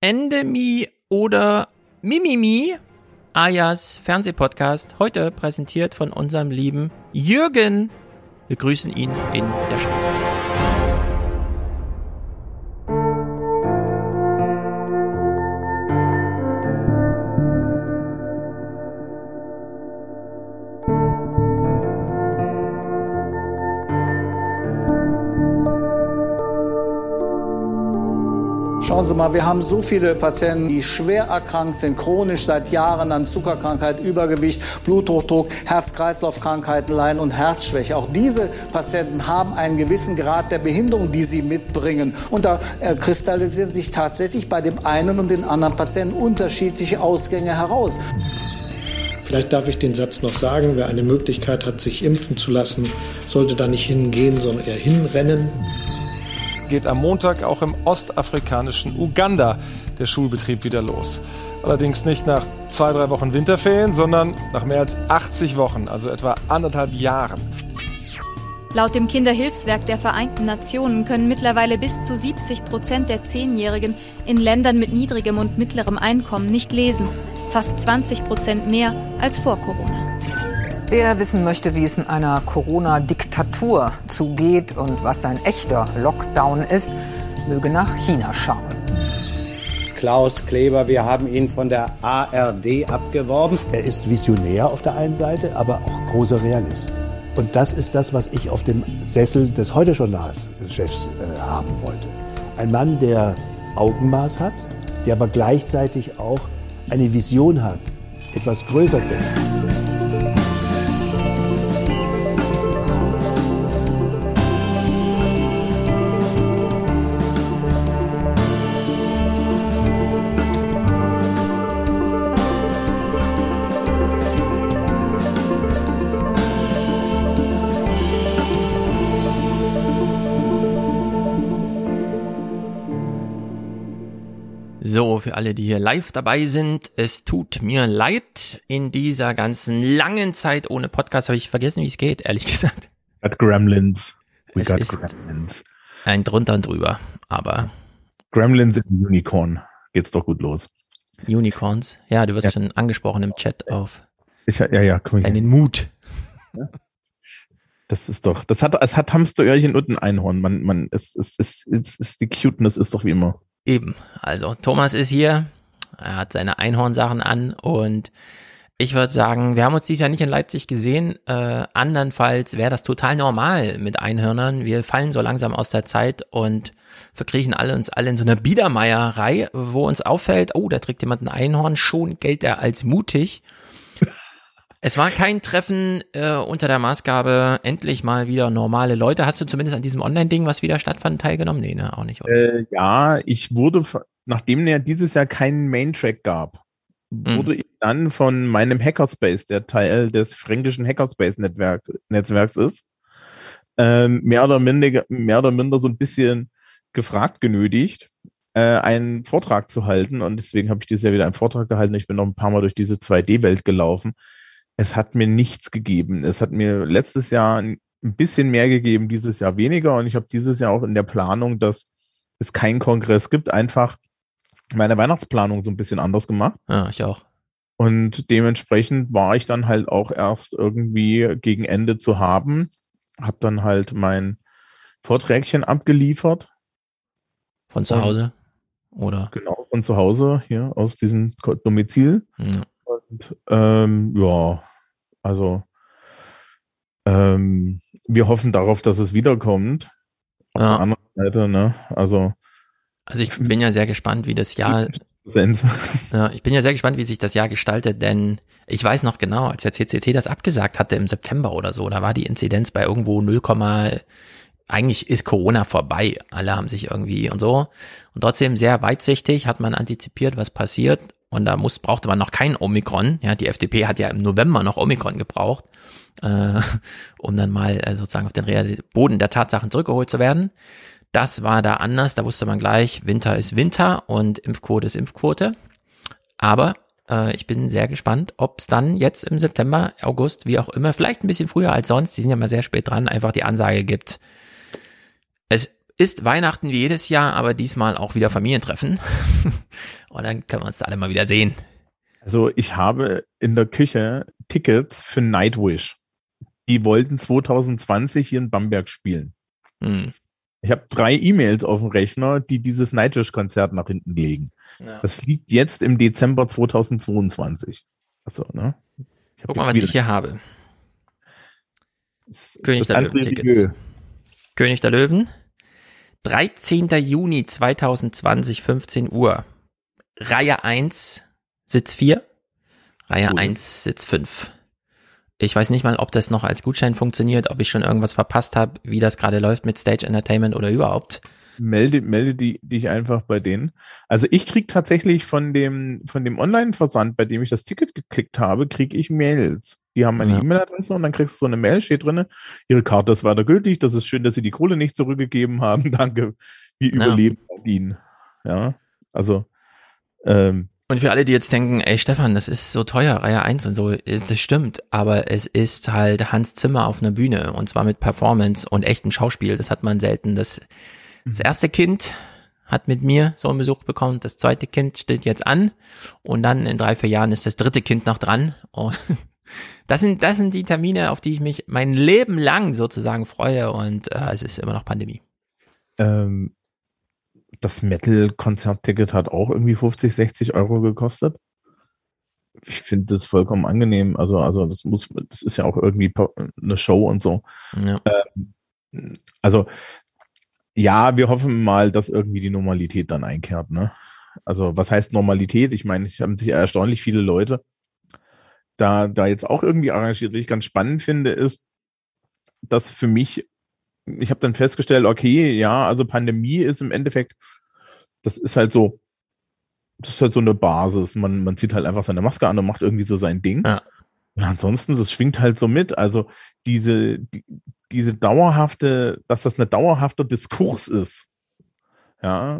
Endemie oder Mimimi, Ajas Fernsehpodcast, heute präsentiert von unserem lieben Jürgen. Wir grüßen ihn in der Schweiz. Schauen Sie mal, wir haben so viele Patienten, die schwer erkrankt sind, chronisch seit Jahren an Zuckerkrankheit, Übergewicht, Bluthochdruck, Herz-Kreislauf-Krankheiten leiden und Herzschwäche. Auch diese Patienten haben einen gewissen Grad der Behinderung, die sie mitbringen. Und da kristallisieren sich tatsächlich bei dem einen und den anderen Patienten unterschiedliche Ausgänge heraus. Vielleicht darf ich den Satz noch sagen, wer eine Möglichkeit hat, sich impfen zu lassen, sollte da nicht hingehen, sondern eher hinrennen. Geht am Montag auch im ostafrikanischen Uganda der Schulbetrieb wieder los. Allerdings nicht nach 2-3 Wochen Winterferien, sondern nach mehr als 80 Wochen, also etwa 1,5 Jahren. Laut dem Kinderhilfswerk der Vereinten Nationen können mittlerweile bis zu 70% der 10-Jährigen in Ländern mit niedrigem und mittlerem Einkommen nicht lesen. Fast 20% mehr als vor Corona. Wer wissen möchte, wie es in einer Corona-Diktatur zugeht und was ein echter Lockdown ist, möge nach China schauen. Klaus Kleber, wir haben ihn von der ARD abgeworben. Er ist visionär auf der einen Seite, aber auch großer Realist. Und das ist das, was ich auf dem Sessel des Heute-Journal-Chefs haben wollte. Ein Mann, der Augenmaß hat, der aber gleichzeitig auch eine Vision hat, etwas größer denkt. So, für alle, die hier live dabei sind, es tut mir leid, in dieser ganzen langen Zeit ohne Podcast habe ich vergessen, wie es geht, ehrlich gesagt. Got Gremlins. Es ist Gremlins. Ein drunter und drüber, aber... Gremlins in Unicorn. Geht's doch gut los. Unicorns? Ja, du wirst schon angesprochen im Chat auf deinen Mut. Ja. Das ist doch, es hat Hamsteröhrchen und ein Einhorn. Es ist die Cuteness ist doch wie immer. Eben, also Thomas ist hier, er hat seine Einhornsachen an und ich würde sagen, wir haben uns dieses Jahr nicht in Leipzig gesehen, andernfalls wäre das total normal mit Einhörnern, wir fallen so langsam aus der Zeit und verkriechen uns alle in so einer Biedermeierei, wo uns auffällt, oh, da trägt jemand ein Einhorn, schon gilt er als mutig. Es war kein Treffen unter der Maßgabe, endlich mal wieder normale Leute. Hast du zumindest an diesem Online-Ding, was wieder stattfand, teilgenommen? Nee, ne, auch nicht. Oder? Ja, ich wurde, nachdem ja dieses Jahr keinen Main-Track gab, wurde ich dann von meinem Hackerspace, der Teil des fränkischen Hackerspace-Netzwerks ist, mehr oder minder so ein bisschen gefragt, genötigt, einen Vortrag zu halten. Und deswegen habe ich dieses Jahr wieder einen Vortrag gehalten. Ich bin noch ein paar Mal durch diese 2D-Welt gelaufen. Es hat mir nichts gegeben. Es hat mir letztes Jahr ein bisschen mehr gegeben, dieses Jahr weniger. Und ich habe dieses Jahr auch in der Planung, dass es keinen Kongress gibt, einfach meine Weihnachtsplanung so ein bisschen anders gemacht. Ja, ich auch. Und dementsprechend war ich dann halt auch erst irgendwie gegen Ende zu haben. Habe dann halt mein Vorträgchen abgeliefert. Von zu Hause? Oder? Genau, von zu Hause, hier aus diesem Domizil. Ja. Und wir hoffen darauf, dass es wiederkommt. Auf der anderen Seite, ne? Also ich bin ja sehr gespannt, wie das Jahr. Ja, ich bin ja sehr gespannt, wie sich das Jahr gestaltet, denn ich weiß noch genau, als der CCC das abgesagt hatte im September oder so, da war die Inzidenz bei irgendwo 0, eigentlich ist Corona vorbei. Alle haben sich irgendwie und so. Und trotzdem sehr weitsichtig hat man antizipiert, was passiert. Und da brauchte man noch kein Omikron. Ja, die FDP hat ja im November noch Omikron gebraucht, um dann mal sozusagen auf den realen Boden der Tatsachen zurückgeholt zu werden. Das war da anders. Da wusste man gleich, Winter ist Winter und Impfquote ist Impfquote. Aber ich bin sehr gespannt, ob es dann jetzt im September, August, wie auch immer, vielleicht ein bisschen früher als sonst, die sind ja mal sehr spät dran, einfach die Ansage gibt, es ist Weihnachten wie jedes Jahr, aber diesmal auch wieder Familientreffen. Und dann können wir uns da alle mal wieder sehen. Also ich habe in der Küche Tickets für Nightwish. Die wollten 2020 hier in Bamberg spielen. Ich habe 3 E-Mails auf dem Rechner, die dieses Nightwish-Konzert nach hinten legen. Ja. Das liegt jetzt im Dezember 2022. Achso, ne? Guck mal, was ich hier habe. König der Löwen-Tickets. König der Löwen. 13. Juni 2020, 15 Uhr. Reihe 1, Sitz 4. Reihe 1, Sitz 5. Ich weiß nicht mal, ob das noch als Gutschein funktioniert, ob ich schon irgendwas verpasst habe, wie das gerade läuft mit Stage Entertainment oder überhaupt. Melde dich einfach bei denen. Also ich kriege tatsächlich von dem Online-Versand, bei dem ich das Ticket geklickt habe, kriege ich Mails. Die haben eine E-Mail-Adresse und dann kriegst du so eine Mail, steht drin, Ihre Karte ist weiter gültig, das ist schön, dass Sie die Kohle nicht zurückgegeben haben, danke, wir überleben ihn. Ja, also und für alle, die jetzt denken, ey Stefan, das ist so teuer, Reihe 1 und so, das stimmt, aber es ist halt Hans Zimmer auf einer Bühne und zwar mit Performance und echtem Schauspiel, das hat man selten. Das erste Kind hat mit mir so einen Besuch bekommen, das zweite Kind steht jetzt an und dann in 3-4 Jahren ist das dritte Kind noch dran. Und das sind die Termine, auf die ich mich mein Leben lang sozusagen freue und es ist immer noch Pandemie. Das Metal-Konzertticket hat auch irgendwie 50, 60 Euro gekostet. Ich finde das vollkommen angenehm. Also das ist ja auch irgendwie eine Show und so. Ja. Also ja, wir hoffen mal, dass irgendwie die Normalität dann einkehrt, ne? Also was heißt Normalität? Ich meine, ich habe sich erstaunlich viele Leute da jetzt auch irgendwie arrangiert. Was ich ganz spannend finde, ist, dass für mich, ich habe dann festgestellt, okay, ja, also Pandemie ist im Endeffekt, das ist halt so eine Basis. Man zieht halt einfach seine Maske an und macht irgendwie so sein Ding. Ja. Und ansonsten, das schwingt halt so mit. Also diese dauerhafte, dass das ein dauerhafter Diskurs ist, ja,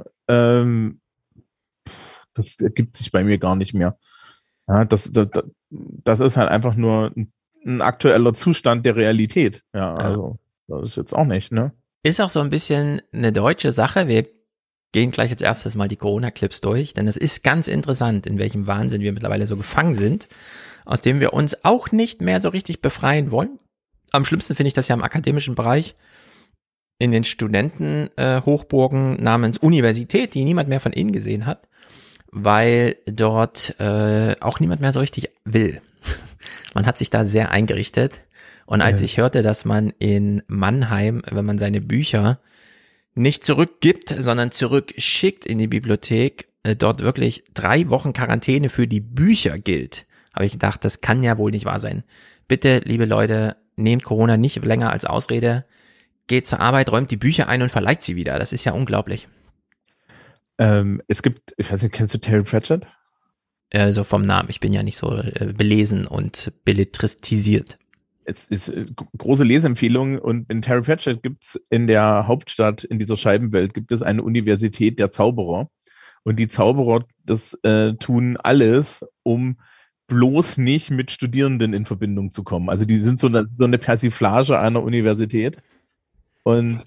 das ergibt sich bei mir gar nicht mehr. Ja, das ist halt einfach nur ein aktueller Zustand der Realität. Ja, also das ist jetzt auch nicht, ne? Ist auch so ein bisschen eine deutsche Sache. Wir gehen gleich als erstes mal die Corona-Clips durch, denn es ist ganz interessant, in welchem Wahnsinn wir mittlerweile so gefangen sind, aus dem wir uns auch nicht mehr so richtig befreien wollen. Am schlimmsten finde ich das ja im akademischen Bereich, in den Studentenhochburgen namens Universität, die niemand mehr von innen gesehen hat, weil dort auch niemand mehr so richtig will. Man hat sich da sehr eingerichtet. Und als ich hörte, dass man in Mannheim, wenn man seine Bücher nicht zurückgibt, sondern zurückschickt in die Bibliothek, dort wirklich 3 Wochen Quarantäne für die Bücher gilt, habe ich gedacht, das kann ja wohl nicht wahr sein. Bitte, liebe Leute, nehmt Corona nicht länger als Ausrede, geht zur Arbeit, räumt die Bücher ein und verleiht sie wieder. Das ist ja unglaublich. Es gibt, ich weiß nicht, kennst du Terry Pratchett? So vom Namen, ich bin ja nicht so belesen und belletristisiert. Es ist große Leseempfehlung und in Terry Pratchett gibt's in der Hauptstadt, in dieser Scheibenwelt, gibt es eine Universität der Zauberer. Und die Zauberer, das tun alles, um bloß nicht mit Studierenden in Verbindung zu kommen. Also die sind so eine Persiflage einer Universität. Und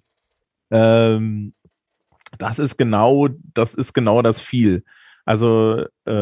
das ist genau das viel. Also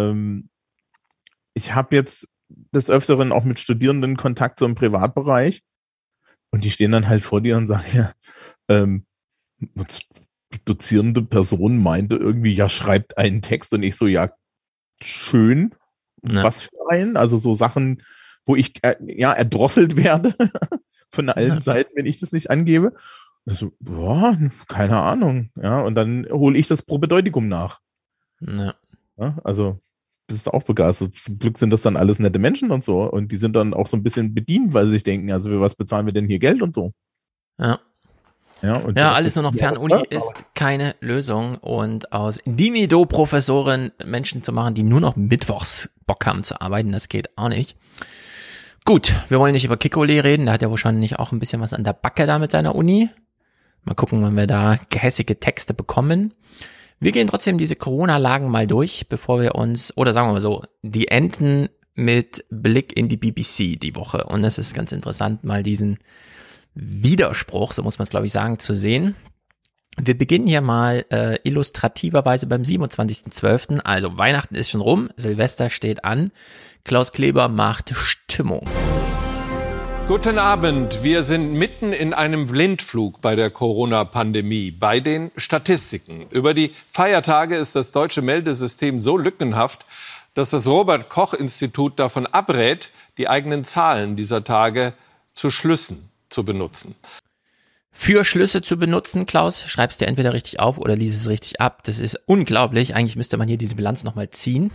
ich habe jetzt des Öfteren auch mit Studierenden Kontakt so im Privatbereich und die stehen dann halt vor dir und sagen, ja, die dozierende Person meinte irgendwie, ja, schreibt einen Text und ich so, ja, schön, was für einen? Also so Sachen, wo ich erdrosselt werde von allen Seiten, wenn ich das nicht angebe. So, boah, keine Ahnung, ja, und dann hole ich das Propedeutikum nach. Ja, also bist du auch begeistert. Zum Glück sind das dann alles nette Menschen und so. Und die sind dann auch so ein bisschen bedient, weil sie sich denken, also für was bezahlen wir denn hier Geld und so. Ja. Ja, alles nur noch Fernuni ist keine Lösung. Und aus Dimido-Professoren Menschen zu machen, die nur noch mittwochs Bock haben zu arbeiten, das geht auch nicht. Gut, wir wollen nicht über Kikole reden. Da hat er wahrscheinlich auch ein bisschen was an der Backe da mit seiner Uni. Mal gucken, wann wir da gehässige Texte bekommen. Wir gehen trotzdem diese Corona-Lagen mal durch, bevor wir uns, oder sagen wir mal so, die enden mit Blick in die BBC die Woche. Und es ist ganz interessant, mal diesen Widerspruch, so muss man es glaube ich sagen, zu sehen. Wir beginnen hier mal illustrativerweise beim 27.12. Also Weihnachten ist schon rum, Silvester steht an. Klaus Kleber macht Stimmung. Guten Abend. Wir sind mitten in einem Blindflug bei der Corona-Pandemie, bei den Statistiken. Über die Feiertage ist das deutsche Meldesystem so lückenhaft, dass das Robert-Koch-Institut davon abrät, die eigenen Zahlen dieser Tage zu Schlüssen zu benutzen. Für Schlüsse zu benutzen, Klaus, schreibst du entweder richtig auf oder lies es richtig ab. Das ist unglaublich. Eigentlich müsste man hier diese Bilanz nochmal ziehen.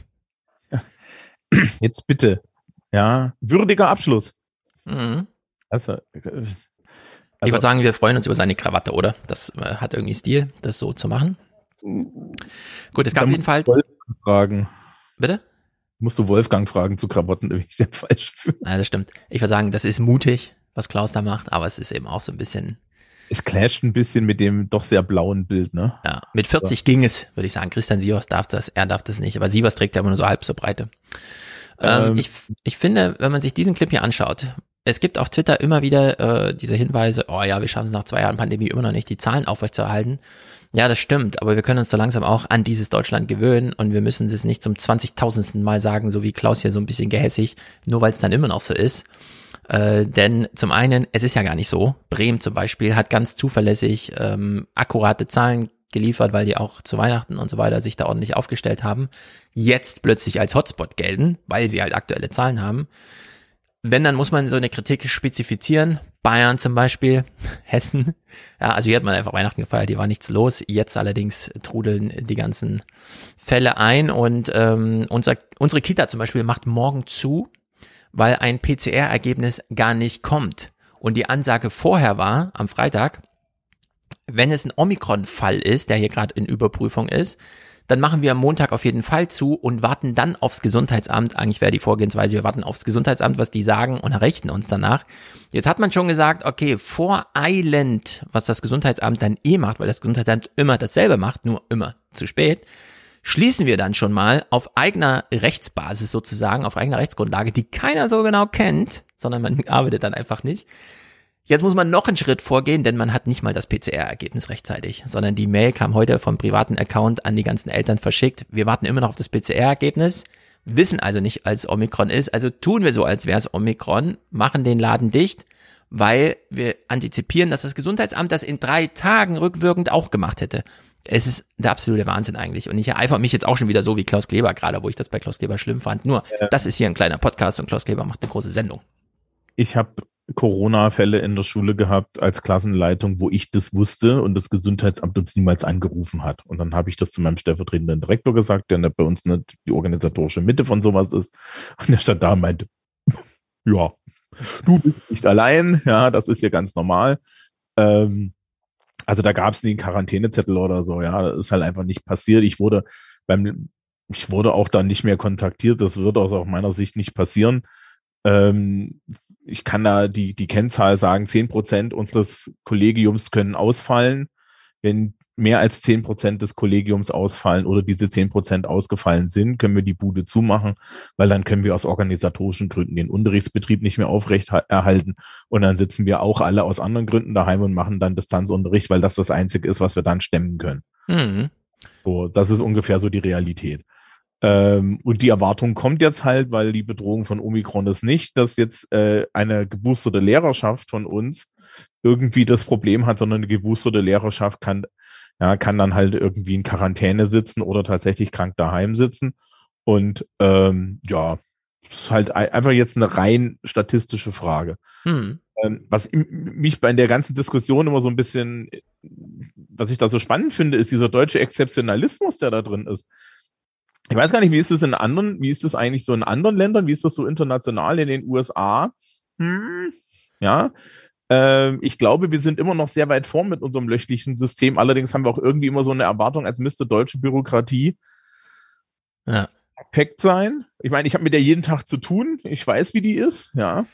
Jetzt bitte. Ja, würdiger Abschluss. Mhm. Also, ich würde sagen, wir freuen uns über seine Krawatte, oder? Das hat irgendwie Stil, das so zu machen. Gut, es gab jedenfalls... Wolfgang fragen. Bitte? Musst du Wolfgang fragen zu Krawatten, wenn ich den falsch fühle. Ja, das stimmt. Ich würde sagen, das ist mutig, was Klaus da macht, aber es ist eben auch so ein bisschen... Es clasht ein bisschen mit dem doch sehr blauen Bild, ne? Ja, mit 40 ging es, würde ich sagen. Christian Sievers darf das, er darf das nicht, aber Sievers trägt ja immer nur so halb so breite. Ich finde, wenn man sich diesen Clip hier anschaut, es gibt auf Twitter immer wieder diese Hinweise, oh ja, wir schaffen es nach 2 Jahren Pandemie immer noch nicht, die Zahlen aufrechtzuerhalten. Ja, das stimmt, aber wir können uns so langsam auch an dieses Deutschland gewöhnen und wir müssen das nicht zum 20.000. Mal sagen, so wie Klaus hier so ein bisschen gehässig, nur weil es dann immer noch so ist. Denn zum einen, es ist ja gar nicht so. Bremen zum Beispiel hat ganz zuverlässig akkurate Zahlen geliefert, weil die auch zu Weihnachten und so weiter sich da ordentlich aufgestellt haben. Jetzt plötzlich als Hotspot gelten, weil sie halt aktuelle Zahlen haben. Wenn, dann muss man so eine Kritik spezifizieren. Bayern zum Beispiel, Hessen. Ja, also hier hat man einfach Weihnachten gefeiert, hier war nichts los. Jetzt allerdings trudeln die ganzen Fälle ein und unsere Kita zum Beispiel macht morgen zu, weil ein PCR-Ergebnis gar nicht kommt. Und die Ansage vorher war, am Freitag, wenn es ein Omikron-Fall ist, der hier gerade in Überprüfung ist, dann machen wir am Montag auf jeden Fall zu und warten dann aufs Gesundheitsamt. Eigentlich wäre die Vorgehensweise, wir warten aufs Gesundheitsamt, was die sagen und richten uns danach. Jetzt hat man schon gesagt, okay, voreilend, was das Gesundheitsamt dann macht, weil das Gesundheitsamt immer dasselbe macht, nur immer zu spät, schließen wir dann schon mal auf eigener Rechtsbasis sozusagen, auf eigener Rechtsgrundlage, die keiner so genau kennt, sondern man arbeitet dann einfach nicht. Jetzt muss man noch einen Schritt vorgehen, denn man hat nicht mal das PCR-Ergebnis rechtzeitig, sondern die Mail kam heute vom privaten Account an die ganzen Eltern verschickt. Wir warten immer noch auf das PCR-Ergebnis, wissen also nicht, als Omikron ist, also tun wir so, als wäre es Omikron, machen den Laden dicht, weil wir antizipieren, dass das Gesundheitsamt das in 3 Tagen rückwirkend auch gemacht hätte. Es ist der absolute Wahnsinn eigentlich. Und ich ereifere mich jetzt auch schon wieder so wie Klaus Kleber gerade, wo ich das bei Klaus Kleber schlimm fand. Nur, das ist hier ein kleiner Podcast und Klaus Kleber macht eine große Sendung. Ich habe Corona-Fälle in der Schule gehabt als Klassenleitung, wo ich das wusste und das Gesundheitsamt uns niemals angerufen hat. Und dann habe ich das zu meinem stellvertretenden Direktor gesagt, der bei uns nicht die organisatorische Mitte von sowas ist. Und der stand da und meinte, ja, du bist nicht allein, ja, das ist ja ganz normal. Also da gab es nie einen Quarantänezettel oder so, ja, das ist halt einfach nicht passiert. Ich wurde auch dann nicht mehr kontaktiert, das wird aus meiner Sicht nicht passieren. Ich kann da die Kennzahl sagen, 10% unseres Kollegiums können ausfallen. Wenn mehr als 10% des Kollegiums ausfallen oder diese 10% ausgefallen sind, können wir die Bude zumachen, weil dann können wir aus organisatorischen Gründen den Unterrichtsbetrieb nicht mehr aufrechterhalten und dann sitzen wir auch alle aus anderen Gründen daheim und machen dann Distanzunterricht, weil das Einzige ist, was wir dann stemmen können. Mhm. So, das ist ungefähr so die Realität. Und die Erwartung kommt jetzt halt, weil die Bedrohung von Omikron ist nicht, dass jetzt eine geboosterte Lehrerschaft von uns irgendwie das Problem hat, sondern eine geboosterte Lehrerschaft kann dann halt irgendwie in Quarantäne sitzen oder tatsächlich krank daheim sitzen. Und ist halt einfach jetzt eine rein statistische Frage. Was mich bei der ganzen Diskussion immer so ein bisschen, was ich da so spannend finde, ist dieser deutsche Exzeptionalismus, der da drin ist. Ich weiß gar nicht, wie ist das eigentlich so in anderen Ländern? Wie ist das so international in den USA? Ja, ich glaube, wir sind immer noch sehr weit vorn mit unserem löchlichen System. Allerdings haben wir auch irgendwie immer so eine Erwartung, als müsste deutsche Bürokratie perfekt sein. Ich meine, ich habe mit der jeden Tag zu tun. Ich weiß, wie die ist, ja.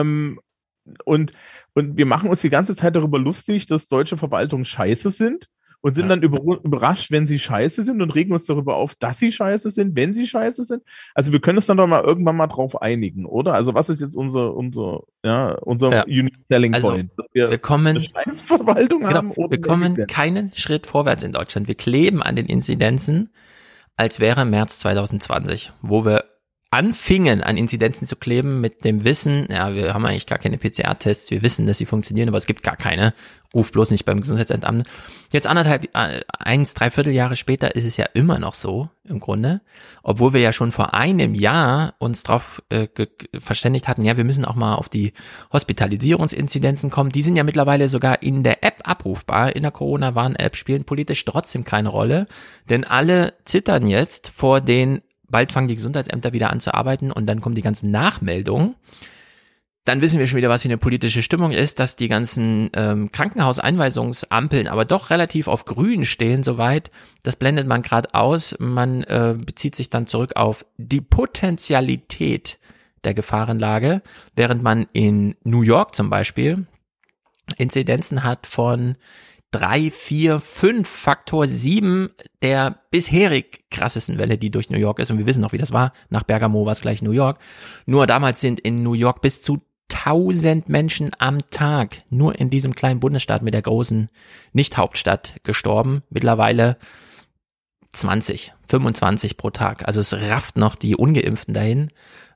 Und wir machen uns die ganze Zeit darüber lustig, dass deutsche Verwaltungen scheiße sind. und sind dann überrascht, wenn sie scheiße sind und regen uns darüber auf, dass sie scheiße sind, wenn sie scheiße sind. Also wir können uns dann doch mal irgendwann mal drauf einigen, oder? Also was ist jetzt unser Unique Selling Point? Dass wir kommen, Scheißverwaltung haben? Oder wir kommen keinen Schritt vorwärts in Deutschland. Wir kleben an den Inzidenzen, als wäre März 2020, wo wir anfingen, an Inzidenzen zu kleben mit dem Wissen, ja, wir haben eigentlich gar keine PCR-Tests, wir wissen, dass sie funktionieren, aber es gibt gar keine. Ruf bloß nicht beim Gesundheitsamt. Jetzt 3/4 Jahre später ist es ja immer noch so, im Grunde, obwohl wir ja schon vor einem Jahr uns darauf verständigt hatten, ja, wir müssen auch mal auf die Hospitalisierungsinzidenzen kommen. Die sind ja mittlerweile sogar in der App abrufbar, in der Corona-Warn-App, spielen politisch trotzdem keine Rolle, denn alle zittern jetzt vor den, bald fangen die Gesundheitsämter wieder an zu arbeiten und dann kommen die ganzen Nachmeldungen. Dann wissen wir schon wieder, was für eine politische Stimmung ist, dass die ganzen Krankenhauseinweisungsampeln aber doch relativ auf grün stehen soweit. Das blendet man gerade aus. Man bezieht sich dann zurück auf die Potentialität der Gefahrenlage, während man in New York zum Beispiel Inzidenzen hat von 3, 4, 5, Faktor 7 der bisherig krassesten Welle, die durch New York ist. Und wir wissen noch, wie das war. Nach Bergamo war es gleich New York. Nur damals sind in New York bis zu 1000 Menschen am Tag nur in diesem kleinen Bundesstaat mit der großen Nicht-Hauptstadt gestorben. Mittlerweile 20, 25 pro Tag. Also es rafft noch die Ungeimpften dahin.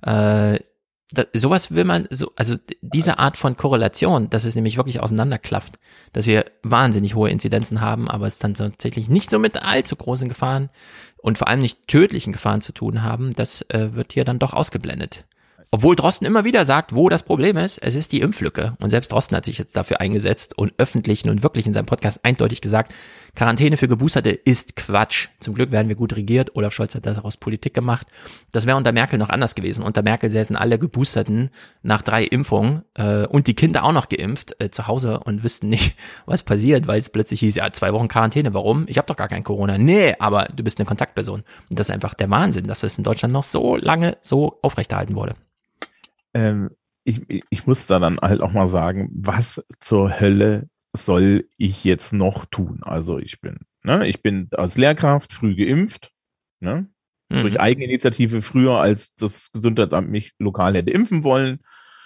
Sowas will man, also diese Art von Korrelation, dass es nämlich wirklich auseinanderklafft, dass wir wahnsinnig hohe Inzidenzen haben, aber es dann tatsächlich nicht so mit allzu großen Gefahren und vor allem nicht tödlichen Gefahren zu tun haben, das wird hier dann doch ausgeblendet. Obwohl Drosten immer wieder sagt, wo das Problem ist, es ist die Impflücke. Und selbst Drosten hat sich jetzt dafür eingesetzt und öffentlich nun wirklich in seinem Podcast eindeutig gesagt, Quarantäne für Geboosterte ist Quatsch. Zum Glück werden wir gut regiert. Olaf Scholz hat daraus Politik gemacht. Das wäre unter Merkel noch anders gewesen. Unter Merkel säßen alle Geboosterten nach 3 Impfungen und die Kinder auch noch geimpft zu Hause und wüssten nicht, was passiert, weil es plötzlich hieß, ja, 2 Wochen Quarantäne. Warum? Ich habe doch gar kein Corona. Nee, aber du bist eine Kontaktperson. Und das ist einfach der Wahnsinn, dass das in Deutschland noch so lange so aufrechterhalten wurde. Ich muss da dann halt auch mal sagen, was zur Hölle soll ich jetzt noch tun? Also ich bin als Lehrkraft früh geimpft, ne? Durch Eigeninitiative früher, als das Gesundheitsamt mich lokal hätte impfen wollen.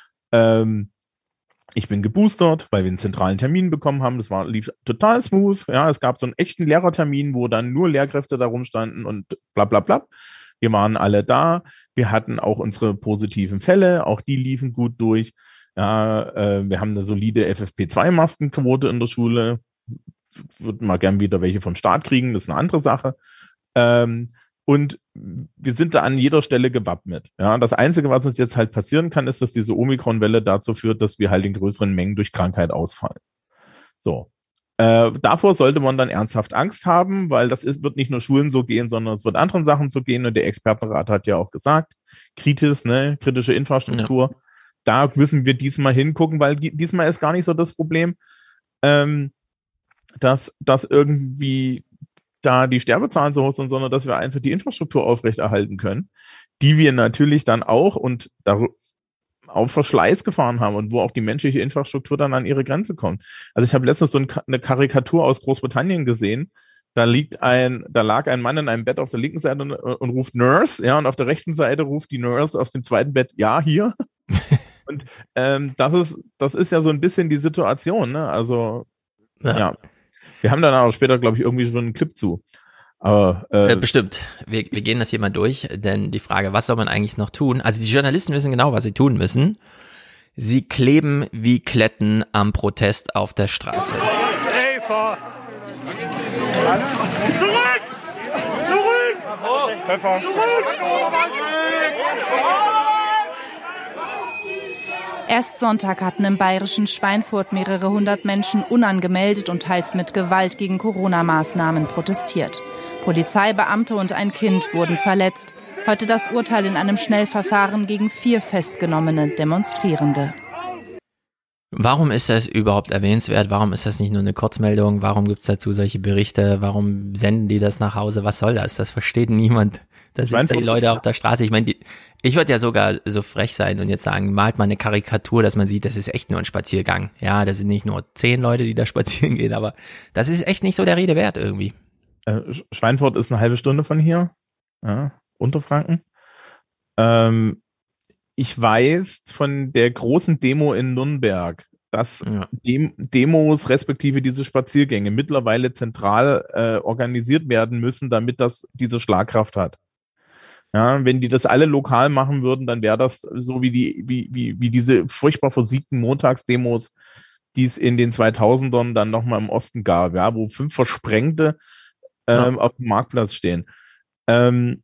Ich bin geboostert, weil wir einen zentralen Termin bekommen haben. Das lief total smooth. Ja, es gab so einen echten Lehrertermin, wo dann nur Lehrkräfte da rumstanden und bla bla bla. Wir waren alle da. Wir hatten auch unsere positiven Fälle. Auch die liefen gut durch. Ja, wir haben eine solide FFP2-Maskenquote in der Schule. Würden mal gern wieder welche vom Staat kriegen. Das ist eine andere Sache. Und wir sind da an jeder Stelle gewappnet. Ja, das Einzige, was uns jetzt halt passieren kann, ist, dass diese Omikron-Welle dazu führt, dass wir halt in größeren Mengen durch Krankheit ausfallen. So. Davor sollte man dann ernsthaft Angst haben, weil wird nicht nur Schulen so gehen, sondern es wird anderen Sachen so gehen. Und der Expertenrat hat ja auch gesagt, kritische Infrastruktur, da müssen wir diesmal hingucken, weil diesmal ist gar nicht so das Problem, dass irgendwie da die Sterbezahlen so hoch sind, sondern dass wir einfach die Infrastruktur aufrechterhalten können, die wir natürlich dann auch und auf Verschleiß gefahren haben und wo auch die menschliche Infrastruktur dann an ihre Grenze kommt. Also ich habe letztens so eine Karikatur aus Großbritannien gesehen. Da lag ein Mann in einem Bett auf der linken Seite und ruft Nurse, ja, und auf der rechten Seite ruft die Nurse aus dem zweiten Bett, ja, hier. Und das ist ja so ein bisschen die Situation, ne? Also ja. Wir haben dann auch später, glaube ich, irgendwie schon einen Clip zu. Aber bestimmt. Wir gehen das hier mal durch, denn die Frage, was soll man eigentlich noch tun? Also die Journalisten wissen genau, was sie tun müssen. Sie kleben wie Kletten am Protest auf der Straße. Zurück! Pfeffer! Erst Sonntag hatten im bayerischen Schweinfurt mehrere hundert Menschen unangemeldet und teils mit Gewalt gegen Corona-Maßnahmen protestiert. Polizeibeamte und ein Kind wurden verletzt. Heute das Urteil in einem Schnellverfahren gegen 4 festgenommene Demonstrierende. Warum ist das überhaupt erwähnenswert? Warum ist das nicht nur eine Kurzmeldung? Warum gibt es dazu solche Berichte? Warum senden die das nach Hause? Was soll das? Das versteht niemand. Da sind die Leute auf der Straße. Ich meine, ich würde ja sogar so frech sein und jetzt sagen, malt mal eine Karikatur, dass man sieht, das ist echt nur ein Spaziergang. Ja, das sind nicht nur 10 Leute, die da spazieren gehen, aber das ist echt nicht so der Rede wert irgendwie. Schweinfurt ist eine halbe Stunde von hier, ja, Unterfranken. Ich weiß von der großen Demo in Nürnberg, dass Demos respektive diese Spaziergänge mittlerweile zentral organisiert werden müssen, damit das diese Schlagkraft hat. Ja, wenn die das alle lokal machen würden, dann wäre das so wie diese furchtbar versiegten Montagsdemos, die es in den 2000ern dann nochmal im Osten gab, ja, wo 5 Versprengte auf dem Marktplatz stehen. Ganz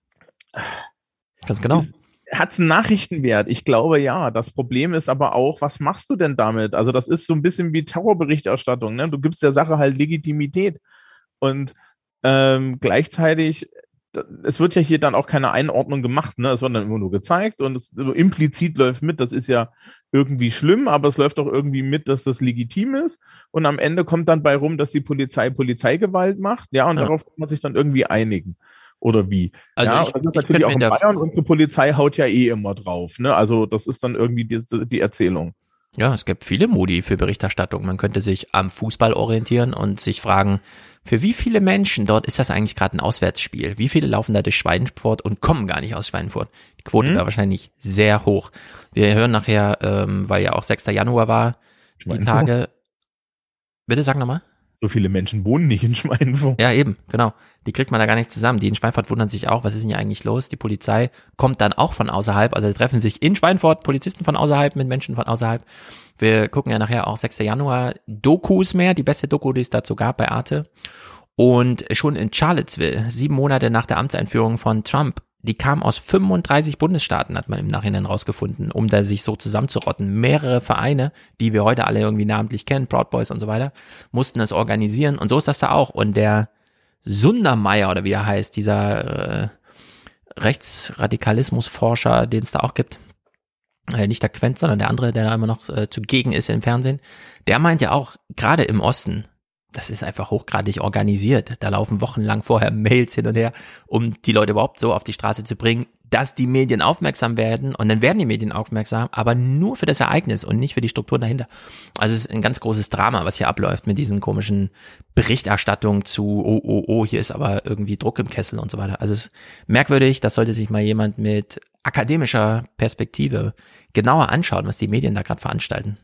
genau. Hat es einen Nachrichtenwert? Ich glaube, ja. Das Problem ist aber auch, was machst du denn damit? Also das ist so ein bisschen wie Terrorberichterstattung, ne? Du gibst der Sache halt Legitimität. Und gleichzeitig, es wird ja hier dann auch keine Einordnung gemacht, ne? Es wird dann immer nur gezeigt und es so implizit läuft mit, das ist ja irgendwie schlimm, aber es läuft auch irgendwie mit, dass das legitim ist. Und am Ende kommt dann bei rum, dass die Polizei Polizeigewalt macht, ja, und darauf kann man sich dann irgendwie einigen. Oder wie? Also ja, und das ist natürlich auch in Bayern, unsere Polizei haut ja immer drauf, ne? Also das ist dann irgendwie die Erzählung. Ja, es gibt viele Modi für Berichterstattung. Man könnte sich am Fußball orientieren und sich fragen, für wie viele Menschen dort ist das eigentlich gerade ein Auswärtsspiel? Wie viele laufen da durch Schweinfurt und kommen gar nicht aus Schweinfurt? Die Quote wäre wahrscheinlich sehr hoch. Wir hören nachher, weil ja auch 6. Januar war, die Tage. Bitte sag nochmal. So viele Menschen wohnen nicht in Schweinfurt. Ja, eben, genau. Die kriegt man da gar nicht zusammen. Die in Schweinfurt wundern sich auch, was ist denn hier eigentlich los? Die Polizei kommt dann auch von außerhalb, also treffen sich in Schweinfurt Polizisten von außerhalb mit Menschen von außerhalb. Wir gucken ja nachher auch 6. Januar Dokus mehr, die beste Doku, die es dazu gab bei Arte. Und schon in Charlottesville, 7 Monate nach der Amtseinführung von Trump, die kamen aus 35 Bundesstaaten, hat man im Nachhinein rausgefunden, um da sich so zusammenzurotten. Mehrere Vereine, die wir heute alle irgendwie namentlich kennen, Proud Boys und so weiter, mussten es organisieren. Und so ist das da auch. Und der Sundermeier, oder wie er heißt, dieser Rechtsradikalismusforscher, den es da auch gibt, nicht der Quent, sondern der andere, der da immer noch zugegen ist im Fernsehen, der meint ja auch, gerade im Osten, das ist einfach hochgradig organisiert. Da laufen wochenlang vorher Mails hin und her, um die Leute überhaupt so auf die Straße zu bringen, dass die Medien aufmerksam werden. Und dann werden die Medien aufmerksam, aber nur für das Ereignis und nicht für die Strukturen dahinter. Also es ist ein ganz großes Drama, was hier abläuft mit diesen komischen Berichterstattungen zu, hier ist aber irgendwie Druck im Kessel und so weiter. Also es ist merkwürdig, das sollte sich mal jemand mit akademischer Perspektive genauer anschauen, was die Medien da gerade veranstalten.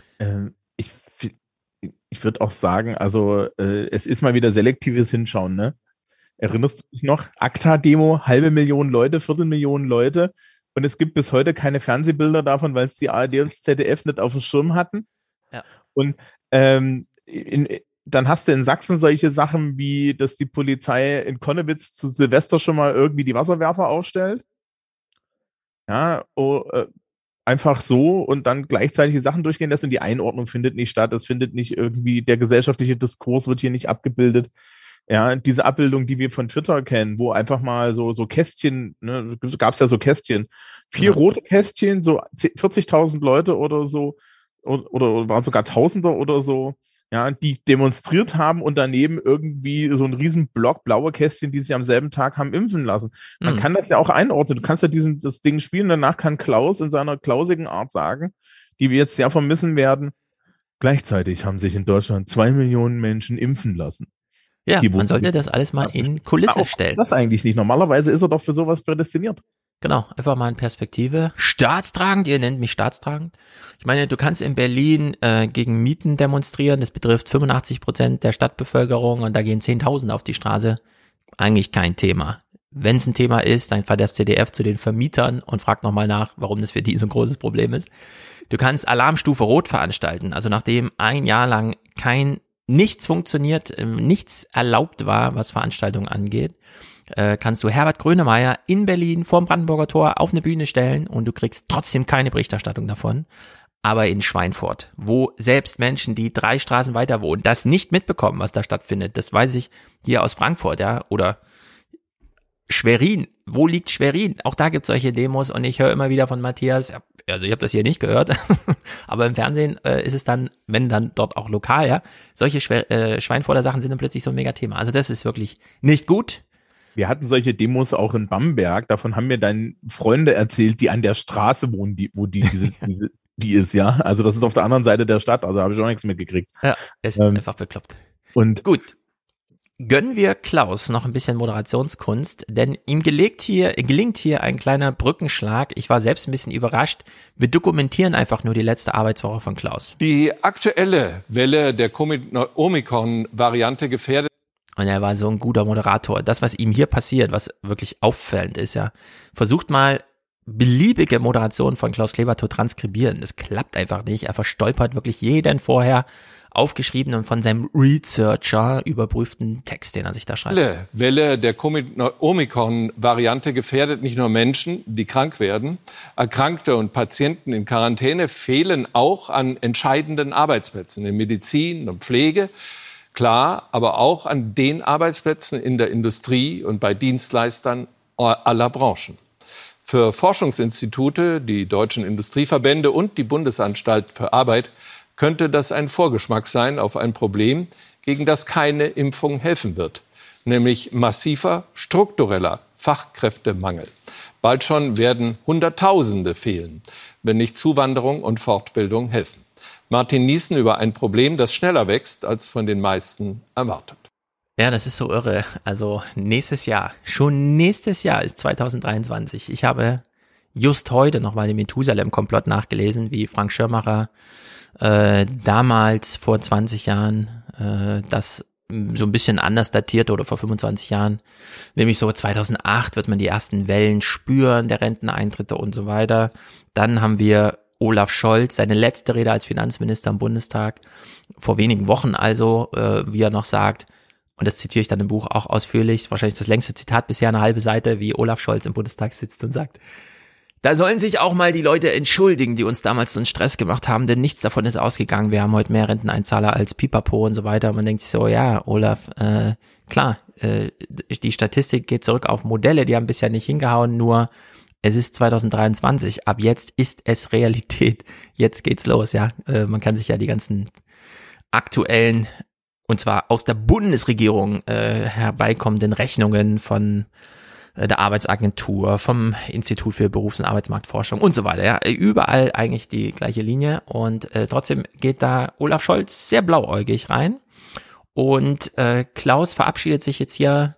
Ich würde auch sagen, also es ist mal wieder selektives Hinschauen, ne? Erinnerst du dich noch? ACTA-Demo, 500.000 Leute, 250.000 Leute und es gibt bis heute keine Fernsehbilder davon, weil es die ARD und das ZDF nicht auf dem Schirm hatten. Ja. Und dann hast du in Sachsen solche Sachen wie, dass die Polizei in Konnewitz zu Silvester schon mal irgendwie die Wasserwerfer aufstellt. Ja, einfach so und dann gleichzeitig die Sachen durchgehen lässt und die Einordnung findet nicht statt. Es findet nicht irgendwie, der gesellschaftliche Diskurs wird hier nicht abgebildet. Ja, diese Abbildung, die wir von Twitter kennen, wo einfach mal so Kästchen, ne, gab es ja so Kästchen, 4 rote Kästchen, so 40.000 Leute oder so, oder waren sogar Tausender oder so, ja, die demonstriert haben und daneben irgendwie so ein riesen Block blaue Kästchen, die sich am selben Tag haben impfen lassen. Man kann das ja auch einordnen. Du kannst ja das Ding spielen, danach kann Klaus in seiner klausigen Art sagen, die wir jetzt sehr vermissen werden. Gleichzeitig haben sich in Deutschland 2 Millionen Menschen impfen lassen. Ja, man sollte das alles mal in Kulisse stellen. Das eigentlich nicht. Normalerweise ist er doch für sowas prädestiniert. Genau, einfach mal in Perspektive. Staatstragend, ihr nennt mich staatstragend. Ich meine, du kannst in Berlin gegen Mieten demonstrieren, das betrifft 85% der Stadtbevölkerung und da gehen 10.000 auf die Straße. Eigentlich kein Thema. Wenn es ein Thema ist, dann fährt das ZDF zu den Vermietern und fragt nochmal nach, warum das für die so ein großes Problem ist. Du kannst Alarmstufe Rot veranstalten, also nachdem ein Jahr lang nichts funktioniert, nichts erlaubt war, was Veranstaltungen angeht, kannst du Herbert Grönemeyer in Berlin vorm Brandenburger Tor auf eine Bühne stellen und du kriegst trotzdem keine Berichterstattung davon. Aber in Schweinfurt, wo selbst Menschen, die 3 Straßen weiter wohnen, das nicht mitbekommen, was da stattfindet, das weiß ich hier aus Frankfurt, ja, oder Schwerin, wo liegt Schwerin? Auch da gibt es solche Demos und ich höre immer wieder von Matthias, also ich habe das hier nicht gehört, aber im Fernsehen ist es dann, wenn dann dort auch lokal, ja, solche Schweinfurter Sachen sind dann plötzlich so ein Megathema. Also das ist wirklich nicht gut. Wir hatten solche Demos auch in Bamberg. Davon haben mir deine Freunde erzählt, die an der Straße wohnen, die ist, ja. Also das ist auf der anderen Seite der Stadt. Also habe ich auch nichts mitgekriegt. Ja, ist einfach bekloppt. Und gut. Gönnen wir Klaus noch ein bisschen Moderationskunst, denn ihm gelingt hier ein kleiner Brückenschlag. Ich war selbst ein bisschen überrascht. Wir dokumentieren einfach nur die letzte Arbeitswoche von Klaus. Die aktuelle Welle der Omikron-Variante gefährdet. Und er war so ein guter Moderator. Das, was ihm hier passiert, was wirklich auffällend ist, ja, versucht mal beliebige Moderationen von Klaus Kleber zu transkribieren. Das klappt einfach nicht. Er verstolpert wirklich jeden vorher aufgeschriebenen und von seinem Researcher überprüften Text, den er sich da schreibt. Die Welle der Omikron-Variante gefährdet nicht nur Menschen, die krank werden. Erkrankte und Patienten in Quarantäne fehlen auch an entscheidenden Arbeitsplätzen in Medizin und Pflege. Klar, aber auch an den Arbeitsplätzen in der Industrie und bei Dienstleistern aller Branchen. Für Forschungsinstitute, die deutschen Industrieverbände und die Bundesanstalt für Arbeit könnte das ein Vorgeschmack sein auf ein Problem, gegen das keine Impfung helfen wird, nämlich massiver struktureller Fachkräftemangel. Bald schon werden Hunderttausende fehlen, wenn nicht Zuwanderung und Fortbildung helfen. Martin Niesen über ein Problem, das schneller wächst, als von den meisten erwartet. Ja, das ist so irre. Also schon nächstes Jahr ist 2023. Ich habe just heute nochmal den Methusalem-Komplott nachgelesen, wie Frank Schirmacher damals vor 20 Jahren das so ein bisschen anders datiert oder vor 25 Jahren, nämlich so 2008 wird man die ersten Wellen spüren, der Renteneintritte und so weiter. Dann haben wir Olaf Scholz, seine letzte Rede als Finanzminister im Bundestag, vor wenigen Wochen also, wie er noch sagt, und das zitiere ich dann im Buch auch ausführlich, wahrscheinlich das längste Zitat bisher, eine halbe Seite, wie Olaf Scholz im Bundestag sitzt und sagt, da sollen sich auch mal die Leute entschuldigen, die uns damals so einen Stress gemacht haben, denn nichts davon ist ausgegangen. Wir haben heute mehr Renteneinzahler als Pipapo und so weiter. Und man denkt sich so, ja, Olaf, klar, die Statistik geht zurück auf Modelle, die haben bisher nicht hingehauen, nur es ist 2023. Ab jetzt ist es Realität. Jetzt geht's los, ja. Man kann sich ja die ganzen aktuellen, und zwar aus der Bundesregierung herbeikommenden Rechnungen von der Arbeitsagentur, vom Institut für Berufs- und Arbeitsmarktforschung und so weiter. Ja, überall eigentlich die gleiche Linie und trotzdem geht da Olaf Scholz sehr blauäugig rein und Klaus verabschiedet sich jetzt hier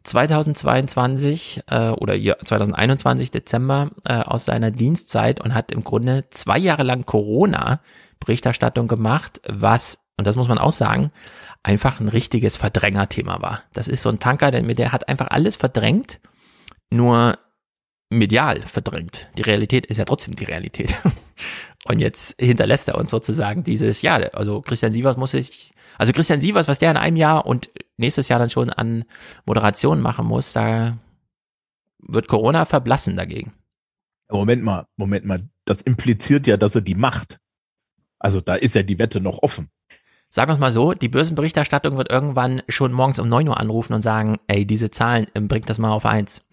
2022 oder 2021 Dezember aus seiner Dienstzeit und hat im Grunde 2 Jahre lang Corona-Berichterstattung gemacht, was, und das muss man auch sagen, einfach ein richtiges Verdrängerthema war. Das ist so ein Tanker, der hat einfach alles verdrängt, nur medial verdrängt. Die Realität ist ja trotzdem die Realität. Und jetzt hinterlässt er uns sozusagen dieses, ja, also Christian Sievers, was der in einem Jahr und nächstes Jahr dann schon an Moderation machen muss, da wird Corona verblassen dagegen. Moment mal, das impliziert ja, dass er die macht. Also da ist ja die Wette noch offen. Sagen wir es mal so, die Börsenberichterstattung wird irgendwann schon morgens um 9 Uhr anrufen und sagen, ey, diese Zahlen, bringt das mal auf 1.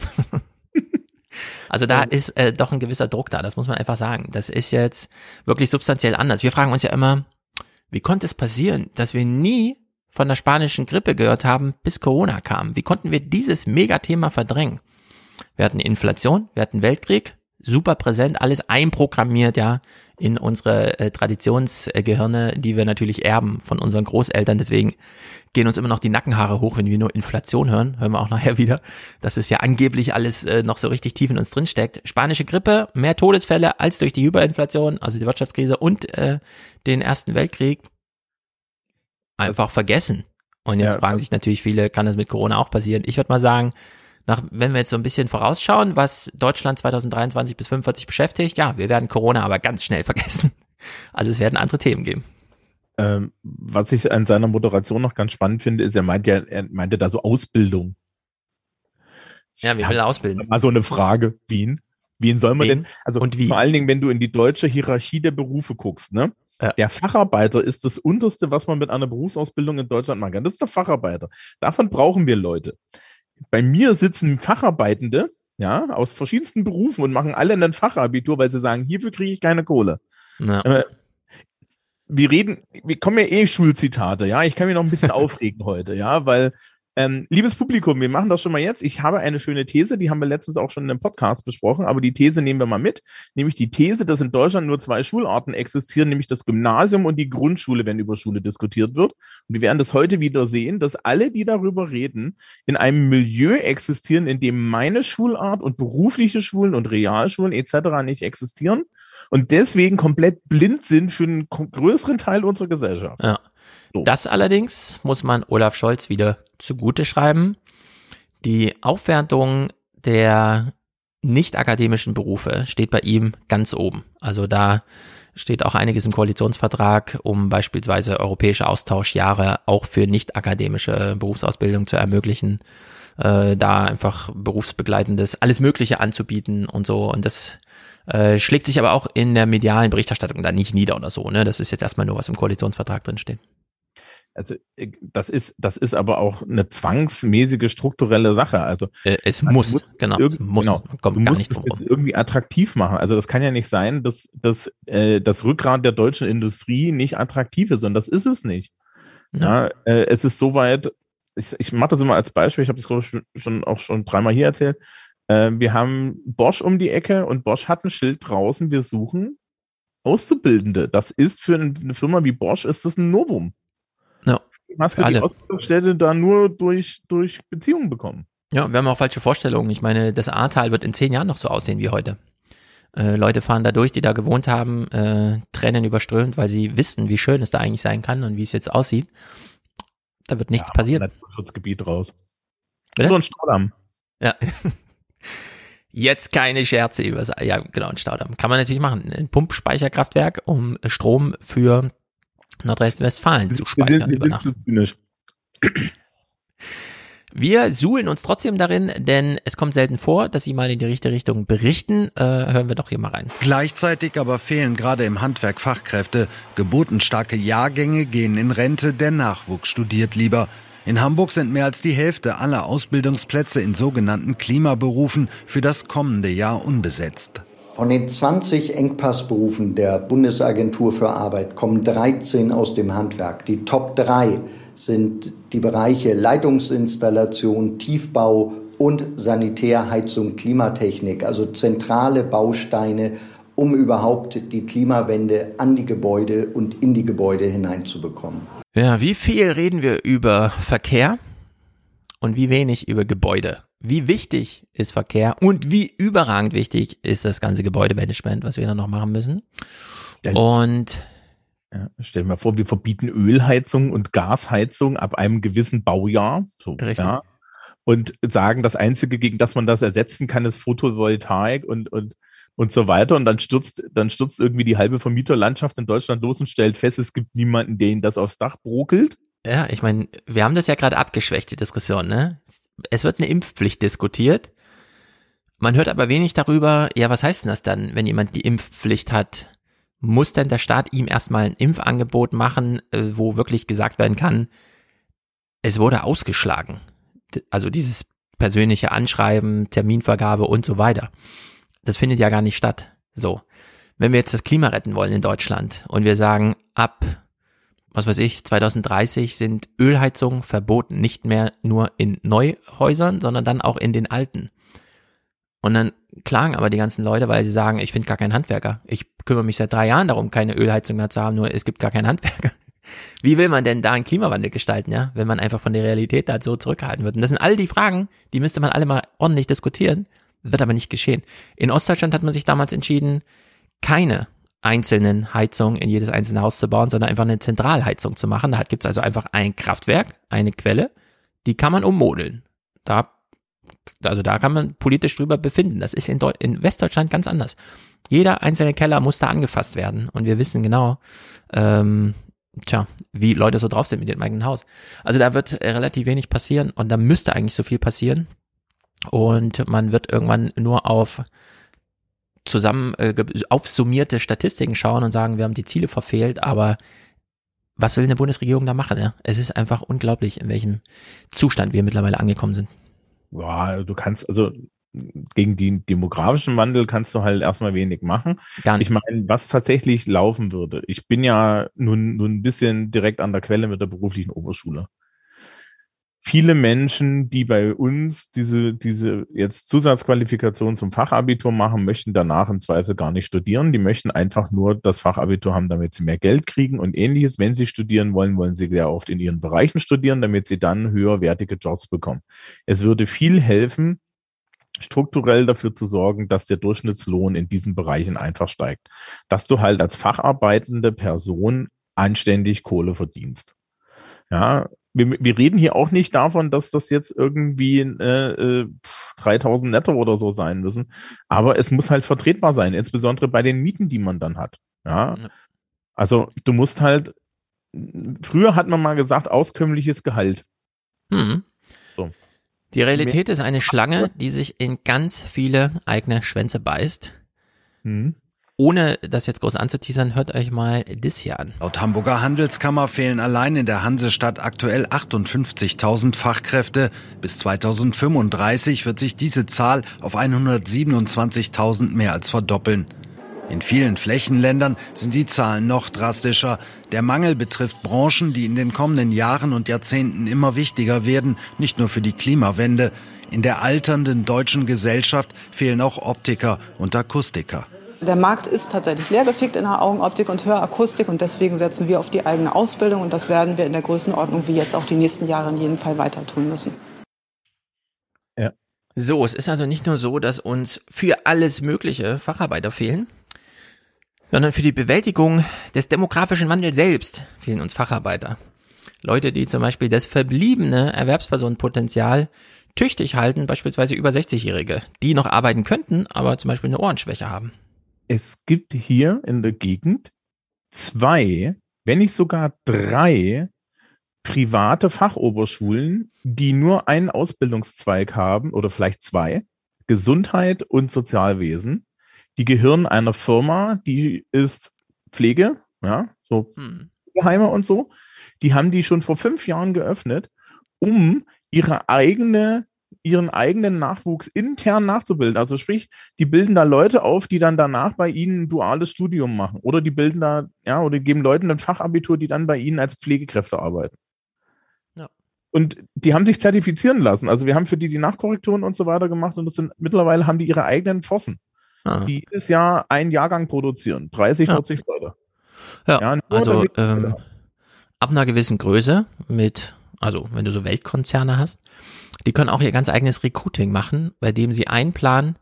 Also da ist doch ein gewisser Druck da, das muss man einfach sagen. Das ist jetzt wirklich substanziell anders. Wir fragen uns ja immer, wie konnte es passieren, dass wir nie von der spanischen Grippe gehört haben, bis Corona kam? Wie konnten wir dieses Megathema verdrängen? Wir hatten Inflation, wir hatten Weltkrieg, super präsent, alles einprogrammiert, ja, in unsere Traditionsgehirne, die wir natürlich erben von unseren Großeltern. Deswegen gehen uns immer noch die Nackenhaare hoch, wenn wir nur Inflation hören wir auch nachher wieder, dass es ja angeblich alles noch so richtig tief in uns drin steckt. Spanische Grippe, mehr Todesfälle als durch die Hyperinflation, also die Wirtschaftskrise und den Ersten Weltkrieg. Einfach vergessen. Und jetzt fragen sich natürlich viele, kann das mit Corona auch passieren? Ich würde mal sagen, wenn wir jetzt so ein bisschen vorausschauen, was Deutschland 2023 bis 2045 beschäftigt, ja, wir werden Corona aber ganz schnell vergessen. Also es werden andere Themen geben. Was ich an seiner Moderation noch ganz spannend finde, ist, er meinte da so Ausbildung. Ja, wie will er ausbilden? Mal so eine Frage, Wen soll man denn, also und wie? Vor allen Dingen, wenn du in die deutsche Hierarchie der Berufe guckst, ne? Ja. Der Facharbeiter ist das Unterste, was man mit einer Berufsausbildung in Deutschland machen kann. Das ist der Facharbeiter. Davon brauchen wir Leute. Bei mir sitzen Facharbeitende, ja, aus verschiedensten Berufen und machen alle ein Fachabitur, weil sie sagen, hierfür kriege ich keine Kohle. Ja. Wir kommen ja Schulzitate, ja, ich kann mich noch ein bisschen aufregen heute, ja, weil Liebes Publikum, wir machen das schon mal jetzt. Ich habe eine schöne These, die haben wir letztens auch schon in einem Podcast besprochen, aber die These nehmen wir mal mit, nämlich die These, dass in Deutschland nur 2 Schularten existieren, nämlich das Gymnasium und die Grundschule, wenn über Schule diskutiert wird. Und wir werden das heute wieder sehen, dass alle, die darüber reden, in einem Milieu existieren, in dem meine Schulart und berufliche Schulen und Realschulen etc. nicht existieren und deswegen komplett blind sind für einen größeren Teil unserer Gesellschaft. Ja. So. Das allerdings muss man Olaf Scholz wieder zugute schreiben. Die Aufwertung der nicht-akademischen Berufe steht bei ihm ganz oben. Also da steht auch einiges im Koalitionsvertrag, um beispielsweise europäische Austauschjahre auch für nicht-akademische Berufsausbildung zu ermöglichen, da einfach berufsbegleitendes, alles Mögliche anzubieten und so. Und das schlägt sich aber auch in der medialen Berichterstattung da nicht nieder oder so. Ne? Das ist jetzt erstmal nur, was im Koalitionsvertrag drin steht. Also das ist aber auch eine zwangsmäßige strukturelle Sache. Also es muss, genau. Kommt du musst es irgendwie attraktiv machen. Also das kann ja nicht sein, dass das Rückgrat der deutschen Industrie nicht attraktiv ist. Und das ist es nicht. Ja, es ist soweit. Ich mache das immer als Beispiel. Ich habe das glaube ich schon 3-mal hier erzählt. Wir haben Bosch um die Ecke und Bosch hat ein Schild draußen. Wir suchen Auszubildende. Das ist für eine Firma wie Bosch ist das ein Novum. Ja, hast du die Ausbildungsstätte da nur durch Beziehungen bekommen. Ja, wir haben auch falsche Vorstellungen. Ich meine, das Ahrtal wird in 10 Jahren noch so aussehen wie heute. Leute fahren da durch, die da gewohnt haben, Tränen überströmt, weil sie wissen, wie schön es da eigentlich sein kann und wie es jetzt aussieht. Da wird nichts passieren. Naturschutzgebiet raus. Bitte? So ein Staudamm. Ja. Jetzt keine Scherze über ein Staudamm. Kann man natürlich machen. Ein Pumpspeicherkraftwerk, um Strom für Nordrhein-Westfalen zu speichern über Nacht. Wir suhlen uns trotzdem darin, denn es kommt selten vor, dass Sie mal in die richtige Richtung berichten. Hören wir doch hier mal rein. Gleichzeitig aber fehlen gerade im Handwerk Fachkräfte. Geburtenstarke Jahrgänge gehen in Rente, der Nachwuchs studiert lieber. In Hamburg sind mehr als die Hälfte aller Ausbildungsplätze in sogenannten Klimaberufen für das kommende Jahr unbesetzt. Von den 20 Engpassberufen der Bundesagentur für Arbeit kommen 13 aus dem Handwerk. Die Top 3 sind die Bereiche Leitungsinstallation, Tiefbau und Sanitärheizung, Klimatechnik, also zentrale Bausteine, um überhaupt die Klimawende an die Gebäude und in die Gebäude hineinzubekommen. Ja, wie viel reden wir über Verkehr und wie wenig über Gebäude? Wie wichtig ist Verkehr und wie überragend wichtig ist das ganze Gebäudemanagement, was wir dann noch machen müssen? Und stell dir mal vor, wir verbieten Ölheizung und Gasheizung ab einem gewissen Baujahr. So, richtig. Ja, und sagen, das Einzige, gegen das man das ersetzen kann, ist Photovoltaik und so weiter. Und dann stürzt irgendwie die halbe Vermieterlandschaft in Deutschland los und stellt fest, es gibt niemanden, der ihnen das aufs Dach brokelt. Ja, ich meine, wir haben das ja gerade abgeschwächt, die Diskussion, ne? Es wird eine Impfpflicht diskutiert. Man hört aber wenig darüber, ja, was heißt denn das dann, wenn jemand die Impfpflicht hat? Muss denn der Staat ihm erstmal ein Impfangebot machen, wo wirklich gesagt werden kann, es wurde ausgeschlagen. Also dieses persönliche Anschreiben, Terminvergabe und so weiter. Das findet ja gar nicht statt. So. Wenn wir jetzt das Klima retten wollen in Deutschland und wir sagen, ab 2030 sind Ölheizungen verboten, nicht mehr nur in Neuhäusern, sondern dann auch in den alten. Und dann klagen aber die ganzen Leute, weil sie sagen, ich finde gar keinen Handwerker. Ich kümmere mich seit 3 Jahren darum, keine Ölheizung mehr zu haben, nur es gibt gar keinen Handwerker. Wie will man denn da einen Klimawandel gestalten, ja, wenn man einfach von der Realität da so zurückgehalten wird? Und das sind all die Fragen, die müsste man alle mal ordentlich diskutieren, wird aber nicht geschehen. In Ostdeutschland hat man sich damals entschieden, keine einzelnen Heizungen in jedes einzelne Haus zu bauen, sondern einfach eine Zentralheizung zu machen. Da gibt es also einfach ein Kraftwerk, eine Quelle, die kann man ummodeln. Da kann man politisch drüber befinden. Das ist in Westdeutschland ganz anders. Jeder einzelne Keller muss da angefasst werden und wir wissen genau, wie Leute so drauf sind mit ihrem eigenen Haus. Also da wird relativ wenig passieren und da müsste eigentlich so viel passieren und man wird irgendwann nur auf aufsummierte Statistiken schauen und sagen, wir haben die Ziele verfehlt, aber was will eine Bundesregierung da machen? Ja? Es ist einfach unglaublich, in welchem Zustand wir mittlerweile angekommen sind. Ja, du kannst, also gegen den demografischen Wandel kannst du halt erstmal wenig machen. Gar nicht. Ich meine, was tatsächlich laufen würde, ich bin ja nun ein bisschen direkt an der Quelle mit der beruflichen Oberschule. viele Menschen, die bei uns diese jetzt Zusatzqualifikation zum Fachabitur machen, möchten danach im Zweifel gar nicht studieren. Die möchten einfach nur das Fachabitur haben, damit sie mehr Geld kriegen und Ähnliches. Wenn sie studieren wollen, wollen sie sehr oft in ihren Bereichen studieren, damit sie dann höherwertige Jobs bekommen. Es würde viel helfen, strukturell dafür zu sorgen, dass der Durchschnittslohn in diesen Bereichen einfach steigt. Dass du halt als facharbeitende Person anständig Kohle verdienst. Ja, wir reden hier auch nicht davon, dass das jetzt irgendwie 3.000 netto oder so sein müssen, aber es muss halt vertretbar sein, insbesondere bei den Mieten, die man dann hat. Ja, also du musst halt, früher hat man mal gesagt, auskömmliches Gehalt. Mhm. So. Die Realität ist eine Schlange, die sich in ganz viele eigene Schwänze beißt. Mhm. Ohne das jetzt groß anzuteasern, hört euch mal das hier an. Laut Hamburger Handelskammer fehlen allein in der Hansestadt aktuell 58.000 Fachkräfte. Bis 2035 wird sich diese Zahl auf 127.000 mehr als verdoppeln. In vielen Flächenländern sind die Zahlen noch drastischer. Der Mangel betrifft Branchen, die in den kommenden Jahren und Jahrzehnten immer wichtiger werden, nicht nur für die Klimawende. In der alternden deutschen Gesellschaft fehlen auch Optiker und Akustiker. Der Markt ist tatsächlich leergefegt in der Augenoptik und Hörakustik und deswegen setzen wir auf die eigene Ausbildung und das werden wir in der Größenordnung wie jetzt auch die nächsten Jahre in jedem Fall weiter tun müssen. Ja. So, es ist also nicht nur so, dass uns für alles mögliche Facharbeiter fehlen, sondern für die Bewältigung des demografischen Wandels selbst fehlen uns Facharbeiter. Leute, die zum Beispiel das verbliebene Erwerbspersonenpotenzial tüchtig halten, beispielsweise über 60-Jährige, die noch arbeiten könnten, aber zum Beispiel eine Ohrenschwäche haben. Es gibt hier in der Gegend 2, wenn nicht sogar 3 private Fachoberschulen, die nur einen Ausbildungszweig haben oder vielleicht 2, Gesundheit und Sozialwesen. Die gehören einer Firma, die ist Pflege, ja, so Heime und so. Die haben die schon vor 5 Jahren geöffnet, um ihren eigenen Nachwuchs intern nachzubilden. Also sprich, die bilden da Leute auf, die dann danach bei ihnen ein duales Studium machen. Oder die bilden da, ja, oder geben Leuten ein Fachabitur, die dann bei ihnen als Pflegekräfte arbeiten. Ja. Und die haben sich zertifizieren lassen. Also wir haben für die Nachkorrekturen und so weiter gemacht und mittlerweile haben die ihre eigenen Fossen, die jedes Jahr einen Jahrgang produzieren. 30, 40 Leute. Ja, also ab einer gewissen Größe also wenn du so Weltkonzerne hast, die können auch ihr ganz eigenes Recruiting machen, bei dem sie einplanen,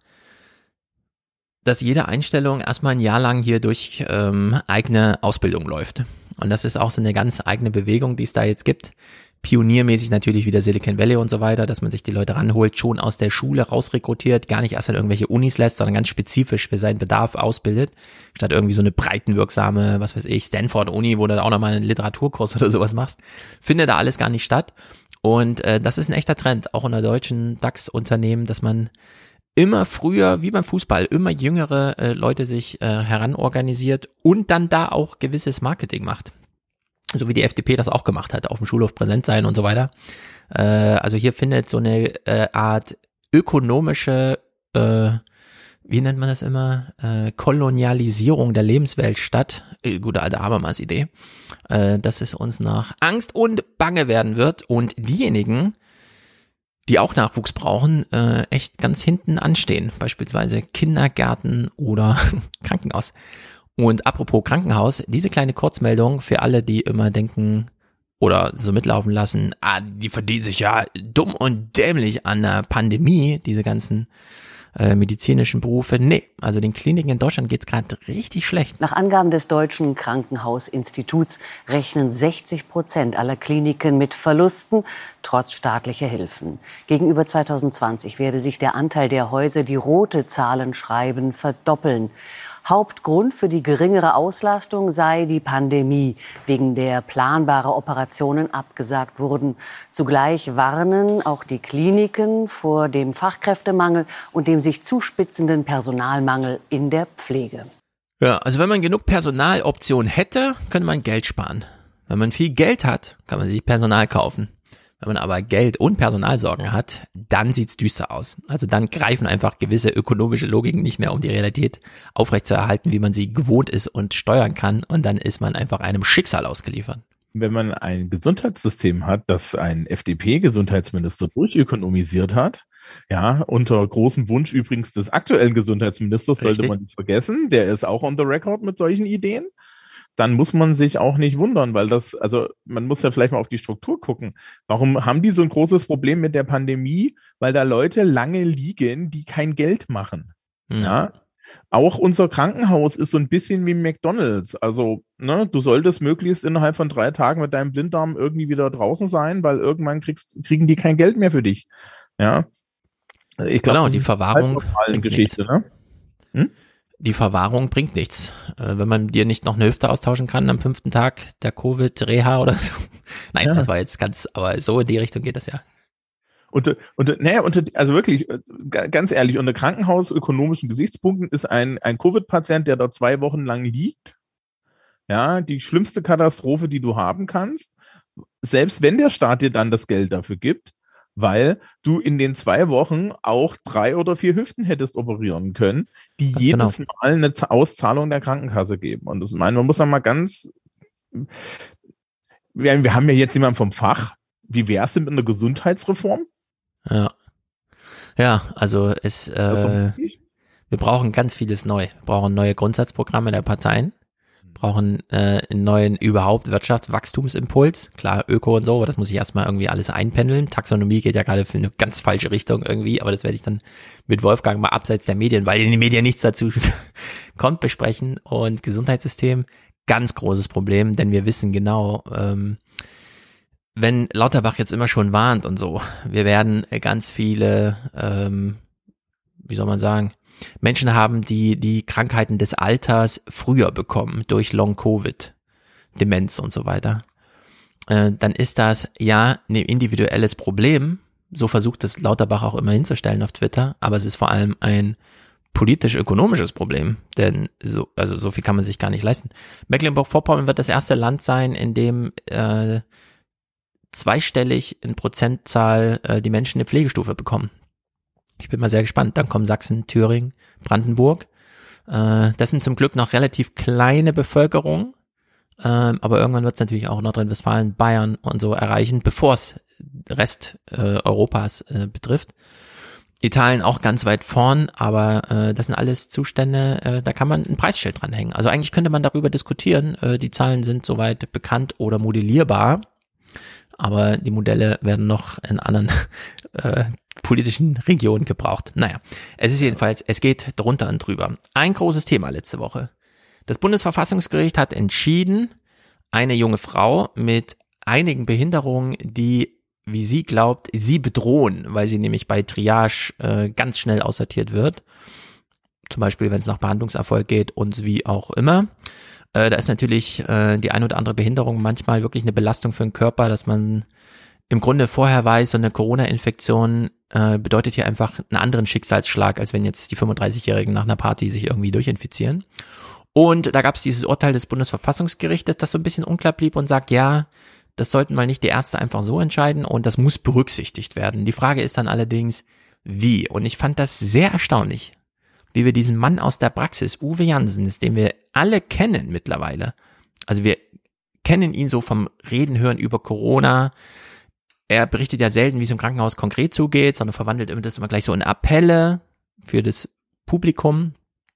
dass jede Einstellung erstmal ein Jahr lang hier durch eigene Ausbildung läuft. Und das ist auch so eine ganz eigene Bewegung, die es da jetzt gibt. Pioniermäßig natürlich wieder Silicon Valley und so weiter, dass man sich die Leute ranholt, schon aus der Schule rausrekrutiert, gar nicht erst an irgendwelche Unis lässt, sondern ganz spezifisch für seinen Bedarf ausbildet, statt irgendwie so eine breitenwirksame, was weiß ich, Stanford-Uni, wo du da auch nochmal einen Literaturkurs oder sowas machst, findet da alles gar nicht statt. Und das ist ein echter Trend, auch in der deutschen DAX-Unternehmen, dass man immer früher, wie beim Fußball, immer jüngere Leute sich heranorganisiert und dann da auch gewisses Marketing macht. So wie die FDP das auch gemacht hat, auf dem Schulhof präsent sein und so weiter. Also hier findet so eine Art ökonomische, wie nennt man das immer, Kolonialisierung der Lebenswelt statt. Gute alte Habermas-Idee. Dass es uns nach Angst und Bange werden wird und diejenigen, die auch Nachwuchs brauchen, echt ganz hinten anstehen. Beispielsweise Kindergärten oder Krankenhaus. Und apropos Krankenhaus, diese kleine Kurzmeldung für alle, die immer denken oder so mitlaufen lassen, die verdienen sich ja dumm und dämlich an der Pandemie, diese ganzen medizinischen Berufe. Nee, also den Kliniken in Deutschland geht's gerade richtig schlecht. Nach Angaben des Deutschen Krankenhausinstituts rechnen 60% aller Kliniken mit Verlusten, trotz staatlicher Hilfen. Gegenüber 2020 werde sich der Anteil der Häuser, die rote Zahlen schreiben, verdoppeln. Hauptgrund für die geringere Auslastung sei die Pandemie, wegen der planbare Operationen abgesagt wurden. Zugleich warnen auch die Kliniken vor dem Fachkräftemangel und dem sich zuspitzenden Personalmangel in der Pflege. Ja, also wenn man genug Personaloptionen hätte, könnte man Geld sparen. Wenn man viel Geld hat, kann man sich Personal kaufen. Wenn man aber Geld und Personalsorgen hat, dann sieht's düster aus. Also dann greifen einfach gewisse ökonomische Logiken nicht mehr, um die Realität aufrechtzuerhalten, wie man sie gewohnt ist und steuern kann. Und dann ist man einfach einem Schicksal ausgeliefert. wenn man ein Gesundheitssystem hat, das ein FDP-Gesundheitsminister durchökonomisiert hat, ja, unter großem Wunsch übrigens des aktuellen Gesundheitsministers, sollte man nicht vergessen, der ist auch on the record mit solchen Ideen, dann muss man sich auch nicht wundern, weil man muss ja vielleicht mal auf die Struktur gucken. Warum haben die so ein großes Problem mit der Pandemie? Weil da Leute lange liegen, die kein Geld machen. Ja. Auch unser Krankenhaus ist so ein bisschen wie McDonald's. Also, du solltest möglichst innerhalb von 3 Tagen mit deinem Blinddarm irgendwie wieder draußen sein, weil irgendwann kriegen die kein Geld mehr für dich. Ja. Ich glaube, genau, die Verwahrung bringt Geschichte, nichts. Ne? Die Verwahrung bringt nichts. Wenn man dir nicht noch eine Hüfte austauschen kann am 5. Tag der Covid-Reha oder so. Nein, das war jetzt aber so in die Richtung geht das ja. Also wirklich, ganz ehrlich, unter krankenhausökonomischen Gesichtspunkten ist ein Covid-Patient, der da 2 Wochen lang liegt, ja, die schlimmste Katastrophe, die du haben kannst, selbst wenn der Staat dir dann das Geld dafür gibt, weil du in den 2 Wochen auch 3 oder 4 Hüften hättest operieren können, die jedes Mal eine Auszahlung der Krankenkasse geben. Und das man muss dann mal wir haben ja jetzt jemanden vom Fach, wie wäre es denn mit einer Gesundheitsreform? Ja, also wir brauchen ganz vieles neu. Wir brauchen neue Grundsatzprogramme der Parteien, brauchen einen neuen überhaupt Wirtschaftswachstumsimpuls. Klar, Öko und so, aber das muss ich erstmal irgendwie alles einpendeln. Taxonomie geht ja gerade für eine ganz falsche Richtung irgendwie, aber das werde ich dann mit Wolfgang mal abseits der Medien, weil in den Medien nichts dazu kommt, besprechen. Und Gesundheitssystem, ganz großes Problem, denn wir wissen genau, wenn Lauterbach jetzt immer schon warnt und so, wir werden ganz viele, wie soll man sagen, Menschen haben, die Krankheiten des Alters früher bekommen, durch Long-Covid, Demenz und so weiter, dann ist das ja ein individuelles Problem, so versucht es Lauterbach auch immer hinzustellen auf Twitter, aber es ist vor allem ein politisch-ökonomisches Problem, denn so viel kann man sich gar nicht leisten. Mecklenburg-Vorpommern wird das erste Land sein, in dem zweistellig in Prozentzahl die Menschen eine Pflegestufe bekommen. Ich bin mal sehr gespannt. Dann kommen Sachsen, Thüringen, Brandenburg. Das sind zum Glück noch relativ kleine Bevölkerungen, aber irgendwann wird es natürlich auch Nordrhein-Westfalen, Bayern und so erreichen, bevor es Rest Europas betrifft. Italien auch ganz weit vorn, aber das sind alles Zustände, da kann man ein Preisschild dranhängen. Also eigentlich könnte man darüber diskutieren. Die Zahlen sind soweit bekannt oder modellierbar, aber die Modelle werden noch in anderen politischen Regionen gebraucht. Naja, es geht drunter und drüber. Ein großes Thema letzte Woche. Das Bundesverfassungsgericht hat entschieden, eine junge Frau mit einigen Behinderungen, die, wie sie glaubt, sie bedrohen, weil sie nämlich bei Triage ganz schnell aussortiert wird. Zum Beispiel, wenn es nach Behandlungserfolg geht und wie auch immer. Da ist natürlich die ein oder andere Behinderung manchmal wirklich eine Belastung für den Körper, dass man im Grunde vorher weiß, so eine Corona-Infektion bedeutet hier einfach einen anderen Schicksalsschlag, als wenn jetzt die 35-Jährigen nach einer Party sich irgendwie durchinfizieren. Und da gab es dieses Urteil des Bundesverfassungsgerichtes, das so ein bisschen unklar blieb und sagt, ja, das sollten mal nicht die Ärzte einfach so entscheiden und das muss berücksichtigt werden. Die Frage ist dann allerdings, wie? Und ich fand das sehr erstaunlich, wie wir diesen Mann aus der Praxis, Uwe Jansen, den wir alle kennen mittlerweile, also wir kennen ihn so vom Reden hören über Corona. Er berichtet ja selten, wie es im Krankenhaus konkret zugeht, sondern verwandelt das immer gleich so in Appelle für das Publikum.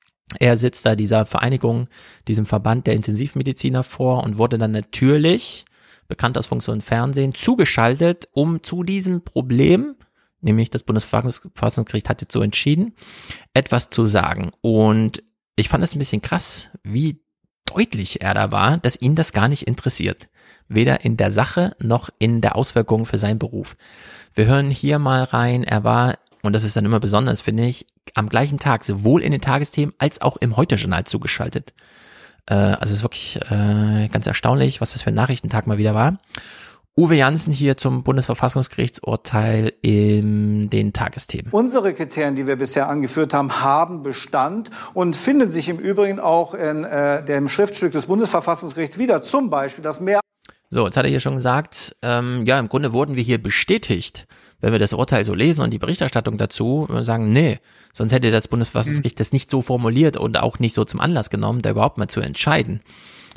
Er sitzt da dieser Vereinigung, diesem Verband der Intensivmediziner vor und wurde dann natürlich, bekannt aus Funk und Fernsehen, zugeschaltet, um zu diesem Problem, nämlich das Bundesverfassungsgericht hat jetzt so entschieden, etwas zu sagen. Und ich fand es ein bisschen krass, wie deutlich er da war, dass ihn das gar nicht interessiert. Weder in der Sache noch in der Auswirkung für seinen Beruf. Wir hören hier mal rein, er war, und das ist dann immer besonders, finde ich, am gleichen Tag sowohl in den Tagesthemen als auch im Heute-Journal zugeschaltet. Also es ist wirklich ganz erstaunlich, was das für ein Nachrichtentag mal wieder war. Uwe Jansen hier zum Bundesverfassungsgerichtsurteil in den Tagesthemen. Unsere Kriterien, die wir bisher angeführt haben, haben Bestand und finden sich im Übrigen auch in dem Schriftstück des Bundesverfassungsgerichts wieder. Zum Beispiel, dass mehr... So, jetzt hat er hier schon gesagt, ja, im Grunde wurden wir hier bestätigt, wenn wir das Urteil so lesen und die Berichterstattung dazu, und sagen, nee, sonst hätte das Bundesverfassungsgericht das nicht so formuliert und auch nicht so zum Anlass genommen, da überhaupt mal zu entscheiden.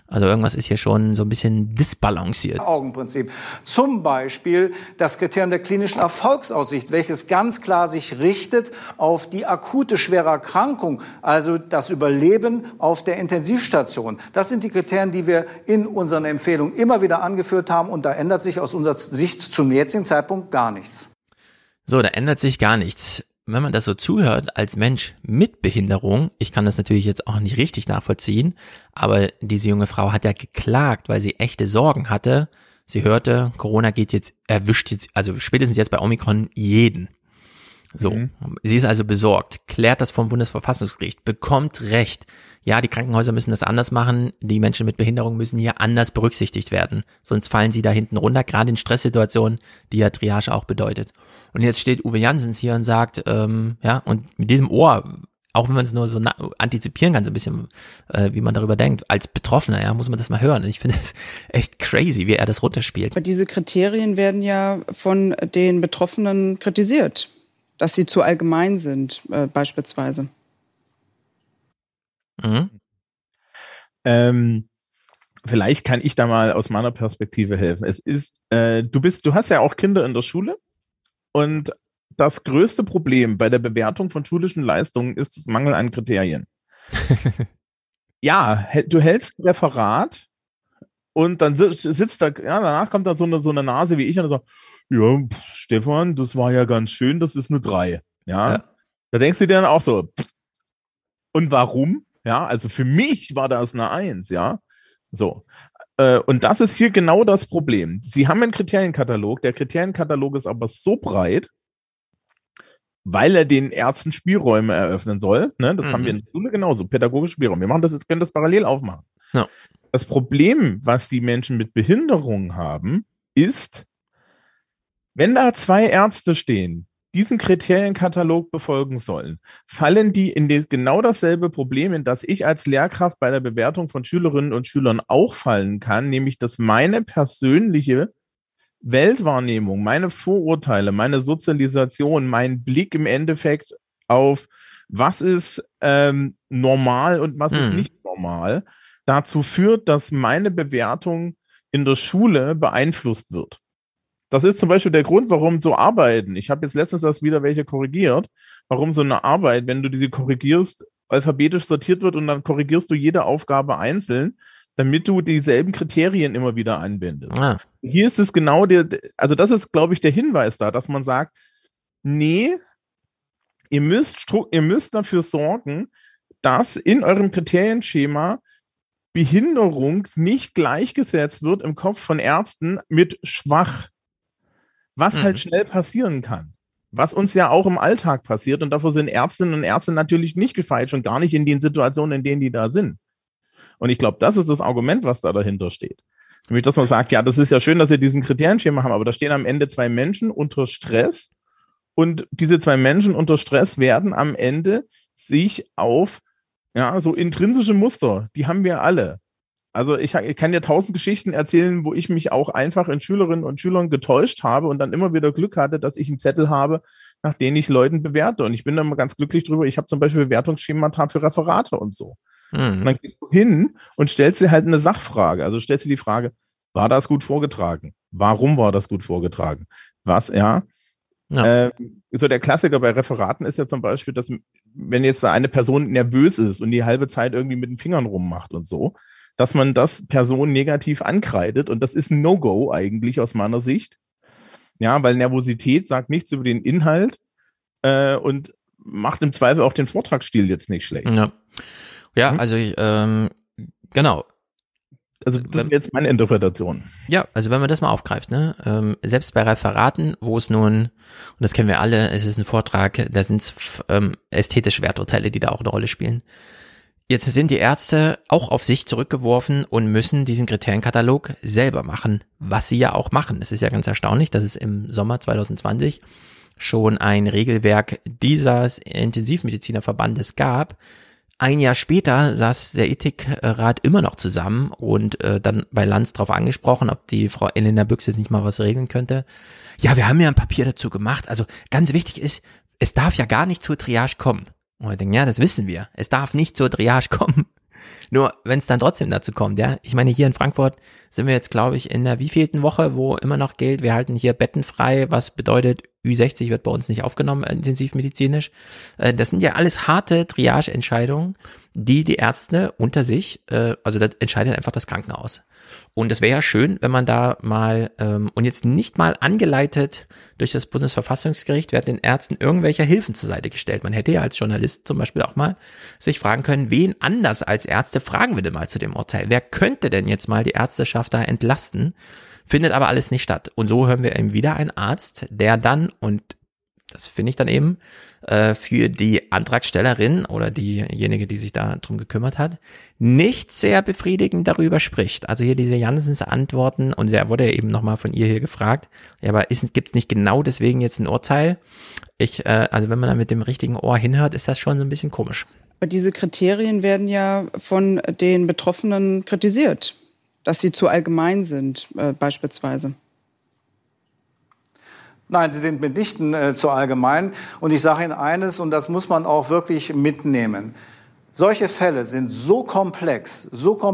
Also irgendwas ist hier schon so ein bisschen disbalanciert. Augenprinzip. Zum Beispiel das Kriterium der klinischen Erfolgsaussicht, welches ganz klar sich richtet auf die akute schwere Erkrankung, also das Überleben auf der Intensivstation. Das sind die Kriterien, die wir in unseren Empfehlungen immer wieder angeführt haben und da ändert sich aus unserer Sicht zum jetzigen Zeitpunkt gar nichts. So, da ändert sich gar nichts. Wenn man das so zuhört, als Mensch mit Behinderung, ich kann das natürlich jetzt auch nicht richtig nachvollziehen, aber diese junge Frau hat ja geklagt, weil sie echte Sorgen hatte. Sie hörte, Corona erwischt jetzt, also spätestens jetzt bei Omikron jeden. So, Sie ist also besorgt, klärt das vom Bundesverfassungsgericht, bekommt Recht. Ja, die Krankenhäuser müssen das anders machen, die Menschen mit Behinderung müssen hier anders berücksichtigt werden, sonst fallen sie da hinten runter, gerade in Stresssituationen, die ja Triage auch bedeutet. Und jetzt steht Uwe Janssens hier und sagt, ja, und mit diesem Ohr, auch wenn man es nur so antizipieren kann, so ein bisschen, wie man darüber denkt, als Betroffener, ja, muss man das mal hören. Und ich finde es echt crazy, wie er das runterspielt. Aber diese Kriterien werden ja von den Betroffenen kritisiert, dass sie zu allgemein sind, beispielsweise. Vielleicht kann ich da mal aus meiner Perspektive helfen. Es ist, du hast ja auch Kinder in der Schule und das größte Problem bei der Bewertung von schulischen Leistungen ist das Mangel an Kriterien. Ja, du hältst ein Referat und dann sitzt da, ja, danach kommt dann so eine Nase wie ich und sagt, ja, Stefan, das war ja ganz schön, das ist eine 3. Ja. Da denkst du dir dann auch so, und warum? Ja, also für mich war das eine 1, ja. So. Und das ist hier genau das Problem. Sie haben einen Kriterienkatalog, der Kriterienkatalog ist aber so breit, weil er den Ärzten Spielräume eröffnen soll. Ne? Das haben wir in der Schule genauso, pädagogische Spielräume. Wir machen das jetzt, können das parallel aufmachen. Ja. Das Problem, was die Menschen mit Behinderungen haben, ist, wenn da 2 Ärzte stehen, diesen Kriterienkatalog befolgen sollen, fallen die in genau dasselbe Problem, in das ich als Lehrkraft bei der Bewertung von Schülerinnen und Schülern auch fallen kann, nämlich dass meine persönliche Weltwahrnehmung, meine Vorurteile, meine Sozialisation, mein Blick im Endeffekt auf was ist normal und was ist nicht normal, dazu führt, dass meine Bewertung in der Schule beeinflusst wird. Das ist zum Beispiel der Grund, warum so Arbeiten, ich habe jetzt letztens das wieder welche korrigiert, warum so eine Arbeit, wenn du diese korrigierst, alphabetisch sortiert wird und dann korrigierst du jede Aufgabe einzeln, damit du dieselben Kriterien immer wieder anwendest. Ah. Hier ist es genau also das ist, glaube ich, der Hinweis da, dass man sagt, nee, ihr müsst dafür sorgen, dass in eurem Kriterienschema Behinderung nicht gleichgesetzt wird im Kopf von Ärzten mit schwach, was halt schnell passieren kann. Was uns ja auch im Alltag passiert und davor sind Ärztinnen und Ärzte natürlich nicht gefeit, schon gar nicht in den Situationen, in denen die da sind. Und ich glaube, das ist das Argument, was da dahinter steht. Nämlich, dass man sagt, ja, das ist ja schön, dass wir diesen Kriterienschema haben, aber da stehen am Ende 2 Menschen unter Stress und diese 2 Menschen unter Stress werden am Ende sich auf, ja, so intrinsische Muster, die haben wir alle. Also ich kann dir 1000 Geschichten erzählen, wo ich mich auch einfach in Schülerinnen und Schülern getäuscht habe und dann immer wieder Glück hatte, dass ich einen Zettel habe, nach denen ich Leuten bewerte. Und ich bin da mal ganz glücklich drüber. Ich habe zum Beispiel Bewertungsschemata für Referate und so. Und dann gehst du hin und stellst dir halt eine Sachfrage. Also stellst dir die Frage, war das gut vorgetragen? Warum war das gut vorgetragen? Was, ja. So der Klassiker bei Referaten ist ja zum Beispiel, dass wenn jetzt da eine Person nervös ist und die halbe Zeit irgendwie mit den Fingern rummacht und so, dass man das Person negativ ankreidet und das ist ein No-Go eigentlich aus meiner Sicht. Ja, weil Nervosität sagt nichts über den Inhalt und macht im Zweifel auch den Vortragsstil jetzt nicht schlecht. Ja, also genau. Also das ist jetzt meine Interpretation. Ja, also wenn man das mal aufgreift, ne, selbst bei Referaten, wo es nun, und das kennen wir alle, es ist ein Vortrag, da sind es ästhetische Werturteile, die da auch eine Rolle spielen. Jetzt sind die Ärzte auch auf sich zurückgeworfen und müssen diesen Kriterienkatalog selber machen, was sie ja auch machen. Es ist ja ganz erstaunlich, dass es im Sommer 2020 schon ein Regelwerk dieses Intensivmedizinerverbandes gab. Ein Jahr später saß der Ethikrat immer noch zusammen und dann bei Lanz drauf angesprochen, ob die Frau Elena Büchs jetzt nicht mal was regeln könnte. Ja, wir haben ja ein Papier dazu gemacht. Also ganz wichtig ist, es darf ja gar nicht zur Triage kommen. Und ich denke, ja, das wissen wir. Es darf nicht zur Triage kommen. Nur, wenn es dann trotzdem dazu kommt, ja, ich meine, hier in Frankfurt sind wir jetzt, glaube ich, in der wievielten Woche, wo immer noch gilt, wir halten hier Betten frei, was bedeutet, Ü60 wird bei uns nicht aufgenommen, intensivmedizinisch. Das sind ja alles harte Triage-Entscheidungen, die Ärzte unter sich, also da entscheidet einfach das Krankenhaus. Und es wäre ja schön, wenn man da mal, und jetzt nicht mal angeleitet durch das Bundesverfassungsgericht, werden den Ärzten irgendwelche Hilfen zur Seite gestellt. Man hätte ja als Journalist zum Beispiel auch mal sich fragen können, wen anders als Ärzte fragen wir denn mal zu dem Urteil? Wer könnte denn jetzt mal die Ärzteschaft da entlasten? Findet aber alles nicht statt. Und so hören wir eben wieder einen Arzt, der dann, und das finde ich dann eben, für die Antragstellerin oder diejenige, die sich da drum gekümmert hat, nicht sehr befriedigend darüber spricht. Also hier diese Janssens Antworten, und er wurde ja eben nochmal von ihr hier gefragt, ja, aber gibt es nicht genau deswegen jetzt ein Urteil? Also wenn man da mit dem richtigen Ohr hinhört, ist das schon so ein bisschen komisch. Aber diese Kriterien werden ja von den Betroffenen kritisiert, dass sie zu allgemein sind, beispielsweise. Nein, sie sind mitnichten zu allgemein. Und ich sage Ihnen eines, und das muss man auch wirklich mitnehmen. Solche Fälle sind so komplexe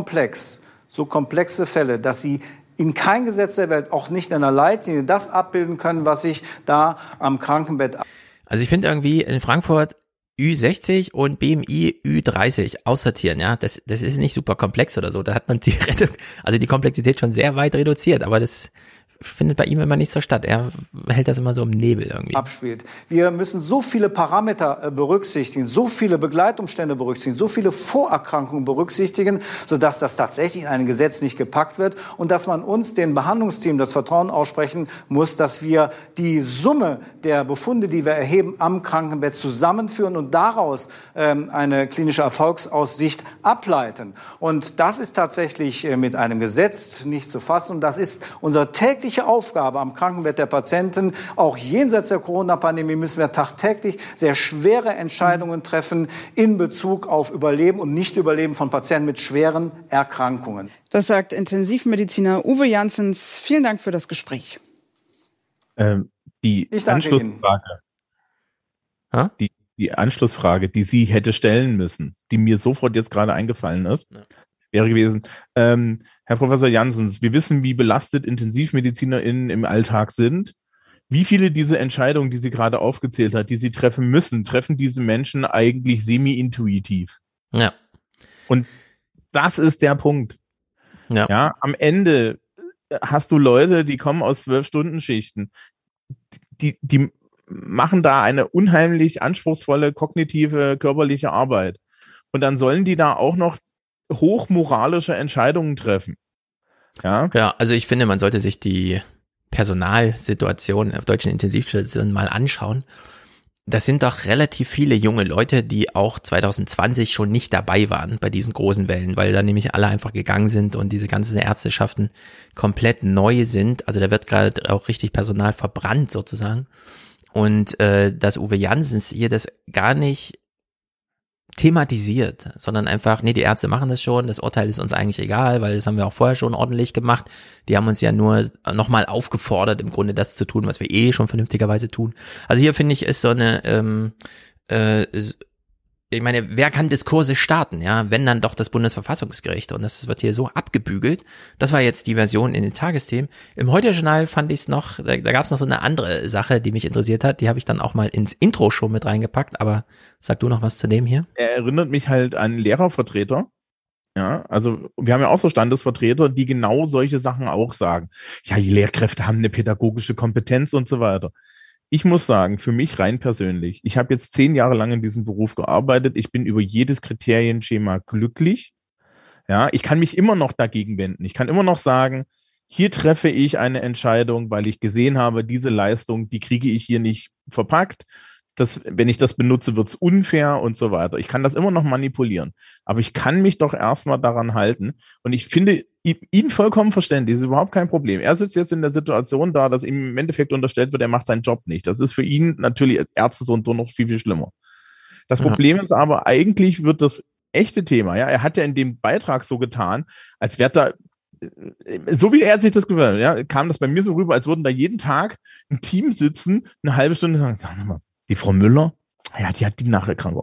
Fälle, dass sie in kein Gesetz der Welt, auch nicht in einer Leitlinie, das abbilden können, was sich da am Krankenbett. Also ich finde irgendwie in Frankfurt Ü60 und BMI Ü30 aussortieren, ja, das ist nicht super komplex oder so. Da hat man die Komplexität schon sehr weit reduziert, aber das findet bei ihm immer nicht so statt. Er hält das immer so im Nebel irgendwie. Abspielt. Wir müssen so viele Parameter berücksichtigen, so viele Begleitumstände berücksichtigen, so viele Vorerkrankungen berücksichtigen, sodass das tatsächlich in ein Gesetz nicht gepackt wird und dass man uns, den Behandlungsteam, das Vertrauen aussprechen muss, dass wir die Summe der Befunde, die wir erheben, am Krankenbett zusammenführen und daraus eine klinische Erfolgsaussicht ableiten. Und das ist tatsächlich mit einem Gesetz nicht zu fassen. Und das ist unser täglicher Aufgabe am Krankenbett der Patienten. Auch jenseits der Corona-Pandemie müssen wir tagtäglich sehr schwere Entscheidungen treffen in Bezug auf Überleben und Nicht-Überleben von Patienten mit schweren Erkrankungen. Das sagt Intensivmediziner Uwe Janssens. Vielen Dank für das Gespräch. Die Anschlussfrage, die sie hätte stellen müssen, die mir sofort jetzt gerade eingefallen ist, wäre gewesen, Herr Professor Janssens, wir wissen, wie belastet IntensivmedizinerInnen im Alltag sind. Wie viele dieser Entscheidungen, die sie gerade aufgezählt hat, die sie treffen müssen, treffen diese Menschen eigentlich semi-intuitiv? Ja. Und das ist der Punkt. Ja. Am Ende hast du Leute, die kommen aus 12-Stunden-Schichten, die machen da eine unheimlich anspruchsvolle kognitive, körperliche Arbeit. Und dann sollen die da auch noch hochmoralische Entscheidungen treffen. Ja, also ich finde, man sollte sich die Personalsituation auf deutschen Intensivstationen mal anschauen. Das sind doch relativ viele junge Leute, die auch 2020 schon nicht dabei waren bei diesen großen Wellen, weil da nämlich alle einfach gegangen sind und diese ganzen Ärzteschaften komplett neu sind. Also da wird gerade auch richtig Personal verbrannt sozusagen. Und dass Uwe Janssens hier das gar nicht thematisiert, sondern einfach, die Ärzte machen das schon, das Urteil ist uns eigentlich egal, weil das haben wir auch vorher schon ordentlich gemacht. Die haben uns ja nur nochmal aufgefordert, im Grunde das zu tun, was wir schon vernünftigerweise tun. Also hier finde ich, ist so eine, ich meine, wer kann Diskurse starten, ja, wenn dann doch das Bundesverfassungsgericht, und das wird hier so abgebügelt. Das war jetzt die Version in den Tagesthemen. Im Heute-Journal fand ich es noch, da gab es noch so eine andere Sache, die mich interessiert hat, die habe ich dann auch mal ins Intro schon mit reingepackt, aber sag du noch was zu dem hier? Er erinnert mich halt an Lehrervertreter. Ja, also wir haben ja auch so Standesvertreter, die genau solche Sachen auch sagen. Ja, die Lehrkräfte haben eine pädagogische Kompetenz und so weiter. Ich muss sagen, für mich rein persönlich, ich habe jetzt 10 Jahre lang in diesem Beruf gearbeitet, ich bin über jedes Kriterienschema glücklich. Ja, ich kann mich immer noch dagegen wenden. Ich kann immer noch sagen, hier treffe ich eine Entscheidung, weil ich gesehen habe, diese Leistung, die kriege ich hier nicht verpackt. Wenn ich das benutze, wird es unfair und so weiter. Ich kann das immer noch manipulieren. Aber ich kann mich doch erstmal daran halten. Und ich finde ihn vollkommen verständlich. Das ist überhaupt kein Problem. Er sitzt jetzt in der Situation da, dass ihm im Endeffekt unterstellt wird, er macht seinen Job nicht. Das ist für ihn natürlich Ärzte so und so noch viel, viel schlimmer. Das Problem ist aber, eigentlich wird das echte Thema, ja, er hat ja in dem Beitrag so getan, als wäre da, so wie er sich das gewöhnt, ja, kam das bei mir so rüber, als würden da jeden Tag ein Team sitzen, eine halbe Stunde sagen, sagen Sie mal, die Frau Müller, ja, die hat die Nacherkrankung.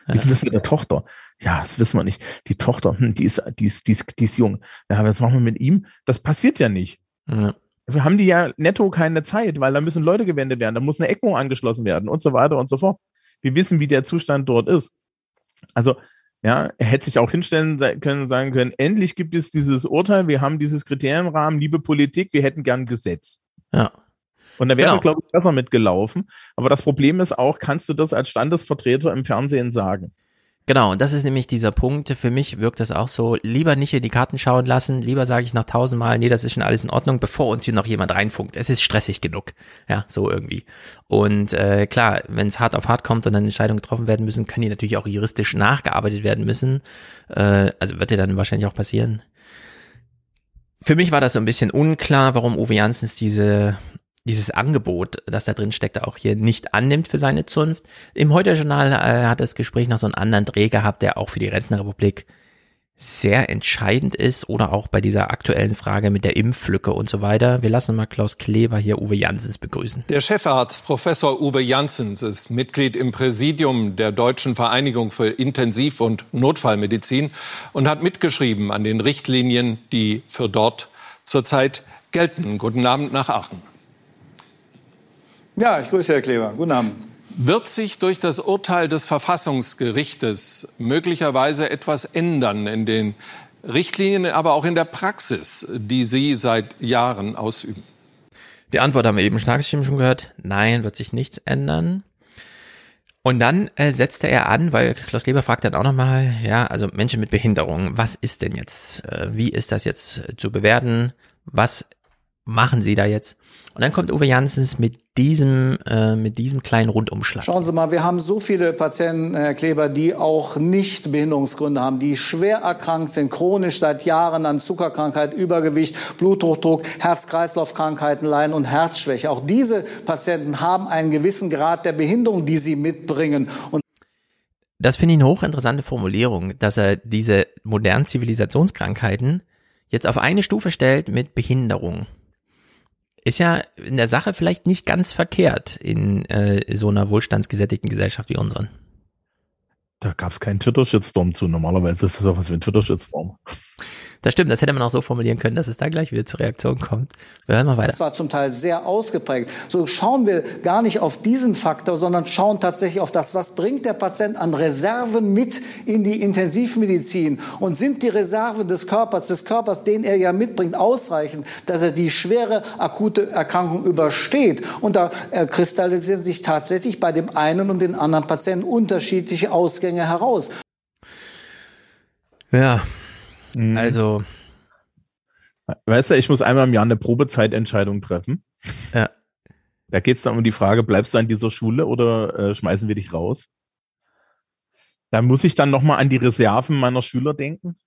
Wie ist das mit der Tochter? Ja, das wissen wir nicht. Die Tochter, die ist jung. Ja, was machen wir mit ihm? Das passiert ja nicht. Ja. Wir haben die ja netto keine Zeit, weil da müssen Leute gewendet werden, da muss eine ECMO angeschlossen werden und so weiter und so fort. Wir wissen, wie der Zustand dort ist. Also, ja, er hätte sich auch hinstellen können, sagen können, endlich gibt es dieses Urteil, wir haben dieses Kriterienrahmen, liebe Politik, wir hätten gern Gesetz. Ja. Und da wäre, glaube ich, besser mitgelaufen. Aber das Problem ist auch, kannst du das als Standesvertreter im Fernsehen sagen? Genau, und das ist nämlich dieser Punkt. Für mich wirkt das auch so, lieber nicht in die Karten schauen lassen, lieber sage ich nach 1000 Mal, nee, das ist schon alles in Ordnung, bevor uns hier noch jemand reinfunkt. Es ist stressig genug. Ja, so irgendwie. Und klar, wenn es hart auf hart kommt und dann Entscheidungen getroffen werden müssen, können die natürlich auch juristisch nachgearbeitet werden müssen. Also wird ja dann wahrscheinlich auch passieren. Für mich war das so ein bisschen unklar, warum Uwe Janssens dieses Angebot, das da drin steckt, auch hier nicht annimmt für seine Zunft. Im Heute-Journal hat das Gespräch noch so einen anderen Dreh gehabt, der auch für die Rentenrepublik sehr entscheidend ist oder auch bei dieser aktuellen Frage mit der Impflücke und so weiter. Wir lassen mal Klaus Kleber hier Uwe Janssens begrüßen. Der Chefarzt Professor Uwe Janssens ist Mitglied im Präsidium der Deutschen Vereinigung für Intensiv- und Notfallmedizin und hat mitgeschrieben an den Richtlinien, die für dort zurzeit gelten. Guten Abend nach Aachen. Ja, ich grüße Herr Kleber. Guten Abend. Wird sich durch das Urteil des Verfassungsgerichtes möglicherweise etwas ändern in den Richtlinien, aber auch in der Praxis, die Sie seit Jahren ausüben? Die Antwort haben wir eben schon gehört. Nein, wird sich nichts ändern. Und dann setzte er an, weil Klaus Kleber fragt dann auch nochmal, ja, also Menschen mit Behinderung, was ist denn jetzt, wie ist das jetzt zu bewerten, was machen Sie da jetzt? Und dann kommt Uwe Janssens mit diesem kleinen Rundumschlag. Schauen Sie mal, wir haben so viele Patienten, Herr Kleber, die auch nicht Behinderungsgründe haben, die schwer erkrankt sind, chronisch seit Jahren an Zuckerkrankheit, Übergewicht, Bluthochdruck, Herz-Kreislauf-Krankheiten leiden und Herzschwäche. Auch diese Patienten haben einen gewissen Grad der Behinderung, die sie mitbringen. Und das finde ich eine hochinteressante Formulierung, dass er diese modernen Zivilisationskrankheiten jetzt auf eine Stufe stellt mit Behinderung. Ist ja in der Sache vielleicht nicht ganz verkehrt in so einer wohlstandsgesättigten Gesellschaft wie unseren. Da gab es keinen Twitter-Shitstorm zu. Normalerweise ist das auch was wie ein Twitter-Shitstorm. Das stimmt, das hätte man auch so formulieren können, dass es da gleich wieder zur Reaktion kommt. Wir hören mal weiter. Das war zum Teil sehr ausgeprägt. So schauen wir gar nicht auf diesen Faktor, sondern schauen tatsächlich auf das, was bringt der Patient an Reserven mit in die Intensivmedizin? Und sind die Reserven des Körpers, den er ja mitbringt, ausreichend, dass er die schwere akute Erkrankung übersteht? Und da kristallisieren sich tatsächlich bei dem einen und den anderen Patienten unterschiedliche Ausgänge heraus. Ja. Also, weißt du, ich muss einmal im Jahr eine Probezeitentscheidung treffen. Ja. Da geht es dann um die Frage, bleibst du an dieser Schule oder schmeißen wir dich raus? Da muss ich dann nochmal an die Reserven meiner Schüler denken.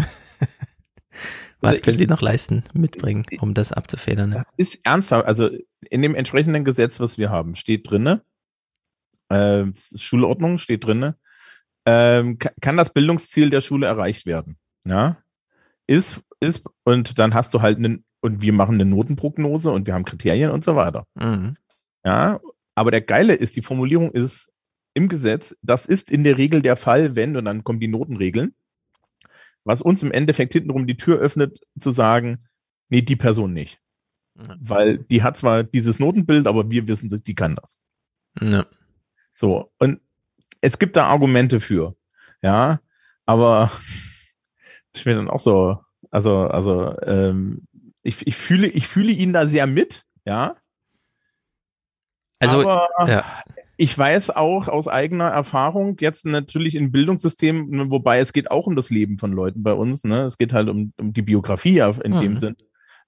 Was können sie noch leisten, mitbringen, um das abzufedern? Ne? Das ist ernsthaft. Also in dem entsprechenden Gesetz, was wir haben, steht drinne, Schulordnung steht drinne, kann das Bildungsziel der Schule erreicht werden. Ja, und dann hast du halt und wir machen eine Notenprognose und wir haben Kriterien und so weiter. Mhm. Ja, aber der Geile ist, die Formulierung ist im Gesetz, das ist in der Regel der Fall, wenn, und dann kommen die Notenregeln, was uns im Endeffekt hintenrum die Tür öffnet, zu sagen, nee, die Person nicht. Mhm. Weil die hat zwar dieses Notenbild, aber wir wissen, die kann das. Ja. So, und es gibt da Argumente ja, aber ich bin dann auch so, ich fühle ihn da sehr mit, ja. Also, aber ja. Ich weiß auch aus eigener Erfahrung, jetzt natürlich im Bildungssystem, wobei es geht auch um das Leben von Leuten bei uns, ne? Es geht halt um die Biografie in dem Sinn.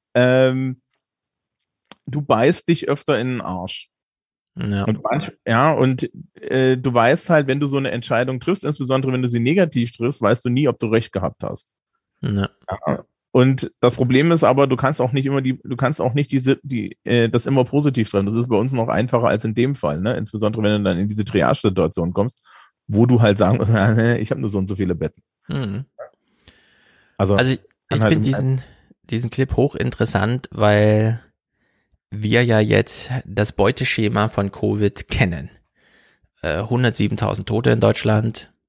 Du beißt dich öfter in den Arsch. Ja. Und du weißt halt, wenn du so eine Entscheidung triffst, insbesondere wenn du sie negativ triffst, weißt du nie, ob du recht gehabt hast. Ja. Ja. Und das Problem ist aber, du kannst auch nicht das immer positiv treffen. Das ist bei uns noch einfacher als in dem Fall, ne? Insbesondere wenn du dann in diese Triage-Situation kommst, wo du halt sagen musst, ich habe nur so und so viele Betten. Mhm. Also ich finde diesen Clip hochinteressant, weil wir ja jetzt das Beuteschema von Covid kennen. 107.000 Tote in Deutschland,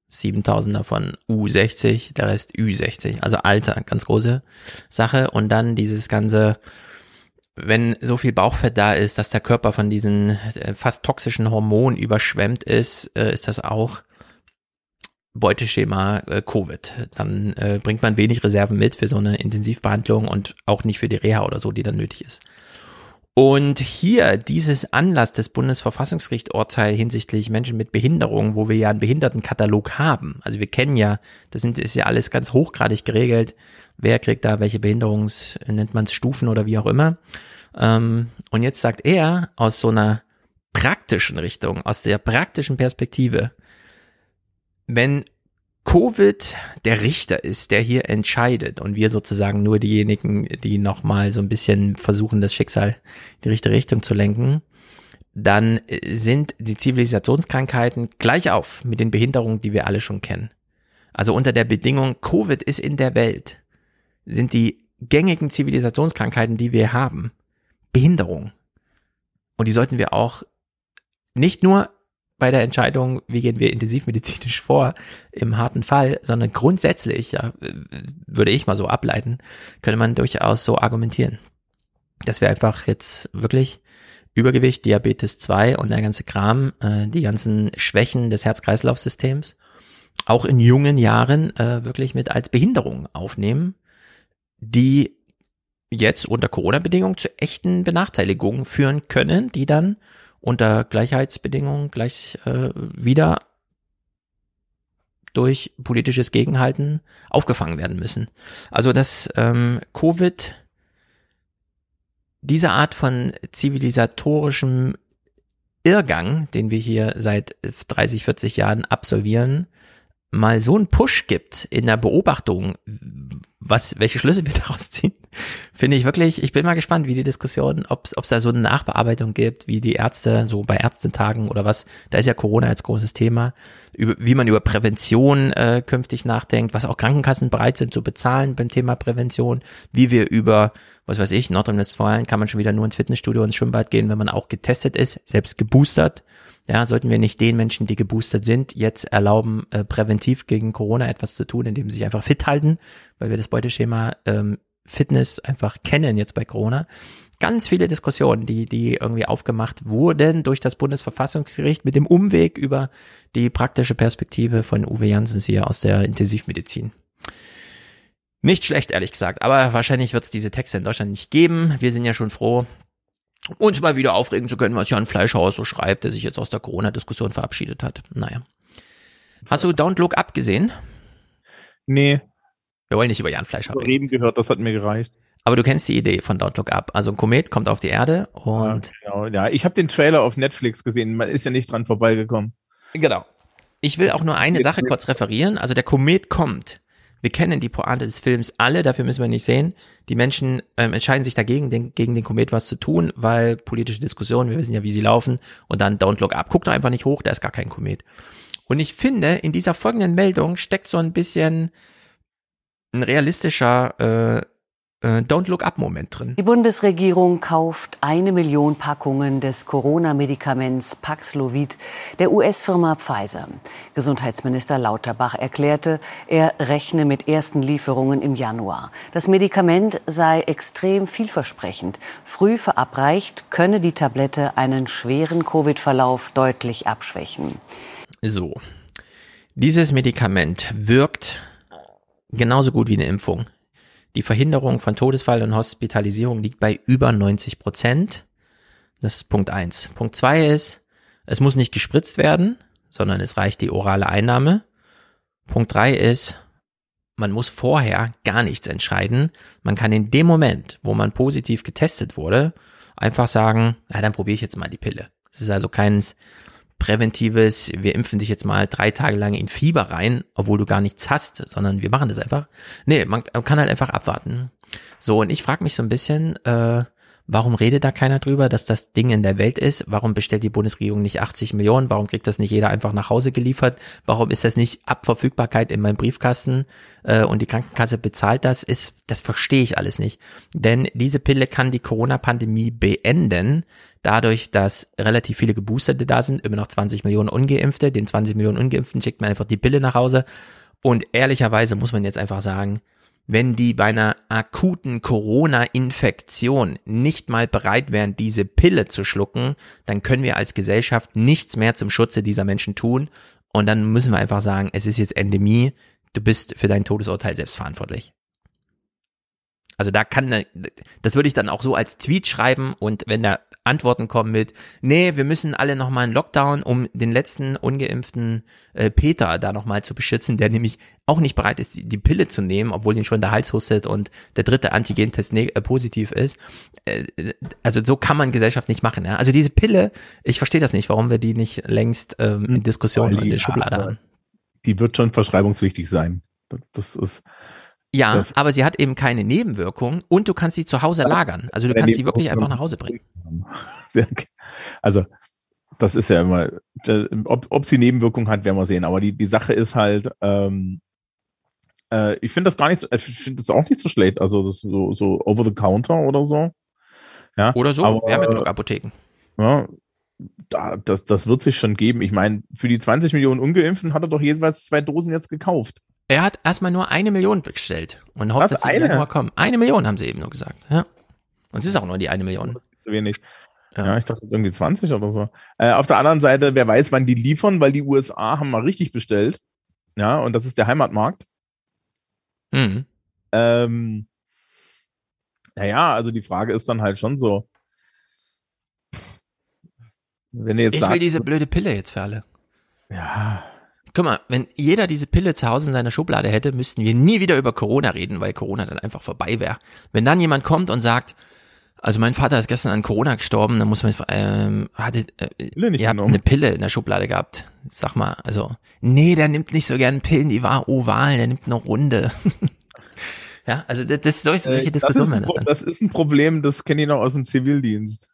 7.000 davon U60, der Rest Ü60, also Alter, ganz große Sache. Und dann dieses ganze, wenn so viel Bauchfett da ist, dass der Körper von diesen fast toxischen Hormonen überschwemmt ist, ist das auch Beuteschema Covid. Dann bringt man wenig Reserven mit für so eine Intensivbehandlung und auch nicht für die Reha oder so, die dann nötig ist. Und hier dieses Anlass des Bundesverfassungsgerichtsurteil hinsichtlich Menschen mit Behinderung, wo wir ja einen Behindertenkatalog haben. Also wir kennen ja, ist ja alles ganz hochgradig geregelt. Wer kriegt da welche nennt man es Stufen oder wie auch immer. Und jetzt sagt er aus so einer praktischen Richtung, aus der praktischen Perspektive, wenn Covid der Richter ist, der hier entscheidet und wir sozusagen nur diejenigen, die nochmal so ein bisschen versuchen, das Schicksal in die richtige Richtung zu lenken, dann sind die Zivilisationskrankheiten gleich auf mit den Behinderungen, die wir alle schon kennen. Also unter der Bedingung, Covid ist in der Welt, sind die gängigen Zivilisationskrankheiten, die wir haben, Behinderungen. Und die sollten wir auch nicht nur bei der Entscheidung, wie gehen wir intensivmedizinisch vor, im harten Fall, sondern grundsätzlich, ja, würde ich mal so ableiten, könnte man durchaus so argumentieren. Dass wir einfach jetzt wirklich Übergewicht, Diabetes 2 und der ganze Kram, die ganzen Schwächen des Herz-Kreislauf-Systems auch in jungen Jahren wirklich mit als Behinderung aufnehmen, die jetzt unter Corona-Bedingungen zu echten Benachteiligungen führen können, die dann unter Gleichheitsbedingungen wieder durch politisches Gegenhalten aufgefangen werden müssen. Also dass Covid diese Art von zivilisatorischem Irrgang, den wir hier seit 30, 40 Jahren absolvieren, mal so einen Push gibt in der Beobachtung, welche Schlüsse wir daraus ziehen, finde ich wirklich, ich bin mal gespannt, wie die Diskussion, ob es da so eine Nachbearbeitung gibt, wie die Ärzte, so bei Ärztetagen oder was, da ist ja Corona als großes Thema, wie man über Prävention künftig nachdenkt, was auch Krankenkassen bereit sind zu bezahlen beim Thema Prävention, wie wir über, was weiß ich, Nordrhein-Westfalen kann man schon wieder nur ins Fitnessstudio, ins Schwimmbad gehen, wenn man auch getestet ist, selbst geboostert. Ja, sollten wir nicht den Menschen, die geboostert sind, jetzt erlauben, präventiv gegen Corona etwas zu tun, indem sie sich einfach fit halten, weil wir das Beuteschema Fitness einfach kennen jetzt bei Corona. Ganz viele Diskussionen, die irgendwie aufgemacht wurden durch das Bundesverfassungsgericht mit dem Umweg über die praktische Perspektive von Uwe Janssens hier aus der Intensivmedizin. Nicht schlecht, ehrlich gesagt, aber wahrscheinlich wird es diese Texte in Deutschland nicht geben. Wir sind ja schon froh, uns mal wieder aufregen zu können, was Jan Fleischhauer so schreibt, der sich jetzt aus der Corona-Diskussion verabschiedet hat. Naja. Hast du Don't Look Up gesehen? Nee. Wir wollen nicht über Jan Fleischhauer reden. Gehört, das hat mir gereicht. Aber du kennst die Idee von Don't Look Up. Also ein Komet kommt auf die Erde und... Ja, genau, ja. Ich habe den Trailer auf Netflix gesehen, man ist ja nicht dran vorbeigekommen. Genau. Ich will auch nur eine Sache kurz referieren. Also der Komet kommt. Wir kennen die Pointe des Films alle, dafür müssen wir nicht sehen. Die Menschen entscheiden sich dagegen, gegen den Komet was zu tun, weil politische Diskussionen, wir wissen ja, wie sie laufen, und dann Don't Look Up. Guckt doch einfach nicht hoch, da ist gar kein Komet. Und ich finde, in dieser folgenden Meldung steckt so ein bisschen ein realistischer Don't Look Up Moment drin. Die Bundesregierung kauft 1 Million Packungen des Corona-Medikaments Paxlovid der US-Firma Pfizer. Gesundheitsminister Lauterbach erklärte, er rechne mit ersten Lieferungen im Januar. Das Medikament sei extrem vielversprechend. Früh verabreicht könne die Tablette einen schweren Covid-Verlauf deutlich abschwächen. So, dieses Medikament wirkt genauso gut wie eine Impfung. Die Verhinderung von Todesfall und Hospitalisierung liegt bei über 90%. Das ist Punkt 1. Punkt 2 ist, es muss nicht gespritzt werden, sondern es reicht die orale Einnahme. Punkt 3 ist, man muss vorher gar nichts entscheiden. Man kann in dem Moment, wo man positiv getestet wurde, einfach sagen, na, dann probiere ich jetzt mal die Pille. Es ist also kein präventives, wir impfen dich jetzt mal 3 Tage lang in Fieber rein, obwohl du gar nichts hast, sondern wir machen das einfach. Nee, man kann halt einfach abwarten. So, und ich frage mich so ein bisschen, Warum redet da keiner drüber, dass das Ding in der Welt ist? Warum bestellt die Bundesregierung nicht 80 Millionen? Warum kriegt das nicht jeder einfach nach Hause geliefert? Warum ist das nicht ab Verfügbarkeit in meinem Briefkasten und die Krankenkasse bezahlt das? Das verstehe ich alles nicht. Denn diese Pille kann die Corona-Pandemie beenden, dadurch, dass relativ viele Geboosterte da sind, immer noch 20 Millionen Ungeimpfte. Den 20 Millionen Ungeimpften schickt man einfach die Pille nach Hause. Und ehrlicherweise muss man jetzt einfach sagen, wenn die bei einer akuten Corona-Infektion nicht mal bereit wären, diese Pille zu schlucken, dann können wir als Gesellschaft nichts mehr zum Schutze dieser Menschen tun. Und dann müssen wir einfach sagen, es ist jetzt Endemie, du bist für dein Todesurteil selbst verantwortlich. Also das würde ich dann auch so als Tweet schreiben und wenn da Antworten kommen mit, nee, wir müssen alle nochmal einen Lockdown, um den letzten ungeimpften Peter da nochmal zu beschützen, der nämlich auch nicht bereit ist, die Pille zu nehmen, obwohl ihn schon der Hals hustet und der dritte Antigentest positiv ist. Also so kann man Gesellschaft nicht machen. Ja? Also diese Pille, ich verstehe das nicht, warum wir die nicht längst in Diskussionen in der Schublade haben. Die wird schon verschreibungspflichtig sein. Das ist... Ja, aber sie hat eben keine Nebenwirkung und du kannst sie zu Hause lagern. Also du kannst sie wirklich einfach nach Hause bringen. Also das ist ja immer, ob sie Nebenwirkung hat, werden wir sehen. Aber die Sache ist halt, ich finde das gar nicht so, ich finde das auch nicht so schlecht. Also das so over the counter oder so. Ja, oder so, wir haben ja genug Apotheken. Ja, das wird sich schon geben. Ich meine, für die 20 Millionen Ungeimpften hat er doch jeweils 2 Dosen jetzt gekauft. Er hat erstmal nur 1 Million bestellt und hofft, dass sie im Januar kommen. 1 Million haben sie eben nur gesagt. Ja. Und es ist auch nur die 1 Million. Wenig. Ja, ich dachte irgendwie 20 oder so. Auf der anderen Seite, wer weiß, wann die liefern, weil die USA haben mal richtig bestellt. Ja, und das ist der Heimatmarkt. Mhm. Naja, also die Frage ist dann halt schon so, wenn du jetzt ich will diese blöde Pille jetzt für alle. Ja. Guck mal, wenn jeder diese Pille zu Hause in seiner Schublade hätte, müssten wir nie wieder über Corona reden, weil Corona dann einfach vorbei wäre. Wenn dann jemand kommt und sagt, also mein Vater ist gestern an Corona gestorben, dann muss man, ihr habt eine Pille in der Schublade gehabt. Sag mal, also, nee, der nimmt nicht so gerne Pillen, die war oval, der nimmt eine runde. Ja, also solche Diskussionen werden das dann. Das ist ein Problem, das kenne ich noch aus dem Zivildienst.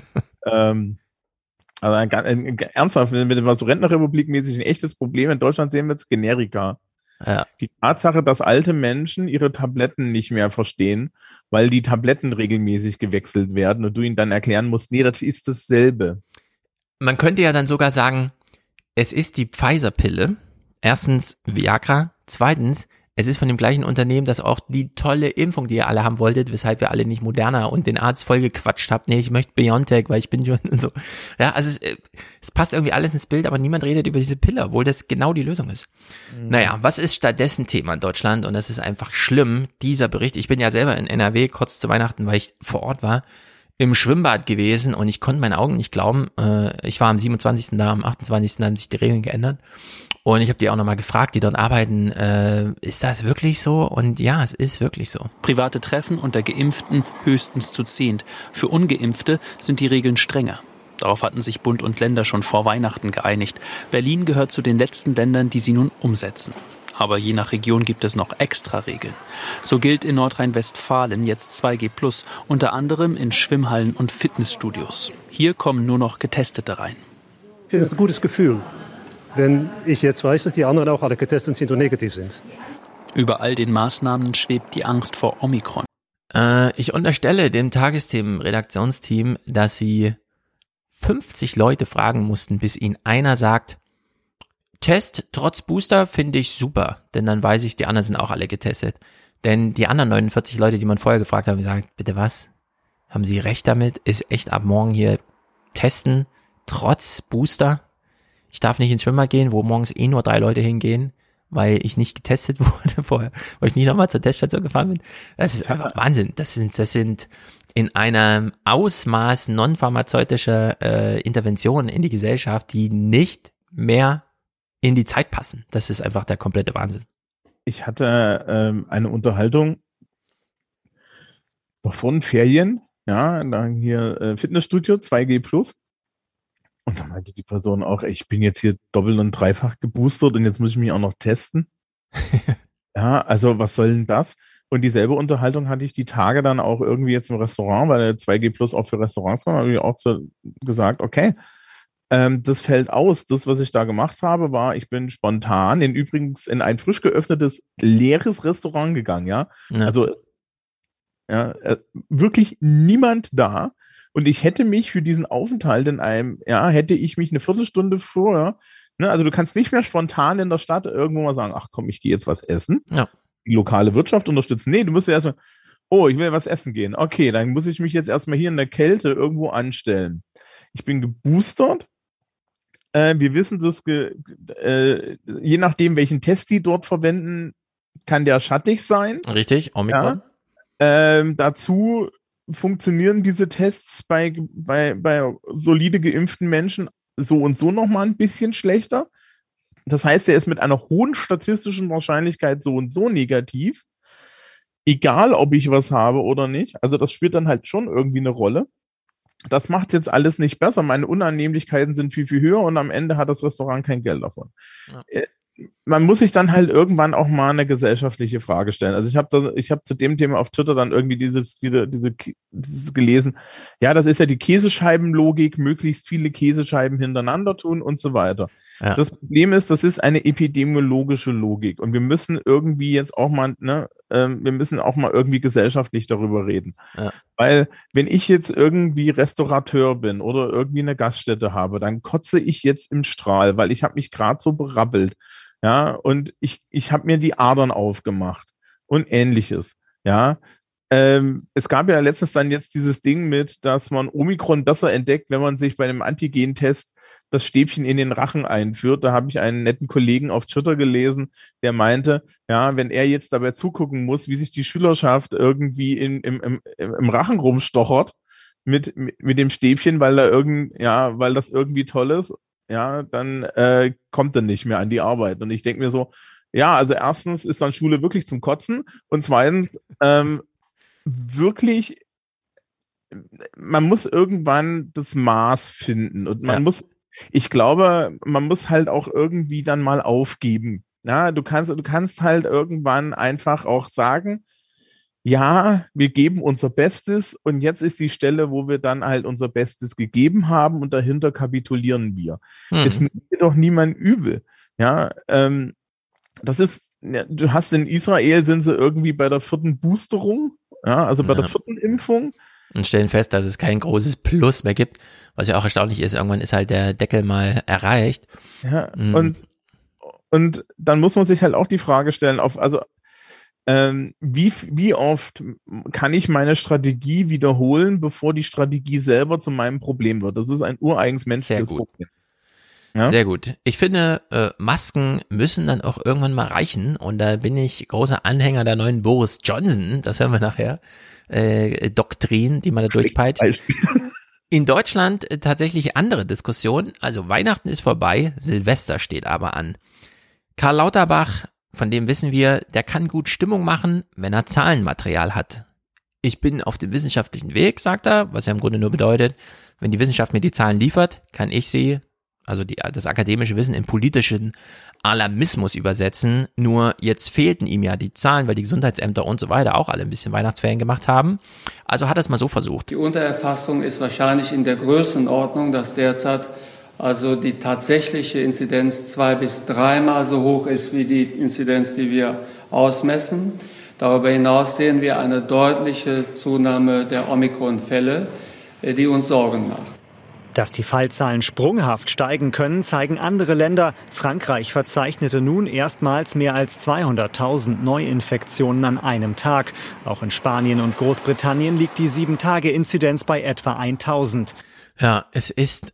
Also ernsthaft, mit was so Rentnerrepublik-mäßig ein echtes Problem in Deutschland sehen wir jetzt Generika. Ja. Die Tatsache, dass alte Menschen ihre Tabletten nicht mehr verstehen, weil die Tabletten regelmäßig gewechselt werden und du ihnen dann erklären musst, nee, das ist dasselbe. Man könnte ja dann sogar sagen, es ist die Pfizer-Pille. Erstens Viagra. Zweitens, es ist von dem gleichen Unternehmen, das auch die tolle Impfung, die ihr alle haben wolltet, weshalb ihr alle nicht Moderna und den Arzt vollgequatscht habt. Nee, ich möchte BioNTech, weil ich bin schon so. Ja, also es passt irgendwie alles ins Bild, aber niemand redet über diese Pille, obwohl das genau die Lösung ist. Naja, was ist stattdessen Thema in Deutschland? Und das ist einfach schlimm, dieser Bericht. Ich bin ja selber in NRW kurz zu Weihnachten, weil ich vor Ort war, im Schwimmbad gewesen und ich konnte meinen Augen nicht glauben. Ich war am 27. da, am 28. haben sich die Regeln geändert. Und ich habe die auch nochmal gefragt, die dort arbeiten, ist das wirklich so? Und ja, es ist wirklich so. Private Treffen unter Geimpften höchstens zu 10. Für Ungeimpfte sind die Regeln strenger. Darauf hatten sich Bund und Länder schon vor Weihnachten geeinigt. Berlin gehört zu den letzten Ländern, die sie nun umsetzen. Aber je nach Region gibt es noch extra Regeln. So gilt in Nordrhein-Westfalen jetzt 2G+, unter anderem in Schwimmhallen und Fitnessstudios. Hier kommen nur noch Getestete rein. Ich finde es ein gutes Gefühl, wenn ich jetzt weiß, dass die anderen auch alle getestet sind und negativ sind. Über all den Maßnahmen schwebt die Angst vor Omikron. Ich unterstelle dem Tagesthemen-Redaktionsteam, dass sie 50 Leute fragen mussten, bis ihnen einer sagt, Test trotz Booster finde ich super, denn dann weiß ich, die anderen sind auch alle getestet. Denn die anderen 49 Leute, die man vorher gefragt hat, haben gesagt, bitte was? Haben Sie recht damit? Ist echt ab morgen hier testen trotz Booster? Ich darf nicht ins Schwimmbad gehen, wo morgens nur 3 Leute hingehen, weil ich nicht getestet wurde vorher, weil ich nicht nochmal zur Teststation gefahren bin. Das ist einfach Wahnsinn. Das sind in einem Ausmaß non-pharmazeutischer Interventionen in die Gesellschaft, die nicht mehr in die Zeit passen. Das ist einfach der komplette Wahnsinn. Ich hatte eine Unterhaltung noch vor den Ferien, ja, dann hier Fitnessstudio 2G+. Und dann meinte die Person auch, ich bin jetzt hier doppelt und dreifach geboostert und jetzt muss ich mich auch noch testen. Ja, also was soll denn das? Und dieselbe Unterhaltung hatte ich die Tage dann auch irgendwie jetzt im Restaurant, weil 2G Plus auch für Restaurants war, habe ich auch gesagt, okay, das fällt aus. Das, was ich da gemacht habe, war, ich bin spontan übrigens in ein frisch geöffnetes, leeres Restaurant gegangen, ja. Also wirklich niemand da. Und ich hätte mich für diesen Aufenthalt hätte ich mich eine Viertelstunde vorher, ne, also du kannst nicht mehr spontan in der Stadt irgendwo mal sagen, ach komm, ich gehe jetzt was essen. Ja. Die lokale Wirtschaft unterstützen. Nee, du musst ja erstmal, ich will was essen gehen. Okay, dann muss ich mich jetzt erstmal hier in der Kälte irgendwo anstellen. Ich bin geboostert. Wir wissen, dass je nachdem, welchen Test die dort verwenden, kann der schattig sein. Richtig, Omikron. Ja. Dazu funktionieren diese Tests bei solide geimpften Menschen so und so nochmal ein bisschen schlechter. Das heißt, er ist mit einer hohen statistischen Wahrscheinlichkeit so und so negativ, egal ob ich was habe oder nicht. Also das spielt dann halt schon irgendwie eine Rolle. Das macht es jetzt alles nicht besser. Meine Unannehmlichkeiten sind viel, viel höher und am Ende hat das Restaurant kein Geld davon. Ja. Man muss sich dann halt irgendwann auch mal eine gesellschaftliche Frage stellen. Also ich habe zu dem Thema auf Twitter dann irgendwie dieses gelesen. Ja, das ist ja die Käsescheibenlogik, möglichst viele Käsescheiben hintereinander tun und so weiter. Ja. Das Problem ist, das ist eine epidemiologische Logik und wir müssen irgendwie jetzt auch mal, wir müssen auch mal irgendwie gesellschaftlich darüber reden. Ja. Weil wenn ich jetzt irgendwie Restaurateur bin oder irgendwie eine Gaststätte habe, dann kotze ich jetzt im Strahl, weil ich habe mich gerade so berappelt. Ja, und ich habe mir die Adern aufgemacht und Ähnliches. Ja, es gab ja letztens dann jetzt dieses Ding mit, dass man Omikron besser entdeckt, wenn man sich bei einem Antigen-Test das Stäbchen in den Rachen einführt. Da habe ich einen netten Kollegen auf Twitter gelesen, der meinte, ja, wenn er jetzt dabei zugucken muss, wie sich die Schülerschaft irgendwie im Rachen rumstochert mit dem Stäbchen, weil das irgendwie toll ist, ja, dann kommt er nicht mehr an die Arbeit. Und ich denke mir so, ja, also erstens ist dann Schule wirklich zum Kotzen und zweitens wirklich, man muss irgendwann das Maß finden und man muss halt auch irgendwie dann mal aufgeben. Ja, du kannst halt irgendwann einfach auch sagen, ja, wir geben unser Bestes und jetzt ist die Stelle, wo wir dann halt unser Bestes gegeben haben und dahinter kapitulieren wir. Es nimmt doch niemand übel. Ja, das ist, du hast in Israel sind sie irgendwie bei der 4. Boosterung, ja, also bei der 4. Impfung. Und stellen fest, dass es kein großes Plus mehr gibt, was ja auch erstaunlich ist. Irgendwann ist halt der Deckel mal erreicht. Ja, und dann muss man sich halt auch die Frage stellen, wie oft kann ich meine Strategie wiederholen, bevor die Strategie selber zu meinem Problem wird? Das ist ein ureigens menschliches Problem. Ja? Sehr gut. Ich finde, Masken müssen dann auch irgendwann mal reichen und da bin ich großer Anhänger der neuen Boris Johnson, das hören wir nachher, Doktrin, die man da durchpeitscht. In Deutschland tatsächlich andere Diskussion, also Weihnachten ist vorbei, Silvester steht aber an. Karl Lauterbach, von dem wissen wir, der kann gut Stimmung machen, wenn er Zahlenmaterial hat. Ich bin auf dem wissenschaftlichen Weg, sagt er, was ja im Grunde nur bedeutet, wenn die Wissenschaft mir die Zahlen liefert, kann ich sie, also das akademische Wissen, in politischen Alarmismus übersetzen. Nur jetzt fehlten ihm ja die Zahlen, weil die Gesundheitsämter und so weiter auch alle ein bisschen Weihnachtsferien gemacht haben. Also hat er es mal so versucht. Die Untererfassung ist wahrscheinlich in der Größenordnung, dass derzeit also die tatsächliche Inzidenz 2- bis 3-mal so hoch ist wie die Inzidenz, die wir ausmessen. Darüber hinaus sehen wir eine deutliche Zunahme der Omikron-Fälle, die uns Sorgen macht. Dass die Fallzahlen sprunghaft steigen können, zeigen andere Länder. Frankreich verzeichnete nun erstmals mehr als 200.000 Neuinfektionen an einem Tag. Auch in Spanien und Großbritannien liegt die 7-Tage-Inzidenz bei etwa 1.000. Ja, es ist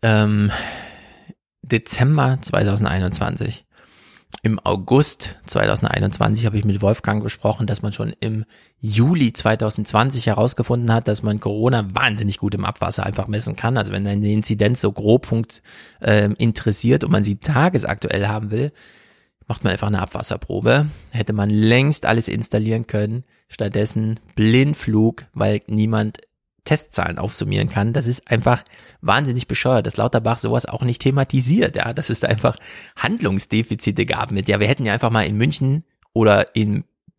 Dezember 2021. Im August 2021 habe ich mit Wolfgang besprochen, dass man schon im Juli 2020 herausgefunden hat, dass man Corona wahnsinnig gut im Abwasser einfach messen kann. Also wenn eine Inzidenz so grob interessiert und man sie tagesaktuell haben will, macht man einfach eine Abwasserprobe. Hätte man längst alles installieren können. Stattdessen Blindflug, weil niemand Testzahlen aufsummieren kann. Das ist einfach wahnsinnig bescheuert, dass Lauterbach sowas auch nicht thematisiert, ja, dass es da einfach Handlungsdefizite gab mit, ja, wir hätten ja einfach mal in München oder in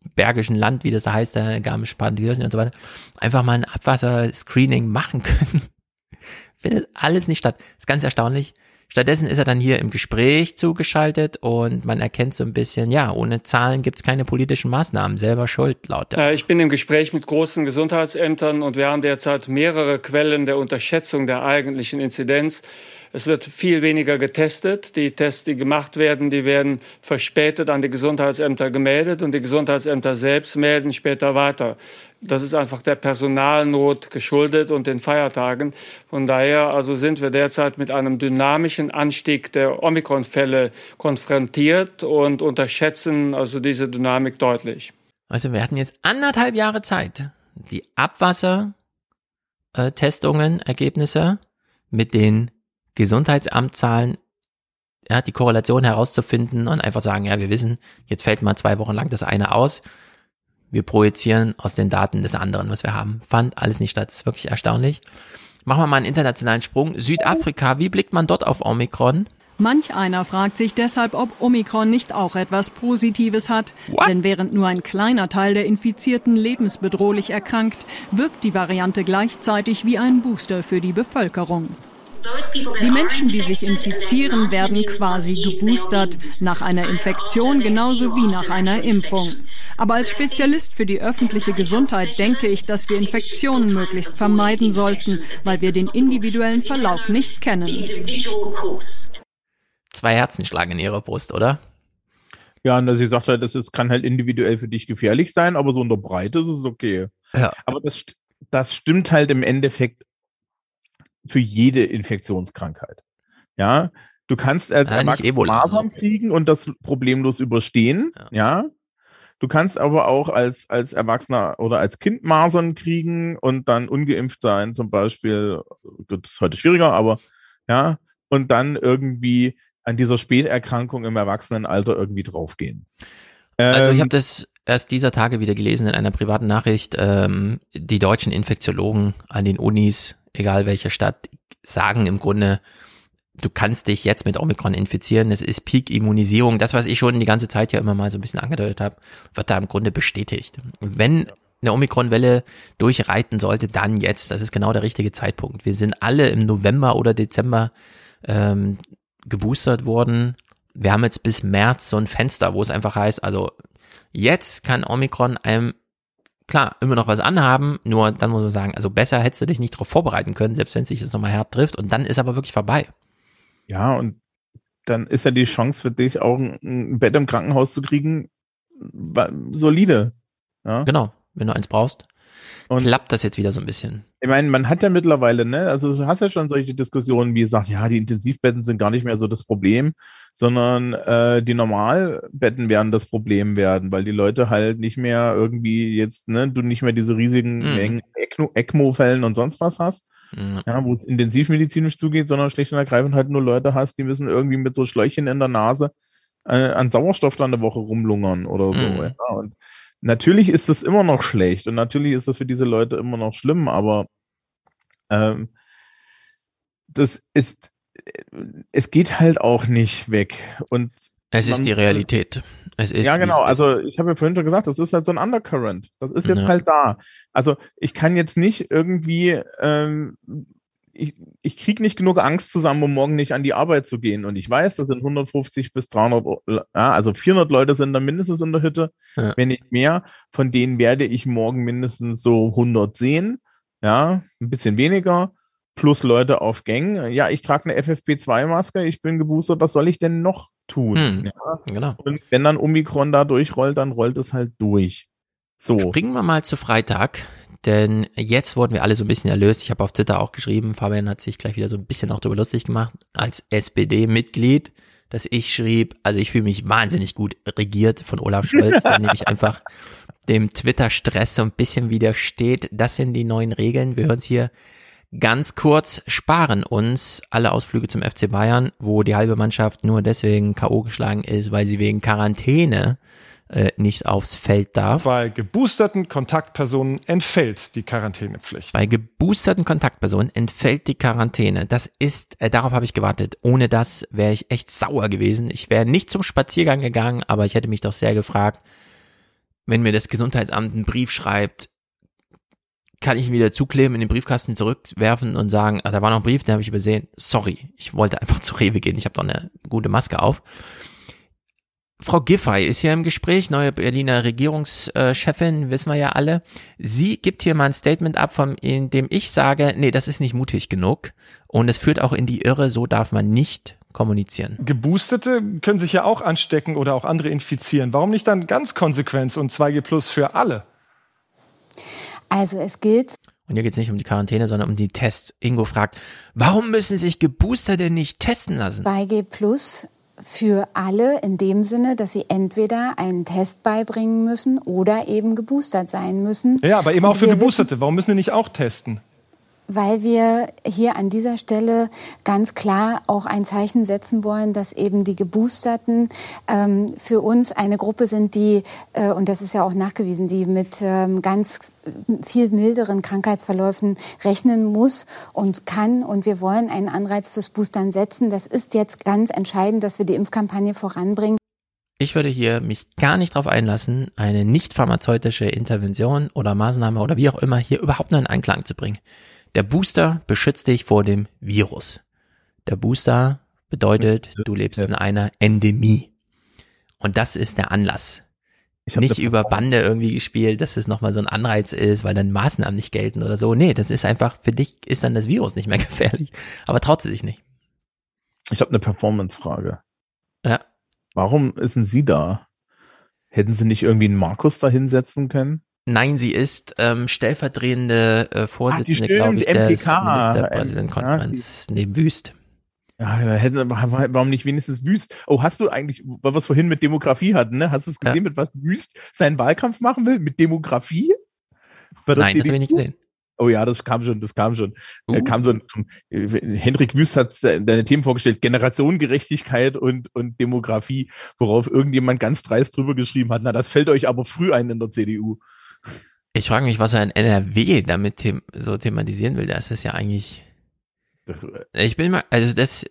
Bergischen Land, wie das da heißt, da Garmisch-Partenkirchen und so weiter, einfach mal ein Abwasserscreening machen können. Findet alles nicht statt. Ist ganz erstaunlich. Stattdessen ist er dann hier im Gespräch zugeschaltet und man erkennt so ein bisschen, ja, ohne Zahlen gibt es keine politischen Maßnahmen. Selber schuld, laut der. Ich bin im Gespräch mit großen Gesundheitsämtern und wir haben derzeit mehrere Quellen der Unterschätzung der eigentlichen Inzidenz. Es wird viel weniger getestet. Die Tests, die gemacht werden, die werden verspätet an die Gesundheitsämter gemeldet und die Gesundheitsämter selbst melden später weiter. Das ist einfach der Personalnot geschuldet und den Feiertagen. Von daher also sind wir derzeit mit einem dynamischen Anstieg der Omikron-Fälle konfrontiert und unterschätzen also diese Dynamik deutlich. Also wir hatten jetzt 1,5 Jahre Zeit, die Abwassertestungen, Ergebnisse mit den Gesundheitsamtzahlen, ja, die Korrelation herauszufinden und einfach sagen, ja, wir wissen, jetzt fällt mal 2 Wochen lang das eine aus. Wir projizieren aus den Daten des anderen, was wir haben. Fand alles nicht statt. Das ist wirklich erstaunlich. Machen wir mal einen internationalen Sprung. Südafrika, wie blickt man dort auf Omikron? Manch einer fragt sich deshalb, ob Omikron nicht auch etwas Positives hat. What? Denn während nur ein kleiner Teil der Infizierten lebensbedrohlich erkrankt, wirkt die Variante gleichzeitig wie ein Booster für die Bevölkerung. Die Menschen, die sich infizieren, werden quasi geboostert, nach einer Infektion genauso wie nach einer Impfung. Aber als Spezialist für die öffentliche Gesundheit denke ich, dass wir Infektionen möglichst vermeiden sollten, weil wir den individuellen Verlauf nicht kennen. 2 Herzen schlagen in ihrer Brust, oder? Ja, und sie sagt halt, kann halt individuell für dich gefährlich sein, aber so in der Breite ist es okay. Ja. Aber das stimmt halt im Endeffekt für jede Infektionskrankheit. Ja, du kannst als Erwachsener Masern kriegen und das problemlos überstehen. Ja. Du kannst aber auch als Erwachsener oder als Kind Masern kriegen und dann ungeimpft sein, zum Beispiel. Das ist heute schwieriger, aber ja, und dann irgendwie an dieser Späterkrankung im Erwachsenenalter irgendwie draufgehen. Also ich habe das erst dieser Tage wieder gelesen in einer privaten Nachricht. Die deutschen Infektiologen an den Unis, egal welche Stadt, sagen im Grunde, du kannst dich jetzt mit Omikron infizieren, es ist Peak-Immunisierung. Das, was ich schon die ganze Zeit ja immer mal so ein bisschen angedeutet habe, wird da im Grunde bestätigt. Wenn eine Omikron-Welle durchreiten sollte, dann jetzt. Das ist genau der richtige Zeitpunkt. Wir sind alle im November oder Dezember geboostert worden. Wir haben jetzt bis März so ein Fenster, wo es einfach heißt, also jetzt kann Omikron einem klar, immer noch was anhaben, nur dann muss man sagen, also besser hättest du dich nicht darauf vorbereiten können, selbst wenn sich das nochmal hart trifft und dann ist aber wirklich vorbei. Ja, und dann ist ja die Chance für dich auch ein Bett im Krankenhaus zu kriegen, solide. Ja? Genau, wenn du eins brauchst. Und klappt das jetzt wieder so ein bisschen. Ich meine, man hat ja mittlerweile, ne, also du hast ja schon solche Diskussionen, wie gesagt, ja, die Intensivbetten sind gar nicht mehr so das Problem, sondern die Normalbetten werden das Problem werden, weil die Leute halt nicht mehr irgendwie jetzt, ne, du nicht mehr diese riesigen Mengen ECMO-Fällen und sonst was hast, ja, wo es intensivmedizinisch zugeht, sondern schlicht und ergreifend halt nur Leute hast, die müssen irgendwie mit so Schläuchen in der Nase an Sauerstoff dann eine Woche rumlungern oder so. Ja, und natürlich ist das immer noch schlecht und natürlich ist das für diese Leute immer noch schlimm, aber es geht halt auch nicht weg. Und es ist die Realität. Es ist, ja, genau. Also ich habe ja vorhin schon gesagt, das ist halt so ein Undercurrent. Das ist jetzt halt da. Also ich kann jetzt nicht irgendwie ich kriege nicht genug Angst zusammen, um morgen nicht an die Arbeit zu gehen. Und ich weiß, das sind 150 bis 300, also 400 Leute sind da mindestens in der Hütte, wenn nicht mehr. Von denen werde ich morgen mindestens so 100 sehen. Ja, ein bisschen weniger. Plus Leute auf Gängen. Ja, ich trage eine FFP2-Maske, ich bin geboostert, was soll ich denn noch tun? Ja? Genau. Und wenn dann Omikron da durchrollt, dann rollt es halt durch. So. Springen wir mal zu Freitag. Denn jetzt wurden wir alle so ein bisschen erlöst. Ich habe auf Twitter auch geschrieben, Fabian hat sich gleich wieder so ein bisschen auch darüber lustig gemacht, als SPD-Mitglied, dass ich schrieb, also ich fühle mich wahnsinnig gut regiert von Olaf Scholz, der nämlich einfach dem Twitter-Stress so ein bisschen widersteht. Das sind die neuen Regeln. Wir hören es hier ganz kurz, sparen uns alle Ausflüge zum FC Bayern, wo die halbe Mannschaft nur deswegen K.O. geschlagen ist, weil sie wegen Quarantäne nicht aufs Feld darf. Bei geboosterten Kontaktpersonen entfällt die Quarantänepflicht. Bei geboosterten Kontaktpersonen entfällt die Quarantäne. Das ist, darauf habe ich gewartet. Ohne das wäre ich echt sauer gewesen. Ich wäre nicht zum Spaziergang gegangen, aber ich hätte mich doch sehr gefragt, wenn mir das Gesundheitsamt einen Brief schreibt, kann ich ihn wieder zukleben, in den Briefkasten zurückwerfen und sagen, da war noch ein Brief, den habe ich übersehen. Sorry, ich wollte einfach zu Rewe gehen, ich habe doch eine gute Maske auf. Frau Giffey ist hier im Gespräch, neue Berliner Regierungschefin, wissen wir ja alle. Sie gibt hier mal ein Statement ab, in dem ich sage, nee, das ist nicht mutig genug und es führt auch in die Irre, so darf man nicht kommunizieren. Geboostete können sich ja auch anstecken oder auch andere infizieren. Warum nicht dann ganz Konsequenz und 2G+ für alle? Also es gilt. Und hier geht es nicht um die Quarantäne, sondern um die Tests. Ingo fragt, warum müssen sich Geboosterte nicht testen lassen? 2G+ für alle in dem Sinne, dass sie entweder einen Test beibringen müssen oder eben geboostert sein müssen. Ja, aber eben auch für Geboosterte. Warum müssen die nicht auch testen? Weil wir hier an dieser Stelle ganz klar auch ein Zeichen setzen wollen, dass eben die Geboosterten für uns eine Gruppe sind, die, und das ist ja auch nachgewiesen, die mit ganz viel milderen Krankheitsverläufen rechnen muss und kann. Und wir wollen einen Anreiz fürs Boostern setzen. Das ist jetzt ganz entscheidend, dass wir die Impfkampagne voranbringen. Ich würde hier mich gar nicht darauf einlassen, eine nicht pharmazeutische Intervention oder Maßnahme oder wie auch immer hier überhaupt nur in Einklang zu bringen. Der Booster beschützt dich vor dem Virus. Der Booster bedeutet, du lebst in einer Endemie. Und das ist der Anlass. Nicht über Bande irgendwie gespielt, dass es nochmal so ein Anreiz ist, weil dann Maßnahmen nicht gelten oder so. Nee, das ist einfach, für dich ist dann das Virus nicht mehr gefährlich. Aber traut sie sich nicht. Ich habe eine Performance-Frage. Ja. Warum ist denn sie da? Hätten sie nicht irgendwie einen Markus da hinsetzen können? Nein, sie ist stellvertretende Vorsitzende, glaube ich, der Ministerpräsidentenkonferenz neben Wüst. Ja, warum nicht wenigstens Wüst? Oh, hast du eigentlich, weil wir es vorhin mit Demografie hatten, ne? Hast du es gesehen, mit was Wüst seinen Wahlkampf machen will? Mit Demografie? Nein, das habe ich nicht gesehen. Oh ja, das kam schon. Hendrik Wüst hat seine Themen vorgestellt, Generationengerechtigkeit und Demografie, worauf irgendjemand ganz dreist drüber geschrieben hat, na, das fällt euch aber früh ein in der CDU. Ich frage mich, was er in NRW damit so thematisieren will. Das ist ja eigentlich... Ich bin mal, also das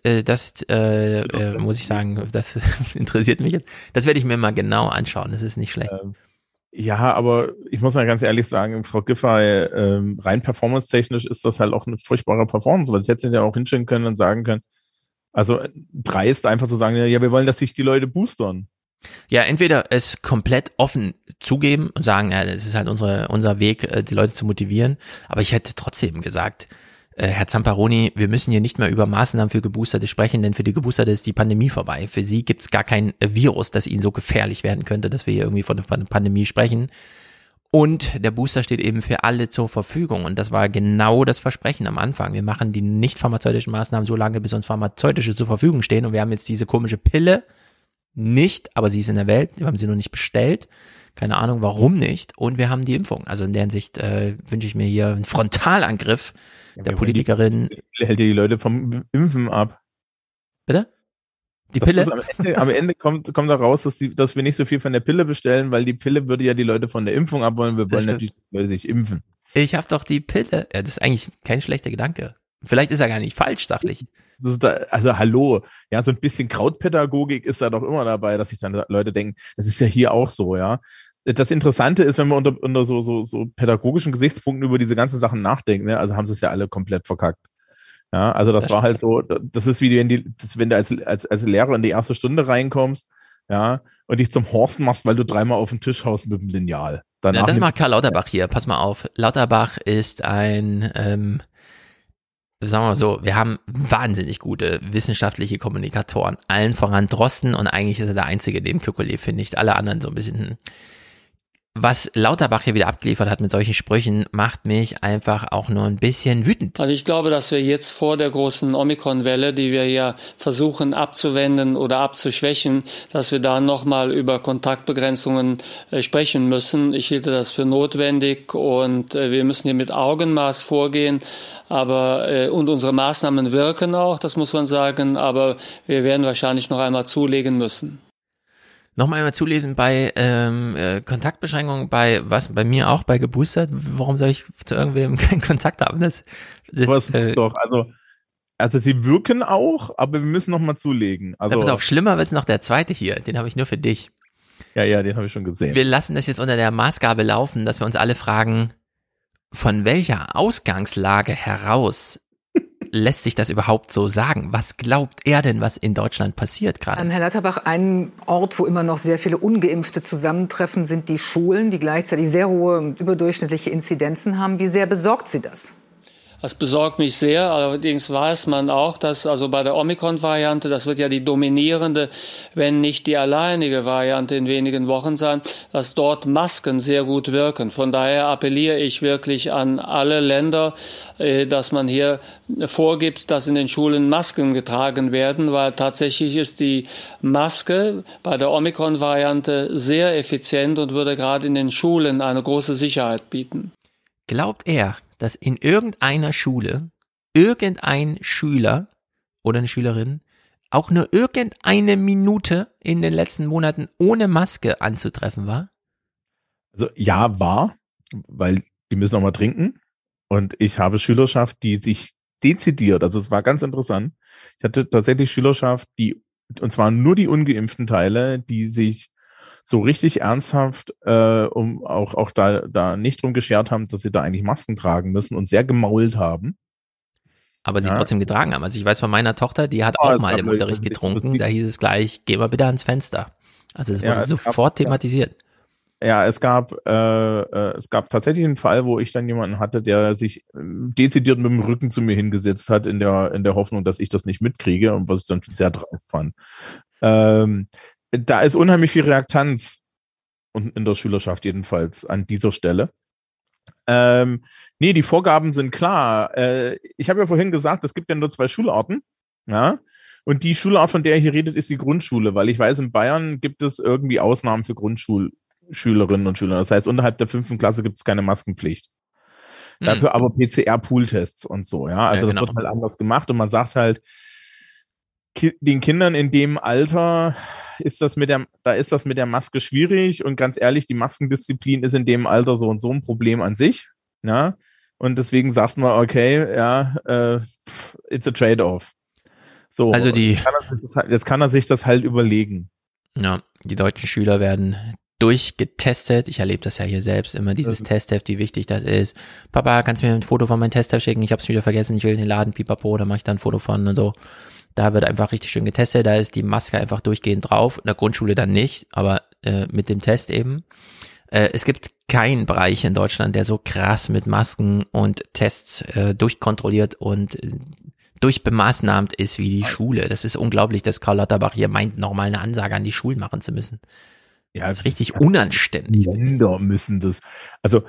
muss ich sagen, das interessiert mich jetzt. Das werde ich mir mal genau anschauen. Das ist nicht schlecht. Ja, aber ich muss mal ganz ehrlich sagen, Frau Giffey, rein performance-technisch ist das halt auch eine furchtbare Performance, weil sie hätten ja auch hinstellen können und sagen können, also dreist einfach zu sagen, ja, wir wollen, dass sich die Leute boostern. Ja, entweder es komplett offen zugeben und sagen, ja, das ist halt unser Weg, die Leute zu motivieren, aber ich hätte trotzdem gesagt, Herr Zamparoni, wir müssen hier nicht mehr über Maßnahmen für Geboosterte sprechen, denn für die Geboosterte ist die Pandemie vorbei. Für sie gibt es gar kein Virus, das ihnen so gefährlich werden könnte, dass wir hier irgendwie von der Pandemie sprechen. Und der Booster steht eben für alle zur Verfügung. Und das war genau das Versprechen am Anfang. Wir machen die nicht pharmazeutischen Maßnahmen so lange, bis uns pharmazeutische zur Verfügung stehen. Und wir haben jetzt diese komische Pille nicht, aber sie ist in der Welt. Wir haben sie nur nicht bestellt. Keine Ahnung, warum nicht. Und wir haben die Impfung. Also in der Hinsicht wünsche ich mir hier einen Frontalangriff der Politikerin. Hält die Leute vom Impfen ab. Bitte? Die Pille? Am Ende kommt da raus, dass wir nicht so viel von der Pille bestellen, weil die Pille würde ja die Leute von der Impfung abwollen. Wir wollen natürlich, dass die Leute sich impfen. Ich habe doch die Pille. Ja, das ist eigentlich kein schlechter Gedanke. Vielleicht ist er gar nicht falsch, sachlich. Also hallo, ja, so ein bisschen Krautpädagogik ist da doch immer dabei, dass sich dann Leute denken, das ist ja hier auch so, ja. Das Interessante ist, wenn wir unter so pädagogischen Gesichtspunkten über diese ganzen Sachen nachdenken, ne, also haben sie es ja alle komplett verkackt. Ja, also das war halt so, das ist wie wenn du als Lehrer in die erste Stunde reinkommst, ja, und dich zum Horsten machst, weil du dreimal auf den Tisch haust mit dem Lineal. Ja, das macht Karl Lauterbach hier, pass mal auf. Lauterbach ist ein, sagen wir mal so, wir haben wahnsinnig gute wissenschaftliche Kommunikatoren, allen voran Drosten, und eigentlich ist er der einzige neben Kekulé, finde ich, alle anderen so ein bisschen, was Lauterbach hier wieder abgeliefert hat mit solchen Sprüchen, macht mich einfach auch nur ein bisschen wütend. Also ich glaube, dass wir jetzt vor der großen Omikron-Welle, die wir ja versuchen abzuwenden oder abzuschwächen, dass wir da nochmal über Kontaktbegrenzungen sprechen müssen. Ich hielte das für notwendig und wir müssen hier mit Augenmaß vorgehen. Aber und unsere Maßnahmen wirken auch, das muss man sagen, aber wir werden wahrscheinlich noch einmal zulegen müssen. Nochmal einmal zulesen bei Kontaktbeschränkungen, bei mir auch, bei geboostert. Warum soll ich zu irgendwem keinen Kontakt haben? Das doch, also sie wirken auch, aber wir müssen nochmal zulegen. Also pass auf, schlimmer wird's noch der zweite hier, den habe ich nur für dich. Ja, den habe ich schon gesehen. Wir lassen das jetzt unter der Maßgabe laufen, dass wir uns alle fragen, von welcher Ausgangslage heraus lässt sich das überhaupt so sagen? Was glaubt er denn, was in Deutschland passiert gerade? Herr Lauterbach, ein Ort, wo immer noch sehr viele Ungeimpfte zusammentreffen, sind die Schulen, die gleichzeitig sehr hohe überdurchschnittliche Inzidenzen haben. Wie sehr besorgt Sie das? Das besorgt mich sehr. Allerdings weiß man auch, dass also bei der Omikron-Variante, das wird ja die dominierende, wenn nicht die alleinige Variante in wenigen Wochen sein, dass dort Masken sehr gut wirken. Von daher appelliere ich wirklich an alle Länder, dass man hier vorgibt, dass in den Schulen Masken getragen werden, weil tatsächlich ist die Maske bei der Omikron-Variante sehr effizient und würde gerade in den Schulen eine große Sicherheit bieten. Glaubt er, dass in irgendeiner Schule irgendein Schüler oder eine Schülerin auch nur irgendeine Minute in den letzten Monaten ohne Maske anzutreffen war? Also ja, war, weil die müssen auch mal trinken. Und ich habe Schülerschaft, die sich dezidiert, also es war ganz interessant, ich hatte tatsächlich Schülerschaft, und zwar nur die ungeimpften Teile, die sich so richtig ernsthaft auch da nicht drum geschert haben, dass sie da eigentlich Masken tragen müssen und sehr gemault haben. Aber sie trotzdem getragen haben. Also ich weiß von meiner Tochter, die hat auch mal im Unterricht getrunken, da hieß es gleich, geh mal bitte ans Fenster. Also das wurde sofort thematisiert. Ja, es gab tatsächlich einen Fall, wo ich dann jemanden hatte, der sich dezidiert mit dem Rücken zu mir hingesetzt hat, in der Hoffnung, dass ich das nicht mitkriege, und was ich dann sehr drauf fand. Da ist unheimlich viel Reaktanz, und in der Schülerschaft jedenfalls an dieser Stelle. Die Vorgaben sind klar. Ich habe ja vorhin gesagt, es gibt ja nur 2 Schularten. Ja? Und die Schulart, von der ihr hier redet, ist die Grundschule, weil ich weiß, in Bayern gibt es irgendwie Ausnahmen für Grundschulschülerinnen und Schüler. Das heißt, unterhalb der 5. Klasse gibt es keine Maskenpflicht. Dafür aber PCR-Pooltests und so. Ja? Also das wird halt anders gemacht, und man sagt halt, den Kindern in dem Alter ist das mit der Maske schwierig, und ganz ehrlich, die Maskendisziplin ist in dem Alter so und so ein Problem an sich, ja, und deswegen sagt man, okay, ja, it's a trade-off. So, also jetzt kann er sich das halt überlegen. Ja, die deutschen Schüler werden durchgetestet. Ich erlebe das ja hier selbst immer, dieses Testheft, wie wichtig das ist. Papa, kannst du mir ein Foto von meinem Testheft schicken? Ich habe es wieder vergessen, ich will in den Laden, pipapo, da mache ich dann ein Foto von und so. Da wird einfach richtig schön getestet, da ist die Maske einfach durchgehend drauf, in der Grundschule dann nicht, aber mit dem Test eben. Es gibt keinen Bereich in Deutschland, der so krass mit Masken und Tests durchkontrolliert und durchbemaßnahmt ist wie die Schule. Das ist unglaublich, dass Karl Lauterbach hier meint, nochmal eine Ansage an die Schulen machen zu müssen. Ja, das ist richtig unanständig. Länder müssen das. Also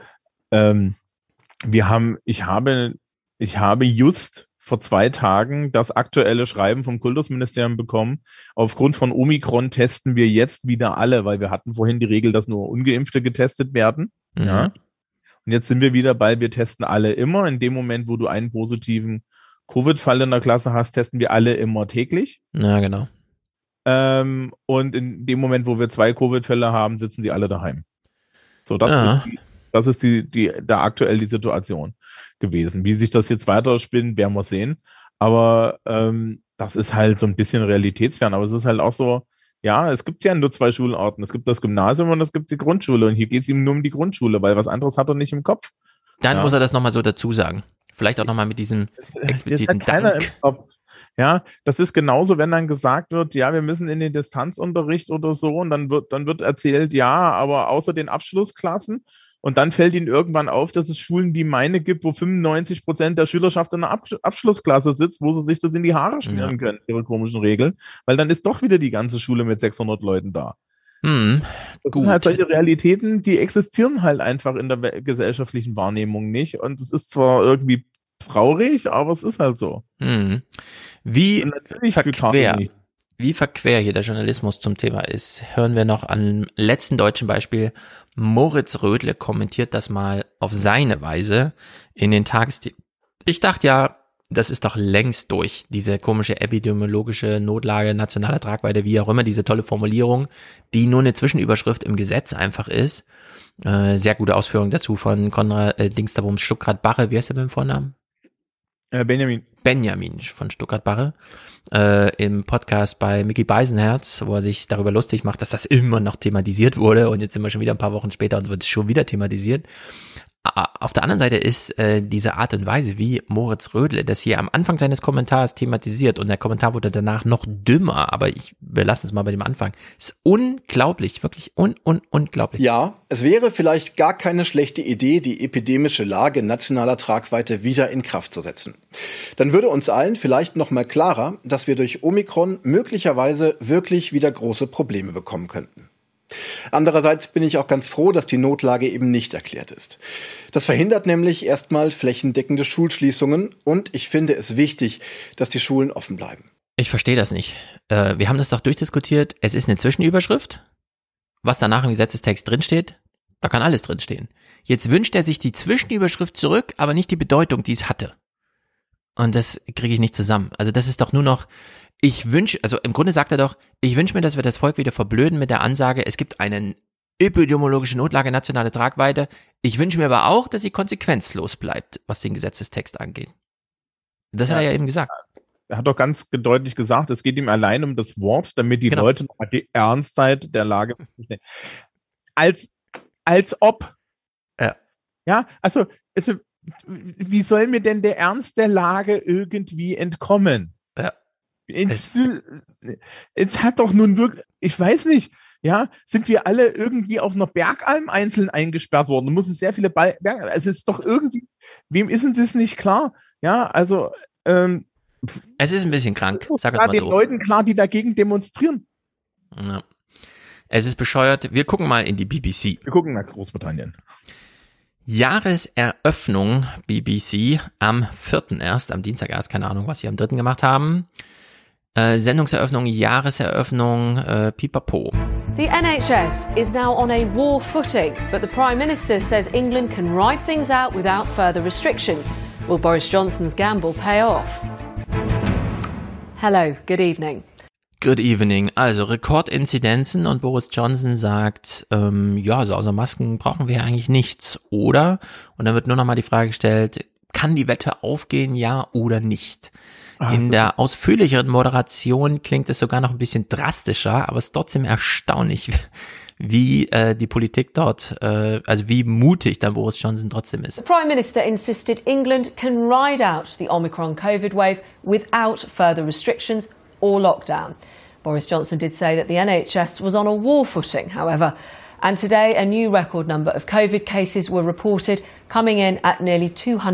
ich habe just vor 2 Tagen das aktuelle Schreiben vom Kultusministerium bekommen. Aufgrund von Omikron testen wir jetzt wieder alle, weil wir hatten vorhin die Regel, dass nur Ungeimpfte getestet werden. Mhm. Ja. Und jetzt sind wir wieder bei, wir testen alle immer. In dem Moment, wo du einen positiven Covid-Fall in der Klasse hast, testen wir alle immer täglich. Ja, genau. Und in dem Moment, wo wir 2 Covid-Fälle haben, sitzen die alle daheim. So, das ist da aktuell die Situation gewesen. Wie sich das jetzt weiterspinnt, werden wir sehen. Aber das ist halt so ein bisschen realitätsfern. Aber es ist halt auch so, ja, es gibt ja nur 2 Schularten. Es gibt das Gymnasium und es gibt die Grundschule. Und hier geht es ihm nur um die Grundschule, weil was anderes hat er nicht im Kopf. Dann muss er das nochmal so dazu sagen. Vielleicht auch nochmal mit diesem expliziten Dank. Ja, das ist genauso, wenn dann gesagt wird, ja, wir müssen in den Distanzunterricht oder so, und dann wird erzählt, ja, aber außer den Abschlussklassen. Und dann fällt ihnen irgendwann auf, dass es Schulen wie meine gibt, wo 95% der Schülerschaft in einer Abschlussklasse sitzt, wo sie sich das in die Haare schmieren können, ihre komischen Regeln. Weil dann ist doch wieder die ganze Schule mit 600 Leuten da. Das sind halt solche Realitäten, die existieren halt einfach in der gesellschaftlichen Wahrnehmung nicht. Und es ist zwar irgendwie traurig, aber es ist halt so. Wie verquer hier der Journalismus zum Thema ist, hören wir noch an letzten deutschen Beispiel. Moritz Rödle kommentiert das mal auf seine Weise in den Tagesthemen. Ich dachte ja, das ist doch längst durch, diese komische epidemiologische Notlage, nationale Tragweite, wie auch immer, diese tolle Formulierung, die nur eine Zwischenüberschrift im Gesetz einfach ist. Sehr gute Ausführung dazu von Konrad Dingsterbums Stuckrad-Barre. Wie heißt der mit dem Vornamen? Benjamin von Stuttgart-Barre im Podcast bei Micky Beisenherz, wo er sich darüber lustig macht, dass das immer noch thematisiert wurde und jetzt sind wir schon wieder ein paar Wochen später und wird es schon wieder thematisiert. Auf der anderen Seite ist diese Art und Weise, wie Moritz Rödle das hier am Anfang seines Kommentars thematisiert und der Kommentar wurde danach noch dümmer, aber wir lassen es mal bei dem Anfang. Ist unglaublich, wirklich unglaublich. Ja, es wäre vielleicht gar keine schlechte Idee, die epidemische Lage nationaler Tragweite wieder in Kraft zu setzen. Dann würde uns allen vielleicht noch mal klarer, dass wir durch Omikron möglicherweise wirklich wieder große Probleme bekommen könnten. Andererseits bin ich auch ganz froh, dass die Notlage eben nicht erklärt ist. Das verhindert nämlich erstmal flächendeckende Schulschließungen und ich finde es wichtig, dass die Schulen offen bleiben. Ich verstehe das nicht. Wir haben das doch durchdiskutiert. Es ist eine Zwischenüberschrift. Was danach im Gesetzestext drinsteht, da kann alles drinstehen. Jetzt wünscht er sich die Zwischenüberschrift zurück, aber nicht die Bedeutung, die es hatte. Und das kriege ich nicht zusammen. Also das ist doch nur noch, also im Grunde sagt er doch, ich wünsche mir, dass wir das Volk wieder verblöden mit der Ansage, es gibt eine epidemiologische Notlage nationale Tragweite. Ich wünsche mir aber auch, dass sie konsequenzlos bleibt, was den Gesetzestext angeht. Das hat er ja eben gesagt. Er hat doch ganz deutlich gesagt, es geht ihm allein um das Wort, damit die Leute nochmal die Ernstheit der Lage verstehen. Als ob. Ja, also wie soll mir denn der Ernst der Lage irgendwie entkommen? Ja. Es hat doch nun wirklich, ich weiß nicht, ja, sind wir alle irgendwie auf einer Bergalm einzeln eingesperrt worden? Muss es sehr viele Bergalm, es ist doch irgendwie, wem ist denn das nicht klar? Ja, also, es ist ein bisschen krank, sag mal so. Den Leuten klar, die dagegen demonstrieren. Ja. Es ist bescheuert. Wir gucken mal in die BBC. Wir gucken nach Großbritannien. Jahreseröffnung BBC am 4. erst, am Dienstag erst, keine Ahnung, was sie am 3. gemacht haben. Sendungseröffnung, Jahreseröffnung, pipapo. The NHS is now on a war footing, but the Prime Minister says England can ride things out without further restrictions. Will Boris Johnson's gamble pay off? Hello, good evening. Good evening. Also Rekordinzidenzen und Boris Johnson sagt, also außer Masken brauchen wir eigentlich nichts, oder? Und dann wird nur noch mal die Frage gestellt, kann die Wette aufgehen, ja oder nicht? In der ausführlicheren Moderation klingt es sogar noch ein bisschen drastischer, aber es ist trotzdem erstaunlich, wie die Politik dort, also wie mutig dann Boris Johnson trotzdem ist. The Prime Minister insisted England can ride out the Omicron COVID wave without further restrictions or lockdown. Boris Johnson did say that the NHS was on a war footing, however, and today a new record number of COVID cases were reported, coming in at nearly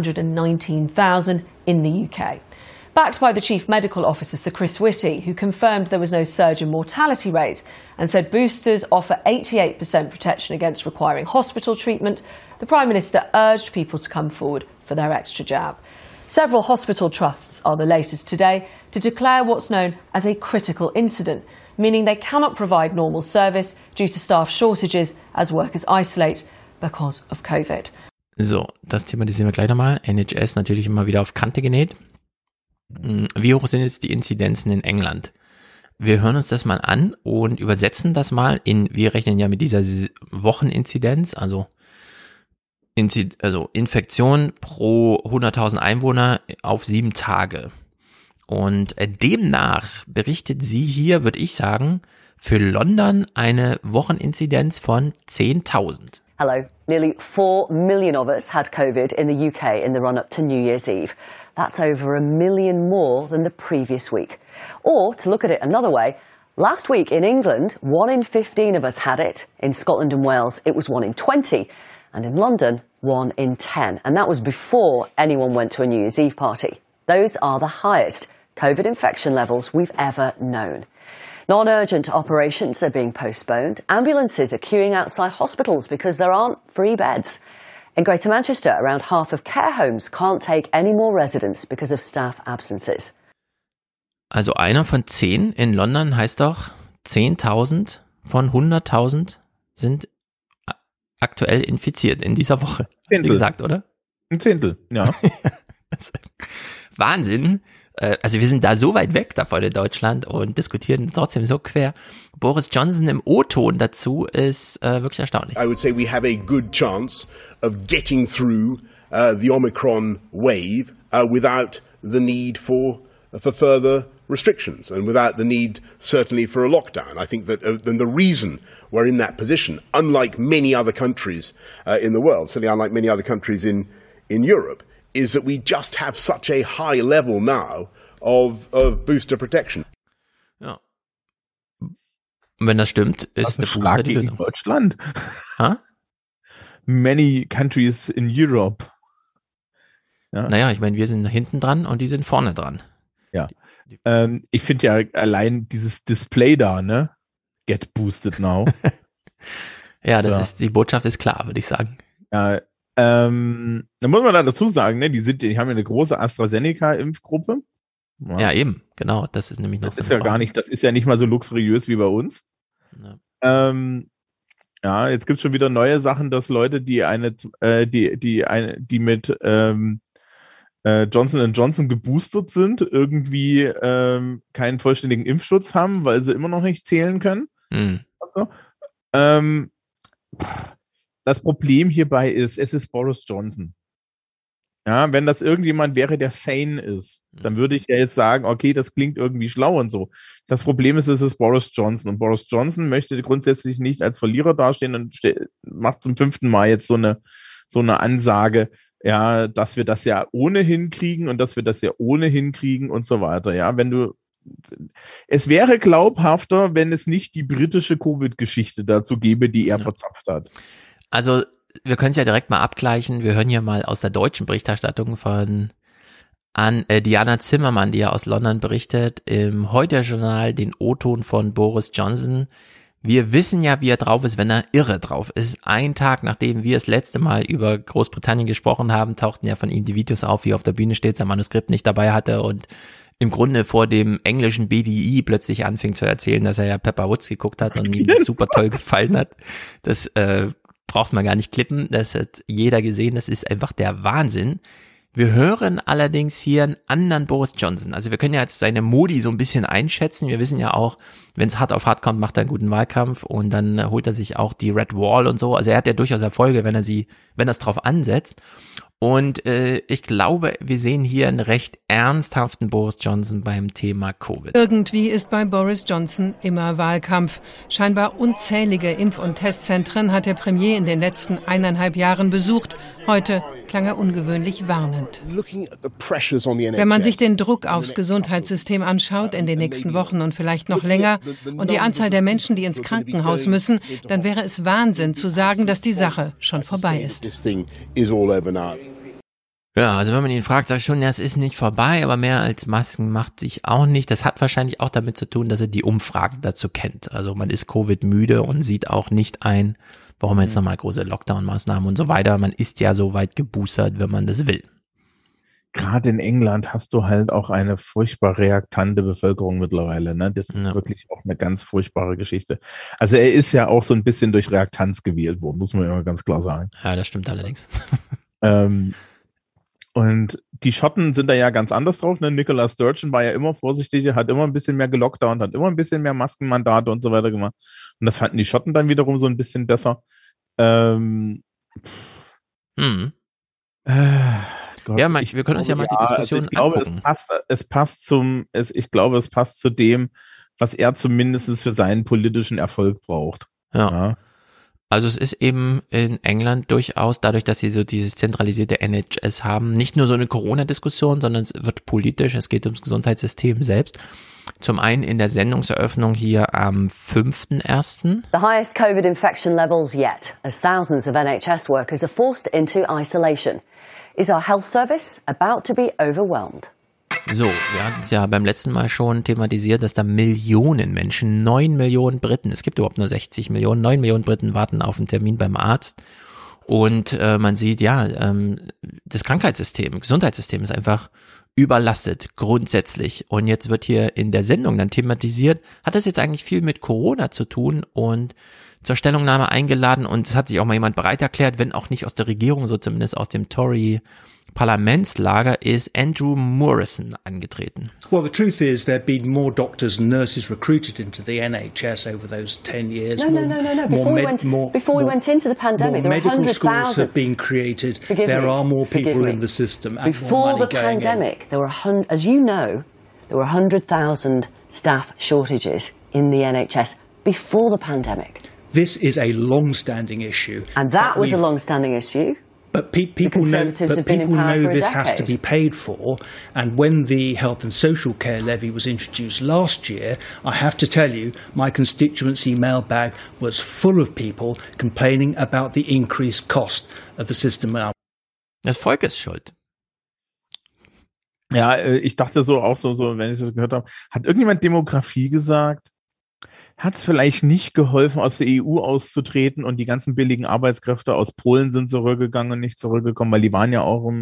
219,000 in the UK. Backed by the Chief Medical Officer, Sir Chris Whitty, who confirmed there was no surge in mortality rates and said boosters offer 88% protection against requiring hospital treatment, the Prime Minister urged people to come forward for their extra jab. Several hospital trusts are the latest today to declare what's known as a critical incident, meaning they cannot provide normal service due to staff shortages as workers isolate because of COVID. So, das thematisieren wir gleich nochmal. NHS natürlich immer wieder auf Kante genäht. Wie hoch sind jetzt die Inzidenzen in England? Wir hören uns das mal an und übersetzen das mal wir rechnen ja mit dieser Wocheninzidenz, also Infektion pro 100.000 Einwohner auf 7 Tage. Und demnach berichtet sie hier, würde ich sagen, für London eine Wocheninzidenz von 10.000. Hello. Nearly 4 million of us had COVID in the UK in the run-up to New Year's Eve. That's over 1 million more than the previous week. Or, to look at it another way, last week in England, 1 in 15 of us had it. In Scotland and Wales, it was 1 in 20. And in London, 1 in 10. And that was before anyone went to a New Year's Eve party. Those are the highest COVID infection levels we've ever known. Non-urgent operations are being postponed. Ambulances are queuing outside hospitals because there aren't free beds. In Greater Manchester, around half of care homes can't take any more residents because of staff absences. Also einer von 10 in London heißt doch 10.000 von 100.000 sind aktuell infiziert in dieser Woche. Hat sie gesagt, oder? Ein Zehntel, ja. Wahnsinn. Also wir sind da so weit weg davon in Deutschland und diskutieren trotzdem so quer. Boris Johnson im O-Ton dazu ist wirklich erstaunlich. I would say we have a good chance of getting through the Omicron wave without the need for further restrictions and without the need certainly for a lockdown. I think that the reason we're in that position, unlike many other countries in the world, certainly unlike many other countries in Europe, is that we just have such a high level now of booster protection. Ja. Wenn das stimmt, ist der Booster die Lösung. Deutschland. Huh? Many countries in Europe. Ja. Naja, ich meine, wir sind hinten dran und die sind vorne dran. Ja. Ich finde ja allein dieses Display da, ne? Get boosted now. Ja, das ist, die Botschaft ist klar, würde ich sagen. Ja, da muss man da dazu sagen, ne? Die haben ja eine große AstraZeneca-Impfgruppe. Ja, eben, genau. Das ist nämlich noch das ist ja gar nicht, das ist ja nicht mal so luxuriös wie bei uns. Ja, jetzt gibt's schon wieder neue Sachen, dass Leute, die mit Johnson & Johnson geboostert sind, irgendwie keinen vollständigen Impfschutz haben, weil sie immer noch nicht zählen können. Also, das Problem hierbei ist, es ist Boris Johnson. Ja, wenn das irgendjemand wäre, der sane ist, dann würde ich ja jetzt sagen, okay, das klingt irgendwie schlau und so. Das Problem ist, es ist Boris Johnson. Und Boris Johnson möchte grundsätzlich nicht als Verlierer dastehen und macht zum 5. Mal jetzt so eine Ansage, ja, dass wir das ja ohnehin kriegen und dass wir das ja ohnehin kriegen und so weiter. Ja, es wäre glaubhafter, wenn es nicht die britische Covid-Geschichte dazu gäbe, die er verzapft hat. Also, wir können es ja direkt mal abgleichen. Wir hören hier mal aus der deutschen Berichterstattung von Diana Zimmermann, die ja aus London berichtet, im Heute-Journal den O-Ton von Boris Johnson. Wir wissen ja, wie er drauf ist, wenn er irre drauf ist. Ein Tag, nachdem wir das letzte Mal über Großbritannien gesprochen haben, tauchten ja von ihm die Videos auf, wie er auf der Bühne steht, sein Manuskript nicht dabei hatte und im Grunde vor dem englischen BDI plötzlich anfing zu erzählen, dass er ja Pepper Woods geguckt hat und ihm super toll gefallen hat. Das braucht man gar nicht klippen, das hat jeder gesehen, das ist einfach der Wahnsinn. Wir hören allerdings hier einen anderen Boris Johnson. Also wir können ja jetzt seine Modi so ein bisschen einschätzen. Wir wissen ja auch, wenn es hart auf hart kommt, macht er einen guten Wahlkampf und dann holt er sich auch die Red Wall und so. Also er hat ja durchaus Erfolge, wenn er es drauf ansetzt. Und ich glaube, wir sehen hier einen recht ernsthaften Boris Johnson beim Thema Covid. Irgendwie ist bei Boris Johnson immer Wahlkampf. Scheinbar unzählige Impf- und Testzentren hat der Premier in den letzten 1,5 Jahren besucht. Heute klang er ungewöhnlich warnend. Wenn man sich den Druck aufs Gesundheitssystem anschaut in den nächsten Wochen und vielleicht noch länger und die Anzahl der Menschen, die ins Krankenhaus müssen, dann wäre es Wahnsinn zu sagen, dass die Sache schon vorbei ist. Ja, also wenn man ihn fragt, sagt schon, ja, es ist nicht vorbei, aber mehr als Masken macht ich auch nicht. Das hat wahrscheinlich auch damit zu tun, dass er die Umfragen dazu kennt. Also man ist Covid-müde und sieht auch nicht ein, warum jetzt nochmal große Lockdown-Maßnahmen und so weiter. Man ist ja so weit geboostert, wenn man das will. Gerade in England hast du halt auch eine furchtbar reaktante Bevölkerung mittlerweile, ne? Das ist wirklich auch eine ganz furchtbare Geschichte. Also er ist ja auch so ein bisschen durch Reaktanz gewählt worden, muss man ja ganz klar sagen. Ja, das stimmt allerdings. Und die Schotten sind da ja ganz anders drauf, ne? Nicola Sturgeon war ja immer vorsichtig, hat immer ein bisschen mehr gelockdownt, hat immer ein bisschen mehr Maskenmandate und so weiter gemacht. Und das fanden die Schotten dann wiederum so ein bisschen besser. Gott, ja, wir können uns ja mal die Diskussion angucken. Ich glaube, es passt zu dem, was er zumindest für seinen politischen Erfolg braucht. Ja. Also es ist eben in England durchaus, dadurch, dass sie so dieses zentralisierte NHS haben, nicht nur so eine Corona-Diskussion, sondern es wird politisch, es geht ums Gesundheitssystem selbst. Zum einen in der Sendungseröffnung hier am 5.1. The highest COVID infection levels yet, as thousands of NHS workers are forced into isolation. Is our health service about to be overwhelmed? So, wir hatten es ja beim letzten Mal schon thematisiert, dass da Millionen Menschen, 9 Millionen Briten, es gibt überhaupt nur 60 Millionen, 9 Millionen Briten warten auf einen Termin beim Arzt. Und man sieht, ja, das Gesundheitssystem ist einfach überlastet, grundsätzlich. Und jetzt wird hier in der Sendung dann thematisiert, hat das jetzt eigentlich viel mit Corona zu tun und zur Stellungnahme eingeladen und es hat sich auch mal jemand bereit erklärt, wenn auch nicht aus der Regierung, so zumindest aus dem Tory Parlamentslager ist Andrew Morrison angetreten. Well, the truth is there have been more doctors and nurses recruited into the NHS over those 10 years. No. Before we went into the pandemic, there were 100,000 schools have been created. There are more people in the system. Before the pandemic, there were, as you know, there were 100,000 staff shortages in the NHS before the pandemic. This is a long-standing issue. And that was a long-standing issue. But people know this has to be paid for, and when the Health and Social Care Levy was introduced last year, I have to tell you, my constituency mailbag was full of people complaining about the increased cost of the system. Das Volk ist schuld. Ja, ich dachte so, wenn ich das gehört habe, hat irgendjemand Demografie gesagt? Hat es vielleicht nicht geholfen, aus der EU auszutreten und die ganzen billigen Arbeitskräfte aus Polen sind zurückgegangen und nicht zurückgekommen, weil die waren ja auch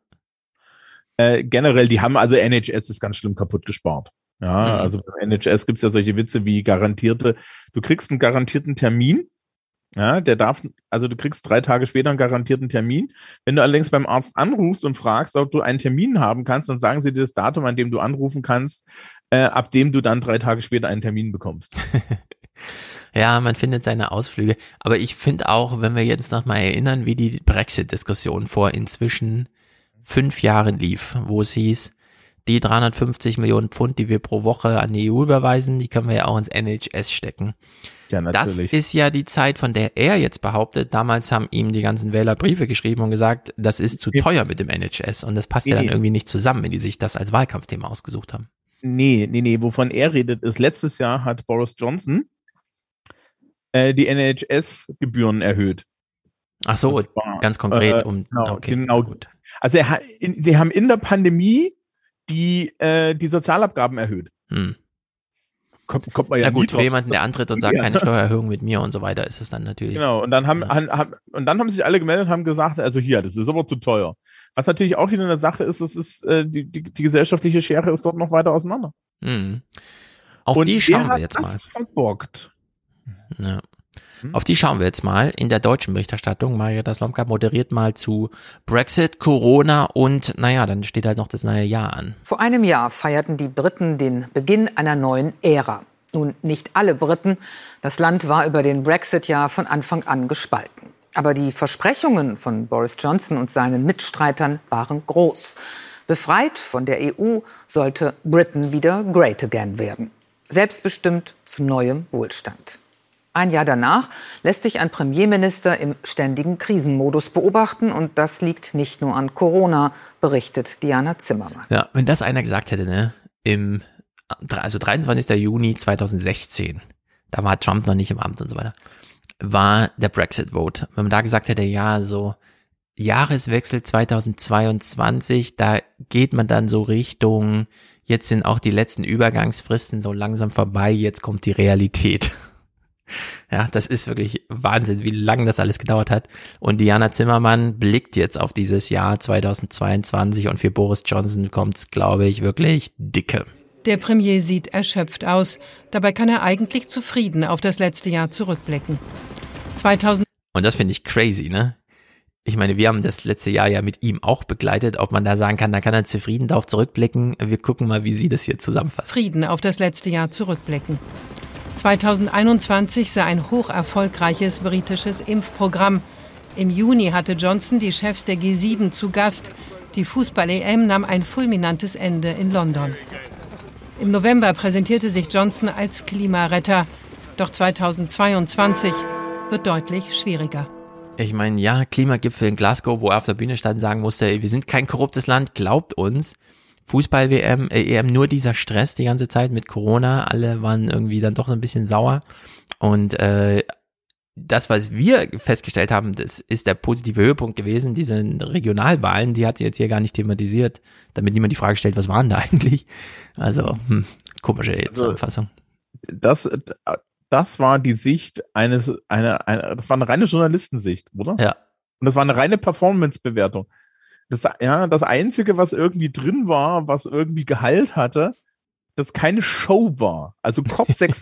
generell, die haben, also NHS ist ganz schlimm kaputt gespart. Ja, also bei NHS gibt's ja solche Witze wie du kriegst einen garantierten Termin, ja, du kriegst 3 Tage später einen garantierten Termin. Wenn du allerdings beim Arzt anrufst und fragst, ob du einen Termin haben kannst, dann sagen sie dir das Datum, an dem du anrufen kannst, ab dem du dann 3 Tage später einen Termin bekommst. Ja, man findet seine Ausflüge. Aber ich finde auch, wenn wir jetzt noch mal erinnern, wie die Brexit-Diskussion vor inzwischen 5 Jahren lief, wo es hieß, die 350 Millionen Pfund, die wir pro Woche an die EU überweisen, die können wir ja auch ins NHS stecken. Ja, natürlich. Das ist ja die Zeit, von der er jetzt behauptet, damals haben ihm die ganzen Wähler Briefe geschrieben und gesagt, das ist zu teuer mit dem NHS und das passt ja dann irgendwie nicht zusammen, wenn die sich das als Wahlkampfthema ausgesucht haben. Nee, wovon er redet ist, letztes Jahr hat Boris Johnson die NHS-Gebühren erhöht. Ach so, ganz konkret. Genau. Gut. Also sie haben in der Pandemie die Sozialabgaben erhöht. Kommt man ja gut, für jemanden, der antritt und sagt, keine Steuererhöhung mit mir und so weiter, ist es dann natürlich. Genau, und dann haben sich alle gemeldet und haben gesagt, also hier, das ist aber zu teuer. Was natürlich auch wieder eine Sache ist, die gesellschaftliche Schere ist dort noch weiter auseinander. Auf die schauen wir jetzt mal. Verbockt. Ja. Auf die schauen wir jetzt mal in der deutschen Berichterstattung. Marietta Slomka moderiert mal zu Brexit, Corona und dann steht halt noch das neue Jahr an. Vor einem Jahr feierten die Briten den Beginn einer neuen Ära. Nun, nicht alle Briten. Das Land war über den Brexit ja von Anfang an gespalten. Aber die Versprechungen von Boris Johnson und seinen Mitstreitern waren groß. Befreit von der EU sollte Britain wieder great again werden. Selbstbestimmt zu neuem Wohlstand. Ein Jahr danach lässt sich ein Premierminister im ständigen Krisenmodus beobachten. Und das liegt nicht nur an Corona, berichtet Diana Zimmermann. Ja, wenn das einer gesagt hätte, ne, 23. Juni 2016, da war Trump noch nicht im Amt und so weiter, war der Brexit-Vote. Wenn man da gesagt hätte, ja, so Jahreswechsel 2022, da geht man dann so Richtung, jetzt sind auch die letzten Übergangsfristen so langsam vorbei, jetzt kommt die Realität. Ja, das ist wirklich Wahnsinn, wie lange das alles gedauert hat. Und Diana Zimmermann blickt jetzt auf dieses Jahr 2022 und für Boris Johnson kommt's, glaube ich, wirklich dicke. Der Premier sieht erschöpft aus. Dabei kann er eigentlich zufrieden auf das letzte Jahr zurückblicken. Und das finde ich crazy, ne? Ich meine, wir haben das letzte Jahr ja mit ihm auch begleitet. Ob man da sagen kann, da kann er zufrieden darauf zurückblicken. Wir gucken mal, wie sie das hier zusammenfasst. Frieden auf das letzte Jahr zurückblicken. 2021 sei ein hocherfolgreiches britisches Impfprogramm. Im Juni hatte Johnson die Chefs der G7 zu Gast. Die Fußball-EM nahm ein fulminantes Ende in London. Im November präsentierte sich Johnson als Klimaretter. Doch 2022 wird deutlich schwieriger. Ich meine, ja, Klimagipfel in Glasgow, wo er auf der Bühne stand und sagen musste, wir sind kein korruptes Land, glaubt uns. Fußball-WM, EM, nur dieser Stress die ganze Zeit mit Corona, alle waren irgendwie dann doch so ein bisschen sauer und das, was wir festgestellt haben, das ist der positive Höhepunkt gewesen, diese Regionalwahlen, die hat sie jetzt hier gar nicht thematisiert, damit niemand die Frage stellt, was waren da eigentlich? Also, komische Zusammenfassung. Das war die Sicht das war eine reine Journalistensicht, oder? Ja. Und das war eine reine Performance-Bewertung. Das Einzige, was irgendwie drin war, was irgendwie Gehalt hatte, das keine Show war. Also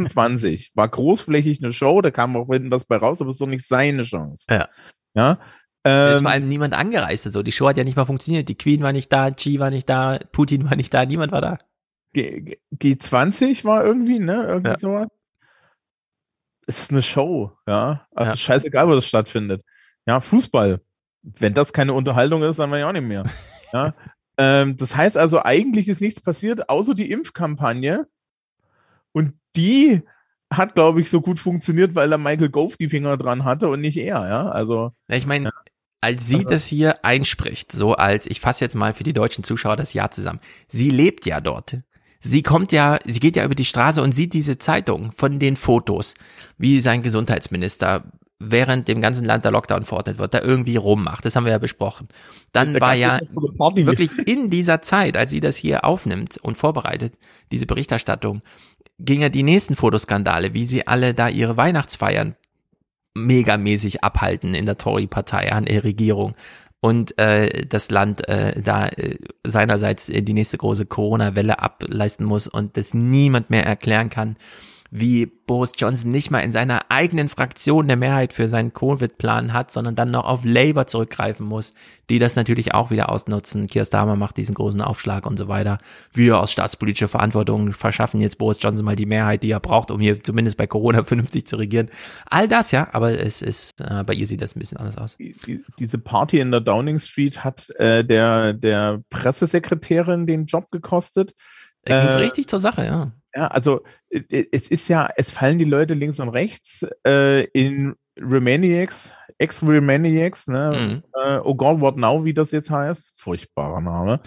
COP26 war großflächig eine Show, da kam auch hinten was bei raus, aber es ist doch nicht seine Chance. Ja. Ja. Ist vor allem niemand angereist. So. Die Show hat ja nicht mal funktioniert. Die Queen war nicht da, Xi war nicht da, Putin war nicht da, niemand war da. G20 war irgendwie, ne? Irgendwie sowas. Es ist eine Show, ja. Also scheißegal, wo das stattfindet. Ja, Fußball. Wenn das keine Unterhaltung ist, dann war ich auch nicht mehr. Ja. Das heißt also, eigentlich ist nichts passiert, außer die Impfkampagne. Und die hat, glaube ich, so gut funktioniert, weil da Michael Gove die Finger dran hatte und nicht er, ja. Also. Ich meine, als sie das hier einspricht, so als, ich fasse jetzt mal für die deutschen Zuschauer das Jahr zusammen. Sie lebt ja dort. Sie geht ja über die Straße und sieht diese Zeitung von den Fotos, wie sein Gesundheitsminister während dem ganzen Land der Lockdown verordnet wird, da irgendwie rummacht. Das haben wir ja besprochen. Dann war ja wirklich in dieser Zeit, als sie das hier aufnimmt und vorbereitet, diese Berichterstattung, ging ja die nächsten Fotoskandale, wie sie alle da ihre Weihnachtsfeiern megamäßig abhalten in der Tory-Partei an der Regierung und das Land seinerseits die nächste große Corona-Welle ableisten muss und das niemand mehr erklären kann, wie Boris Johnson nicht mal in seiner eigenen Fraktion eine Mehrheit für seinen Covid-Plan hat, sondern dann noch auf Labour zurückgreifen muss, die das natürlich auch wieder ausnutzen. Keir Starmer macht diesen großen Aufschlag und so weiter. Wir aus staatspolitischer Verantwortung verschaffen jetzt Boris Johnson mal die Mehrheit, die er braucht, um hier zumindest bei Corona vernünftig zu regieren. All das, ja, aber es ist, bei ihr sieht das ein bisschen anders aus. Diese Party in der Downing Street hat der Pressesekretärin den Job gekostet. Da geht's richtig zur Sache, ja. Ja, also es fallen die Leute links und rechts in Remaniacs, Ex-Remaniacs, ne? Oh God, what now, wie das jetzt heißt. Furchtbarer Name.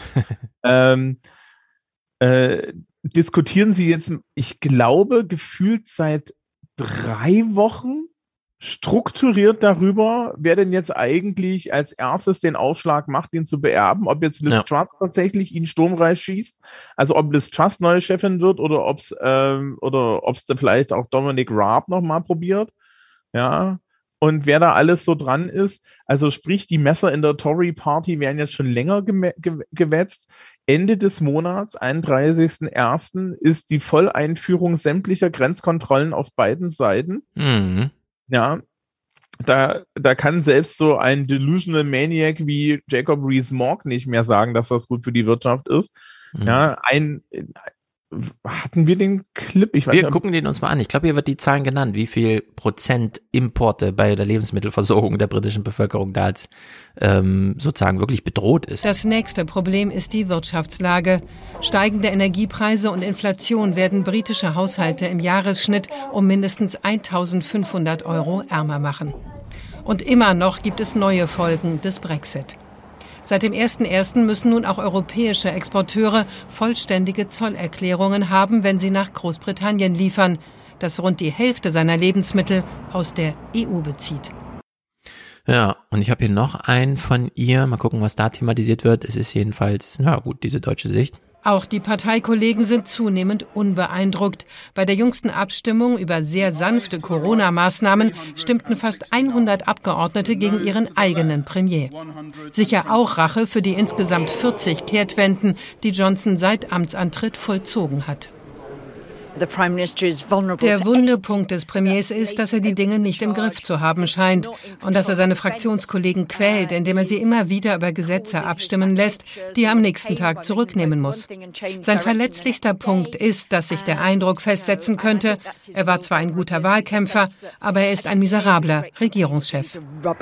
Diskutieren sie jetzt, ich glaube, gefühlt seit 3 Wochen strukturiert darüber, wer denn jetzt eigentlich als erstes den Aufschlag macht, ihn zu beerben, ob jetzt Liz Truss tatsächlich ihn sturmreif schießt, also ob Liz Truss neue Chefin wird oder ob's dann vielleicht auch Dominic Raab nochmal probiert, ja, und wer da alles so dran ist, also sprich, die Messer in der Tory-Party werden jetzt schon länger gewetzt. Ende des Monats, 31.01., ist die Volleinführung sämtlicher Grenzkontrollen auf beiden Seiten. Mhm. Ja, da kann selbst so ein delusional Maniac wie Jacob Rees-Mogg nicht mehr sagen, dass das gut für die Wirtschaft ist. Mhm. Ja, hatten wir den Clip? Wir gucken den uns mal an. Ich glaube, hier wird die Zahlen genannt, wie viel Prozent Importe bei der Lebensmittelversorgung der britischen Bevölkerung da jetzt sozusagen wirklich bedroht ist. Das nächste Problem ist die Wirtschaftslage. Steigende Energiepreise und Inflation werden britische Haushalte im Jahresschnitt um mindestens 1.500 € ärmer machen. Und immer noch gibt es neue Folgen des Brexit. Seit dem 1.1. müssen nun auch europäische Exporteure vollständige Zollerklärungen haben, wenn sie nach Großbritannien liefern, das rund die Hälfte seiner Lebensmittel aus der EU bezieht. Ja, und ich habe hier noch einen von ihr. Mal gucken, was da thematisiert wird. Es ist jedenfalls, na gut, diese deutsche Sicht. Auch die Parteikollegen sind zunehmend unbeeindruckt. Bei der jüngsten Abstimmung über sehr sanfte Corona-Maßnahmen stimmten fast 100 Abgeordnete gegen ihren eigenen Premier. Sicher auch Rache für die insgesamt 40 Kehrtwenden, die Johnson seit Amtsantritt vollzogen hat. Der wunde Punkt des Premiers ist, dass er die Dinge nicht im Griff zu haben scheint und dass er seine Fraktionskollegen quält, indem er sie immer wieder über Gesetze abstimmen lässt, die er am nächsten Tag zurücknehmen muss. Sein verletzlichster Punkt ist, dass sich der Eindruck festsetzen könnte, er war zwar ein guter Wahlkämpfer, aber er ist ein miserabler Regierungschef.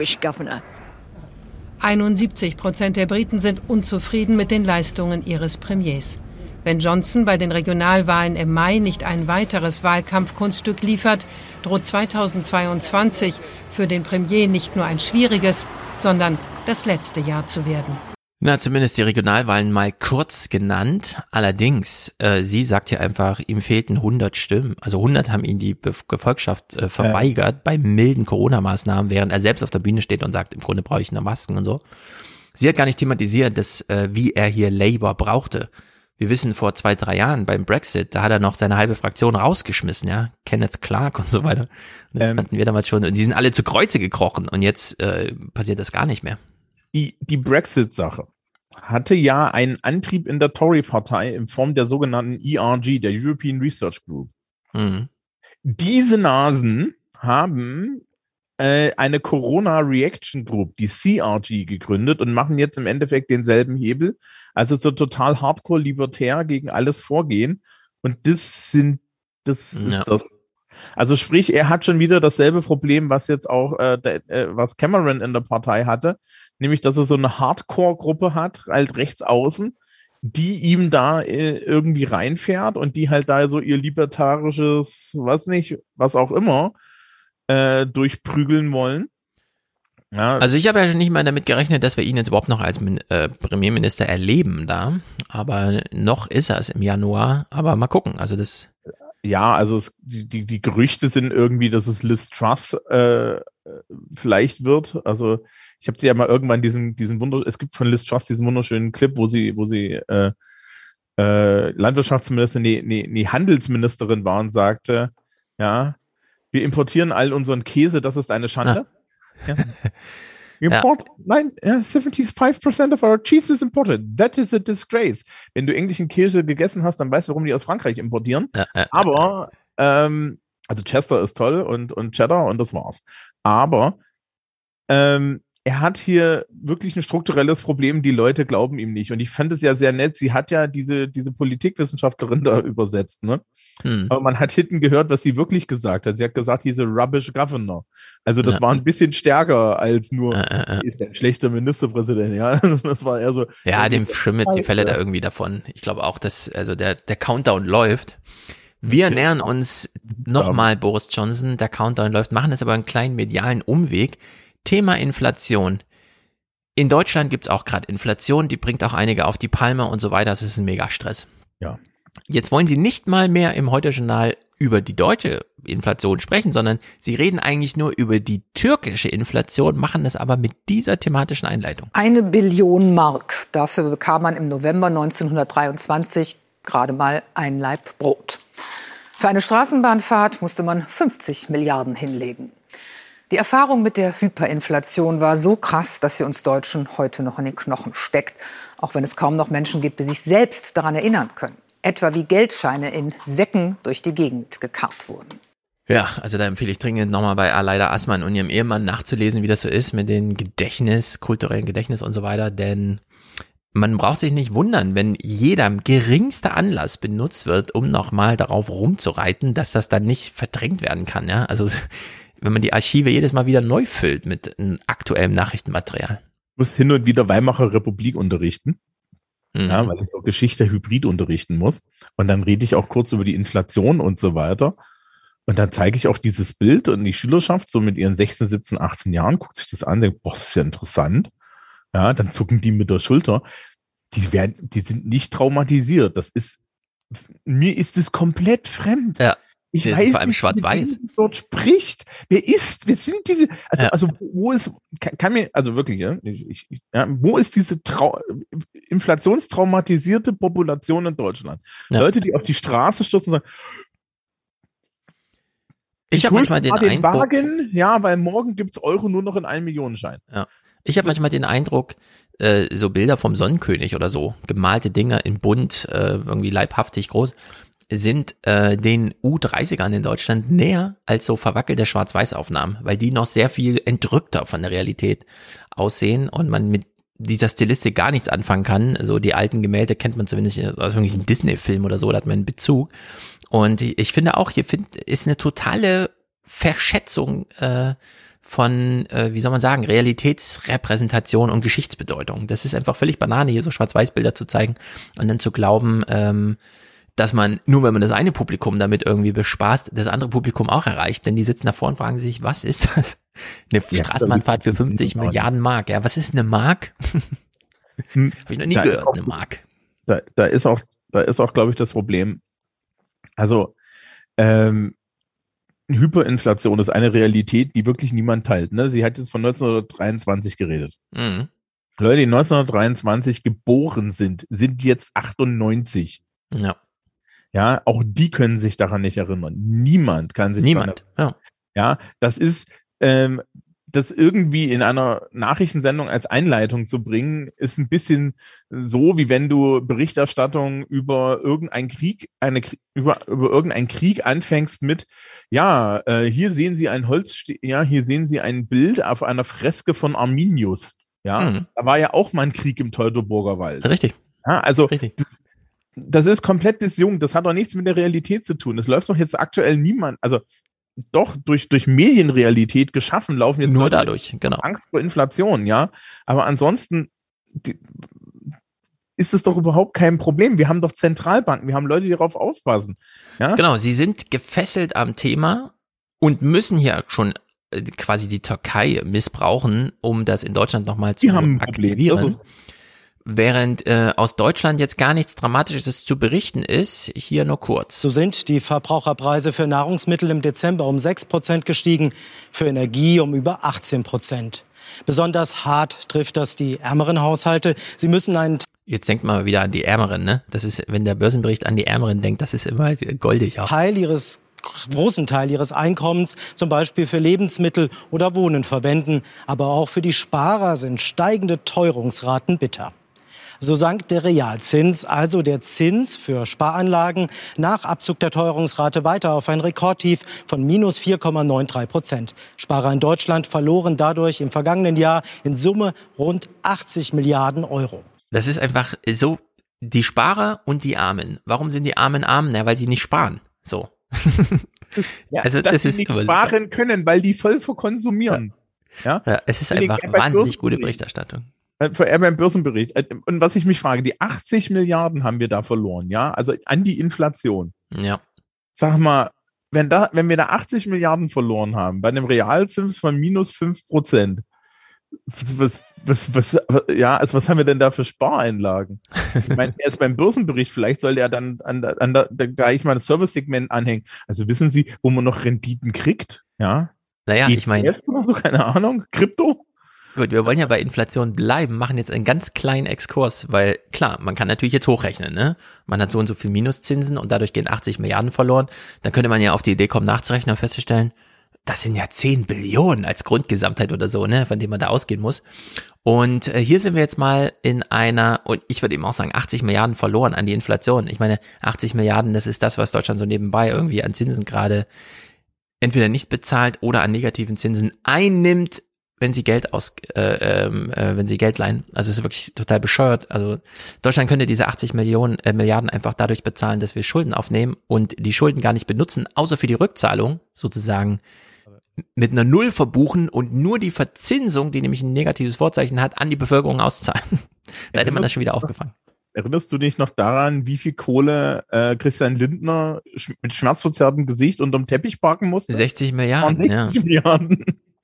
71% der Briten sind unzufrieden mit den Leistungen ihres Premiers. Wenn Johnson bei den Regionalwahlen im Mai nicht ein weiteres Wahlkampfkunststück liefert, droht 2022 für den Premier nicht nur ein schwieriges, sondern das letzte Jahr zu werden. Na, zumindest die Regionalwahlen mal kurz genannt. Allerdings, sie sagt ja einfach, ihm fehlten 100 Stimmen. Also 100 haben ihn die Gefolgschaft verweigert bei milden Corona-Maßnahmen, während er selbst auf der Bühne steht und sagt, im Grunde brauche ich nur Masken und so. Sie hat gar nicht thematisiert, dass, wie er hier Labour brauchte. Wir wissen, vor 2-3 Jahren beim Brexit, da hat er noch seine halbe Fraktion rausgeschmissen, ja, Kenneth Clarke und so weiter. Und das fanden wir damals schon, und die sind alle zu Kreuze gekrochen und jetzt passiert das gar nicht mehr. Die Brexit-Sache hatte ja einen Antrieb in der Tory-Partei in Form der sogenannten ERG, der European Research Group. Mhm. Diese Nasen haben eine Corona Reaction Group, die CRG, gegründet und machen jetzt im Endeffekt denselben Hebel. Also so total hardcore libertär gegen alles vorgehen. Und das ist das. Also sprich, er hat schon wieder dasselbe Problem, was jetzt auch was Cameron in der Partei hatte, nämlich, dass er so eine Hardcore-Gruppe hat, halt rechts außen, die ihm da irgendwie reinfährt und die halt da so ihr libertarisches, was auch immer, durchprügeln wollen. Ja. Also ich habe ja nicht mal damit gerechnet, dass wir ihn jetzt überhaupt noch als Premierminister erleben da, aber noch ist er es im Januar, aber mal gucken, also das... Ja, also die Gerüchte sind irgendwie, dass es Liz Truss vielleicht wird, also ich habe dir ja mal irgendwann es gibt von Liz Truss diesen wunderschönen Clip, wo sie Landwirtschaftsministerin, Handelsministerin war und sagte, ja, wir importieren all unseren Käse, das ist eine Schande. Ja. Import, nein, 75% of our cheese is imported. That is a disgrace. Wenn du englischen Käse gegessen hast, dann weißt du, warum die aus Frankreich importieren. Aber, also Chester ist toll und Cheddar und das war's. Aber er hat hier wirklich ein strukturelles Problem, die Leute glauben ihm nicht. Und ich fand es ja sehr nett, sie hat ja diese Politikwissenschaftlerin da übersetzt, ne? Aber man hat hinten gehört, was sie wirklich gesagt hat. Sie hat gesagt, he's a rubbish governor. Also das war ein bisschen stärker als nur, ist der schlechte Ministerpräsident, ja. Das war eher so. Ja, dem schwimmt die Fälle da irgendwie davon. Ich glaube auch, dass also der Countdown läuft. Wir nähern uns nochmal Boris Johnson, der Countdown läuft, machen es aber einen kleinen medialen Umweg. Thema Inflation. In Deutschland gibt's auch gerade Inflation, die bringt auch einige auf die Palme und so weiter. Das ist ein Megastress. Ja. Jetzt wollen sie nicht mal mehr im Heute-Journal über die deutsche Inflation sprechen, sondern sie reden eigentlich nur über die türkische Inflation, machen das aber mit dieser thematischen Einleitung. 1 Billion Mark. Dafür bekam man im November 1923 gerade mal ein Laib Brot. Für eine Straßenbahnfahrt musste man 50 Milliarden hinlegen. Die Erfahrung mit der Hyperinflation war so krass, dass sie uns Deutschen heute noch in den Knochen steckt. Auch wenn es kaum noch Menschen gibt, die sich selbst daran erinnern können. Etwa wie Geldscheine in Säcken durch die Gegend gekarrt wurden. Ja, also da empfehle ich dringend nochmal bei Aleida Assmann und ihrem Ehemann nachzulesen, wie das so ist mit den kulturellen Gedächtnis und so weiter, denn man braucht sich nicht wundern, wenn jeder geringste Anlass benutzt wird, um nochmal darauf rumzureiten, dass das dann nicht verdrängt werden kann, ja, also wenn man die Archive jedes Mal wieder neu füllt mit aktuellem Nachrichtenmaterial. Ich muss hin und wieder Weimarer Republik unterrichten. Ja, weil ich so Geschichte hybrid unterrichten muss. Und dann rede ich auch kurz über die Inflation und so weiter. Und dann zeige ich auch dieses Bild und die Schülerschaft so mit ihren 16, 17, 18 Jahren guckt sich das an, denkt, boah, das ist ja interessant. Ja, dann zucken die mit der Schulter. Die sind nicht traumatisiert. Mir ist es komplett fremd. Ja. Ich weiß vor allem nicht, schwarz-weiß. Wer dort spricht. Wer sind diese, also wo ist, kann mir, also wirklich, ja, wo ist diese inflationstraumatisierte Population in Deutschland? Ja. Leute, die auf die Straße stürzen und sagen, ich habe manchmal den Eindruck, Wagen, ja, weil morgen gibt's Euro nur noch in 1-Millionen-Schein. Ja. Ich habe manchmal den Eindruck, so Bilder vom Sonnenkönig oder so, gemalte Dinger in bunt, irgendwie leibhaftig groß, sind den U30ern in Deutschland näher als so verwackelte Schwarz-Weiß-Aufnahmen, weil die noch sehr viel entrückter von der Realität aussehen und man mit dieser Stilistik gar nichts anfangen kann. So die alten Gemälde kennt man zumindest aus irgendwelchen Disney-Filmen oder so, da hat man einen Bezug. Und ich finde auch, ist eine totale Verschätzung von, wie soll man sagen, Realitätsrepräsentation und Geschichtsbedeutung. Das ist einfach völlig Banane, hier so Schwarz-Weiß-Bilder zu zeigen und dann zu glauben, dass man, nur wenn man das eine Publikum damit irgendwie bespaßt, das andere Publikum auch erreicht. Denn die sitzen davor und fragen sich, was ist das? Eine Straßenbahnfahrt für 50 Milliarden Mark. Ja, was ist eine Mark? Habe ich noch nie gehört, eine Mark. Da ist auch, glaube ich, das Problem. Also, Hyperinflation ist eine Realität, die wirklich niemand teilt. Ne? Sie hat jetzt von 1923 geredet. Mhm. Leute, die 1923 geboren sind jetzt 98. Ja. Ja, auch die können sich daran nicht erinnern. Niemand kann sich daran erinnern. Ja. Ja, das ist, das irgendwie in einer Nachrichtensendung als Einleitung zu bringen, ist ein bisschen so, wie wenn du Berichterstattung über irgendeinen Krieg, über irgendeinen Krieg anfängst mit, hier sehen Sie hier sehen Sie ein Bild auf einer Freske von Arminius. Ja, da war ja auch mal ein Krieg im Teutoburger Wald. Richtig. Ja, also Richtig. Das ist komplett disjunkt. Das hat doch nichts mit der Realität zu tun. Es läuft doch jetzt aktuell niemand, also doch durch Medienrealität geschaffen, laufen jetzt nur dadurch, genau. Angst vor Inflation, ja. Aber ansonsten ist es doch überhaupt kein Problem. Wir haben doch Zentralbanken, wir haben Leute, die darauf aufpassen. Ja? Genau, sie sind gefesselt am Thema und müssen hier schon quasi die Türkei missbrauchen, um das in Deutschland nochmal zu aktivieren. Während aus Deutschland jetzt gar nichts Dramatisches zu berichten ist, hier nur kurz. So sind die Verbraucherpreise für Nahrungsmittel im Dezember um 6% gestiegen, für Energie um über 18%. Besonders hart trifft das die ärmeren Haushalte. Sie müssen einen... Jetzt denkt man mal wieder an die Ärmeren, ne? Das ist, wenn der Börsenbericht an die Ärmeren denkt, das ist immer goldig auch. Großen Teil ihres Einkommens zum Beispiel für Lebensmittel oder Wohnen verwenden. Aber auch für die Sparer sind steigende Teuerungsraten bitter. So sank der Realzins, also der Zins für Sparanlagen, nach Abzug der Teuerungsrate weiter auf ein Rekordtief von minus 4,93%. Sparer in Deutschland verloren dadurch im vergangenen Jahr in Summe rund 80 Milliarden Euro. Das ist einfach so, die Sparer und die Armen. Warum sind die Armen arm? Na, weil sie nicht sparen. So. Ja, also das ist nicht sparen können, weil die voll verkonsumieren. Ja, es ist einfach wahnsinnig gute Berichterstattung. Beim Börsenbericht. Und was ich mich frage, die 80 Milliarden haben wir da verloren, ja? Also an die Inflation. Ja. Sag mal, wenn wir da 80 Milliarden verloren haben, bei einem Realzins von minus 5%, was haben wir denn da für Spareinlagen? Ich meine, erst beim Börsenbericht, vielleicht soll der dann gleich mal das Service-Segment anhängen. Also wissen Sie, wo man noch Renditen kriegt? Ja. Naja, ich meine. Jetzt oder so, keine Ahnung, Krypto? Gut, wir wollen ja bei Inflation bleiben, machen jetzt einen ganz kleinen Exkurs, weil klar, man kann natürlich jetzt hochrechnen, ne? Man hat so und so viel Minuszinsen und dadurch gehen 80 Milliarden verloren. Dann könnte man ja auf die Idee kommen, nachzurechnen und festzustellen, das sind ja 10 Billionen als Grundgesamtheit oder so, ne, von dem man da ausgehen muss. Und hier sind wir jetzt mal in einer, und ich würde eben auch sagen, 80 Milliarden verloren an die Inflation. Ich meine, 80 Milliarden, das ist das, was Deutschland so nebenbei irgendwie an Zinsen gerade entweder nicht bezahlt oder an negativen Zinsen einnimmt, wenn sie Geld leihen. Also es ist wirklich total bescheuert. Also Deutschland könnte diese 80 Milliarden einfach dadurch bezahlen, dass wir Schulden aufnehmen und die Schulden gar nicht benutzen, außer für die Rückzahlung sozusagen mit einer Null verbuchen und nur die Verzinsung, die nämlich ein negatives Vorzeichen hat, an die Bevölkerung auszahlen. Da hätte man das schon wieder aufgefangen. Erinnerst du dich noch daran, wie viel Kohle Christian Lindner mit schmerzverzerrtem Gesicht unterm Teppich parken musste? 60 Milliarden. 60 Milliarden.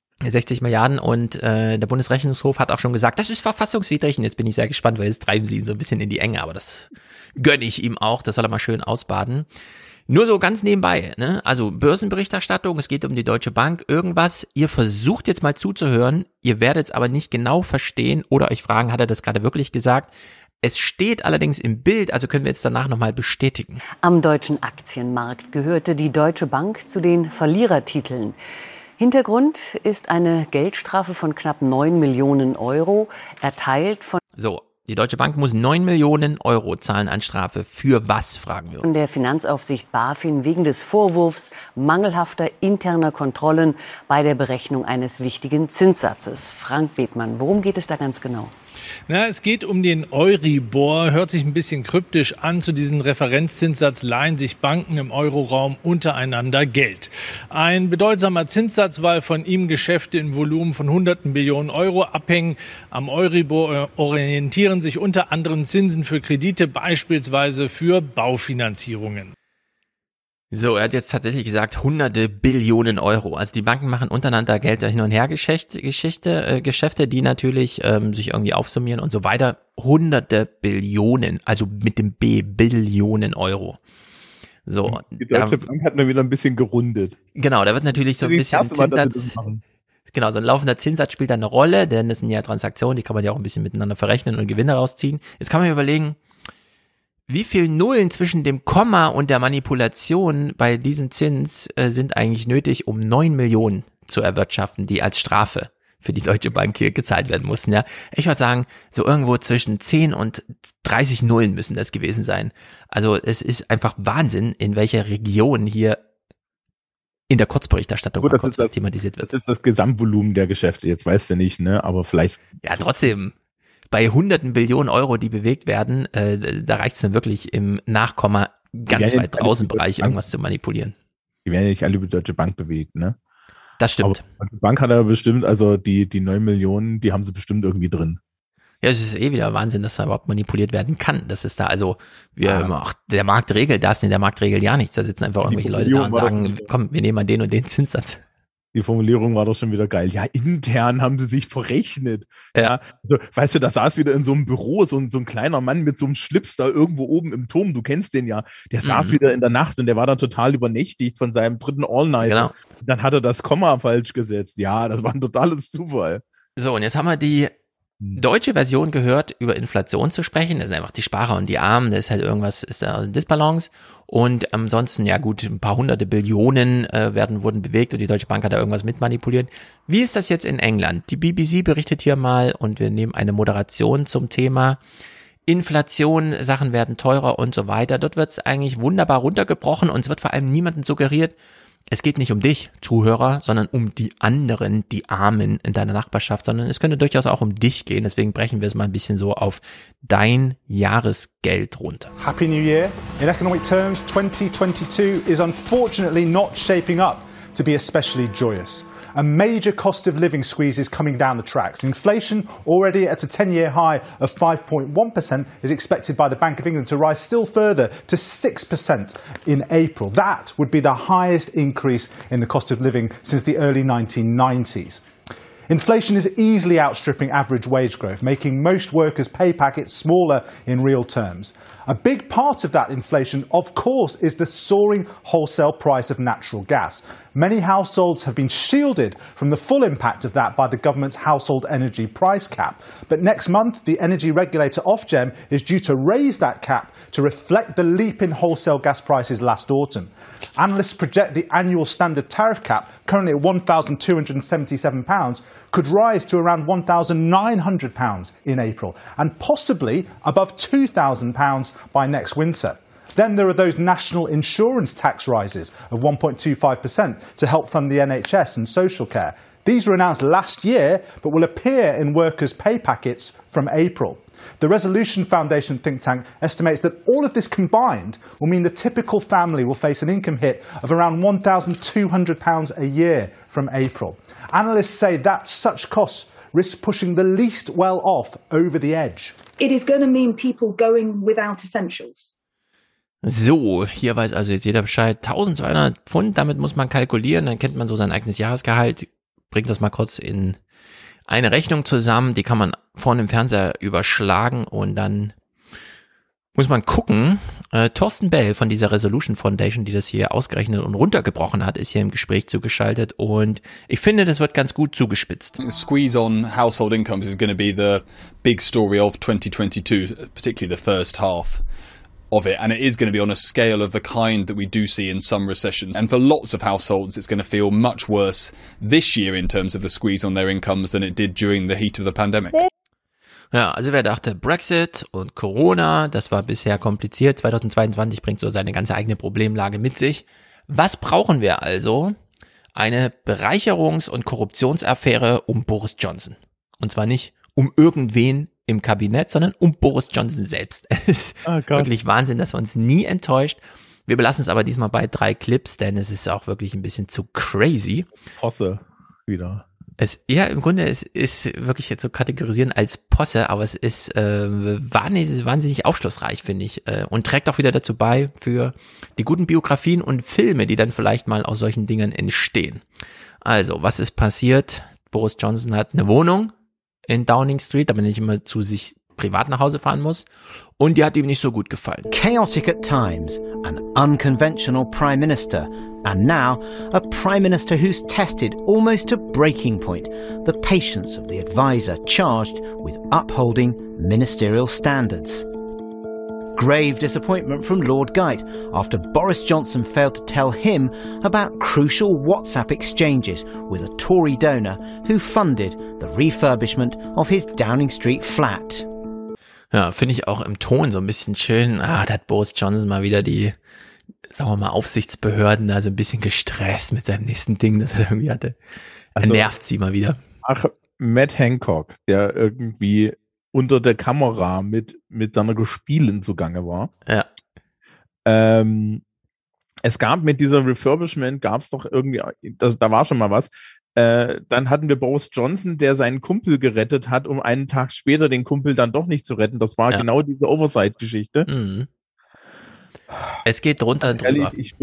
60 Milliarden und der Bundesrechnungshof hat auch schon gesagt, das ist verfassungswidrig und jetzt bin ich sehr gespannt, weil jetzt treiben sie ihn so ein bisschen in die Enge, aber das gönne ich ihm auch, das soll er mal schön ausbaden. Nur so ganz nebenbei, ne? Also Börsenberichterstattung, es geht um die Deutsche Bank, irgendwas, ihr versucht jetzt mal zuzuhören, ihr werdet es aber nicht genau verstehen oder euch fragen, hat er das gerade wirklich gesagt? Es steht allerdings im Bild, also können wir jetzt danach nochmal bestätigen. Am deutschen Aktienmarkt gehörte die Deutsche Bank zu den Verlierertiteln. Hintergrund ist eine Geldstrafe von knapp 9 Millionen Euro, erteilt von... So, die Deutsche Bank muss 9 Millionen Euro zahlen an Strafe. Für was, fragen wir uns. Von der Finanzaufsicht BaFin wegen des Vorwurfs mangelhafter interner Kontrollen bei der Berechnung eines wichtigen Zinssatzes. Frank Bethmann, worum geht es da ganz genau? Na, es geht um den Euribor, hört sich ein bisschen kryptisch an. Zu diesem Referenzzinssatz leihen sich Banken im Euroraum untereinander Geld. Ein bedeutsamer Zinssatz, weil von ihm Geschäfte in Volumen von hunderten Billionen Euro abhängen. Am Euribor orientieren sich unter anderem Zinsen für Kredite, beispielsweise für Baufinanzierungen. So, er hat jetzt tatsächlich gesagt, hunderte Billionen Euro. Also die Banken machen untereinander Geld hin und her Geschäfte, die natürlich sich irgendwie aufsummieren und so weiter. Hunderte Billionen, also mit dem B, Billionen Euro. So. Die Deutsche Bank hat mir wieder ein bisschen gerundet. Genau, da wird natürlich so ein bisschen Zinssatz. Genau, so ein laufender Zinssatz spielt da eine Rolle, denn das sind ja Transaktionen, die kann man ja auch ein bisschen miteinander verrechnen und Gewinne rausziehen. Jetzt kann man überlegen, wie viel Nullen zwischen dem Komma und der Manipulation bei diesem Zins sind eigentlich nötig, um 9 Millionen zu erwirtschaften, die als Strafe für die Deutsche Bank hier gezahlt werden mussten, ja. Ich würde sagen, so irgendwo zwischen 10 und 30 Nullen müssen das gewesen sein. Also es ist einfach Wahnsinn, in welcher Region hier in der Kurzberichterstattung gut, das thematisiert wird. Das ist das Gesamtvolumen der Geschäfte, jetzt weißt du nicht, ne, aber vielleicht. Ja, trotzdem, bei hunderten Billionen Euro, die bewegt werden, da reicht es dann wirklich im Nachkomma ganz weit draußen Bereich irgendwas zu manipulieren. Die werden ja nicht alle über die Deutsche Bank bewegt, ne? Das stimmt. Aber die Bank hat ja bestimmt, also die 9 Millionen, die haben sie bestimmt irgendwie drin. Ja, es ist wieder Wahnsinn, dass da überhaupt manipuliert werden kann. Das ist da, also, der Markt regelt das, der Markt regelt ja nichts. Da sitzen einfach irgendwelche Leute da und sagen, komm, wir nehmen an den und den Zinssatz. Die Formulierung war doch schon wieder geil. Ja, intern haben sie sich verrechnet. Ja. Also, weißt du, da saß wieder in so einem Büro so ein kleiner Mann mit so einem Schlips da irgendwo oben im Turm. Du kennst den ja. Der saß wieder in der Nacht und der war dann total übernächtigt von seinem dritten All-Night. Genau. Dann hat er das Komma falsch gesetzt. Ja, das war ein totales Zufall. So, und jetzt haben wir die deutsche Version gehört, über Inflation zu sprechen. Das sind einfach die Sparer und die Armen. Das ist halt irgendwas, ist da eine Disbalance. Und ansonsten, ja gut, ein paar hunderte Billionen wurden bewegt und die Deutsche Bank hat da irgendwas mitmanipuliert. Wie ist das jetzt in England? Die BBC berichtet hier mal und wir nehmen eine Moderation zum Thema Inflation, Sachen werden teurer und so weiter. Dort wird es eigentlich wunderbar runtergebrochen und es wird vor allem niemandem suggeriert, es geht nicht um dich, Zuhörer, sondern um die anderen, die Armen in deiner Nachbarschaft, sondern es könnte durchaus auch um dich gehen. Deswegen brechen wir es mal ein bisschen so auf dein Jahresgeld runter. Happy New Year. In economic terms, 2022 is unfortunately not shaping up to be especially joyous. A major cost of living squeeze is coming down the tracks. Inflation, already at a 10-year high of 5.1%, is expected by the Bank of England to rise still further to 6% in April. That would be the highest increase in the cost of living since the early 1990s. Inflation is easily outstripping average wage growth, making most workers' pay packets smaller in real terms. A big part of that inflation, of course, is the soaring wholesale price of natural gas. Many households have been shielded from the full impact of that by the government's household energy price cap. But next month, the energy regulator Ofgem is due to raise that cap to reflect the leap in wholesale gas prices last autumn. Analysts project the annual standard tariff cap, currently at £1,277, could rise to around £1,900 in April, and possibly above £2,000 by next winter. Then there are those national insurance tax rises of 1.25% to help fund the NHS and social care. These were announced last year, but will appear in workers' pay packets from April. The Resolution Foundation think tank estimates that all of this combined will mean the typical family will face an income hit of around £1,200 a year from April. Analysts say that such costs risk pushing the least well off over the edge. It is going to mean people going without essentials. So, hier weiß also jetzt jeder Bescheid. 1200 Pfund, damit muss man kalkulieren, dann kennt man so sein eigenes Jahresgehalt. Bringt das mal kurz in eine Rechnung zusammen, die kann man vor dem Fernseher überschlagen und dann muss man gucken. Thorsten Bell von dieser Resolution Foundation, die das hier ausgerechnet und runtergebrochen hat, ist hier im Gespräch zugeschaltet und ich finde, das wird ganz gut zugespitzt. The squeeze on household incomes is going to be the big story of 2022, particularly the first half of it, and it is going to be on a scale of the kind that we do see in some recessions, and for lots of households it's going to feel much worse this year in terms of the squeeze on their incomes than it did during the heat of the pandemic. Ja, also wer dachte Brexit und Corona, das war bisher kompliziert, 2022 bringt so seine ganze eigene Problemlage mit sich. Was brauchen wir also? Eine Bereicherungs- und Korruptionsaffäre um Boris Johnson. Und zwar nicht um irgendwen im Kabinett, sondern um Boris Johnson selbst. Es ist wirklich Wahnsinn, dass wir uns nie enttäuscht. Wir belassen es aber diesmal bei 3 Clips, denn es ist auch wirklich ein bisschen zu crazy. Posse wieder. Im Grunde ist wirklich jetzt zu kategorisieren als Posse, aber es ist wahnsinnig aufschlussreich, finde ich, und trägt auch wieder dazu bei für die guten Biografien und Filme, die dann vielleicht mal aus solchen Dingen entstehen. Also, was ist passiert? Boris Johnson hat eine Wohnung in Downing Street, damit er nicht immer zu sich privat nach Hause fahren muss. Und die hat ihm nicht so gut gefallen. Chaotic at times, an unconventional prime minister, and now a prime minister who's tested almost to breaking point the patience of the advisor charged with upholding ministerial standards. grave disappointment from Lord Geidt after Boris Johnson failed to tell him about crucial WhatsApp exchanges with a Tory donor who funded the refurbishment of his Downing Street flat. Ja, finde ich auch im Ton so ein bisschen schön. Da hat Boris Johnson mal wieder die, sagen wir mal, Aufsichtsbehörden da so ein bisschen gestresst mit seinem nächsten Ding, das er irgendwie hatte. Er nervt sie mal wieder. Ach, Matt Hancock, der irgendwie unter der Kamera mit seiner Gespielin zugange war. Ja. Es gab mit dieser Refurbishment, gab es doch irgendwie, da war schon mal was. Dann hatten wir Boris Johnson, der seinen Kumpel gerettet hat, um einen Tag später den Kumpel dann doch nicht zu retten. Das war genau diese Oversight-Geschichte. Mhm. Es geht drunter und drüber. Ich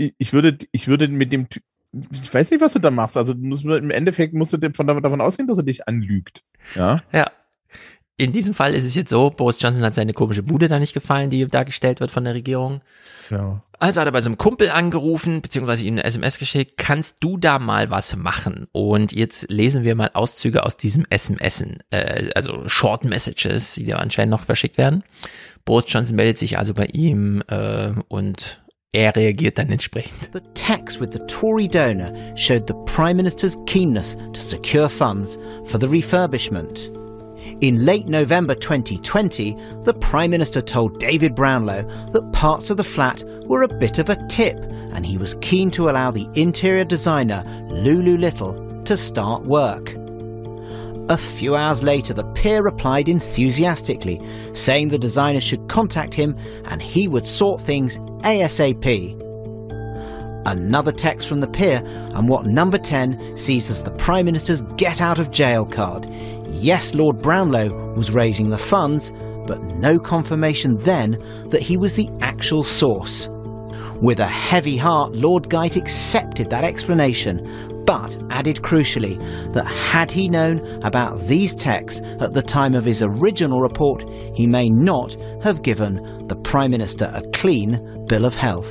würde mit dem, ich weiß nicht, was du da machst. Also im Endeffekt musst du davon ausgehen, dass er dich anlügt. Ja. Ja. In diesem Fall ist es jetzt so, Boris Johnson hat seine komische Bude da nicht gefallen, die dargestellt wird von der Regierung. Ja. Also hat er bei seinem Kumpel angerufen, beziehungsweise ihm eine SMS geschickt, kannst du da mal was machen? Und jetzt lesen wir mal Auszüge aus diesem SMSen, also Short Messages, die da anscheinend noch verschickt werden. Boris Johnson meldet sich also bei ihm und er reagiert dann entsprechend. The text with the Tory donor showed the Prime Minister's keenness to secure funds for the refurbishment. In late November 2020, the Prime Minister told David Brownlow that parts of the flat were a bit of a tip and he was keen to allow the interior designer Lulu Little to start work. A few hours later, the peer replied enthusiastically, saying the designer should contact him and he would sort things ASAP. Another text from the peer and what Number 10 sees as the Prime Minister's get-out-of-jail card. Yes, Lord Brownlow was raising the funds, but no confirmation then that he was the actual source. With a heavy heart, Lord Geidt accepted that explanation, but added crucially that had he known about these texts at the time of his original report, he may not have given the Prime Minister a clean bill of health.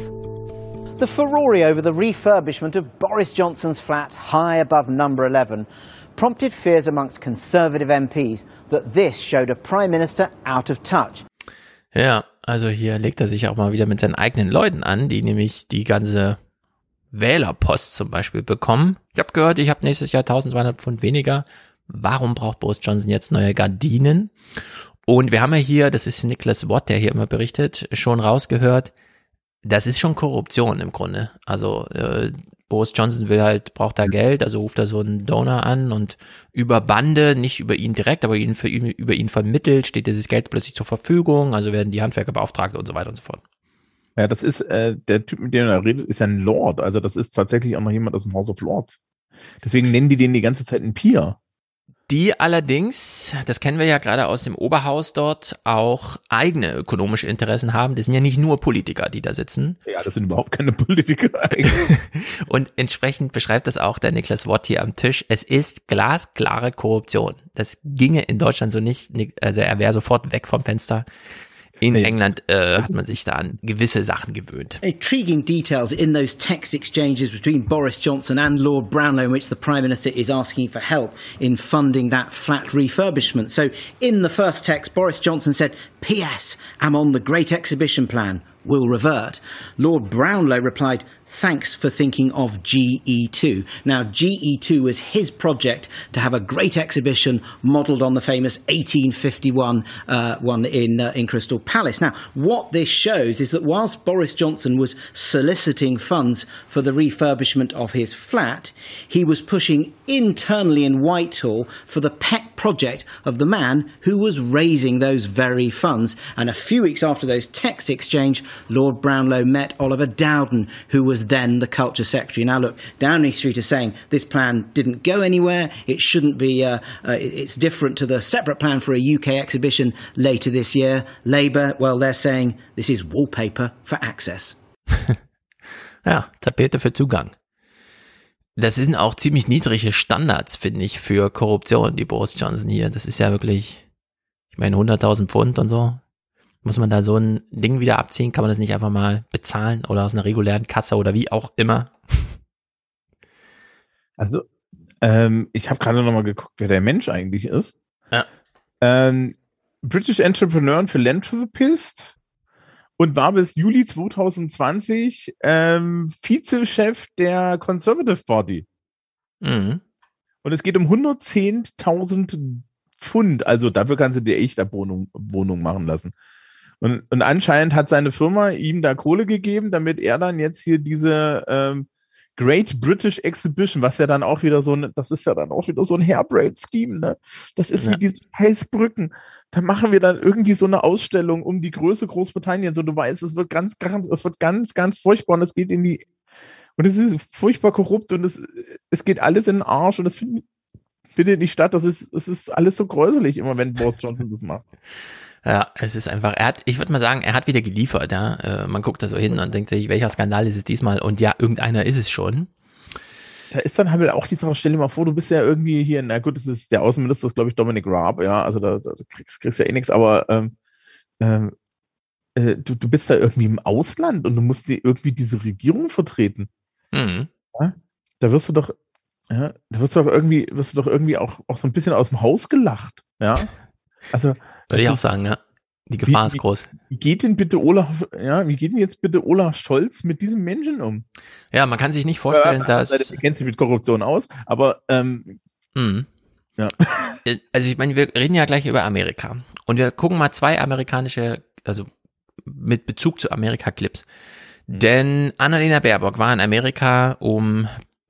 The furore over the refurbishment of Boris Johnson's flat high above Number 11 prompted fears amongst Conservative MPs that this showed a Prime Minister out of touch. Ja, also hier legt er sich auch mal wieder mit seinen eigenen Leuten an, die nämlich die ganze Wählerpost zum Beispiel bekommen. Ich habe gehört, ich habe nächstes Jahr 1200 Pfund weniger. Warum braucht Boris Johnson jetzt neue Gardinen? Und wir haben ja hier, das ist Nicholas Watt, der hier immer berichtet, schon rausgehört, das ist schon Korruption im Grunde. Also Boris Johnson braucht da Geld, also ruft er so einen Donor an und über Bande, nicht über ihn direkt, aber über ihn vermittelt, steht dieses Geld plötzlich zur Verfügung, also werden die Handwerker beauftragt und so weiter und so fort. Ja, das ist, der Typ, mit dem er redet, ist ein Lord, also das ist tatsächlich auch noch jemand aus dem House of Lords. Deswegen nennen die den die ganze Zeit einen Peer. Die allerdings, das kennen wir ja gerade aus dem Oberhaus dort, auch eigene ökonomische Interessen haben. Das sind ja nicht nur Politiker, die da sitzen. Ja, das sind überhaupt keine Politiker eigentlich. Und entsprechend beschreibt das auch der Nicholas Watt hier am Tisch. Es ist glasklare Korruption. Das ginge in Deutschland so nicht. Also er wäre sofort weg vom Fenster. In England hat man sich da an gewisse Sachen gewöhnt. Intriguing details in those text exchanges between Boris Johnson and Lord Brownlow in which the Prime Minister is asking for help in funding that flat refurbishment. So in the first text, Boris Johnson said, P.S. am on the Great Exhibition plan. Will revert. Lord Brownlow replied, thanks for thinking of GE2. Now, GE2 was his project to have a great exhibition modelled on the famous 1851 one in Crystal Palace. Now, what this shows is that whilst Boris Johnson was soliciting funds for the refurbishment of his flat, he was pushing internally in Whitehall for the pet project of the man who was raising those very funds. And a few weeks after those text exchange, Lord Brownlow met Oliver Dowden, who was then the Culture Secretary. Now look, Downing Street is saying this plan didn't go anywhere. It shouldn't be, it's different to the separate plan for a UK exhibition later this year. Labour, well, they're saying this is wallpaper for access. Ja, Tapete für Zugang. Das sind auch ziemlich niedrige Standards, finde ich, für Korruption, die Boris Johnson hier. Das ist ja wirklich, ich meine, 100.000 Pfund und so. Muss man da so ein Ding wieder abziehen? Kann man das nicht einfach mal bezahlen oder aus einer regulären Kasse oder wie auch immer? Also, ich habe gerade nochmal geguckt, wer der Mensch eigentlich ist. Ja. British Entrepreneur and Philanthropist, und war bis Juli 2020 Vizechef der Conservative Party. Mhm. Und es geht um 110.000 Pfund. Also dafür kannst du dir echt eine Wohnung machen lassen. Und anscheinend hat seine Firma ihm da Kohle gegeben, damit er dann jetzt hier diese Great British Exhibition, was ja dann auch wieder das ist ja dann auch wieder so ein Hairbraid-Scheme, ne? Das ist wie diese Heißbrücken. Da machen wir dann irgendwie so eine Ausstellung um die Größe Großbritanniens und du weißt, es wird ganz, ganz furchtbar und es geht und es ist furchtbar korrupt und es geht alles in den Arsch und es findet nicht statt. Es ist alles so gräuselig immer, wenn Boris Johnson das macht. Ja, es ist einfach, ich würde mal sagen, er hat wieder geliefert, ja. Man guckt da so hin und denkt sich, welcher Skandal ist es diesmal? Und ja, irgendeiner ist es schon. Da ist dann halt auch die Sache, stell dir mal vor, du bist ja irgendwie hier, na gut, das ist der Außenminister, ist glaube ich Dominic Raab, ja, also da kriegst ja eh nichts, aber du bist da irgendwie im Ausland und du musst irgendwie diese Regierung vertreten. Mhm. Ja? Da wirst du doch irgendwie auch so ein bisschen aus dem Haus gelacht, ja. Also würde ich auch sagen, ja. Die Gefahr ist groß. Wie geht denn jetzt bitte Olaf Scholz mit diesem Menschen um? Ja, man kann sich nicht vorstellen, dass... Er kennt sich mit Korruption aus, aber ja. Also ich meine, wir reden ja gleich über Amerika. Und wir gucken mal 2 amerikanische, also mit Bezug zu Amerika-Clips. Denn Annalena Baerbock war in Amerika, um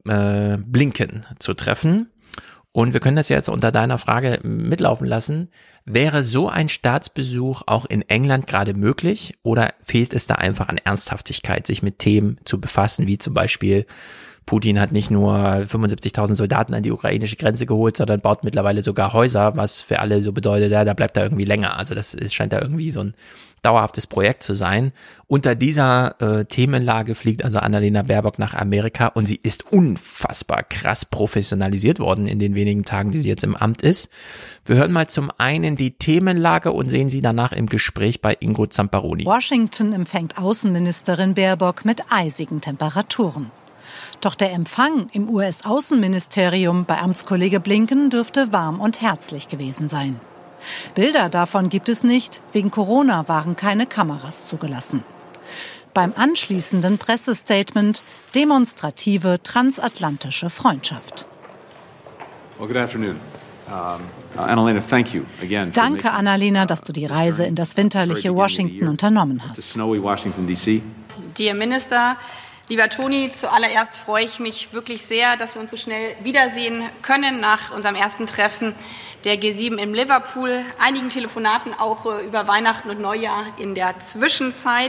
Blinken zu treffen. Und wir können das jetzt unter deiner Frage mitlaufen lassen. Wäre so ein Staatsbesuch auch in England gerade möglich oder fehlt es da einfach an Ernsthaftigkeit, sich mit Themen zu befassen, wie zum Beispiel Putin hat nicht nur 75.000 Soldaten an die ukrainische Grenze geholt, sondern baut mittlerweile sogar Häuser, was für alle so bedeutet, ja, da bleibt er irgendwie länger. Also scheint da irgendwie so ein dauerhaftes Projekt zu sein. Unter dieser Themenlage fliegt also Annalena Baerbock nach Amerika und sie ist unfassbar krass professionalisiert worden in den wenigen Tagen, die sie jetzt im Amt ist. Wir hören mal zum einen die Themenlage und sehen sie danach im Gespräch bei Ingo Zamparoni. Washington empfängt Außenministerin Baerbock mit eisigen Temperaturen. Doch der Empfang im US-Außenministerium bei Amtskollege Blinken dürfte warm und herzlich gewesen sein. Bilder davon gibt es nicht, wegen Corona waren keine Kameras zugelassen. Beim anschließenden Pressestatement demonstrative transatlantische Freundschaft. Well, good afternoon. Annalena, thank you again. Danke, Annalena, dass du die Reise in das winterliche Washington unternommen hast. Snowy Washington, D.C. Dear Minister, lieber Toni, zuallererst freue ich mich wirklich sehr, dass wir uns so schnell wiedersehen können nach unserem ersten Treffen der G7 in Liverpool. Einigen Telefonaten auch über Weihnachten und Neujahr in der Zwischenzeit.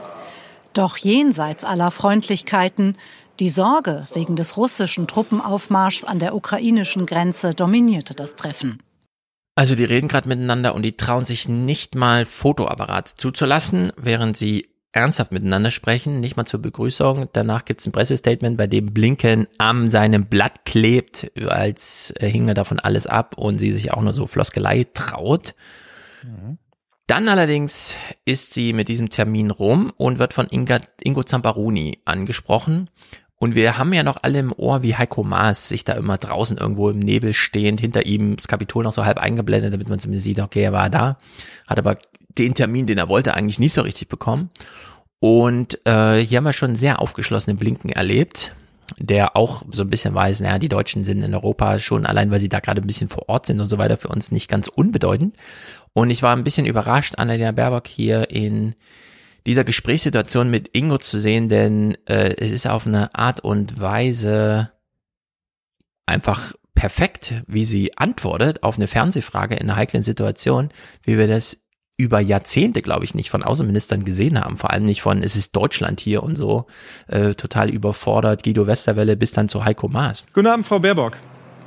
Doch jenseits aller Freundlichkeiten, die Sorge wegen des russischen Truppenaufmarschs an der ukrainischen Grenze dominierte das Treffen. Also die reden gerade miteinander und die trauen sich nicht mal Fotoapparat zuzulassen, während sie ernsthaft miteinander sprechen, nicht mal zur Begrüßung. Danach gibt's ein Pressestatement, bei dem Blinken an seinem Blatt klebt, als hinge davon alles ab und sie sich auch nur so Floskelei traut. Mhm. Dann allerdings ist sie mit diesem Termin rum und wird von Ingo Zamparoni angesprochen. Und wir haben ja noch alle im Ohr, wie Heiko Maas sich da immer draußen irgendwo im Nebel stehend, hinter ihm das Kapitol noch so halb eingeblendet, damit man zumindest sieht, okay, er war da, hat aber den Termin, den er wollte, eigentlich nicht so richtig bekommen. Und hier haben wir schon einen sehr aufgeschlossenen Blinken erlebt, der auch so ein bisschen weiß, naja, die Deutschen sind in Europa schon, allein weil sie da gerade ein bisschen vor Ort sind und so weiter, für uns nicht ganz unbedeutend. Und ich war ein bisschen überrascht, Annalena Baerbock hier in dieser Gesprächssituation mit Ingo zu sehen, denn es ist auf eine Art und Weise einfach perfekt, wie sie antwortet auf eine Fernsehfrage in einer heiklen Situation, wie wir das über Jahrzehnte, glaube ich, nicht von Außenministern gesehen haben. Vor allem nicht von, es ist Deutschland hier und so, total überfordert, Guido Westerwelle bis dann zu Heiko Maas. Guten Abend, Frau Baerbock.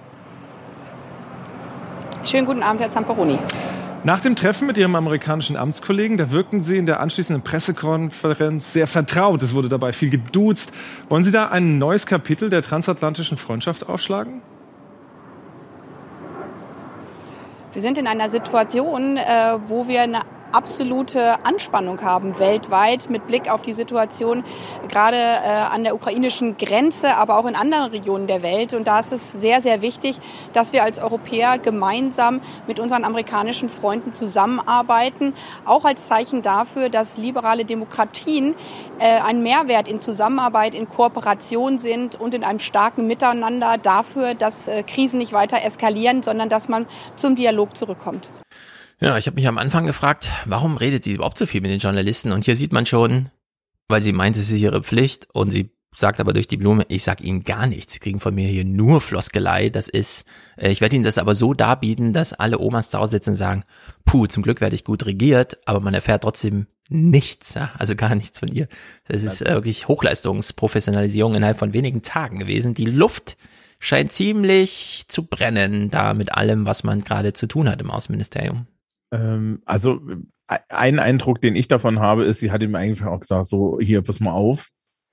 Schönen guten Abend, Herr Zamparoni. Nach dem Treffen mit Ihrem amerikanischen Amtskollegen, da wirkten Sie in der anschließenden Pressekonferenz sehr vertraut. Es wurde dabei viel geduzt. Wollen Sie da ein neues Kapitel der transatlantischen Freundschaft aufschlagen? Wir sind in einer Situation, wo wir eine absolute Anspannung haben weltweit mit Blick auf die Situation gerade an der ukrainischen Grenze, aber auch in anderen Regionen der Welt. Und da ist es sehr, sehr wichtig, dass wir als Europäer gemeinsam mit unseren amerikanischen Freunden zusammenarbeiten, auch als Zeichen dafür, dass liberale Demokratien ein Mehrwert in Zusammenarbeit, in Kooperation sind und in einem starken Miteinander dafür, dass Krisen nicht weiter eskalieren, sondern dass man zum Dialog zurückkommt. Ja, ich habe mich am Anfang gefragt, warum redet sie überhaupt so viel mit den Journalisten? Und hier sieht man schon, weil sie meint, es ist ihre Pflicht und sie sagt aber durch die Blume, ich sag Ihnen gar nichts. Sie kriegen von mir hier nur Floskelei. Das ist, ich werde Ihnen das aber so darbieten, dass alle Omas zu Hause sitzen und sagen, puh, zum Glück werde ich gut regiert, aber man erfährt trotzdem nichts, ja? Also gar nichts von ihr. Das ist wirklich Hochleistungsprofessionalisierung innerhalb von wenigen Tagen gewesen. Die Luft scheint ziemlich zu brennen, da mit allem, was man gerade zu tun hat im Außenministerium. Also ein Eindruck, den ich davon habe, ist, sie hat ihm eigentlich auch gesagt, so hier, pass mal auf,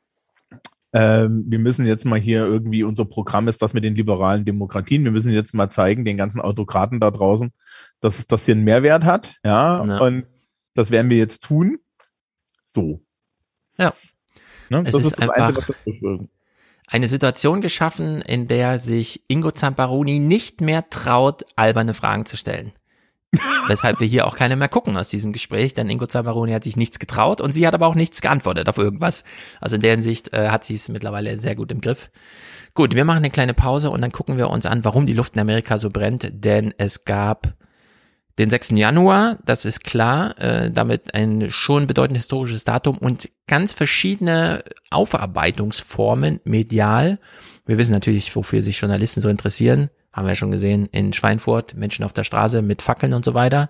wir müssen jetzt mal hier irgendwie, unser Programm ist das mit den liberalen Demokratien, wir müssen jetzt mal zeigen, den ganzen Autokraten da draußen, dass es das hier einen Mehrwert hat, ja, und das werden wir jetzt tun, so. Ja, ne? Es das ist das einfach was wir eine Situation geschaffen, in der sich Ingo Zamparoni nicht mehr traut, alberne Fragen zu stellen. Weshalb wir hier auch keine mehr gucken aus diesem Gespräch, denn Ingo Zamparoni hat sich nichts getraut und sie hat aber auch nichts geantwortet auf irgendwas. Also in der Hinsicht hat sie es mittlerweile sehr gut im Griff. Gut, wir machen eine kleine Pause und dann gucken wir uns an, warum die Luft in Amerika so brennt, denn es gab den 6. Januar, das ist klar, damit ein schon bedeutend historisches Datum und ganz verschiedene Aufarbeitungsformen medial. Wir wissen natürlich, wofür sich Journalisten so interessieren. Haben wir ja schon gesehen in Schweinfurt, Menschen auf der Straße mit Fackeln und so weiter.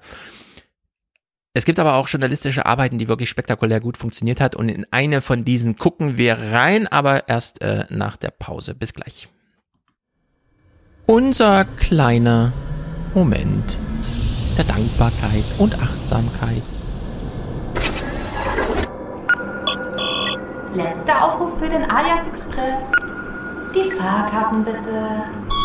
Es gibt aber auch journalistische Arbeiten, die wirklich spektakulär gut funktioniert hat und in eine von diesen gucken wir rein, aber erst nach der Pause. Bis gleich. Unser kleiner Moment der Dankbarkeit und Achtsamkeit. Letzter Aufruf für den Alias Express. Die Fahrkarten bitte.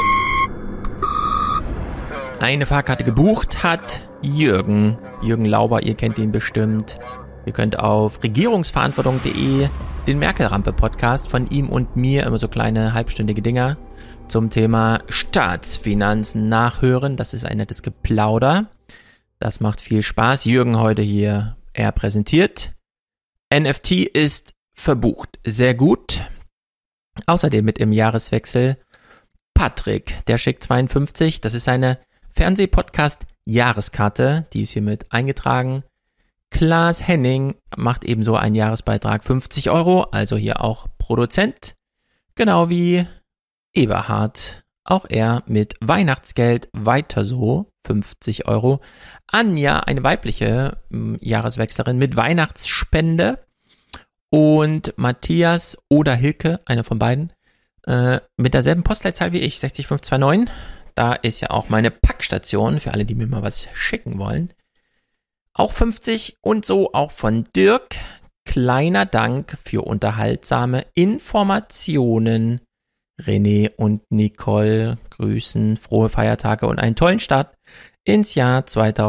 Eine Fahrkarte gebucht hat Jürgen Lauber, ihr kennt ihn bestimmt. Ihr könnt auf regierungsverantwortung.de den Merkel-Rampe-Podcast von ihm und mir, immer so kleine halbstündige Dinger, zum Thema Staatsfinanzen nachhören. Das ist ein nettes Geplauder. Das macht viel Spaß. Jürgen heute hier, er präsentiert. NFT ist verbucht. Sehr gut. Außerdem mit im Jahreswechsel Patrick, der schickt 52. Das ist seine Fernsehpodcast-Jahreskarte, die ist hiermit eingetragen. Klaas Henning macht ebenso einen Jahresbeitrag 50 €, also hier auch Produzent. Genau wie Eberhard, auch er mit Weihnachtsgeld weiter so, 50 €. Anja, eine weibliche Jahreswechslerin mit Weihnachtsspende. Und Matthias oder Hilke, einer von beiden, mit derselben Postleitzahl wie ich, 60529. Da ist ja auch meine Packstation für alle, die mir mal was schicken wollen. Auch 50 und so auch von Dirk. Kleiner Dank für unterhaltsame Informationen. René und Nicole grüßen, frohe Feiertage und einen tollen Start ins Jahr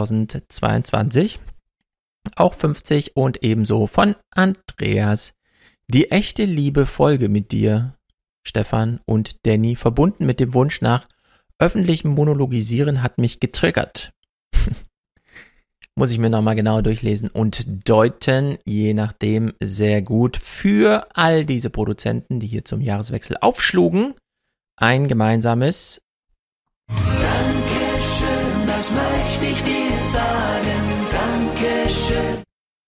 2022. Auch 50 und ebenso von Andreas. Die echte Liebe Folge mit dir, Stefan und Danny, verbunden mit dem Wunsch nach öffentlichem Monologisieren hat mich getriggert. Muss ich mir nochmal genauer durchlesen und deuten, je nachdem sehr gut. Für all diese Produzenten, die hier zum Jahreswechsel aufschlugen, ein gemeinsames Dankeschön, das möchte ich dir sagen. Dankeschön.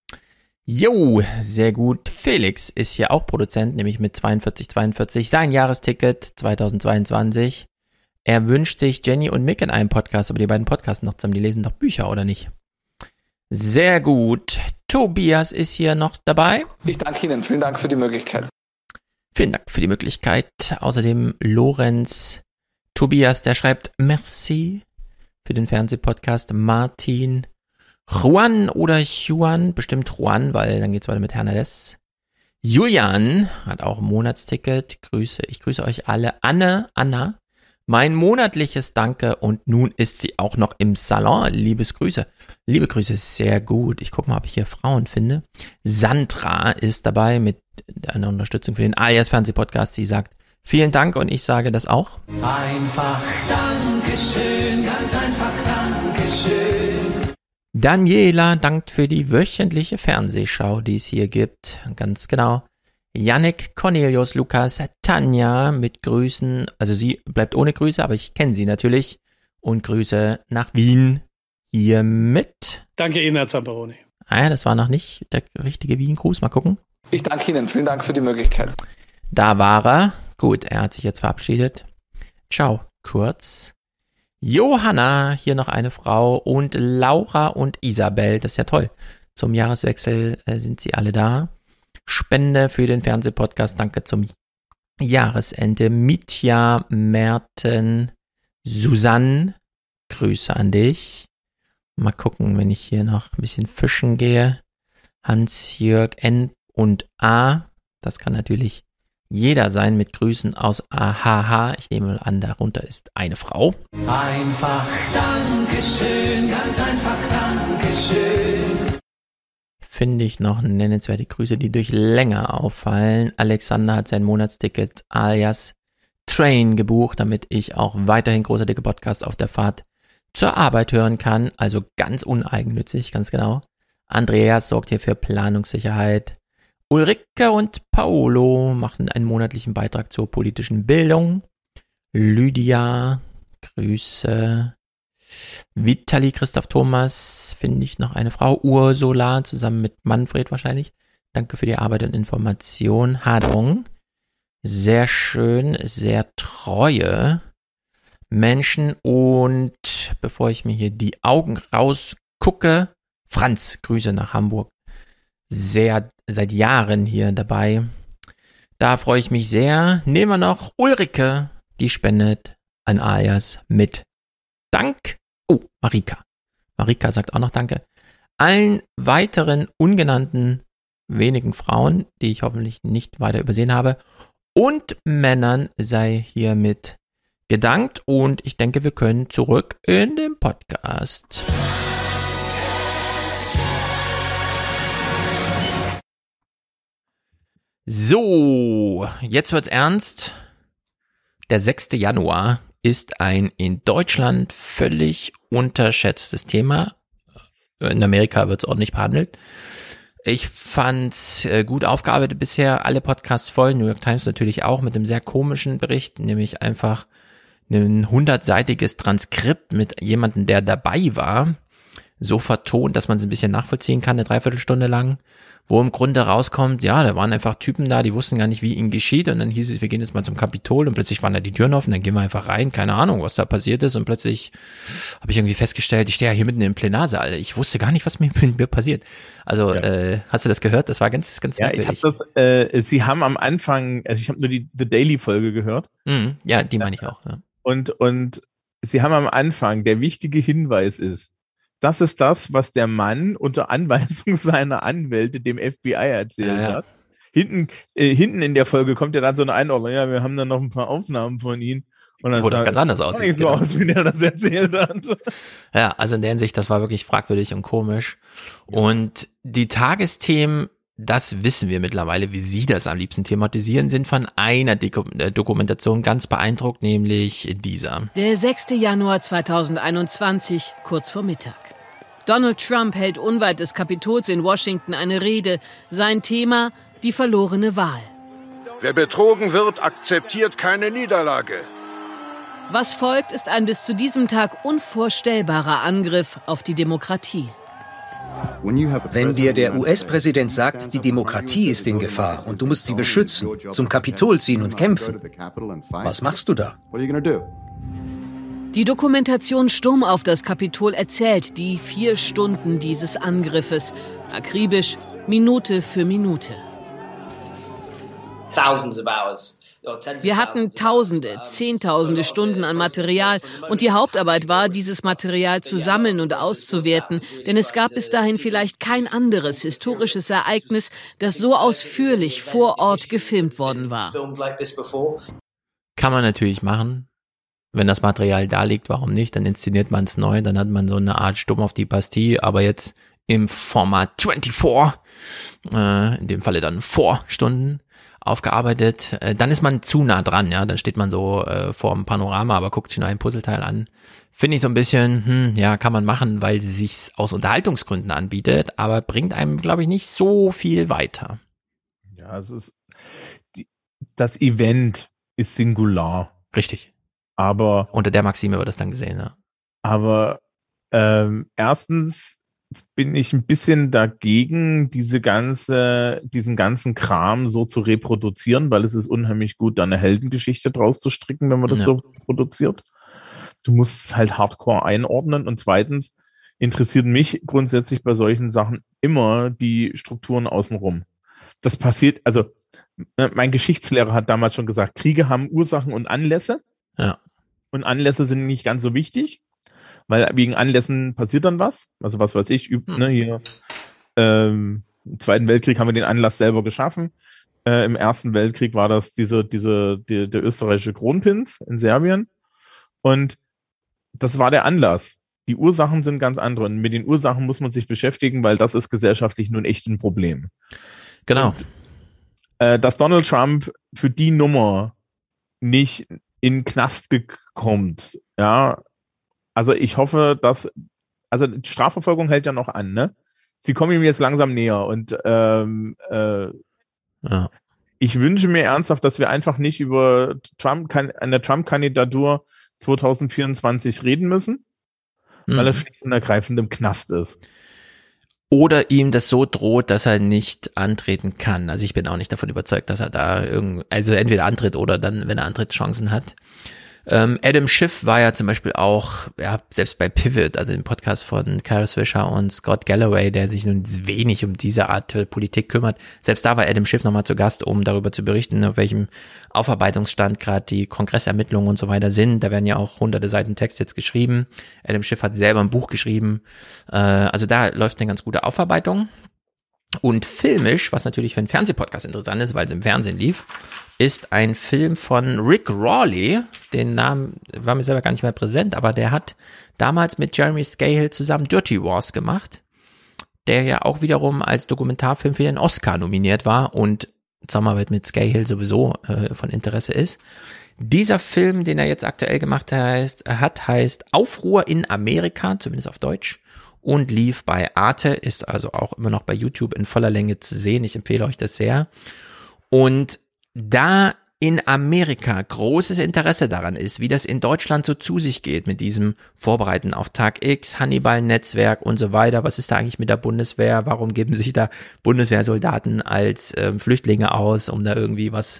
Jo, sehr gut. Felix ist hier auch Produzent, nämlich mit 4242 sein Jahresticket 2022. Er wünscht sich Jenny und Mick in einem Podcast, aber die beiden Podcasts noch zusammen, die lesen doch Bücher, oder nicht? Sehr gut. Tobias ist hier noch dabei. Ich danke Ihnen. Vielen Dank für die Möglichkeit. Vielen Dank für die Möglichkeit. Außerdem Lorenz. Tobias, der schreibt Merci für den Fernsehpodcast. Martin. Juan oder Juan, bestimmt Juan, weil dann geht's weiter mit Hernandez. Julian hat auch ein Monatsticket. Ich grüße euch alle. Anna Mein monatliches Danke und nun ist sie auch noch im Salon. Liebe Grüße, sehr gut. Ich gucke mal, ob ich hier Frauen finde. Sandra ist dabei mit einer Unterstützung für den Alias Fernsehpodcast. Sie sagt, vielen Dank und ich sage das auch. Einfach Dankeschön, ganz einfach Dankeschön. Daniela dankt für die wöchentliche Fernsehschau, die es hier gibt. Ganz genau. Yannick, Cornelius, Lukas, Tanja mit Grüßen. Also sie bleibt ohne Grüße, aber ich kenne sie natürlich. Und Grüße nach Wien hiermit. Danke Ihnen, Herr Zamperoni. Ah ja, das war noch nicht der richtige Wien-Gruß. Mal gucken. Ich danke Ihnen. Vielen Dank für die Möglichkeit. Da war er. Gut, er hat sich jetzt verabschiedet. Ciao, kurz. Johanna, hier noch eine Frau. Und Laura und Isabel. Das ist ja toll. Zum Jahreswechsel sind sie alle da. Spende für den Fernsehpodcast. Danke zum Jahresende. Mitja, Merten, Susanne. Grüße an dich. Mal gucken, wenn ich hier noch ein bisschen fischen gehe. Hans-Jörg N. und A. Das kann natürlich jeder sein mit Grüßen aus AHH. Ich nehme an, darunter ist eine Frau. Einfach Dankeschön, ganz einfach Dankeschön. Finde ich noch nennenswerte Grüße, die durch länger auffallen. Alexander hat sein Monatsticket alias Train gebucht, damit ich auch weiterhin großer dicke Podcasts auf der Fahrt zur Arbeit hören kann. Also ganz uneigennützig, ganz genau. Andreas sorgt hier für Planungssicherheit. Ulrike und Paolo machen einen monatlichen Beitrag zur politischen Bildung. Lydia, Grüße. Vitali, Christoph Thomas, finde ich noch eine Frau. Ursula, zusammen mit Manfred wahrscheinlich. Danke für die Arbeit und Information. Hadong, sehr schön, sehr treue Menschen. Und bevor ich mir hier die Augen rausgucke, Franz, Grüße nach Hamburg. Sehr seit Jahren hier dabei. Da freue ich mich sehr. Nehmen wir noch Ulrike, die spendet an Alias mit Dank. Oh, Marika. Marika sagt auch noch Danke. Allen weiteren ungenannten wenigen Frauen, die ich hoffentlich nicht weiter übersehen habe, und Männern sei hiermit gedankt. Und ich denke, wir können zurück in den Podcast. So, jetzt wird's ernst. Der 6. Januar ist ein in Deutschland völlig unterschätztes Thema. In Amerika wird's ordentlich behandelt. Ich fand's gut aufgearbeitet bisher, alle Podcasts voll, New York Times natürlich auch mit einem sehr komischen Bericht, nämlich einfach ein 100-seitiges Transkript mit jemandem, der dabei war, so vertont, dass man es ein bisschen nachvollziehen kann, eine Dreiviertelstunde lang, wo im Grunde rauskommt, ja, da waren einfach Typen da, die wussten gar nicht, wie ihnen geschieht, und dann hieß es, wir gehen jetzt mal zum Kapitol, und plötzlich waren da die Türen offen, dann gehen wir einfach rein, keine Ahnung, was da passiert ist, und plötzlich habe ich irgendwie festgestellt, ich stehe ja hier mitten im Plenarsaal, ich wusste gar nicht, was mit mir passiert. Also, ja. Hast du das gehört? Das war ganz, ganz merkwürdig. Sie haben am Anfang, also ich habe nur die The Daily-Folge gehört. Ja, die meine ich auch. Ja. Und sie haben am Anfang, der wichtige Hinweis ist, das ist das, was der Mann unter Anweisung seiner Anwälte dem FBI erzählt hat. Hinten in der Folge kommt ja dann so eine Einordnung, ja, wir haben dann noch ein paar Aufnahmen von ihm. Und dann wo das ganz anders aussieht. So aus, wie der das erzählt hat. Ja, also in der Hinsicht, das war wirklich fragwürdig und komisch. Ja. Und die Tagesthemen, das wissen wir mittlerweile, wie Sie das am liebsten thematisieren, sind von einer Dokumentation ganz beeindruckt, nämlich dieser. Der 6. Januar 2021, kurz vor Mittag. Donald Trump hält unweit des Kapitols in Washington eine Rede. Sein Thema, die verlorene Wahl. Wer betrogen wird, akzeptiert keine Niederlage. Was folgt, ist ein bis zu diesem Tag unvorstellbarer Angriff auf die Demokratie. Wenn dir der US-Präsident sagt, die Demokratie ist in Gefahr und du musst sie beschützen, zum Kapitol ziehen und kämpfen, was machst du da? Die Dokumentation Sturm auf das Kapitol erzählt die 4 Stunden dieses Angriffes. Akribisch, Minute für Minute. Wir hatten Tausende, Zehntausende Stunden an Material und die Hauptarbeit war, dieses Material zu sammeln und auszuwerten, denn es gab bis dahin vielleicht kein anderes historisches Ereignis, das so ausführlich vor Ort gefilmt worden war. Kann man natürlich machen. wenn das Material da liegt, warum nicht? Dann inszeniert man es neu, dann hat man so eine Art Stumm auf die Pastille, aber jetzt im Format 24, in dem Falle dann 4 Stunden aufgearbeitet. Dann ist man zu nah dran, ja, dann steht man so vor dem Panorama, aber guckt sich nur ein Puzzleteil an. Finde ich so ein bisschen, ja, kann man machen, weil sie sich's aus Unterhaltungsgründen anbietet, aber bringt einem, glaube ich, nicht so viel weiter. Ja, es ist das Event ist singular. Richtig. Aber unter der Maxime wird das dann gesehen, ja. Aber erstens bin ich ein bisschen dagegen, diesen ganzen Kram so zu reproduzieren, weil es ist unheimlich gut, da eine Heldengeschichte draus zu stricken, wenn man das so produziert. Du musst es halt hardcore einordnen. Und zweitens interessiert mich grundsätzlich bei solchen Sachen immer die Strukturen außenrum. Das passiert, also mein Geschichtslehrer hat damals schon gesagt, Kriege haben Ursachen und Anlässe. Ja. Und Anlässe sind nicht ganz so wichtig, weil wegen Anlässen passiert dann was. Also was weiß ich, hier im Zweiten Weltkrieg haben wir den Anlass selber geschaffen. Im Ersten Weltkrieg war das der österreichische Kronprinz in Serbien. Und das war der Anlass. Die Ursachen sind ganz andere. Und mit den Ursachen muss man sich beschäftigen, weil das ist gesellschaftlich nun echt ein Problem. Genau. Und, dass Donald Trump für die Nummer nicht in den Knast kommt, ja, also ich hoffe, also die Strafverfolgung hält ja noch an, ne? Sie kommen ihm jetzt langsam näher und ich wünsche mir ernsthaft, dass wir einfach nicht über eine Trump-Kandidatur 2024 reden müssen, weil er schlicht und ergreifend im Knast ist. Oder ihm das so droht, dass er nicht antreten kann. Also ich bin auch nicht davon überzeugt, dass er da also entweder antritt oder dann, wenn er antritt, Chancen hat. Adam Schiff war ja zum Beispiel auch, ja, selbst bei Pivot, also dem Podcast von Kara Swisher und Scott Galloway, der sich nun wenig um diese Art Politik kümmert. Selbst da war Adam Schiff nochmal zu Gast, um darüber zu berichten, auf welchem Aufarbeitungsstand gerade die Kongressermittlungen und so weiter sind. Da werden ja auch hunderte Seiten Text jetzt geschrieben. Adam Schiff hat selber ein Buch geschrieben. Also da läuft eine ganz gute Aufarbeitung. Und filmisch, was natürlich für einen Fernsehpodcast interessant ist, weil es im Fernsehen lief, ist ein Film von Rick Rawley, den Namen war mir selber gar nicht mehr präsent, aber der hat damals mit Jeremy Scahill zusammen Dirty Wars gemacht, der ja auch wiederum als Dokumentarfilm für den Oscar nominiert war und Zusammenarbeit mit Scahill sowieso von Interesse ist. Dieser Film, den er jetzt aktuell gemacht hat, heißt Aufruhr in Amerika, zumindest auf Deutsch, und lief bei Arte, ist also auch immer noch bei YouTube in voller Länge zu sehen. Ich empfehle euch das sehr. Und da in Amerika großes Interesse daran ist, wie das in Deutschland so zu sich geht mit diesem Vorbereiten auf Tag X, Hannibal-Netzwerk und so weiter. Was ist da eigentlich mit der Bundeswehr? Warum geben sich da Bundeswehrsoldaten als Flüchtlinge aus, um da irgendwie was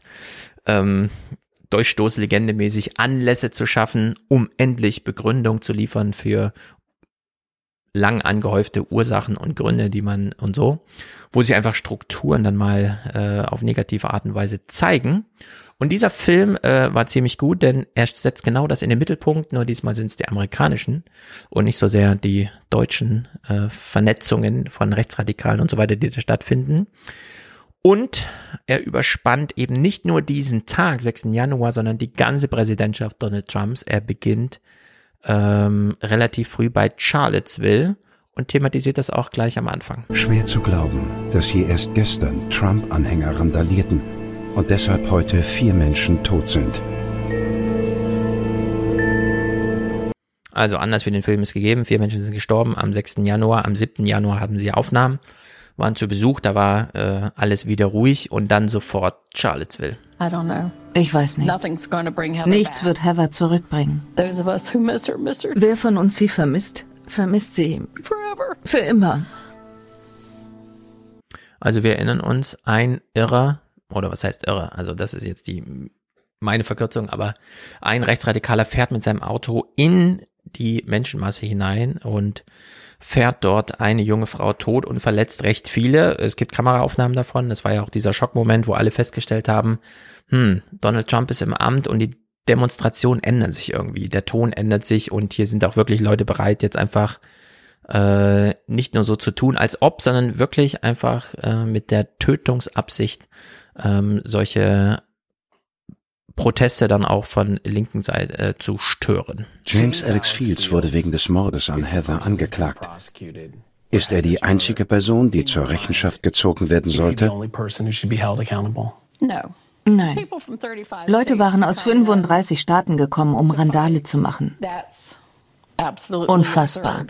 Durchstoßlegende-mäßig Anlässe zu schaffen, um endlich Begründung zu liefern für lang angehäufte Ursachen und Gründe, die man und so, wo sich einfach Strukturen dann mal auf negative Art und Weise zeigen. Und dieser Film war ziemlich gut, denn er setzt genau das in den Mittelpunkt, nur diesmal sind es die amerikanischen und nicht so sehr die deutschen Vernetzungen von Rechtsradikalen und so weiter, die da stattfinden. Und er überspannt eben nicht nur diesen Tag, 6. Januar, sondern die ganze Präsidentschaft Donald Trumps. Er beginnt relativ früh bei Charlottesville und thematisiert das auch gleich am Anfang. Schwer zu glauben, dass hier erst gestern Trump-Anhänger randalierten und deshalb heute 4 Menschen tot sind. Also Anlass für den Film ist gegeben, 4 Menschen sind gestorben am 6. Januar, am 7. Januar haben sie Aufnahmen, waren zu Besuch, da war alles wieder ruhig und dann sofort Charlottesville. Ich weiß nicht. Nichts wird Heather zurückbringen. Wer von uns sie vermisst, vermisst sie für immer. Also wir erinnern uns, ein Irrer, oder was heißt Irrer, also das ist jetzt meine Verkürzung, aber ein Rechtsradikaler fährt mit seinem Auto in die Menschenmasse hinein und fährt dort eine junge Frau tot und verletzt recht viele. Es gibt Kameraaufnahmen davon. Das war ja auch dieser Schockmoment, wo alle festgestellt haben, Donald Trump ist im Amt und die Demonstrationen ändern sich irgendwie. Der Ton ändert sich und hier sind auch wirklich Leute bereit, jetzt einfach nicht nur so zu tun, als ob, sondern wirklich einfach mit der Tötungsabsicht solche Proteste dann auch von linken Seite zu stören. James Alex Fields wurde wegen des Mordes an Heather angeklagt. Ist er die einzige Person, die zur Rechenschaft gezogen werden sollte? Nein. Leute waren aus 35 Staaten gekommen, um Randale zu machen. Unfassbar.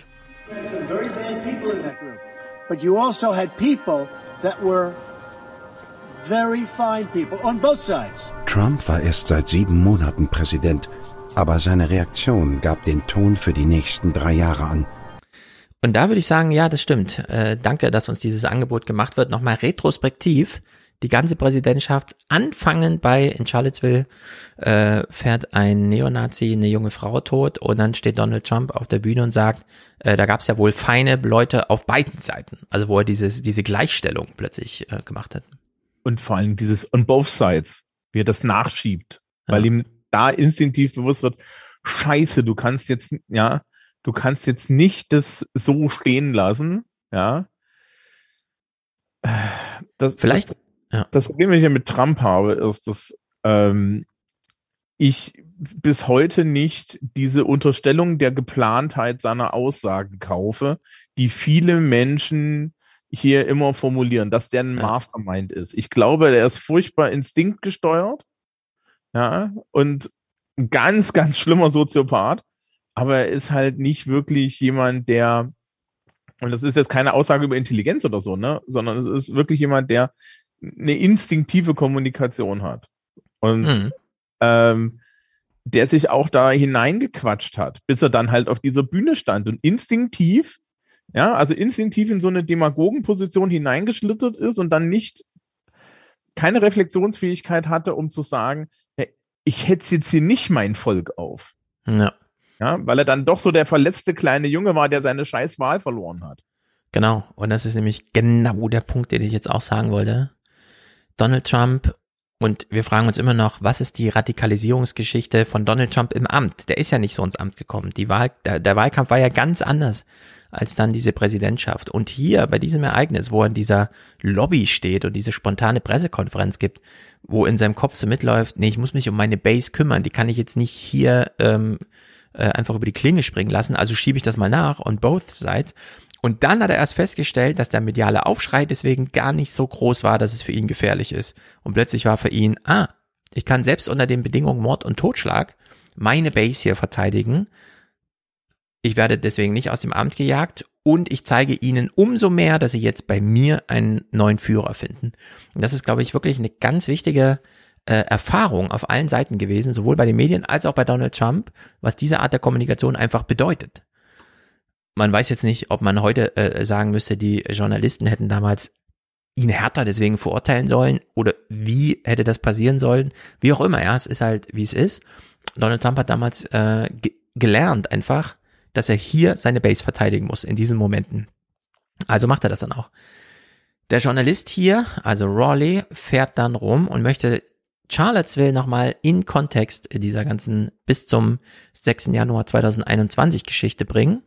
Trump war erst seit 7 Monaten Präsident, aber seine Reaktion gab den Ton für die nächsten 3 Jahre an. Und da würde ich sagen, ja, das stimmt. Danke, dass uns dieses Angebot gemacht wird. Nochmal retrospektiv, die ganze Präsidentschaft, anfangend in Charlottesville, fährt ein Neonazi eine junge Frau tot und dann steht Donald Trump auf der Bühne und sagt, da gab es ja wohl feine Leute auf beiden Seiten. Also wo er diese Gleichstellung plötzlich gemacht hat. Und vor allem dieses on both sides, wie er das nachschiebt, weil ihm da instinktiv bewusst wird, Scheiße, du kannst jetzt nicht das so stehen lassen, ja. Das Problem, das ich ja mit Trump habe, ist, dass ich bis heute nicht diese Unterstellung der Geplantheit seiner Aussagen kaufe, die viele Menschen hier immer formulieren, dass der ein Mastermind ist. Ich glaube, der ist furchtbar instinktgesteuert, ja, und ein ganz, ganz schlimmer Soziopath, aber er ist halt nicht wirklich jemand, der, und das ist jetzt keine Aussage über Intelligenz oder so, ne, sondern es ist wirklich jemand, der eine instinktive Kommunikation hat und der sich auch da hineingequatscht hat, bis er dann halt auf dieser Bühne stand und instinktiv in so eine Demagogenposition hineingeschlittert ist und dann keine Reflexionsfähigkeit hatte, um zu sagen, ich hetze jetzt hier nicht mein Volk auf. Ja, weil er dann doch so der verletzte kleine Junge war, der seine scheiß Wahl verloren hat. Genau, und das ist nämlich genau der Punkt, den ich jetzt auch sagen wollte. Donald Trump, und wir fragen uns immer noch, was ist die Radikalisierungsgeschichte von Donald Trump im Amt? Der ist ja nicht so ins Amt gekommen. Der Wahlkampf war ja ganz anders als dann diese Präsidentschaft. Und hier bei diesem Ereignis, wo er in dieser Lobby steht und diese spontane Pressekonferenz gibt, wo in seinem Kopf so mitläuft, nee, ich muss mich um meine Base kümmern, die kann ich jetzt nicht hier einfach über die Klinge springen lassen, also schiebe ich das mal nach on both sides. Und dann hat er erst festgestellt, dass der mediale Aufschrei deswegen gar nicht so groß war, dass es für ihn gefährlich ist. Und plötzlich war für ihn, ich kann selbst unter den Bedingungen Mord und Totschlag meine Base hier verteidigen. Ich werde deswegen nicht aus dem Amt gejagt und ich zeige ihnen umso mehr, dass sie jetzt bei mir einen neuen Führer finden. Und das ist, glaube ich, wirklich eine ganz wichtige Erfahrung auf allen Seiten gewesen, sowohl bei den Medien als auch bei Donald Trump, was diese Art der Kommunikation einfach bedeutet. Man weiß jetzt nicht, ob man heute sagen müsste, die Journalisten hätten damals ihn härter deswegen verurteilen sollen oder wie hätte das passieren sollen. Wie auch immer, es ist halt, wie es ist. Donald Trump hat damals gelernt einfach, dass er hier seine Base verteidigen muss in diesen Momenten. Also macht er das dann auch. Der Journalist hier, also Raleigh, fährt dann rum und möchte Charlottesville nochmal in Kontext dieser ganzen bis zum 6. Januar 2021 Geschichte bringen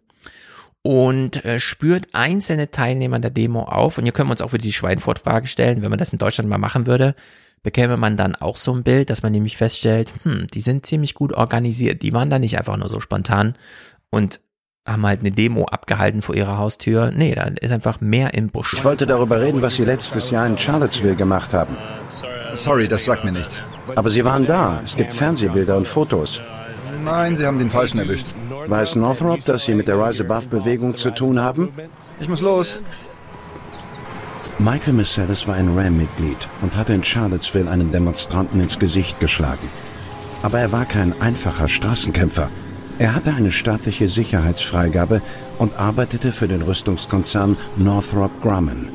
und spürt einzelne Teilnehmer der Demo auf. Und hier können wir uns auch wieder die Schweinfurt-Frage stellen, wenn man das in Deutschland mal machen würde, bekäme man dann auch so ein Bild, dass man nämlich feststellt, die sind ziemlich gut organisiert, die waren da nicht einfach nur so spontan und haben halt eine Demo abgehalten vor ihrer Haustür. Nee, da ist einfach mehr im Busch. Ich wollte darüber reden, was Sie letztes Jahr in Charlottesville gemacht haben. Sorry, das sagt mir nichts. Aber Sie waren da. Es gibt Fernsehbilder und Fotos. Nein, Sie haben den Falschen erwischt. Weiß Northrop, dass Sie mit der Rise Above-Bewegung zu tun haben? Ich muss los. Michael Mercedes war ein RAM-Mitglied und hatte in Charlottesville einen Demonstranten ins Gesicht geschlagen. Aber er war kein einfacher Straßenkämpfer. Er hatte eine staatliche Sicherheitsfreigabe und arbeitete für den Rüstungskonzern Northrop Grumman.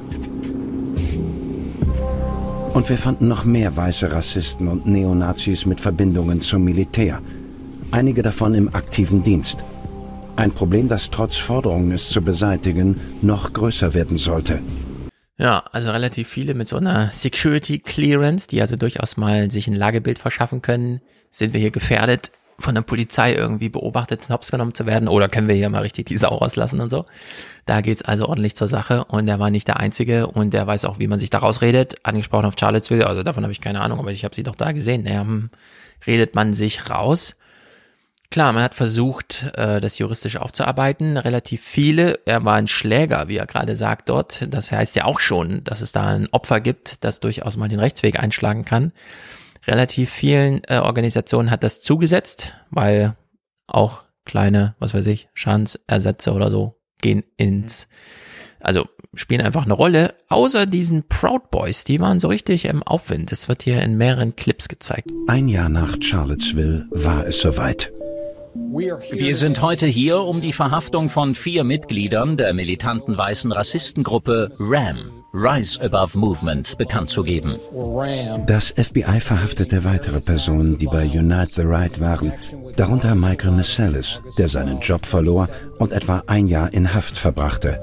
Und wir fanden noch mehr weiße Rassisten und Neonazis mit Verbindungen zum Militär. Einige davon im aktiven Dienst. Ein Problem, das trotz Forderungen, es zu beseitigen, noch größer werden sollte. Ja, also relativ viele mit so einer Security Clearance, die also durchaus mal sich ein Lagebild verschaffen können. Sind wir hier gefährdet? von der Polizei irgendwie beobachtet, hops genommen zu werden, oder können wir hier mal richtig die Sau rauslassen und so. Da geht's also ordentlich zur Sache und er war nicht der Einzige und er weiß auch, wie man sich da rausredet. Angesprochen auf Charlottesville, also davon habe ich keine Ahnung, aber ich habe sie doch da gesehen. Naja, redet man sich raus. Klar, man hat versucht, das juristisch aufzuarbeiten, relativ viele. Er war ein Schläger, wie er gerade sagt dort. Das heißt ja auch schon, dass es da ein Opfer gibt, das durchaus mal den Rechtsweg einschlagen kann. Relativ vielen Organisationen hat das zugesetzt, weil auch kleine, was weiß ich, Schadensersätze oder so gehen spielen einfach eine Rolle. Außer diesen Proud Boys, die waren so richtig im Aufwind. Das wird hier in mehreren Clips gezeigt. Ein Jahr nach Charlottesville war es soweit. Wir sind heute hier, um die Verhaftung von 4 Mitgliedern der militanten weißen Rassistengruppe RAM, Rise Above Movement, bekannt zu geben. Das FBI verhaftete weitere Personen, die bei Unite the Right waren, darunter Michael Meiselas, der seinen Job verlor und etwa ein Jahr in Haft verbrachte.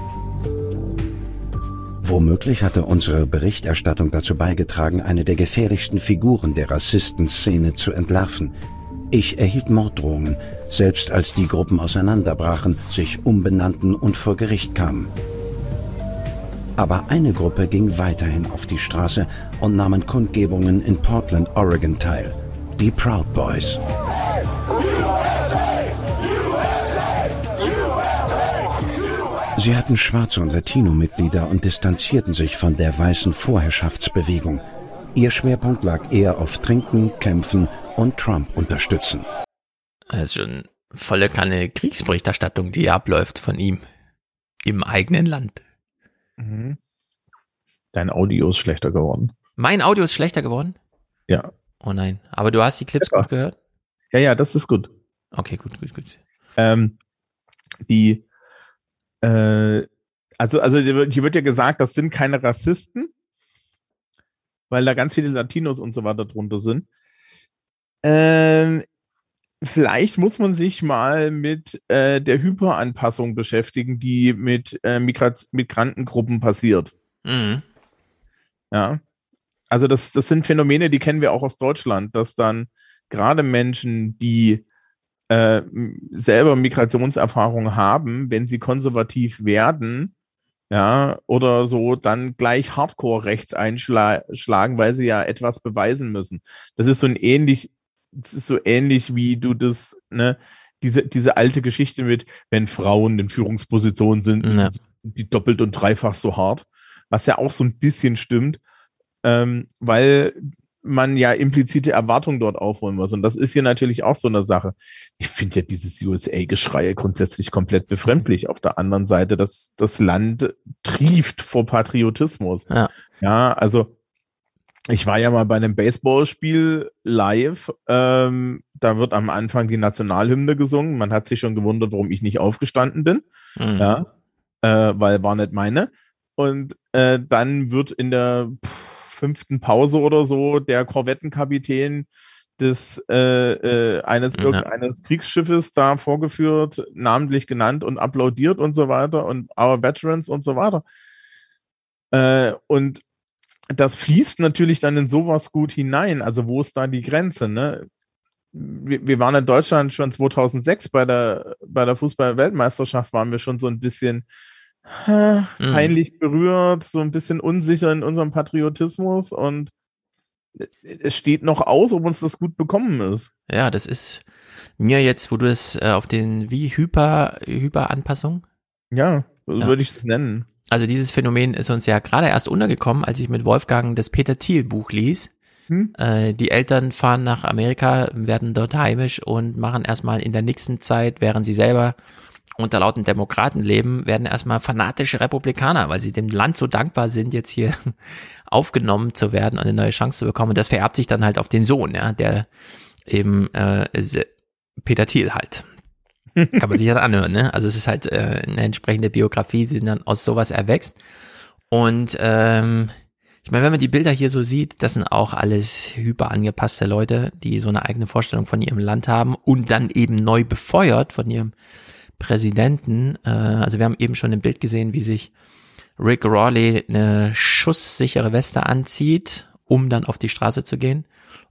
Womöglich hatte unsere Berichterstattung dazu beigetragen, eine der gefährlichsten Figuren der Rassistenszene zu entlarven. Ich erhielt Morddrohungen, selbst als die Gruppen auseinanderbrachen, sich umbenannten und vor Gericht kamen. Aber eine Gruppe ging weiterhin auf die Straße und nahm an Kundgebungen in Portland, Oregon teil. Die Proud Boys. Sie hatten schwarze und Latino-Mitglieder und distanzierten sich von der weißen Vorherrschaftsbewegung. Ihr Schwerpunkt lag eher auf Trinken, Kämpfen und Trump unterstützen. Das ist schon volle Kanne Kriegsberichterstattung, die abläuft von ihm im eigenen Land. Mhm. Dein Audio ist schlechter geworden. Mein Audio ist schlechter geworden? Ja. Oh nein, aber du hast die Clips gut gehört? Ja, das ist gut. Okay, gut. Also hier wird ja gesagt, das sind keine Rassisten, weil da ganz viele Latinos und so weiter drunter sind. Vielleicht muss man sich mal mit der Hyperanpassung beschäftigen, die mit Migrantengruppen passiert. Mhm. Ja, also das sind Phänomene, die kennen wir auch aus Deutschland, dass dann gerade Menschen, die selber Migrationserfahrung haben, wenn sie konservativ werden, ja, oder so, dann gleich Hardcore rechts einschlagen, weil sie ja etwas beweisen müssen. Das ist so ähnlich wie du das, ne, diese alte Geschichte mit, wenn Frauen in Führungspositionen sind, die doppelt und dreifach so hart, was ja auch so ein bisschen stimmt, weil man ja implizite Erwartungen dort aufholen muss. Und das ist hier natürlich auch so eine Sache. Ich finde ja dieses USA-Geschrei grundsätzlich komplett befremdlich. Auf der anderen Seite, das Land trieft vor Patriotismus. Ja, also ich war ja mal bei einem Baseballspiel live. Da wird am Anfang die Nationalhymne gesungen. Man hat sich schon gewundert, warum ich nicht aufgestanden bin. Mhm. Ja, weil war nicht meine. Und dann wird in der 5. Pause oder so der Korvettenkapitän eines Kriegsschiffes da vorgeführt, namentlich genannt und applaudiert und so weiter und Our Veterans und so weiter. Und das fließt natürlich dann in sowas gut hinein. Also wo ist da die Grenze, ne? Wir waren in Deutschland schon 2006 bei der Fußball-Weltmeisterschaft, waren wir schon so ein bisschen peinlich berührt, so ein bisschen unsicher in unserem Patriotismus und es steht noch aus, ob uns das gut bekommen ist. Ja, das ist mir jetzt, wo du es auf den Hyperanpassung? Ja, würde ich es nennen. Also dieses Phänomen ist uns ja gerade erst untergekommen, als ich mit Wolfgang das Peter Thiel Buch ließ. Die Eltern fahren nach Amerika, werden dort heimisch und machen erstmal in der nächsten Zeit, während sie selber unter lauten Demokraten leben, werden erstmal fanatische Republikaner, weil sie dem Land so dankbar sind, jetzt hier aufgenommen zu werden und eine neue Chance zu bekommen. Und das vererbt sich dann halt auf den Sohn, ja, der eben Peter Thiel halt. Kann man sich halt anhören, ne? Also es ist halt eine entsprechende Biografie, die dann aus sowas erwächst. Und ich meine, wenn man die Bilder hier so sieht, das sind auch alles hyper angepasste Leute, die so eine eigene Vorstellung von ihrem Land haben und dann eben neu befeuert von ihrem Präsidenten. Also wir haben eben schon im Bild gesehen, wie sich Rick Rawley eine schusssichere Weste anzieht, um dann auf die Straße zu gehen.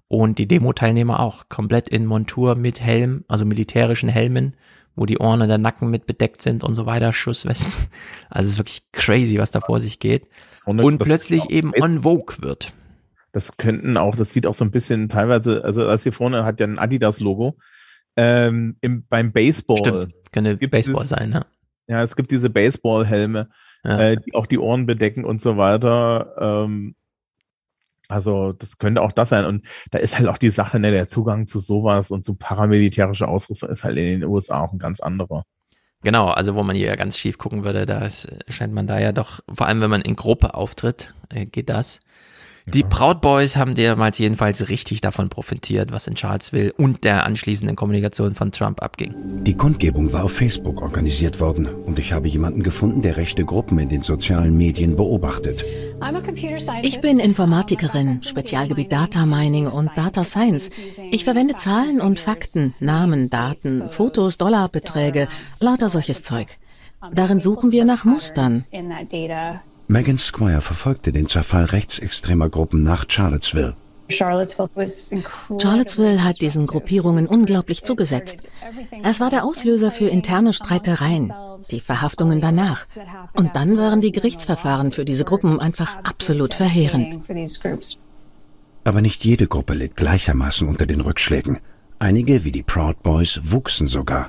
Und die Demo-Teilnehmer auch komplett in Montur mit Helm, also militärischen Helmen, wo die Ohren und der Nacken mit bedeckt sind und so weiter, Schusswesten. Also es ist wirklich crazy, was da vor sich geht. Und plötzlich eben en vogue wird. Das könnten auch, das sieht auch so ein bisschen teilweise, also das hier vorne hat ja ein Adidas-Logo. Beim Baseball. Stimmt, könnte Baseball sein, ne? Ja, es gibt diese Baseball-Helme, die auch die Ohren bedecken und so weiter. Also das könnte auch das sein. Und da ist halt auch die Sache, ne, der Zugang zu sowas und zu paramilitärischer Ausrüstung ist halt in den USA auch ein ganz anderer. Genau, also wo man hier ja ganz schief gucken würde, scheint man da ja doch, vor allem wenn man in Gruppe auftritt, geht das. Die Proud Boys haben damals jedenfalls richtig davon profitiert, was in Charlottesville und der anschließenden Kommunikation von Trump abging. Die Kundgebung war auf Facebook organisiert worden und ich habe jemanden gefunden, der rechte Gruppen in den sozialen Medien beobachtet. Ich bin Informatikerin, Spezialgebiet Data Mining und Data Science. Ich verwende Zahlen und Fakten, Namen, Daten, Fotos, Dollarbeträge, lauter solches Zeug. Darin suchen wir nach Mustern. Megan Squire verfolgte den Zerfall rechtsextremer Gruppen nach Charlottesville. Charlottesville hat diesen Gruppierungen unglaublich zugesetzt. Es war der Auslöser für interne Streitereien, die Verhaftungen danach. Und dann waren die Gerichtsverfahren für diese Gruppen einfach absolut verheerend. Aber nicht jede Gruppe litt gleichermaßen unter den Rückschlägen. Einige, wie die Proud Boys, wuchsen sogar.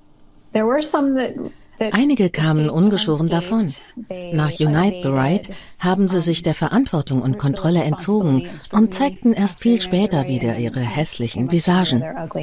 Einige kamen ungeschoren davon. Nach Unite the Right haben sie sich der Verantwortung und Kontrolle entzogen und zeigten erst viel später wieder ihre hässlichen Visagen.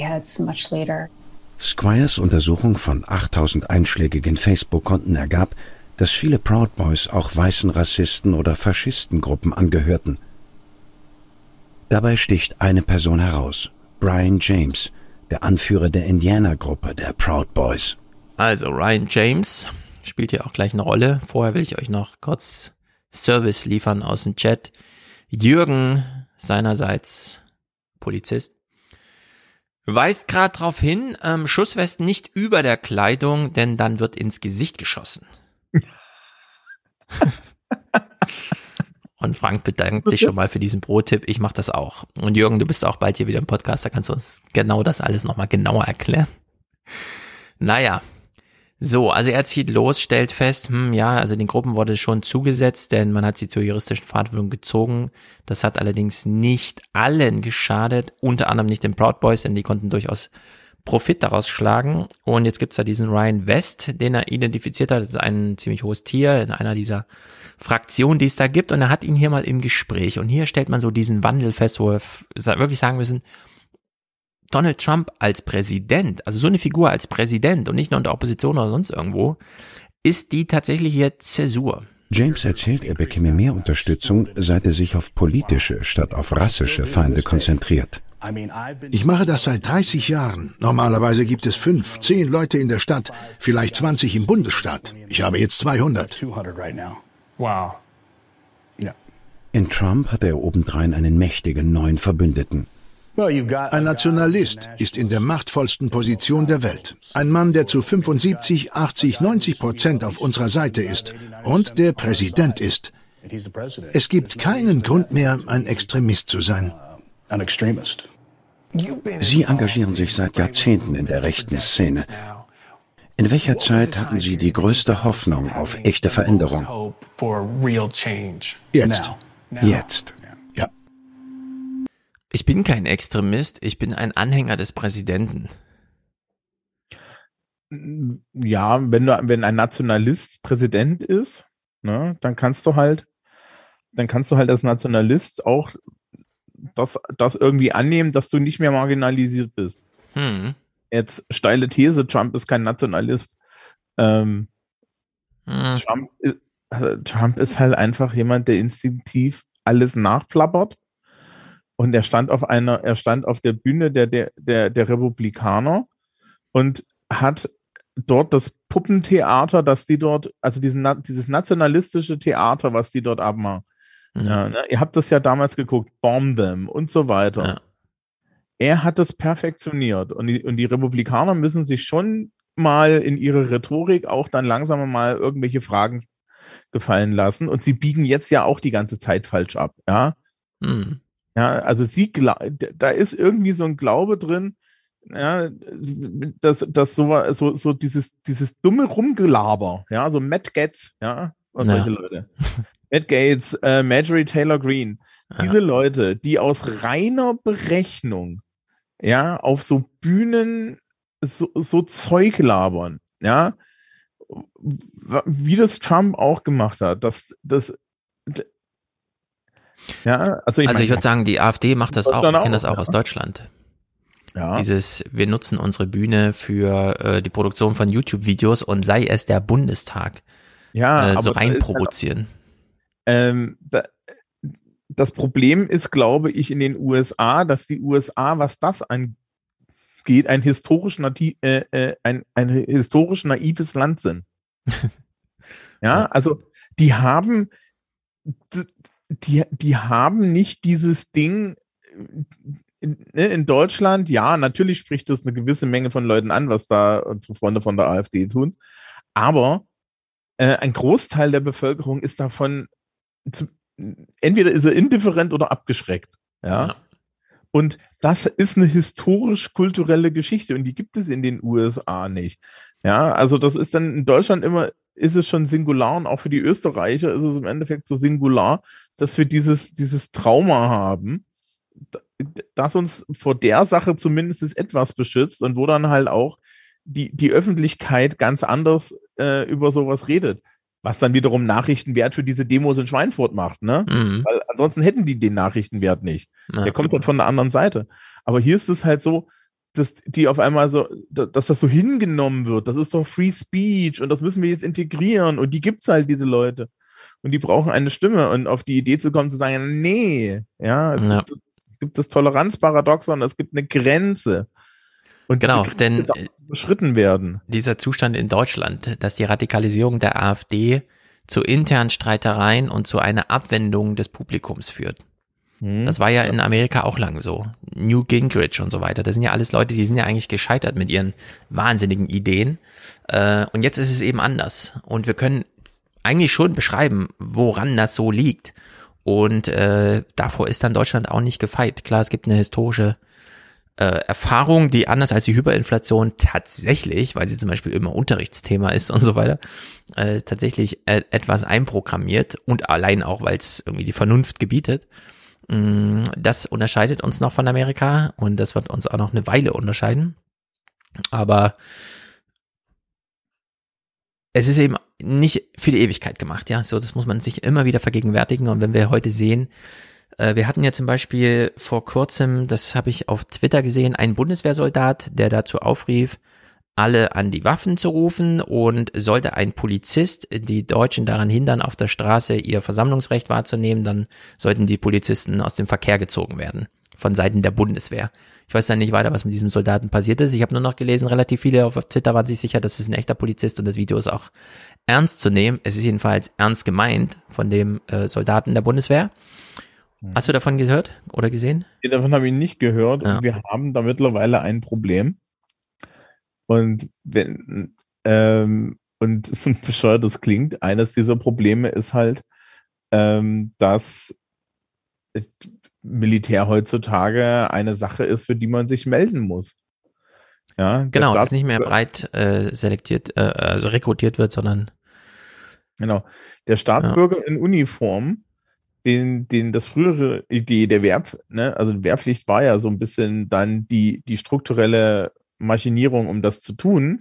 Squires Untersuchung von 8000 einschlägigen Facebook-Konten ergab, dass viele Proud Boys auch weißen Rassisten oder Faschistengruppen angehörten. Dabei sticht eine Person heraus, Brian James, der Anführer der Indianer-Gruppe der Proud Boys. Also Ryan James spielt hier auch gleich eine Rolle. Vorher will ich euch noch kurz Service liefern aus dem Chat. Jürgen, seinerseits Polizist, weist gerade darauf hin, Schusswesten nicht über der Kleidung, denn dann wird ins Gesicht geschossen. Und Frank bedankt sich schon mal für diesen Pro-Tipp. Ich mache das auch. Und Jürgen, du bist auch bald hier wieder im Podcast, da kannst du uns genau das alles nochmal genauer erklären. Naja. So, also er zieht los, stellt fest, also den Gruppen wurde schon zugesetzt, denn man hat sie zur juristischen Verantwortung gezogen. Das hat allerdings nicht allen geschadet, unter anderem nicht den Proud Boys, denn die konnten durchaus Profit daraus schlagen. Und jetzt gibt's da diesen Ryan West, den er identifiziert hat. Das ist ein ziemlich hohes Tier in einer dieser Fraktionen, die es da gibt. Und er hat ihn hier mal im Gespräch. Und hier stellt man so diesen Wandel fest, wo wir wirklich sagen müssen, Donald Trump als Präsident, also so eine Figur als Präsident und nicht nur in der Opposition oder sonst irgendwo, ist die tatsächliche Zäsur. James erzählt, er bekäme mehr Unterstützung, seit er sich auf politische statt auf rassische Feinde konzentriert. Ich mache das seit 30 Jahren. Normalerweise gibt es 5, 10 Leute in der Stadt, vielleicht 20 im Bundesstaat. Ich habe jetzt 200. In Trump hat er obendrein einen mächtigen neuen Verbündeten. Ein Nationalist ist in der machtvollsten Position der Welt. Ein Mann, der zu 75, 80, 90% auf unserer Seite ist und der Präsident ist. Es gibt keinen Grund mehr, ein Extremist zu sein. Sie engagieren sich seit Jahrzehnten in der rechten Szene. In welcher Zeit hatten Sie die größte Hoffnung auf echte Veränderung? Jetzt. Jetzt. Ja. Ich bin kein Extremist, ich bin ein Anhänger des Präsidenten. Ja, wenn ein Nationalist Präsident ist, ne, dann kannst du halt als Nationalist auch das irgendwie annehmen, dass du nicht mehr marginalisiert bist. Jetzt steile These, Trump ist kein Nationalist. Trump ist halt einfach jemand, der instinktiv alles nachplappert. Und er stand auf der Bühne der Republikaner und hat dort das Puppentheater, das die dort, also dieses nationalistische Theater, was die dort abmachen. Ja, ne? Ihr habt das ja damals geguckt, Bomb Them und so weiter. Ja. Er hat das perfektioniert und die Republikaner müssen sich schon mal in ihre Rhetorik auch dann langsam mal irgendwelche Fragen gefallen lassen und sie biegen jetzt ja auch die ganze Zeit falsch ab, ja. Ja, also da ist irgendwie so ein Glaube drin, ja, dass so dieses dumme Rumgelaber, ja, so Matt Gaetz, ja, und solche Leute. Matt Gaetz, Marjorie Taylor Greene, diese Leute, die aus reiner Berechnung, ja, auf so Bühnen so Zeug labern, ja, wie das Trump auch gemacht hat, ja, also ich würde sagen, die AfD macht das auch, ich kenne das auch aus Deutschland. Ja. Wir nutzen unsere Bühne für die Produktion von YouTube-Videos und sei es der Bundestag. Ja, so rein provozieren. Das Problem ist, glaube ich, in den USA, dass die USA, was das angeht, ein historisch naives Land sind. Ja, also die haben nicht dieses Ding in Deutschland. Ja, natürlich spricht das eine gewisse Menge von Leuten an, was da unsere Freunde von der AfD tun. Aber ein Großteil der Bevölkerung ist davon, entweder ist er indifferent oder abgeschreckt. Ja. Und das ist eine historisch-kulturelle Geschichte und die gibt es in den USA nicht. Ja, also das ist dann in Deutschland immer, ist es schon singular und auch für die Österreicher ist es im Endeffekt so singular, dass wir dieses Trauma haben, das uns vor der Sache zumindest etwas beschützt und wo dann halt auch die Öffentlichkeit ganz anders über sowas redet. Was dann wiederum Nachrichtenwert für diese Demos in Schweinfurt macht, ne? Mhm. Weil ansonsten hätten die den Nachrichtenwert nicht. Ja. Der kommt dann von der anderen Seite. Aber hier ist es halt so, dass die auf einmal so, dass das so hingenommen wird. Das ist doch Free Speech und das müssen wir jetzt integrieren und die gibt's halt, diese Leute. Und die brauchen eine Stimme und auf die Idee zu kommen, zu sagen, nee, ja, es gibt das Toleranzparadoxon, es gibt eine Grenze. Und genau, denn überschritten werden. Dieser Zustand in Deutschland, dass die Radikalisierung der AfD zu internen Streitereien und zu einer Abwendung des Publikums führt. Das war ja in Amerika auch lang so. Newt Gingrich und so weiter. Das sind ja alles Leute, die sind ja eigentlich gescheitert mit ihren wahnsinnigen Ideen. Und jetzt ist es eben anders. Und wir können eigentlich schon beschreiben, woran das so liegt. Und davor ist dann Deutschland auch nicht gefeit. Klar, es gibt eine historische Erfahrung, die anders als die Hyperinflation tatsächlich, weil sie zum Beispiel immer Unterrichtsthema ist und so weiter, tatsächlich etwas einprogrammiert und allein auch, weil es irgendwie die Vernunft gebietet. Das unterscheidet uns noch von Amerika und das wird uns auch noch eine Weile unterscheiden. Aber es ist eben nicht für die Ewigkeit gemacht, ja. So, das muss man sich immer wieder vergegenwärtigen. Und wenn wir heute sehen, wir hatten ja zum Beispiel vor kurzem, das habe ich auf Twitter gesehen, einen Bundeswehrsoldat, der dazu aufrief, alle an die Waffen zu rufen, und sollte ein Polizist die Deutschen daran hindern, auf der Straße ihr Versammlungsrecht wahrzunehmen, dann sollten die Polizisten aus dem Verkehr gezogen werden von Seiten der Bundeswehr. Ich weiß dann nicht weiter, was mit diesem Soldaten passiert ist. Ich habe nur noch gelesen, relativ viele auf Twitter waren sich sicher, dass es ein echter Polizist und das Video ist auch ernst zu nehmen. Es ist jedenfalls ernst gemeint von dem Soldaten der Bundeswehr. Hast du davon gehört oder gesehen? Davon habe ich nicht gehört. Ja. Und wir haben da mittlerweile ein Problem. Und und so bescheuert das klingt, eines dieser Probleme ist halt, dass Militär heutzutage eine Sache ist, für die man sich melden muss. Ja, genau, dass nicht mehr breit also rekrutiert wird, sondern genau. Der Staatsbürger in Uniform, den das frühere Idee der also Wehrpflicht war ja so ein bisschen dann die strukturelle Maschinierung, um das zu tun.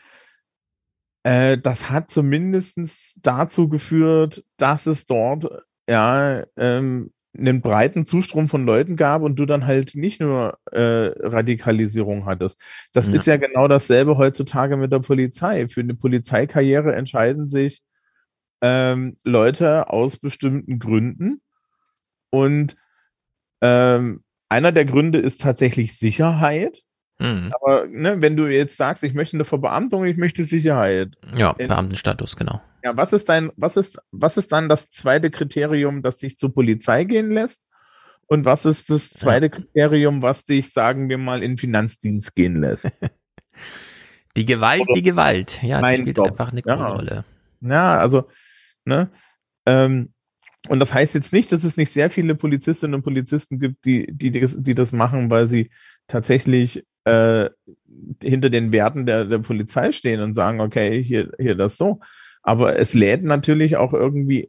Das hat zumindest dazu geführt, dass es dort einen breiten Zustrom von Leuten gab und du dann halt nicht nur Radikalisierung hattest. Das ist ja genau dasselbe heutzutage mit der Polizei. Für eine Polizeikarriere entscheiden sich Leute aus bestimmten Gründen. Und einer der Gründe ist tatsächlich Sicherheit. Aber wenn du jetzt sagst, ich möchte eine Verbeamtung, ich möchte Sicherheit. Ja, Beamtenstatus, genau. Ja, was ist dann das zweite Kriterium, das dich zur Polizei gehen lässt? Und was ist das zweite Kriterium, was dich, sagen wir mal, in den Finanzdienst gehen lässt? Die Gewalt. Ja, die spielt einfach eine große Rolle. Ja, also, Und das heißt jetzt nicht, dass es nicht sehr viele Polizistinnen und Polizisten gibt, die das machen, weil sie tatsächlich hinter den Werten der Polizei stehen und sagen, okay, hier das so. Aber es lädt natürlich auch irgendwie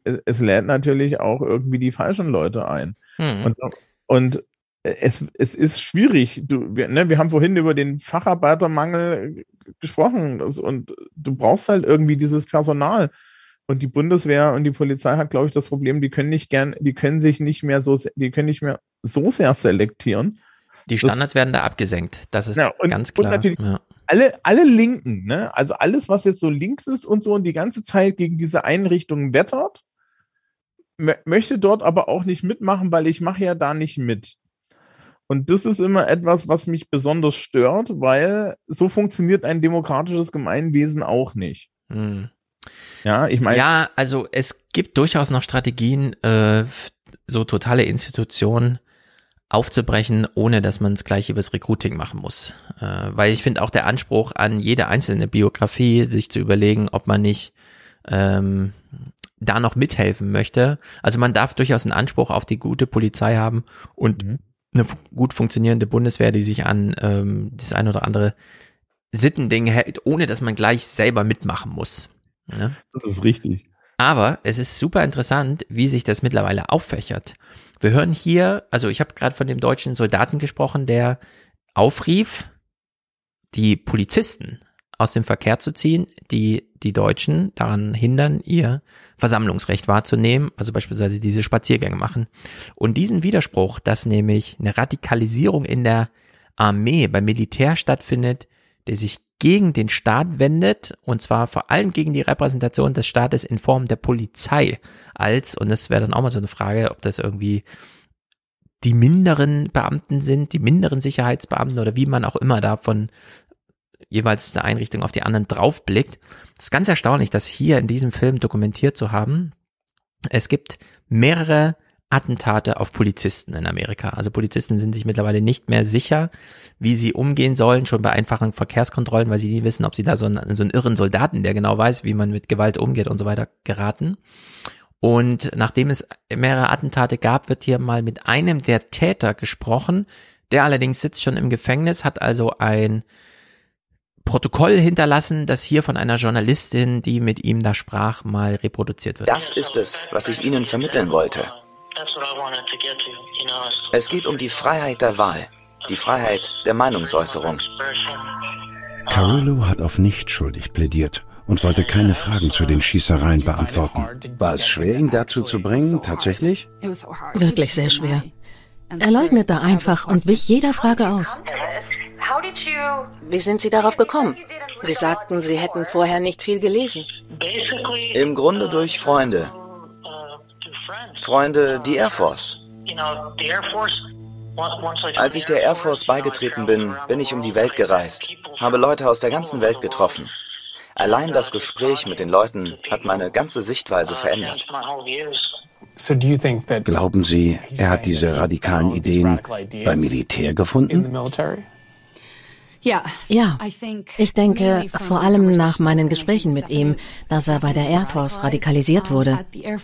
die falschen Leute ein. Und es ist schwierig. Wir haben vorhin über den Facharbeitermangel gesprochen und du brauchst halt irgendwie dieses Personal. Und die Bundeswehr und die Polizei hat, glaube ich, das Problem, die können nicht mehr so sehr selektieren. Die Standards werden da abgesenkt. Das ist ganz klar. Und natürlich alle Linken, ne? Also alles, was jetzt so links ist und so und die ganze Zeit gegen diese Einrichtungen wettert, möchte dort aber auch nicht mitmachen, weil ich mache ja da nicht mit. Und das ist immer etwas, was mich besonders stört, weil so funktioniert ein demokratisches Gemeinwesen auch nicht. Ja, ich meine. Ja, also es gibt durchaus noch Strategien, so totale Institutionen aufzubrechen, ohne dass man es gleich übers Recruiting machen muss. Weil ich finde auch der Anspruch an jede einzelne Biografie, sich zu überlegen, ob man nicht da noch mithelfen möchte. Also man darf durchaus einen Anspruch auf die gute Polizei haben und eine gut funktionierende Bundeswehr, die sich an das ein oder andere Sittending hält, ohne dass man gleich selber mitmachen muss. Ja? Das ist richtig. Aber es ist super interessant, wie sich das mittlerweile auffächert. Wir hören hier, also ich habe gerade von dem deutschen Soldaten gesprochen, der aufrief, die Polizisten aus dem Verkehr zu ziehen, die Deutschen daran hindern, ihr Versammlungsrecht wahrzunehmen, also beispielsweise diese Spaziergänge machen. Und diesen Widerspruch, dass nämlich eine Radikalisierung in der Armee, beim Militär stattfindet, der sich gegen den Staat wendet, und zwar vor allem gegen die Repräsentation des Staates in Form der Polizei und das wäre dann auch mal so eine Frage, ob das irgendwie die minderen Beamten sind, die minderen Sicherheitsbeamten oder wie man auch immer da von jeweils der Einrichtung auf die anderen draufblickt. Das ist ganz erstaunlich, das hier in diesem Film dokumentiert zu haben. Es gibt mehrere Attentate auf Polizisten in Amerika. Also Polizisten sind sich mittlerweile nicht mehr sicher, wie sie umgehen sollen, schon bei einfachen Verkehrskontrollen, weil sie nie wissen, ob sie da so einen irren Soldaten, der genau weiß, wie man mit Gewalt umgeht und so weiter, geraten. Und nachdem es mehrere Attentate gab, wird hier mal mit einem der Täter gesprochen. Der allerdings sitzt schon im Gefängnis, hat also ein Protokoll hinterlassen, das hier von einer Journalistin, die mit ihm da sprach, mal reproduziert wird. Das ist es, was ich Ihnen vermitteln wollte. Es geht um die Freiheit der Wahl, die Freiheit der Meinungsäußerung. Carrillo hat auf nicht schuldig plädiert und wollte keine Fragen zu den Schießereien beantworten. War es schwer, ihn dazu zu bringen, tatsächlich? Wirklich sehr schwer. Er leugnete einfach und wich jeder Frage aus. Wie sind Sie darauf gekommen? Sie sagten, Sie hätten vorher nicht viel gelesen. Im Grunde durch Freunde. Die Air Force. Als ich der Air Force beigetreten bin, bin ich um die Welt gereist, habe Leute aus der ganzen Welt getroffen. Allein das Gespräch mit den Leuten hat meine ganze Sichtweise verändert. Glauben Sie, er hat diese radikalen Ideen beim Militär gefunden? Ja, ich denke, vor allem nach meinen Gesprächen mit ihm, dass er bei der Air Force radikalisiert wurde.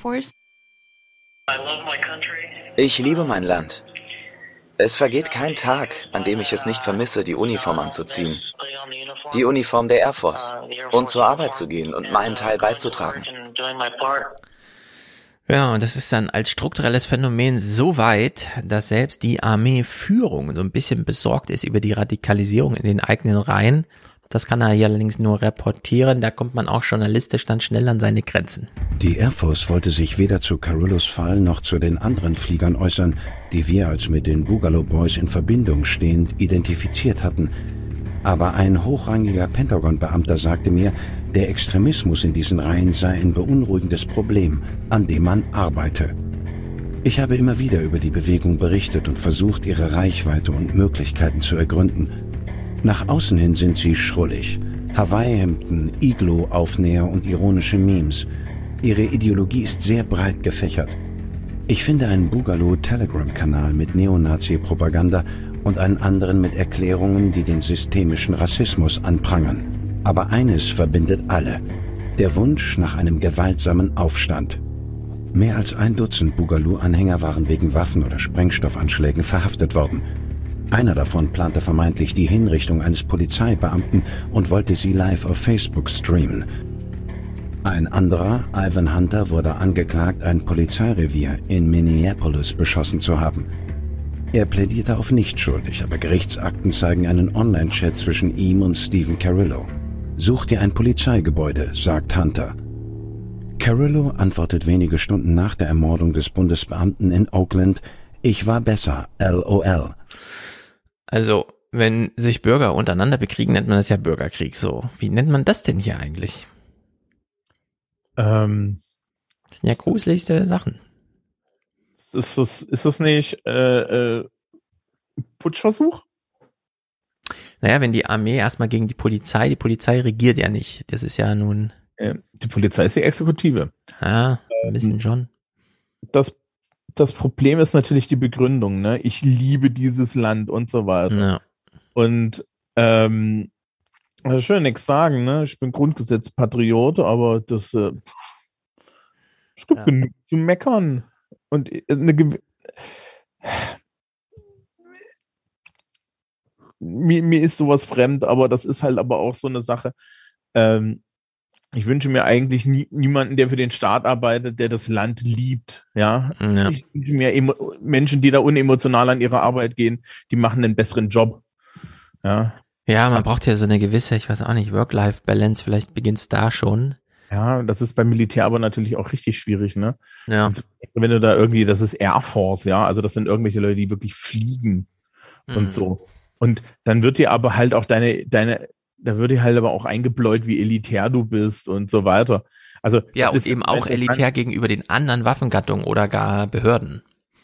Ich liebe mein Land. Es vergeht kein Tag, an dem ich es nicht vermisse, die Uniform anzuziehen. Die Uniform der Air Force. Und zur Arbeit zu gehen und meinen Teil beizutragen. Ja, und das ist dann als strukturelles Phänomen so weit, dass selbst die Armeeführung so ein bisschen besorgt ist über die Radikalisierung in den eigenen Reihen. Das kann er hier allerdings nur reportieren, da kommt man auch journalistisch dann schnell an seine Grenzen. Die Air Force wollte sich weder zu Carrillos Fall noch zu den anderen Fliegern äußern, die wir als mit den Boogaloo Boys in Verbindung stehend identifiziert hatten. Aber ein hochrangiger Pentagon-Beamter sagte mir, der Extremismus in diesen Reihen sei ein beunruhigendes Problem, an dem man arbeite. Ich habe immer wieder über die Bewegung berichtet und versucht, ihre Reichweite und Möglichkeiten zu ergründen. Nach außen hin sind sie schrullig. Hawaii-Hemden, Iglo-Aufnäher und ironische Memes. Ihre Ideologie ist sehr breit gefächert. Ich finde einen Boogaloo-Telegram-Kanal mit Neonazi-Propaganda und einen anderen mit Erklärungen, die den systemischen Rassismus anprangern. Aber eines verbindet alle: der Wunsch nach einem gewaltsamen Aufstand. Mehr als 1 Dutzend Boogaloo-Anhänger waren wegen Waffen- oder Sprengstoffanschlägen verhaftet worden. Einer davon plante vermeintlich die Hinrichtung eines Polizeibeamten und wollte sie live auf Facebook streamen. Ein anderer, Ivan Hunter, wurde angeklagt, ein Polizeirevier in Minneapolis beschossen zu haben. Er plädierte auf nicht schuldig, aber Gerichtsakten zeigen einen Online-Chat zwischen ihm und Stephen Carrillo. Such dir ein Polizeigebäude, sagt Hunter. Carrillo antwortet wenige Stunden nach der Ermordung des Bundesbeamten in Oakland: Ich war besser, LOL. Also, wenn sich Bürger untereinander bekriegen, nennt man das ja Bürgerkrieg. So, wie nennt man das denn hier eigentlich? Das sind ja gruseligste Sachen. Ist das nicht Putschversuch? Naja, wenn die Armee erstmal gegen die Polizei regiert ja nicht. Das ist ja nun... Die Polizei ist die Exekutive. Ja, ein bisschen schon. Das Problem ist natürlich die Begründung, ne? Ich liebe dieses Land und so weiter. Ja. Und ich will nichts sagen, ne? Ich bin Grundgesetzpatriot, aber es gibt genug zu meckern. Und mir ist sowas fremd, aber das ist halt aber auch so eine Sache. Ich wünsche mir eigentlich niemanden, der für den Staat arbeitet, der das Land liebt. Ja? Ich wünsche mir Menschen, die da unemotional an ihre Arbeit gehen, die machen einen besseren Job. Ja, man braucht ja so eine gewisse, ich weiß auch nicht, Work-Life-Balance, vielleicht beginnt es da schon. Ja, das ist beim Militär aber natürlich auch richtig schwierig, ne? Ja. Und wenn du da irgendwie, das ist Air Force, ja, also das sind irgendwelche Leute, die wirklich fliegen und so. Und dann wird dir aber halt auch da wird dir halt aber auch eingebläut, wie elitär du bist und so weiter. Also ja, und eben auch elitär gegenüber den anderen Waffengattungen oder gar Behörden.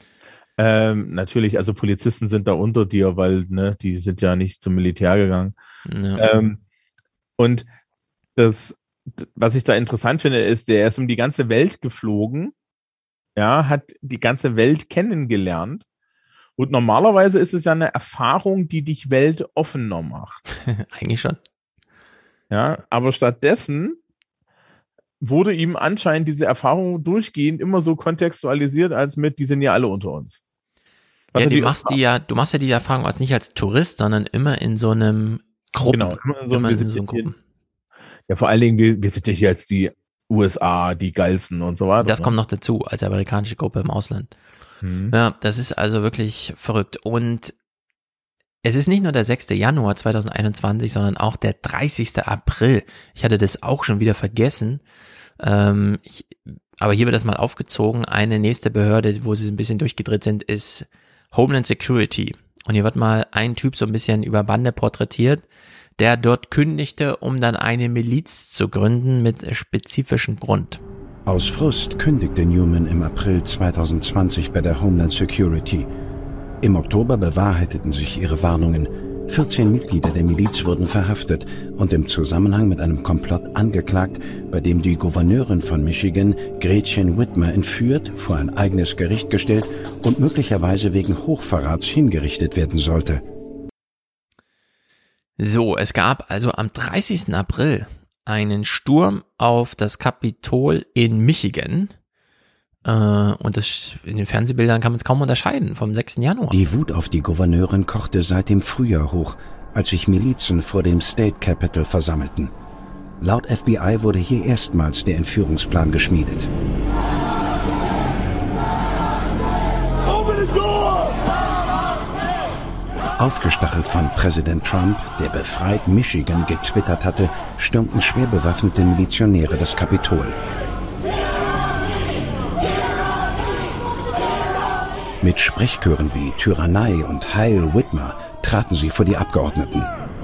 Natürlich, also Polizisten sind da unter dir, weil, ne, die sind ja nicht zum Militär gegangen. Ja. Und das, was ich da interessant finde, ist, der ist um die ganze Welt geflogen, ja, hat die ganze Welt kennengelernt. Und normalerweise ist es ja eine Erfahrung, die dich weltoffener macht. Eigentlich schon. Ja, aber stattdessen wurde ihm anscheinend diese Erfahrung durchgehend immer so kontextualisiert, als mit, die sind ja alle unter uns. Ja, du machst ja die Erfahrung nicht als Tourist, sondern immer in so einem Gruppen. Genau, immer in so einem Gruppen. Ja, vor allen Dingen, wir sind ja hier als die USA, die geilsten und so weiter. Das kommt noch dazu, als amerikanische Gruppe im Ausland. Ja, das ist also wirklich verrückt. Und es ist nicht nur der 6. Januar 2021, sondern auch der 30. April. Ich hatte das auch schon wieder vergessen. Aber hier wird das mal aufgezogen. Eine nächste Behörde, wo sie ein bisschen durchgedreht sind, ist Homeland Security. Und hier wird mal ein Typ so ein bisschen über Bande porträtiert, der dort kündigte, um dann eine Miliz zu gründen mit spezifischem Grund. Aus Frust kündigte Newman im April 2020 bei der Homeland Security. Im Oktober bewahrheiteten sich ihre Warnungen. 14 Mitglieder der Miliz wurden verhaftet und im Zusammenhang mit einem Komplott angeklagt, bei dem die Gouverneurin von Michigan, Gretchen Whitmer, entführt, vor ein eigenes Gericht gestellt und möglicherweise wegen Hochverrats hingerichtet werden sollte. So, es gab also am 30. April einen Sturm auf das Kapitol in Michigan. Und das in den Fernsehbildern kann man es kaum unterscheiden vom 6. Januar. Die Wut auf die Gouverneurin kochte seit dem Frühjahr hoch, als sich Milizen vor dem State Capitol versammelten. Laut FBI wurde hier erstmals der Entführungsplan geschmiedet. Aufgestachelt von Präsident Trump, der befreit Michigan getwittert hatte, stürmten schwer bewaffnete Milizionäre das Kapitol. Mit Sprechchören wie Tyrannei und Heil Whitmer traten sie vor die Abgeordneten.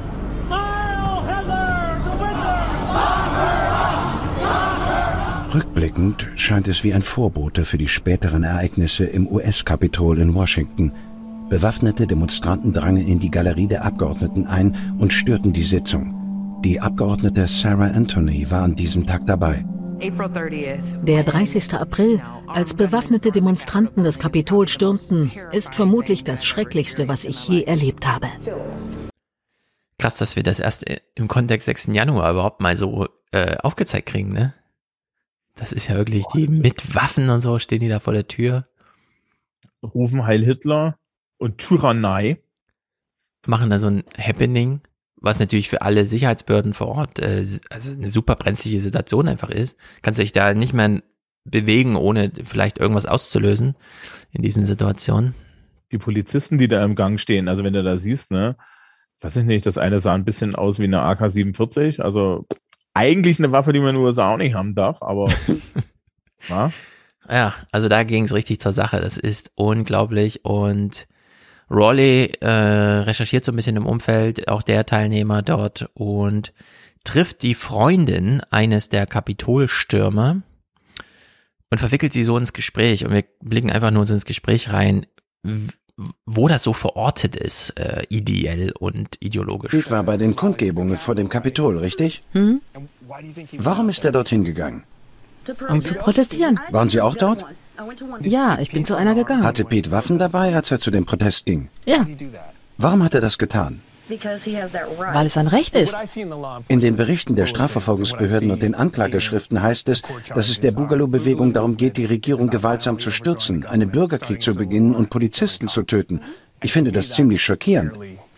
Rückblickend scheint es wie ein Vorbote für die späteren Ereignisse im US-Kapitol in Washington. Bewaffnete Demonstranten drangen in die Galerie der Abgeordneten ein und störten die Sitzung. Die Abgeordnete Sarah Anthony war an diesem Tag dabei. Der 30. April, als bewaffnete Demonstranten das Kapitol stürmten, ist vermutlich das Schrecklichste, was ich je erlebt habe. Krass, dass wir das erst im Kontext 6. Januar überhaupt mal so aufgezeigt kriegen, ne? Das ist ja wirklich, die mit Waffen und so stehen die da vor der Tür. Rufen Heil Hitler und Tyrannei. Machen da so ein Happening, was natürlich für alle Sicherheitsbehörden vor Ort also eine super brenzliche Situation einfach ist. Kannst dich da nicht mehr bewegen, ohne vielleicht irgendwas auszulösen in diesen Situationen. Die Polizisten, die da im Gang stehen, also wenn du da siehst, ne, weiß ich nicht, das eine sah ein bisschen aus wie eine AK-47, also eigentlich eine Waffe, die man in den USA auch nicht haben darf, aber ja. Ja, also da ging es richtig zur Sache, das ist unglaublich und Rawley recherchiert so ein bisschen im Umfeld, auch der Teilnehmer dort und trifft die Freundin eines der Kapitolstürmer und verwickelt sie so ins Gespräch und wir blicken einfach nur so ins Gespräch rein, wo das so verortet ist, ideell und ideologisch. Pete war bei den Kundgebungen vor dem Kapitol, richtig? Warum ist er dorthin gegangen? Um zu protestieren. Waren Sie auch dort? Ja, ich bin zu einer gegangen. Hatte Pete Waffen dabei, als er zu dem Protest ging? Ja. Warum hat er das getan? Weil es ein Recht ist. In den Berichten der Strafverfolgungsbehörden und den Anklageschriften heißt es, dass es der Boogaloo-Bewegung darum geht, die Regierung gewaltsam zu stürzen, einen Bürgerkrieg zu beginnen und Polizisten zu töten. Ich finde das ziemlich schockierend.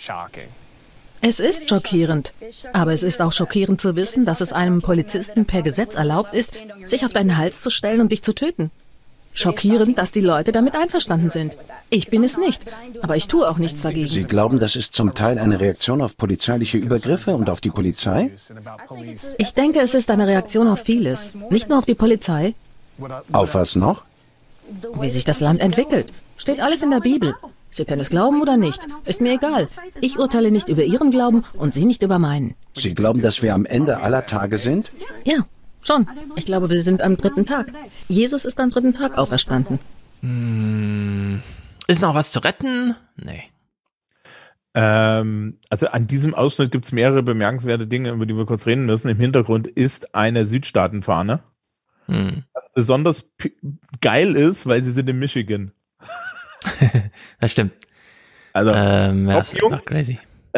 Es ist schockierend. Aber es ist auch schockierend zu wissen, dass es einem Polizisten per Gesetz erlaubt ist, sich auf deinen Hals zu stellen und dich zu töten. Schockierend, dass die Leute damit einverstanden sind. Ich bin es nicht, aber ich tue auch nichts dagegen. Sie glauben, das ist zum Teil eine Reaktion auf polizeiliche Übergriffe und auf die Polizei? Ich denke, es ist eine Reaktion auf vieles, nicht nur auf die Polizei. Auf was noch? Wie sich das Land entwickelt. Steht alles in der Bibel. Sie können es glauben oder nicht. Ist mir egal. Ich urteile nicht über Ihren Glauben und Sie nicht über meinen. Sie glauben, dass wir am Ende aller Tage sind? Ja. Schon. Ich glaube, wir sind am 3. Tag. Jesus ist am 3. Tag auferstanden. Ist noch was zu retten? Nee. Also an diesem Ausschnitt gibt es mehrere bemerkenswerte Dinge, über die wir kurz reden müssen. Im Hintergrund ist eine Südstaatenfahne. Was besonders geil ist, weil sie sind in Michigan. Das stimmt. Also, das ist einfach crazy.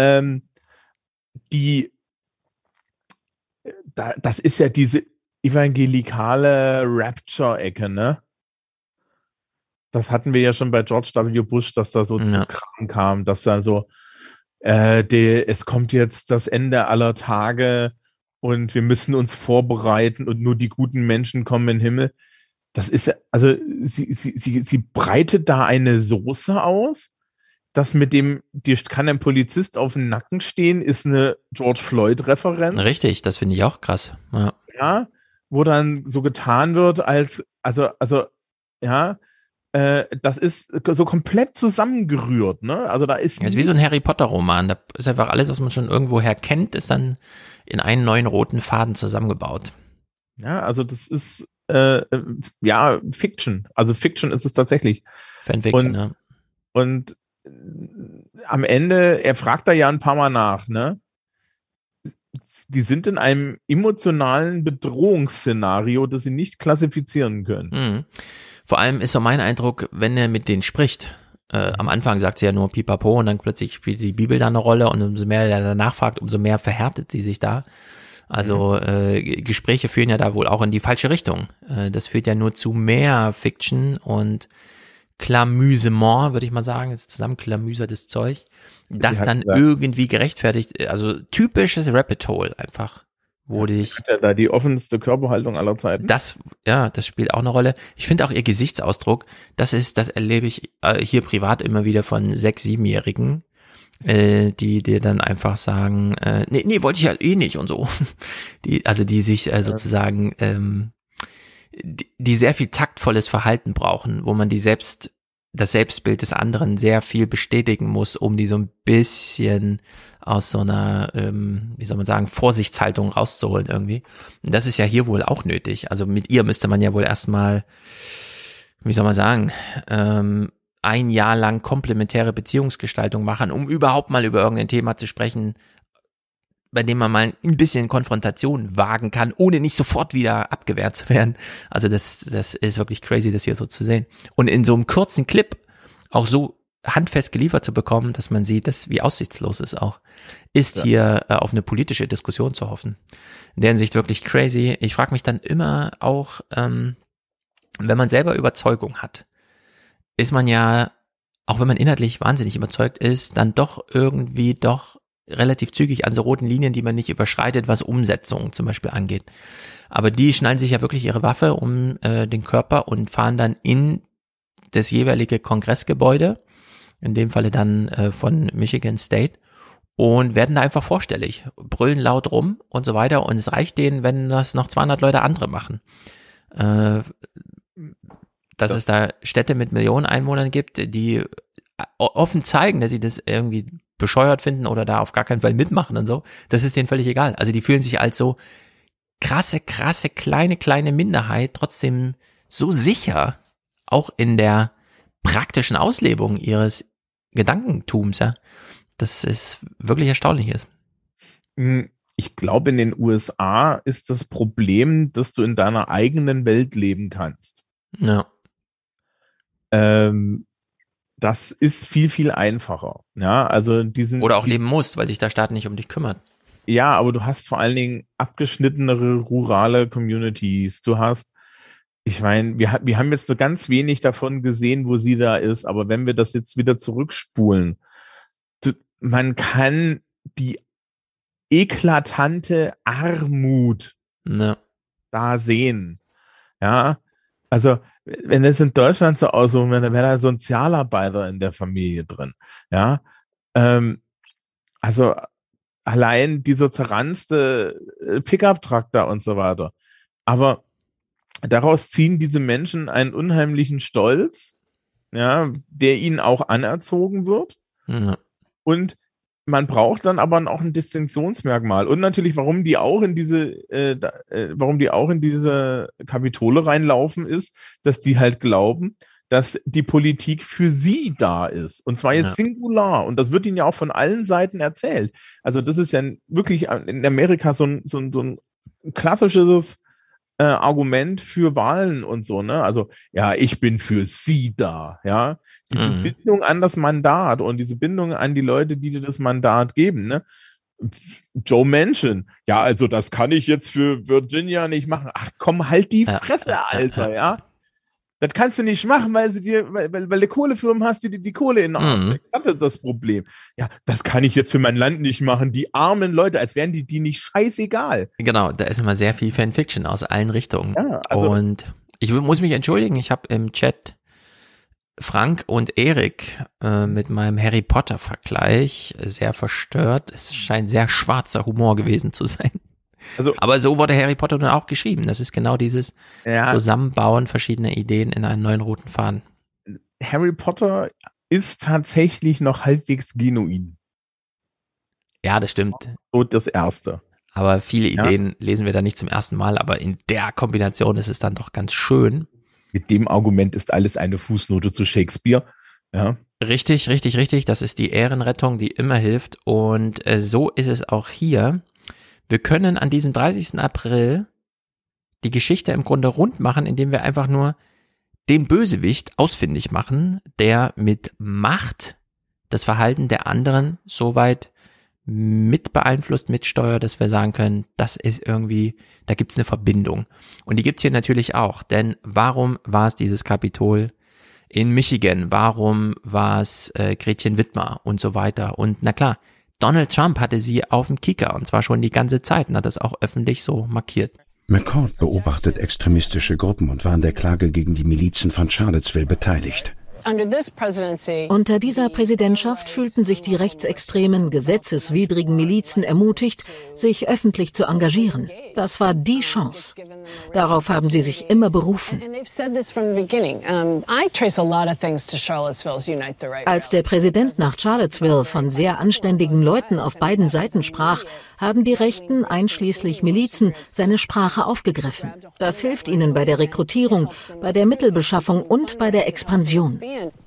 Das ist ja diese evangelikale Rapture-Ecke, ne? Das hatten wir ja schon bei George W. Bush, dass da so zu Kram kam, dass da so, es kommt jetzt das Ende aller Tage und wir müssen uns vorbereiten und nur die guten Menschen kommen in den Himmel. Das ist, also sie breitet da eine Soße aus, das mit dem, dir kann ein Polizist auf dem Nacken stehen, ist eine George Floyd-Referenz. Richtig, das finde ich auch krass. Ja, wo dann so getan wird, das ist so komplett zusammengerührt, ne? Also da ist. Das ist wie so ein Harry Potter-Roman. Da ist einfach alles, was man schon irgendwoher kennt, ist dann in einen neuen roten Faden zusammengebaut. Ja, also das ist Fiction. Also Fiction ist es tatsächlich. Fanfiction, ja. Und am Ende, er fragt da ja ein paar Mal nach, ne? Die sind in einem emotionalen Bedrohungsszenario, das sie nicht klassifizieren können. Vor allem ist so mein Eindruck, wenn er mit denen spricht, am Anfang sagt sie ja nur Pipapo und dann plötzlich spielt die Bibel da eine Rolle und umso mehr er danach fragt, umso mehr verhärtet sie sich da. Also Gespräche führen ja da wohl auch in die falsche Richtung. Das führt ja nur zu mehr Fiction und Klamüsement, würde ich mal sagen, das zusammenklamüsertes Zeug, das dann irgendwie gerechtfertigt, also typisches Rabbit Hole einfach, wo dich... Hat ja da die offenste Körperhaltung aller Zeiten. Das spielt auch eine Rolle. Ich finde auch ihr Gesichtsausdruck, das erlebe ich hier privat immer wieder von 6-, 7-Jährigen, die dir dann einfach sagen, nee, wollte ich ja eh nicht und so. Die sich sozusagen, die sehr viel taktvolles Verhalten brauchen, wo man das Selbstbild des anderen sehr viel bestätigen muss, um die so ein bisschen aus so einer, Vorsichtshaltung rauszuholen irgendwie. Und das ist ja hier wohl auch nötig. Also mit ihr müsste man ja wohl erstmal, ein Jahr lang komplementäre Beziehungsgestaltung machen, um überhaupt mal über irgendein Thema zu sprechen, bei dem man mal ein bisschen Konfrontation wagen kann, ohne nicht sofort wieder abgewehrt zu werden. Also das ist wirklich crazy, das hier so zu sehen. Und in so einem kurzen Clip auch so handfest geliefert zu bekommen, dass man sieht, dass wie aussichtslos es auch ist, hier auf eine politische Diskussion zu hoffen. In der Hinsicht wirklich crazy. Ich frage mich dann immer auch, wenn man selber Überzeugung hat, ist man ja, auch wenn man inhaltlich wahnsinnig überzeugt ist, dann doch irgendwie relativ zügig an so roten Linien, die man nicht überschreitet, was Umsetzung zum Beispiel angeht. Aber die schnallen sich ja wirklich ihre Waffe um den Körper und fahren dann in das jeweilige Kongressgebäude, in dem Falle dann von Michigan State, und werden da einfach vorstellig, brüllen laut rum und so weiter, und es reicht denen, wenn das noch 200 Leute andere machen. Dass es da Städte mit Millionen Einwohnern gibt, die offen zeigen, dass sie das irgendwie bescheuert finden oder da auf gar keinen Fall mitmachen und so, das ist denen völlig egal. Also die fühlen sich als so krasse, kleine Minderheit trotzdem so sicher, auch in der praktischen Auslebung ihres Gedankentums, ja, dass es wirklich erstaunlich ist. Ich glaube, in den USA ist das Problem, dass du in deiner eigenen Welt leben kannst. Ja. Das ist viel einfacher. Ja, also oder auch leben musst, weil sich der Staat nicht um dich kümmert. Ja, aber du hast vor allen Dingen abgeschnittenere rurale Communities. Du hast, ich meine, wir haben jetzt nur ganz wenig davon gesehen, wo sie da ist, aber wenn wir das jetzt wieder zurückspulen, man kann die eklatante Armut da sehen. Ja, also wenn es in Deutschland so aussieht, dann wäre da ein Sozialarbeiter in der Familie drin. Ja, also allein dieser zerranzte Pickup-Truck da und so weiter. Aber daraus ziehen diese Menschen einen unheimlichen Stolz, ja, der ihnen auch anerzogen wird. Ja. Und man braucht dann aber auch ein Distinktionsmerkmal. Und natürlich, warum die auch in diese Kapitole reinlaufen, ist, dass die halt glauben, dass die Politik für sie da ist. Und zwar jetzt singular. Und das wird ihnen ja auch von allen Seiten erzählt. Also das ist ja wirklich in Amerika so ein klassisches Argument für Wahlen und so, ne? Also, ja, ich bin für sie da, ja. Diese Bindung an das Mandat und diese Bindung an die Leute, die dir das Mandat geben, ne? Joe Manchin, ja, also das kann ich jetzt für Virginia nicht machen. Ach komm, halt die Fresse, Alter, ja. Das kannst du nicht machen, weil du Kohlefirmen hast, die Kohle in den Arsch stecken. Das ist das Problem. Ja, das kann ich jetzt für mein Land nicht machen. Die armen Leute, als wären die nicht scheißegal. Genau, da ist immer sehr viel Fanfiction aus allen Richtungen. Ja, also und ich muss mich entschuldigen, ich habe im Chat Frank und Erik mit meinem Harry Potter Vergleich sehr verstört. Es scheint sehr schwarzer Humor gewesen zu sein. Also, aber so wurde Harry Potter dann auch geschrieben. Das ist genau dieses Zusammenbauen verschiedener Ideen in einen neuen roten Faden. Harry Potter ist tatsächlich noch halbwegs genuin. Ja, das stimmt. So das Erste. Aber viele Ideen lesen wir da nicht zum ersten Mal, aber in der Kombination ist es dann doch ganz schön. Mit dem Argument ist alles eine Fußnote zu Shakespeare. Ja. Richtig. Das ist die Ehrenrettung, die immer hilft. Und so ist es auch hier. Wir können an diesem 30. April die Geschichte im Grunde rund machen, indem wir einfach nur den Bösewicht ausfindig machen, der mit Macht das Verhalten der anderen so weit mit beeinflusst, mitsteuert, dass wir sagen können, das ist irgendwie, da gibt's eine Verbindung. Und die gibt's hier natürlich auch, denn warum war es dieses Kapitol in Michigan? Warum war es Gretchen Whitmer und so weiter? Und na klar, Donald Trump hatte sie auf dem Kicker und zwar schon die ganze Zeit und hat das auch öffentlich so markiert. McCord beobachtet extremistische Gruppen und war an der Klage gegen die Milizen von Charlottesville beteiligt. Unter dieser Präsidentschaft fühlten sich die rechtsextremen, gesetzeswidrigen Milizen ermutigt, sich öffentlich zu engagieren. Das war die Chance. Darauf haben sie sich immer berufen. Als der Präsident nach Charlottesville von sehr anständigen Leuten auf beiden Seiten sprach, haben die Rechten, einschließlich Milizen, seine Sprache aufgegriffen. Das hilft ihnen bei der Rekrutierung, bei der Mittelbeschaffung und bei der Expansion.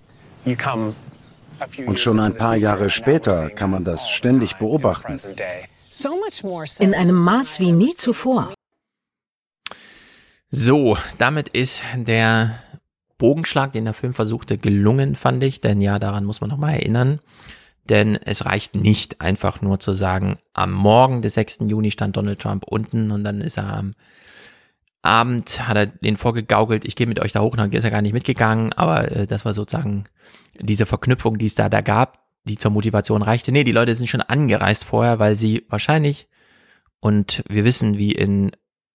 Und schon ein paar Jahre später kann man das ständig beobachten. In einem Maß wie nie zuvor. So, damit ist der Bogenschlag, den der Film versuchte, gelungen, fand ich, denn ja, daran muss man nochmal erinnern, denn es reicht nicht einfach nur zu sagen, am Morgen des 6. Juni stand Donald Trump unten und dann ist er am Abend, hat er den vorgegaukelt, ich gehe mit euch da hoch, dann ist er gar nicht mitgegangen, aber das war sozusagen diese Verknüpfung, die es da gab, die zur Motivation reichte. Nee, die Leute sind schon angereist vorher, weil sie wahrscheinlich, und wir wissen, wie in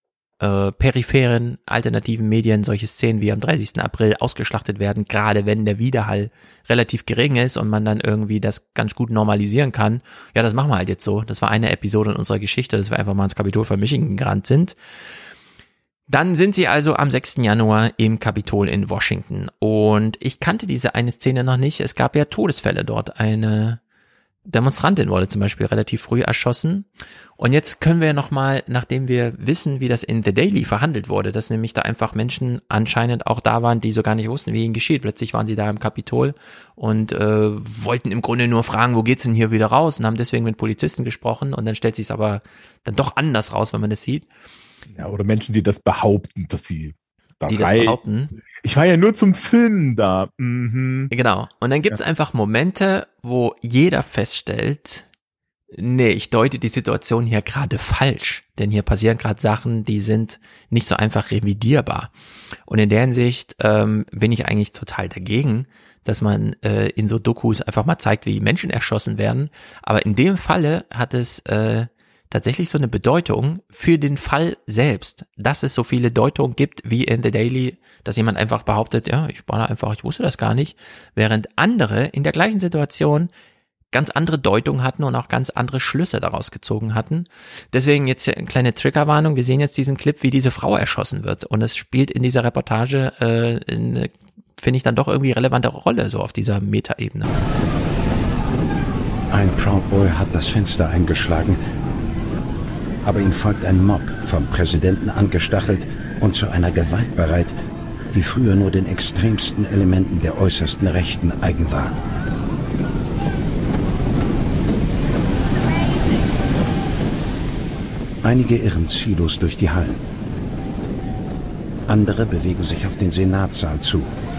peripheren alternativen Medien solche Szenen wie am 30. April ausgeschlachtet werden, gerade wenn der Widerhall relativ gering ist und man dann irgendwie das ganz gut normalisieren kann. Ja, das machen wir halt jetzt so. Das war eine Episode in unserer Geschichte, dass wir einfach mal ins Kapitol von Michigan gerannt sind. Dann sind sie also am 6. Januar im Kapitol in Washington und ich kannte diese eine Szene noch nicht. Es gab ja Todesfälle dort. Eine Demonstrantin wurde zum Beispiel relativ früh erschossen. Und jetzt können wir nochmal, nachdem wir wissen, wie das in The Daily verhandelt wurde, dass nämlich da einfach Menschen anscheinend auch da waren, die so gar nicht wussten, wie ihnen geschieht. Plötzlich waren sie da im Kapitol und wollten im Grunde nur fragen, wo geht's denn hier wieder raus? Und haben deswegen mit Polizisten gesprochen und dann stellt sich es aber dann doch anders raus, wenn man das sieht. Ja, oder Menschen, die das behaupten, dass sie da die das behaupten. Ich war ja nur zum Filmen da. Mhm. Genau. Und dann gibt's einfach Momente, wo jeder feststellt, nee, ich deute die Situation hier gerade falsch. Denn hier passieren gerade Sachen, die sind nicht so einfach revidierbar. Und in der Hinsicht bin ich eigentlich total dagegen, dass man in so Dokus einfach mal zeigt, wie Menschen erschossen werden. Aber in dem Falle hat es tatsächlich so eine Bedeutung für den Fall selbst, dass es so viele Deutungen gibt wie in The Daily, dass jemand einfach behauptet, ja, ich war da einfach, ich wusste das gar nicht, während andere in der gleichen Situation ganz andere Deutungen hatten und auch ganz andere Schlüsse daraus gezogen hatten. Deswegen jetzt eine kleine Triggerwarnung, wir sehen jetzt diesen Clip, wie diese Frau erschossen wird und es spielt in dieser Reportage, finde ich dann doch irgendwie relevante Rolle, so auf dieser Metaebene. Ein Proud Boy hat das Fenster eingeschlagen, aber ihm folgt ein Mob, vom Präsidenten angestachelt und zu einer Gewalt bereit, die früher nur den extremsten Elementen der äußersten Rechten eigen war. Einige irren ziellos durch die Hallen. Andere bewegen sich auf den Senatssaal zu.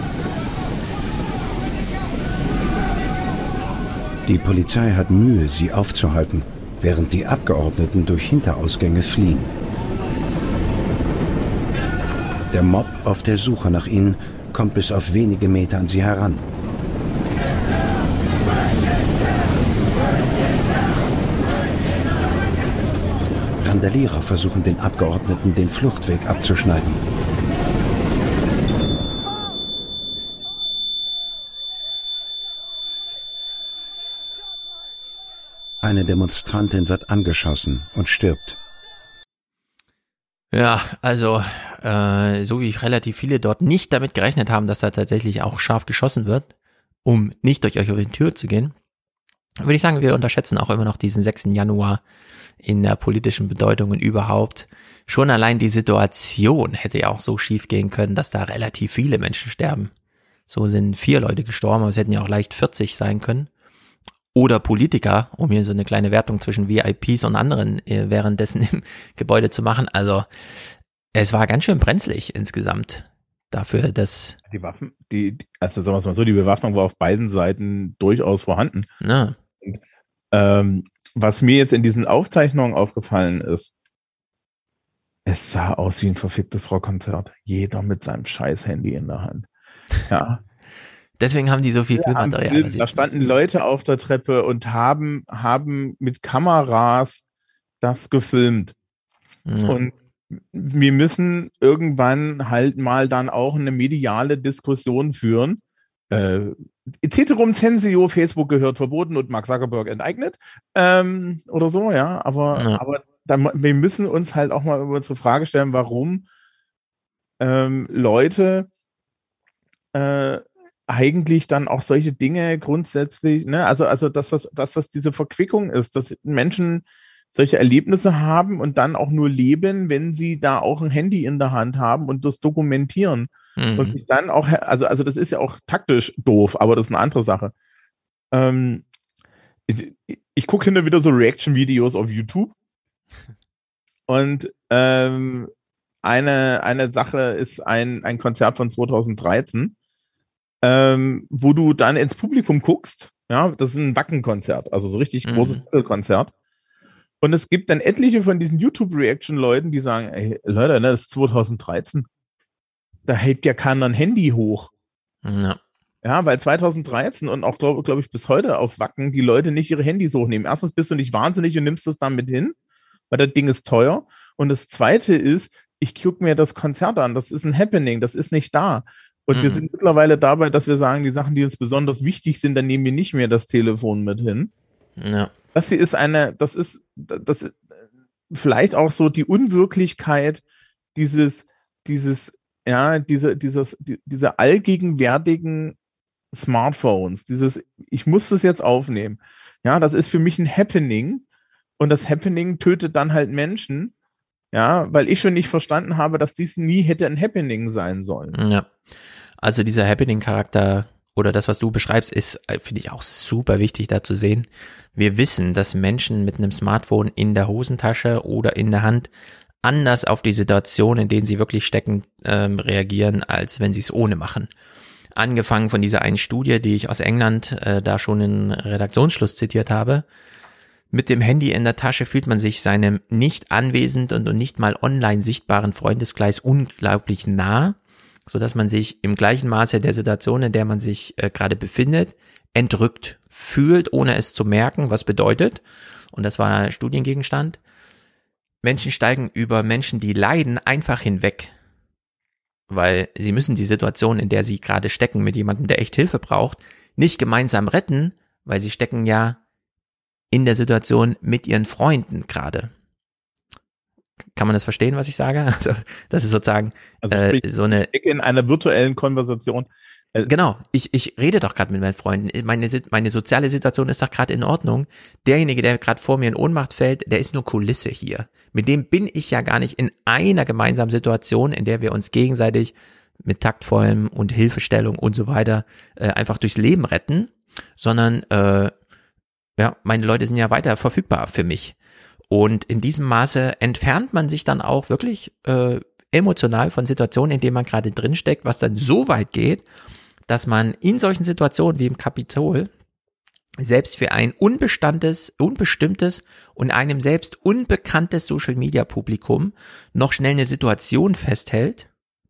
Die Polizei hat Mühe, sie aufzuhalten, während die Abgeordneten durch Hinterausgänge fliehen. Der Mob auf der Suche nach ihnen kommt bis auf wenige Meter an sie heran. Randalierer versuchen den Abgeordneten den Fluchtweg abzuschneiden. Eine Demonstrantin wird angeschossen und stirbt. Ja, also so wie relativ viele dort nicht damit gerechnet haben, dass da tatsächlich auch scharf geschossen wird, um nicht durch eure Tür zu gehen, würde ich sagen, wir unterschätzen auch immer noch diesen 6. Januar in der politischen Bedeutung und überhaupt. Schon allein die Situation hätte ja auch so schief gehen können, dass da relativ viele Menschen sterben. So sind 4 Leute gestorben, aber es hätten ja auch leicht 40 sein können. Oder Politiker, um hier so eine kleine Wertung zwischen VIPs und anderen währenddessen im Gebäude zu machen. Also es war ganz schön brenzlig insgesamt dafür, dass die Waffen, also sagen wir es mal so, die Bewaffnung war auf beiden Seiten durchaus vorhanden. Ja. Und, was mir jetzt in diesen Aufzeichnungen aufgefallen ist, es sah aus wie ein verficktes Rockkonzert. Jeder mit seinem scheiß Handy in der Hand. Ja. Deswegen haben die so viel Filmmaterial. Da standen Leute auf der Treppe und haben mit Kameras das gefilmt. Mhm. Und wir müssen irgendwann halt mal dann auch eine mediale Diskussion führen. Ceterum censeo, Facebook gehört verboten und Mark Zuckerberg enteignet. Oder so, ja. Aber wir müssen uns halt auch mal über unsere Frage stellen, warum Leute eigentlich dann auch solche Dinge grundsätzlich, ne, also dass das diese Verquickung ist, dass Menschen solche Erlebnisse haben und dann auch nur leben, wenn sie da auch ein Handy in der Hand haben und das dokumentieren. Mhm. Und sich dann auch, also das ist ja auch taktisch doof, aber das ist eine andere Sache. Ich gucke hinterher wieder so Reaction-Videos auf YouTube und eine Sache ist ein Konzert von 2013, wo du dann ins Publikum guckst. Ja, das ist ein Wackenkonzert, also so richtig großes Konzert. Und es gibt dann etliche von diesen YouTube-Reaction-Leuten, die sagen, ey, Leute, ne, das ist 2013. Da hält ja keiner ein Handy hoch. Ja. Ja, weil 2013 und auch, glaube ich, bis heute auf Wacken die Leute nicht ihre Handys hochnehmen. Erstens bist du nicht wahnsinnig und nimmst das dann mit hin, weil das Ding ist teuer. Und das Zweite ist, ich gucke mir das Konzert an. Das ist ein Happening, das ist nicht da. Und wir sind mittlerweile dabei, dass wir sagen, die Sachen, die uns besonders wichtig sind, dann nehmen wir nicht mehr das Telefon mit hin. Ja. Das hier ist das ist vielleicht auch so die Unwirklichkeit dieser allgegenwärtigen Smartphones, ich muss das jetzt aufnehmen. Ja, das ist für mich ein Happening und das Happening tötet dann halt Menschen, ja, weil ich schon nicht verstanden habe, dass dies nie hätte ein Happening sein sollen. Ja, also dieser Happening-Charakter oder das, was du beschreibst, ist, finde ich, auch super wichtig da zu sehen. Wir wissen, dass Menschen mit einem Smartphone in der Hosentasche oder in der Hand anders auf die Situation, in denen sie wirklich stecken, reagieren, als wenn sie es ohne machen. Angefangen von dieser einen Studie, die ich aus England da schon in Redaktionsschluss zitiert habe. Mit dem Handy in der Tasche fühlt man sich seinem nicht anwesend und nicht mal online sichtbaren Freundeskreis unglaublich nah, sodass man sich im gleichen Maße der Situation, in der man sich gerade befindet, entrückt fühlt, ohne es zu merken, was bedeutet. Und das war Studiengegenstand. Menschen steigen über Menschen, die leiden, einfach hinweg. Weil sie müssen die Situation, in der sie gerade stecken, mit jemandem, der echt Hilfe braucht, nicht gemeinsam retten, weil sie stecken ja in der Situation mit ihren Freunden gerade. Kann man das verstehen, was ich sage? Also das ist sozusagen so eine in einer virtuellen Konversation. Genau, ich rede doch gerade mit meinen Freunden. Meine soziale Situation ist doch gerade in Ordnung. Derjenige, der gerade vor mir in Ohnmacht fällt, der ist nur Kulisse hier. Mit dem bin ich ja gar nicht in einer gemeinsamen Situation, in der wir uns gegenseitig mit taktvollem und Hilfestellung und so weiter einfach durchs Leben retten, sondern meine Leute sind ja weiter verfügbar für mich. Und in diesem Maße entfernt man sich dann auch wirklich emotional von Situationen, in denen man gerade drinsteckt, was dann so weit geht, dass man in solchen Situationen wie im Kapitol selbst für ein unbestimmtes und einem selbst unbekanntes Social-Media-Publikum noch schnell eine Situation festhält,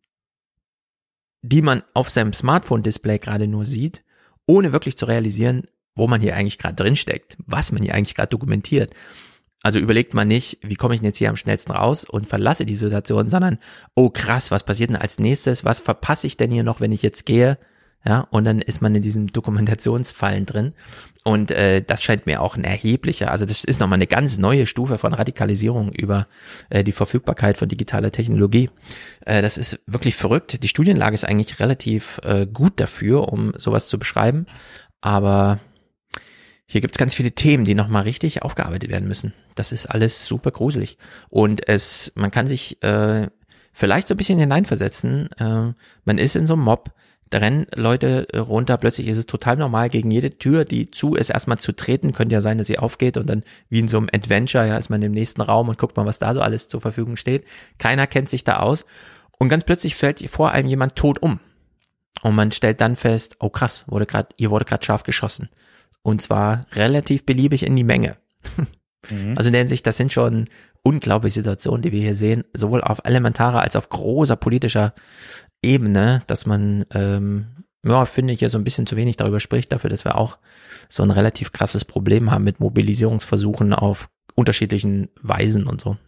die man auf seinem Smartphone-Display gerade nur sieht, ohne wirklich zu realisieren, wo man hier eigentlich gerade drinsteckt, was man hier eigentlich gerade dokumentiert. Also überlegt man nicht, wie komme ich denn jetzt hier am schnellsten raus und verlasse die Situation, sondern, oh krass, was passiert denn als nächstes? Was verpasse ich denn hier noch, wenn ich jetzt gehe? Ja, und dann ist man in diesen Dokumentationsfallen drin. Und das scheint mir auch ein erheblicher, also das ist nochmal eine ganz neue Stufe von Radikalisierung über die Verfügbarkeit von digitaler Technologie. Das ist wirklich verrückt. Die Studienlage ist eigentlich relativ gut dafür, um sowas zu beschreiben. Aber hier gibt's ganz viele Themen, die nochmal richtig aufgearbeitet werden müssen. Das ist alles super gruselig. Und man kann sich vielleicht so ein bisschen hineinversetzen. Man ist in so einem Mob, da rennen Leute runter, plötzlich ist es total normal, gegen jede Tür, die zu ist, erstmal zu treten. Könnte ja sein, dass sie aufgeht und dann wie in so einem Adventure, ja, ist man im nächsten Raum und guckt mal, was da so alles zur Verfügung steht. Keiner kennt sich da aus. Und ganz plötzlich fällt vor einem jemand tot um. Und man stellt dann fest, oh krass, ihr wurde gerade scharf geschossen. Und zwar relativ beliebig in die Menge. Also in der Hinsicht, das sind schon unglaubliche Situationen, die wir hier sehen, sowohl auf elementarer als auf großer politischer Ebene, dass man, finde ich, ja so ein bisschen zu wenig darüber spricht, dafür, dass wir auch so ein relativ krasses Problem haben mit Mobilisierungsversuchen auf unterschiedlichen Weisen und so.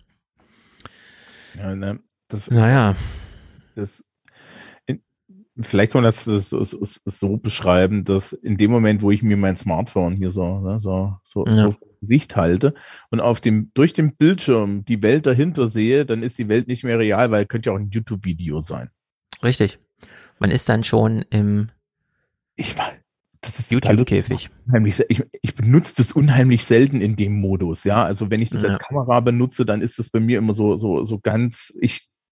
Ja, ne, vielleicht kann man das so beschreiben, dass in dem Moment, wo ich mir mein Smartphone hier so Sicht halte und durch den Bildschirm die Welt dahinter sehe, dann ist die Welt nicht mehr real, weil könnte ja auch ein YouTube-Video sein. Richtig. Man ist dann schon im YouTube-Käfig. Ich benutze das unheimlich selten in dem Modus, ja. Also wenn ich das als Kamera benutze, dann ist das bei mir immer so ganz,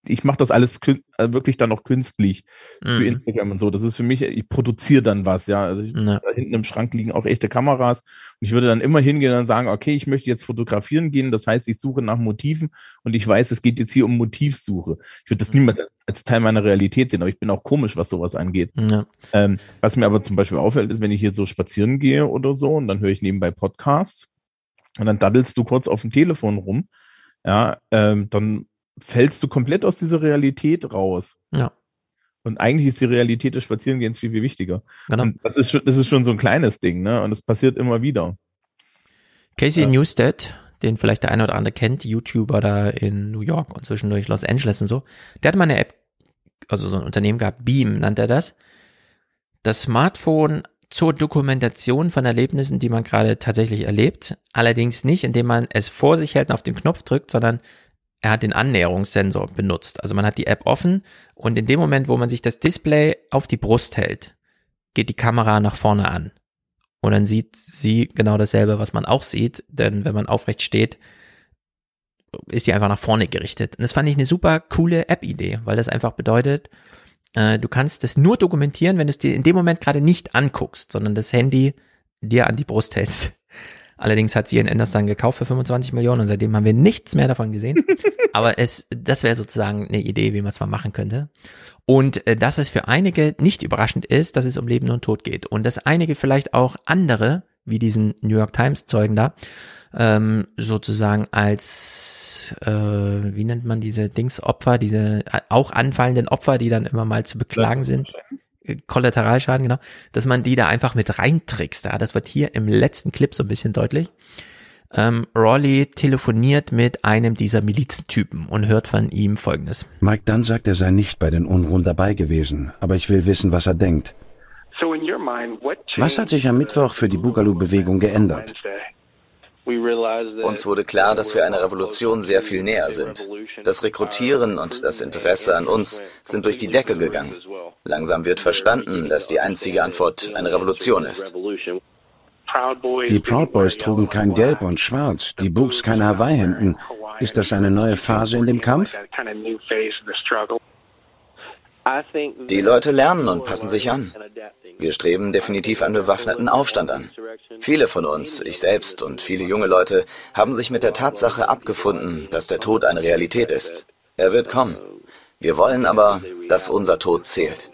ich mache das alles wirklich dann noch künstlich für Instagram und so. Das ist für mich, ich produziere dann was, ja. Also da hinten im Schrank liegen auch echte Kameras und ich würde dann immer hingehen und sagen, okay, ich möchte jetzt fotografieren gehen. Das heißt, ich suche nach Motiven und ich weiß, es geht jetzt hier um Motivsuche. Ich würde das niemals als Teil meiner Realität sehen, aber ich bin auch komisch, was sowas angeht. Ja. Was mir aber zum Beispiel auffällt, ist, wenn ich hier so spazieren gehe oder so und dann höre ich nebenbei Podcasts und dann daddelst du kurz auf dem Telefon rum, ja, dann fällst du komplett aus dieser Realität raus. Ja. Und eigentlich ist die Realität des Spazierengehens viel, viel wichtiger. Genau. Und das ist schon so ein kleines Ding, ne? Und es passiert immer wieder. Casey Neistat, den vielleicht der eine oder andere kennt, YouTuber da in New York und zwischendurch Los Angeles und so, der hat mal eine App, also so ein Unternehmen gehabt, Beam nannte er das. Das Smartphone zur Dokumentation von Erlebnissen, die man gerade tatsächlich erlebt. Allerdings nicht, indem man es vor sich hält und auf den Knopf drückt, sondern er hat den Annäherungssensor benutzt. Also man hat die App offen und in dem Moment, wo man sich das Display auf die Brust hält, geht die Kamera nach vorne an. Und dann sieht sie genau dasselbe, was man auch sieht, denn wenn man aufrecht steht, ist die einfach nach vorne gerichtet. Und das fand ich eine super coole App-Idee, weil das einfach bedeutet, du kannst es nur dokumentieren, wenn du es dir in dem Moment gerade nicht anguckst, sondern das Handy dir an die Brust hältst. Allerdings hat CNN das dann gekauft für 25 Millionen und seitdem haben wir nichts mehr davon gesehen. Aber das wäre sozusagen eine Idee, wie man es mal machen könnte. Und dass es für einige nicht überraschend ist, dass es um Leben und Tod geht. Und dass einige vielleicht auch andere, wie diesen New York Times Zeugen da, sozusagen als, wie nennt man diese Dingsopfer, diese auch anfallenden Opfer, die dann immer mal zu beklagen sind. Kollateralschaden, genau, dass man die da einfach mit reintrickst. Ja, das wird hier im letzten Clip so ein bisschen deutlich. Rawley telefoniert mit einem dieser Milizentypen und hört von ihm Folgendes. Mike Dunn sagt, er sei nicht bei den Unruhen dabei gewesen, aber ich will wissen, was er denkt. Was hat sich am Mittwoch für die Boogaloo-Bewegung geändert? Uns wurde klar, dass wir einer Revolution sehr viel näher sind. Das Rekrutieren und das Interesse an uns sind durch die Decke gegangen. Langsam wird verstanden, dass die einzige Antwort eine Revolution ist. Die Proud Boys trugen kein Gelb und Schwarz, die Boogs keine Hawaii-Hemden. Ist das eine neue Phase in dem Kampf? Die Leute lernen und passen sich an. Wir streben definitiv einen bewaffneten Aufstand an. Viele von uns, ich selbst und viele junge Leute, haben sich mit der Tatsache abgefunden, dass der Tod eine Realität ist. Er wird kommen. Wir wollen aber, dass unser Tod zählt.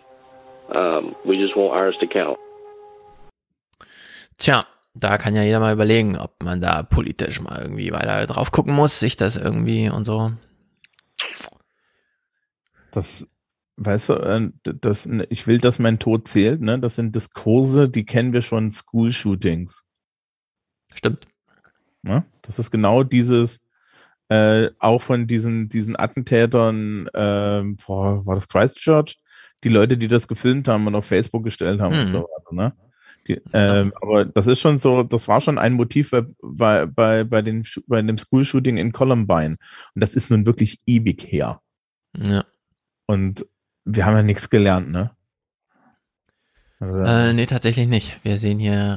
Tja, da kann ja jeder mal überlegen, ob man da politisch mal irgendwie weiter drauf gucken muss, sich das irgendwie und so. Das, weißt du, ich will, dass mein Tod zählt, ne? Das sind Diskurse, die kennen wir schon in School-Shootings. Stimmt. Ja? Das ist genau dieses, auch von diesen Attentätern, war das Christchurch? Die Leute, die das gefilmt haben und auf Facebook gestellt haben und so weiter, ne? Aber das ist schon so, das war schon ein Motiv bei dem School-Shooting in Columbine. Und das ist nun wirklich ewig her. Ja. Und wir haben ja nichts gelernt, ne? Also, nee, tatsächlich nicht. Wir sehen hier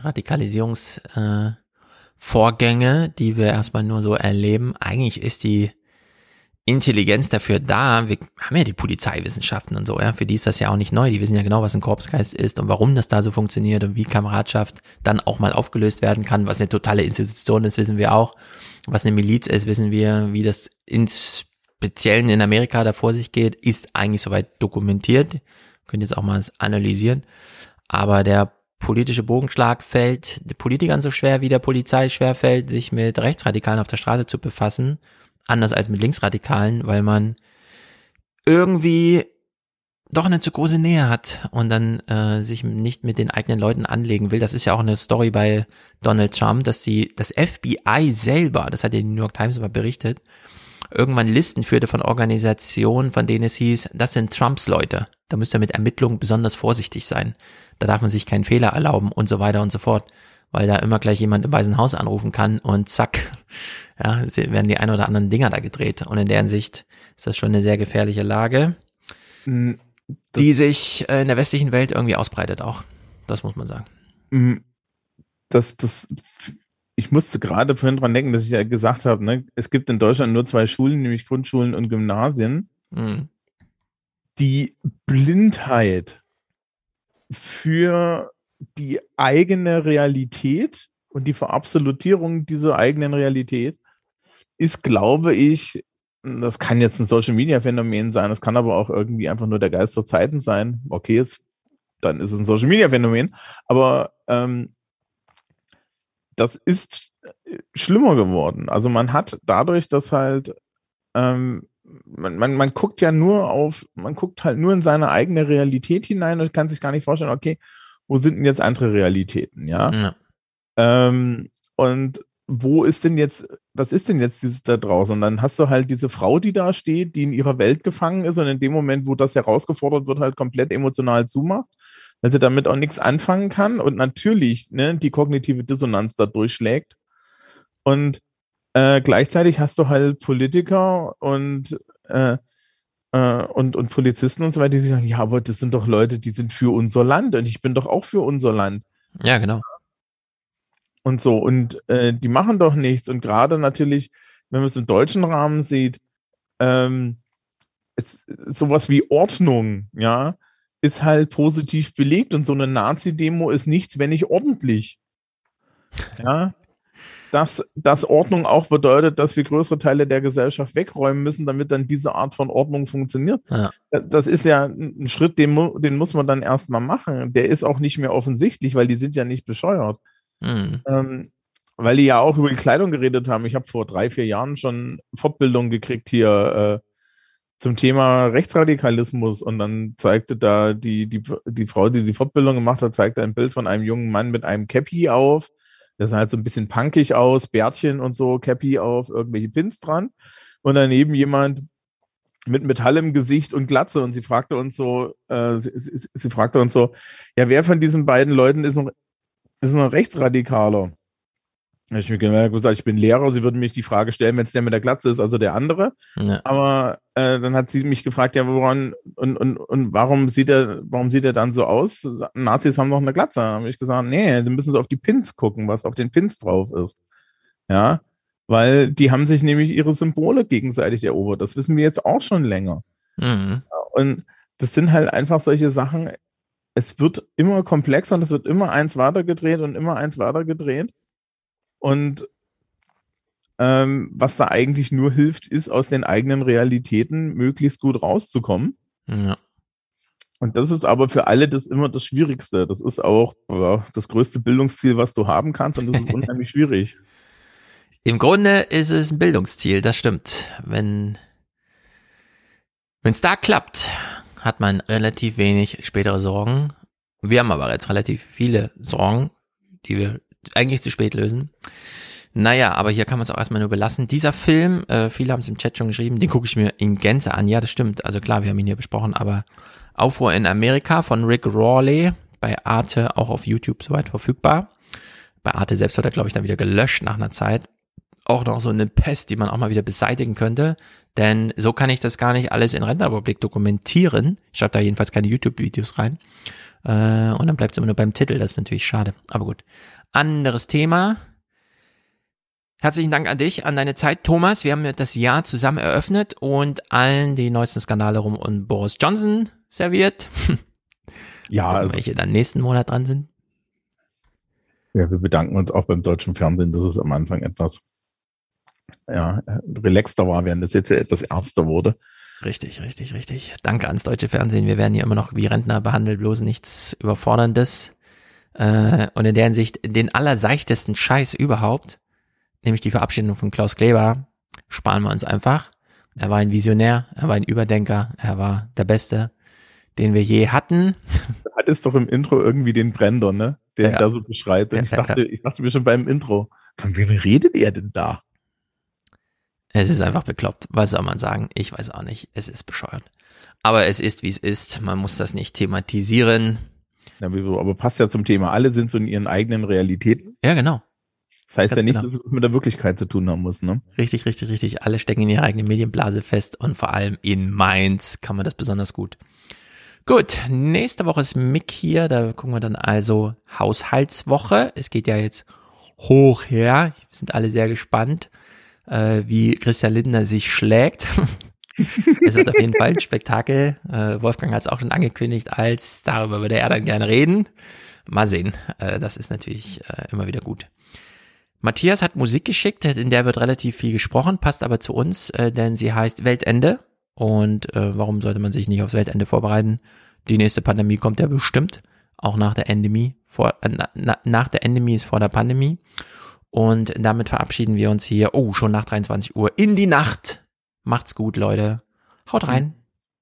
Radikalisierungsvorgänge, die wir erstmal nur so erleben. Eigentlich ist die Intelligenz dafür da. Wir haben ja die Polizeiwissenschaften und so, ja. Für die ist das ja auch nicht neu. Die wissen ja genau, was ein Korpsgeist ist und warum das da so funktioniert und wie Kameradschaft dann auch mal aufgelöst werden kann. Was eine totale Institution ist, wissen wir auch. Was eine Miliz ist, wissen wir. Wie das Speziellen in Amerika da vor sich geht, ist eigentlich soweit dokumentiert. Könnt jetzt auch mal analysieren. Aber der politische Bogenschlag fällt den Politikern so schwer, wie der Polizei schwer fällt, sich mit Rechtsradikalen auf der Straße zu befassen. Anders als mit Linksradikalen, weil man irgendwie doch eine zu große Nähe hat und dann sich nicht mit den eigenen Leuten anlegen will. Das ist ja auch eine Story bei Donald Trump, dass das FBI selber, das hat ja die New York Times immer berichtet, irgendwann Listen führte von Organisationen, von denen es hieß, das sind Trumps Leute. Da müsst ihr mit Ermittlungen besonders vorsichtig sein. Da darf man sich keinen Fehler erlauben und so weiter und so fort. Weil da immer gleich jemand im Weißen Haus anrufen kann und zack, ja, werden die ein oder anderen Dinger da gedreht. Und in deren Sicht ist das schon eine sehr gefährliche Lage, die sich in der westlichen Welt irgendwie ausbreitet auch. Das muss man sagen. Ich musste gerade vorhin dran denken, dass ich ja gesagt habe, ne, es gibt in Deutschland nur 2 Schulen, nämlich Grundschulen und Gymnasien. die Blindheit für die eigene Realität und die Verabsolutierung dieser eigenen Realität ist, glaube ich, das kann jetzt ein Social-Media-Phänomen sein, das kann aber auch irgendwie einfach nur der Geist der Zeiten sein. Okay, dann ist es ein Social-Media-Phänomen, aber das ist schlimmer geworden. Also man hat dadurch, dass halt man guckt ja man guckt halt nur in seine eigene Realität hinein und kann sich gar nicht vorstellen, okay, wo sind denn jetzt andere Realitäten, ja? Und was ist denn jetzt dieses da draußen? Und dann hast du halt diese Frau, die da steht, die in ihrer Welt gefangen ist und in dem Moment, wo das herausgefordert wird, halt komplett emotional zumacht, weil sie damit auch nichts anfangen kann und natürlich die kognitive Dissonanz da durchschlägt. Und gleichzeitig hast du halt Politiker und Polizisten und so weiter, die sagen, ja, aber das sind doch Leute, die sind für unser Land und ich bin doch auch für unser Land. Ja, genau. Und so, und die machen doch nichts. Und gerade natürlich, wenn man es im deutschen Rahmen sieht, sowas wie Ordnung, ja, ist halt positiv belegt und so eine Nazi-Demo ist nichts, wenn nicht ordentlich. Ja. Dass Ordnung auch bedeutet, dass wir größere Teile der Gesellschaft wegräumen müssen, damit dann diese Art von Ordnung funktioniert. Ja. Das ist ja ein Schritt, den muss man dann erstmal machen. Der ist auch nicht mehr offensichtlich, weil die sind ja nicht bescheuert. Weil die ja auch über die Kleidung geredet haben. Ich habe vor 3-4 Jahren schon Fortbildung gekriegt hier zum Thema Rechtsradikalismus und dann zeigte da die Frau, die Fortbildung gemacht hat, zeigte ein Bild von einem jungen Mann mit einem Cappy auf. Das sah halt so ein bisschen punkig aus, Bärtchen und so, Cappy auf, irgendwelche Pins dran. Und daneben jemand mit Metall im Gesicht und Glatze. Und sie fragte uns so, ja, wer von diesen beiden Leuten ist ein Rechtsradikaler? Da habe ich mir gesagt, ich bin Lehrer, sie würden mich die Frage stellen, wenn es der mit der Glatze ist, also der andere. Ja. Aber dann hat sie mich gefragt, ja, woran und warum sieht er dann so aus? Nazis haben doch eine Glatze. Da habe ich gesagt, nee, dann müssen sie auf die Pins gucken, was auf den Pins drauf ist. Ja, weil die haben sich nämlich ihre Symbole gegenseitig erobert. Das wissen wir jetzt auch schon länger. Und das sind halt einfach solche Sachen, es wird immer komplexer und es wird immer eins weitergedreht und immer eins weitergedreht. Und was da eigentlich nur hilft, ist, aus den eigenen Realitäten möglichst gut rauszukommen. Ja. Und das ist aber für alle immer das Schwierigste. Das ist auch das größte Bildungsziel, was du haben kannst, und das ist unheimlich schwierig. Im Grunde ist es ein Bildungsziel, das stimmt. Wenn es da klappt, hat man relativ wenig spätere Sorgen. Wir haben aber jetzt relativ viele Sorgen, die wir eigentlich zu spät lösen. Naja, aber hier kann man es auch erstmal nur belassen. Dieser Film, viele haben es im Chat schon geschrieben, den gucke ich mir in Gänze an. Ja, das stimmt. Also klar, wir haben ihn hier besprochen, aber Aufruhr in Amerika von Rick Rawley, bei Arte auch auf YouTube soweit verfügbar. Bei Arte selbst wird er, glaube ich, dann wieder gelöscht nach einer Zeit. Auch noch so eine Pest, die man auch mal wieder beseitigen könnte, denn so kann ich das gar nicht alles in Rentenüberblick dokumentieren. Ich schreibe da jedenfalls keine YouTube-Videos rein. Und dann bleibt es immer nur beim Titel, das ist natürlich schade. Aber gut. Anderes Thema. Herzlichen Dank an dich, an deine Zeit, Thomas. Wir haben das Jahr zusammen eröffnet und allen die neuesten Skandale rum und Boris Johnson serviert. Ja, also, welche dann nächsten Monat dran sind. Ja, wir bedanken uns auch beim deutschen Fernsehen, dass es am Anfang etwas relaxter war, während das jetzt etwas ernster wurde. Richtig. Danke ans deutsche Fernsehen. Wir werden hier immer noch wie Rentner behandelt, bloß nichts Überforderndes. Und in der Hinsicht den allerseichtesten Scheiß überhaupt, nämlich die Verabschiedung von Klaus Kleber, sparen wir uns einfach. Er war ein Visionär, er war ein Überdenker, er war der Beste, den wir je hatten. Du hattest doch im Intro irgendwie den Brender, ne? Der da so beschreibt. Und ich dachte mir schon beim Intro, von wem redet er denn da? Es ist einfach bekloppt. Was soll man sagen? Ich weiß auch nicht. Es ist bescheuert. Aber es ist, wie es ist. Man muss das nicht thematisieren. Ja, aber passt ja zum Thema. Alle sind so in ihren eigenen Realitäten. Ja, genau. Das heißt ganz ja nicht, dass es mit der Wirklichkeit zu tun haben muss, ne? Richtig. Alle stecken in ihrer eigenen Medienblase fest und vor allem in Mainz kann man das besonders gut. Gut, nächste Woche ist Mick hier. Da gucken wir dann also Haushaltswoche. Es geht ja jetzt hoch her. Wir sind alle sehr gespannt, wie Christian Lindner sich schlägt. Es wird auf jeden Fall ein Spektakel. Wolfgang hat es auch schon angekündigt, darüber würde er dann gerne reden. Mal sehen. Das ist natürlich immer wieder gut. Matthias hat Musik geschickt, in der wird relativ viel gesprochen, passt aber zu uns, denn sie heißt Weltende. Und warum sollte man sich nicht aufs Weltende vorbereiten? Die nächste Pandemie kommt ja bestimmt, auch nach der Endemie. Nach der Endemie ist vor der Pandemie. Und damit verabschieden wir uns hier, schon nach 23 Uhr in die Nacht. Macht's gut, Leute. Haut rein.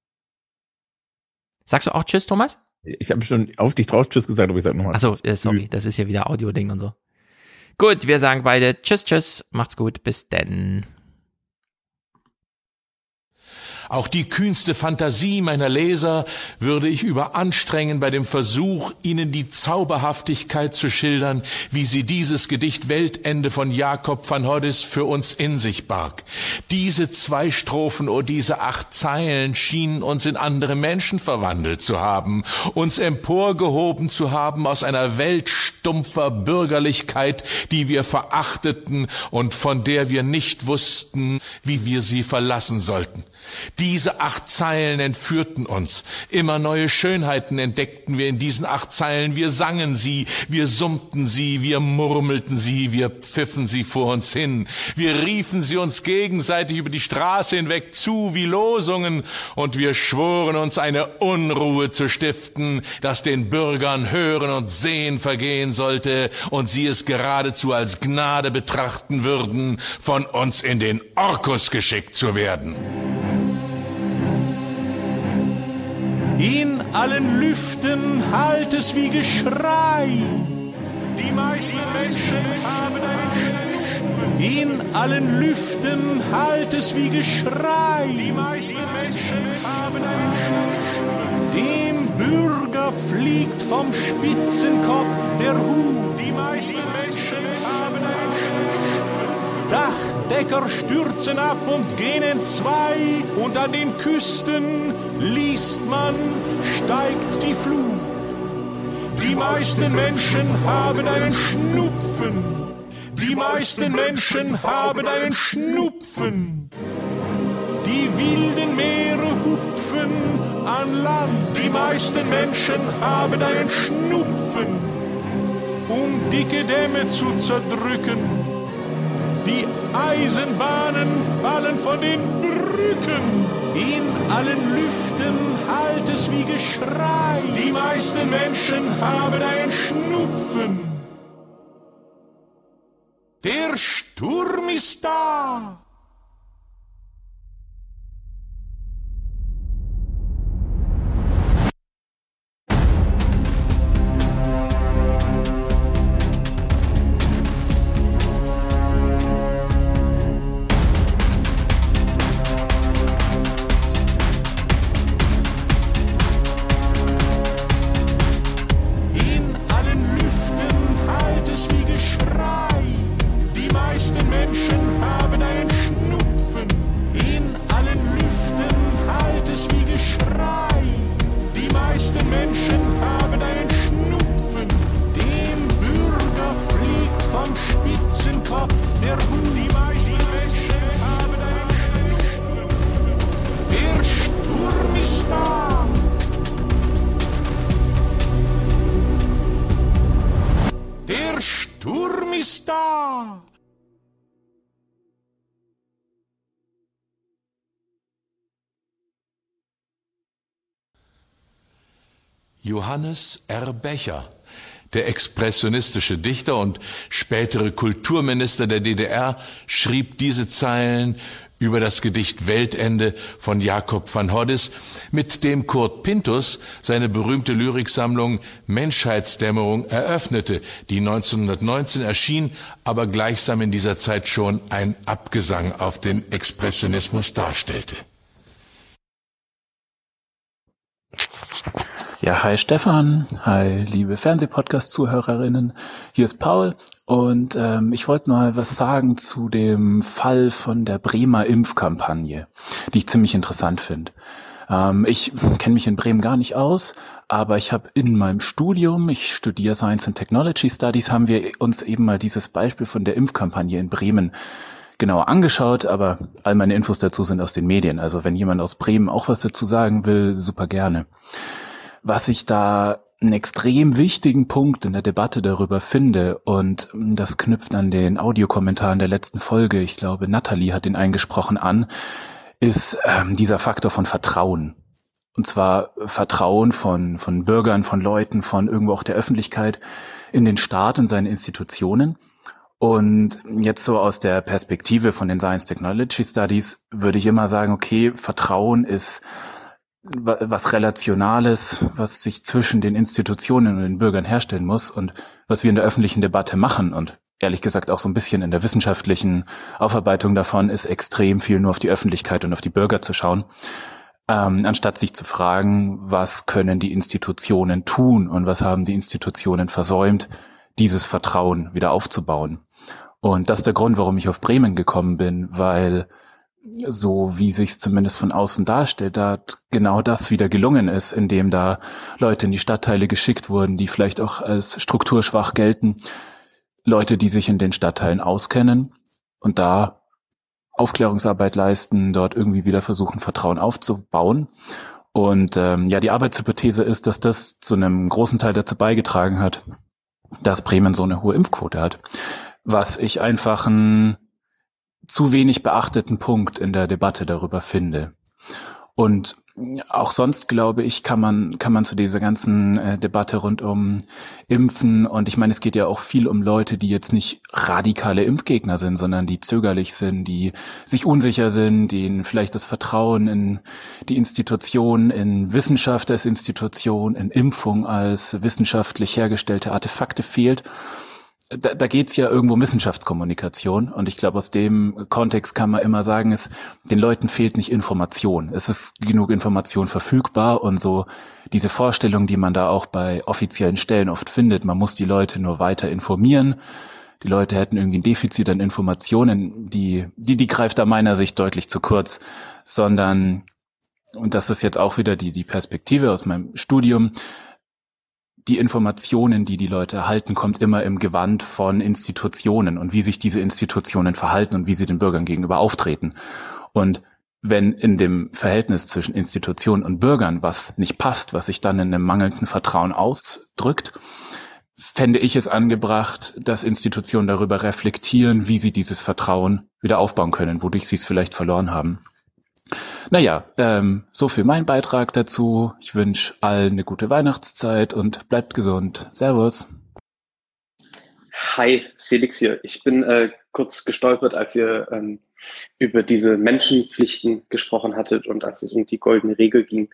Sagst du auch Tschüss, Thomas? Ich habe schon auf dich drauf Tschüss gesagt, aber ich sag nochmal. Achso, sorry, das ist ja wieder Audio-Ding und so. Gut, wir sagen beide Tschüss, macht's gut, bis denn. Auch die kühnste Fantasie meiner Leser würde ich überanstrengen bei dem Versuch, ihnen die Zauberhaftigkeit zu schildern, wie sie dieses Gedicht Weltende von Jakob van Hoddis für uns in sich barg. Diese 2 Strophen oder diese 8 Zeilen schienen uns in andere Menschen verwandelt zu haben, uns emporgehoben zu haben aus einer Welt stumpfer Bürgerlichkeit, die wir verachteten und von der wir nicht wussten, wie wir sie verlassen sollten. Diese 8 Zeilen entführten uns. Immer neue Schönheiten entdeckten wir in diesen 8 Zeilen. Wir sangen sie, wir summten sie, wir murmelten sie, wir pfiffen sie vor uns hin. Wir riefen sie uns gegenseitig über die Straße hinweg zu wie Losungen und wir schworen uns eine Unruhe zu stiften, dass den Bürgern Hören und Sehen vergehen sollte und sie es geradezu als Gnade betrachten würden, von uns in den Orkus geschickt zu werden. In allen Lüften hallt es wie Geschrei. Die meisten Menschen haben einen Schnupfen. In allen Lüften hallt es wie Geschrei. Die meisten Menschen haben einen Schnupfen. Dem Bürger fliegt vom Spitzenkopf der Hut. Die meisten Menschen haben einen Schnupfen. Dachdecker stürzen ab und gehen entzwei, und an den Küsten liest man, steigt die Flut. Die meisten Menschen haben einen Schnupfen. Die meisten Menschen haben einen Schnupfen. Die wilden Meere hupfen an Land. Die meisten Menschen haben einen Schnupfen, um dicke Dämme zu zerdrücken. Die Eisenbahnen fallen von den Brücken. In allen Lüften hallt es wie Geschrei. Die meisten Menschen haben einen Schnupfen. Der Sturm ist da. Johannes R. Becher, der expressionistische Dichter und spätere Kulturminister der DDR, schrieb diese Zeilen über das Gedicht Weltende von Jakob van Hoddis, mit dem Kurt Pinthus seine berühmte Lyriksammlung Menschheitsdämmerung eröffnete, die 1919 erschien, aber gleichsam in dieser Zeit schon ein Abgesang auf den Expressionismus darstellte. Ja, hi Stefan, hi liebe Fernsehpodcast-Zuhörerinnen, hier ist Paul und ich wollte mal was sagen zu dem Fall von der Bremer Impfkampagne, die ich ziemlich interessant finde. Ich kenne mich in Bremen gar nicht aus, aber ich habe in meinem Studium, ich studiere Science and Technology Studies, haben wir uns eben mal dieses Beispiel von der Impfkampagne in Bremen genauer angeschaut, aber all meine Infos dazu sind aus den Medien. Also wenn jemand aus Bremen auch was dazu sagen will, super gerne. Was ich da einen extrem wichtigen Punkt in der Debatte darüber finde, und das knüpft an den Audiokommentaren der letzten Folge, ich glaube Nathalie hat den eingesprochen, an, ist dieser Faktor von Vertrauen. Und zwar Vertrauen von Bürgern, von Leuten, von irgendwo auch der Öffentlichkeit in den Staat und seine Institutionen. Und jetzt so aus der Perspektive von den Science Technology Studies würde ich immer sagen, okay, Vertrauen ist was Relationales, was sich zwischen den Institutionen und den Bürgern herstellen muss, und was wir in der öffentlichen Debatte machen und ehrlich gesagt auch so ein bisschen in der wissenschaftlichen Aufarbeitung davon, ist extrem viel nur auf die Öffentlichkeit und auf die Bürger zu schauen, anstatt sich zu fragen, was können die Institutionen tun und was haben die Institutionen versäumt, dieses Vertrauen wieder aufzubauen. Und das ist der Grund, warum ich auf Bremen gekommen bin, weil so wie sich es zumindest von außen darstellt, da genau das wieder gelungen ist, indem da Leute in die Stadtteile geschickt wurden, die vielleicht auch als strukturschwach gelten, Leute, die sich in den Stadtteilen auskennen und da Aufklärungsarbeit leisten, dort irgendwie wieder versuchen, Vertrauen aufzubauen. Und die Arbeitshypothese ist, dass das zu einem großen Teil dazu beigetragen hat, dass Bremen so eine hohe Impfquote hat, was ich einfach einen zu wenig beachteten Punkt in der Debatte darüber finde. Und auch sonst, glaube ich, kann man zu dieser ganzen Debatte rund um Impfen, und ich meine, es geht ja auch viel um Leute, die jetzt nicht radikale Impfgegner sind, sondern die zögerlich sind, die sich unsicher sind, denen vielleicht das Vertrauen in die Institution, in Wissenschaft als Institution, in Impfung als wissenschaftlich hergestellte Artefakte fehlt. Da geht's ja irgendwo um Wissenschaftskommunikation, und ich glaube, aus dem Kontext kann man immer sagen, den Leuten fehlt nicht Information. Es ist genug Information verfügbar, und so diese Vorstellung, die man da auch bei offiziellen Stellen oft findet, man muss die Leute nur weiter informieren, die Leute hätten irgendwie ein Defizit an Informationen, die greift da meiner Sicht deutlich zu kurz, sondern, und das ist jetzt auch wieder die Perspektive aus meinem Studium, die Informationen, die Leute erhalten, kommt immer im Gewand von Institutionen und wie sich diese Institutionen verhalten und wie sie den Bürgern gegenüber auftreten. Und wenn in dem Verhältnis zwischen Institutionen und Bürgern was nicht passt, was sich dann in einem mangelnden Vertrauen ausdrückt, fände ich es angebracht, dass Institutionen darüber reflektieren, wie sie dieses Vertrauen wieder aufbauen können, wodurch sie es vielleicht verloren haben. Naja, so viel mein Beitrag dazu. Ich wünsche allen eine gute Weihnachtszeit und bleibt gesund. Servus. Hi, Felix hier. Ich bin kurz gestolpert, als ihr über diese Menschenpflichten gesprochen hattet und als es um die goldene Regel ging.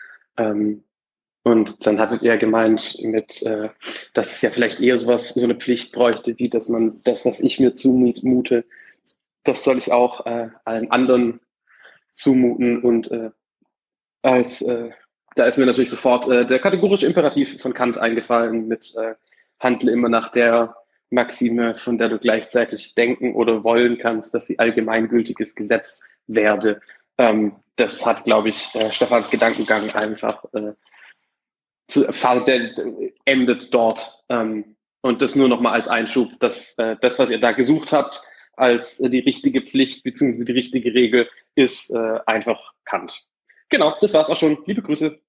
Und dann hattet ihr gemeint, dass es ja vielleicht eher so eine Pflicht bräuchte, wie dass man das, was ich mir zumute, das soll ich auch allen anderen zumuten, und da ist mir natürlich sofort der kategorische Imperativ von Kant eingefallen mit handle immer nach der Maxime, von der du gleichzeitig denken oder wollen kannst, dass sie allgemeingültiges Gesetz werde. Das hat, glaube ich, Stefans Gedankengang einfach endet dort. Und das nur nochmal als Einschub, dass das, was ihr da gesucht habt, als die richtige Pflicht bzw. die richtige Regel ist einfach Kant. Genau, das war's auch schon. Liebe Grüße.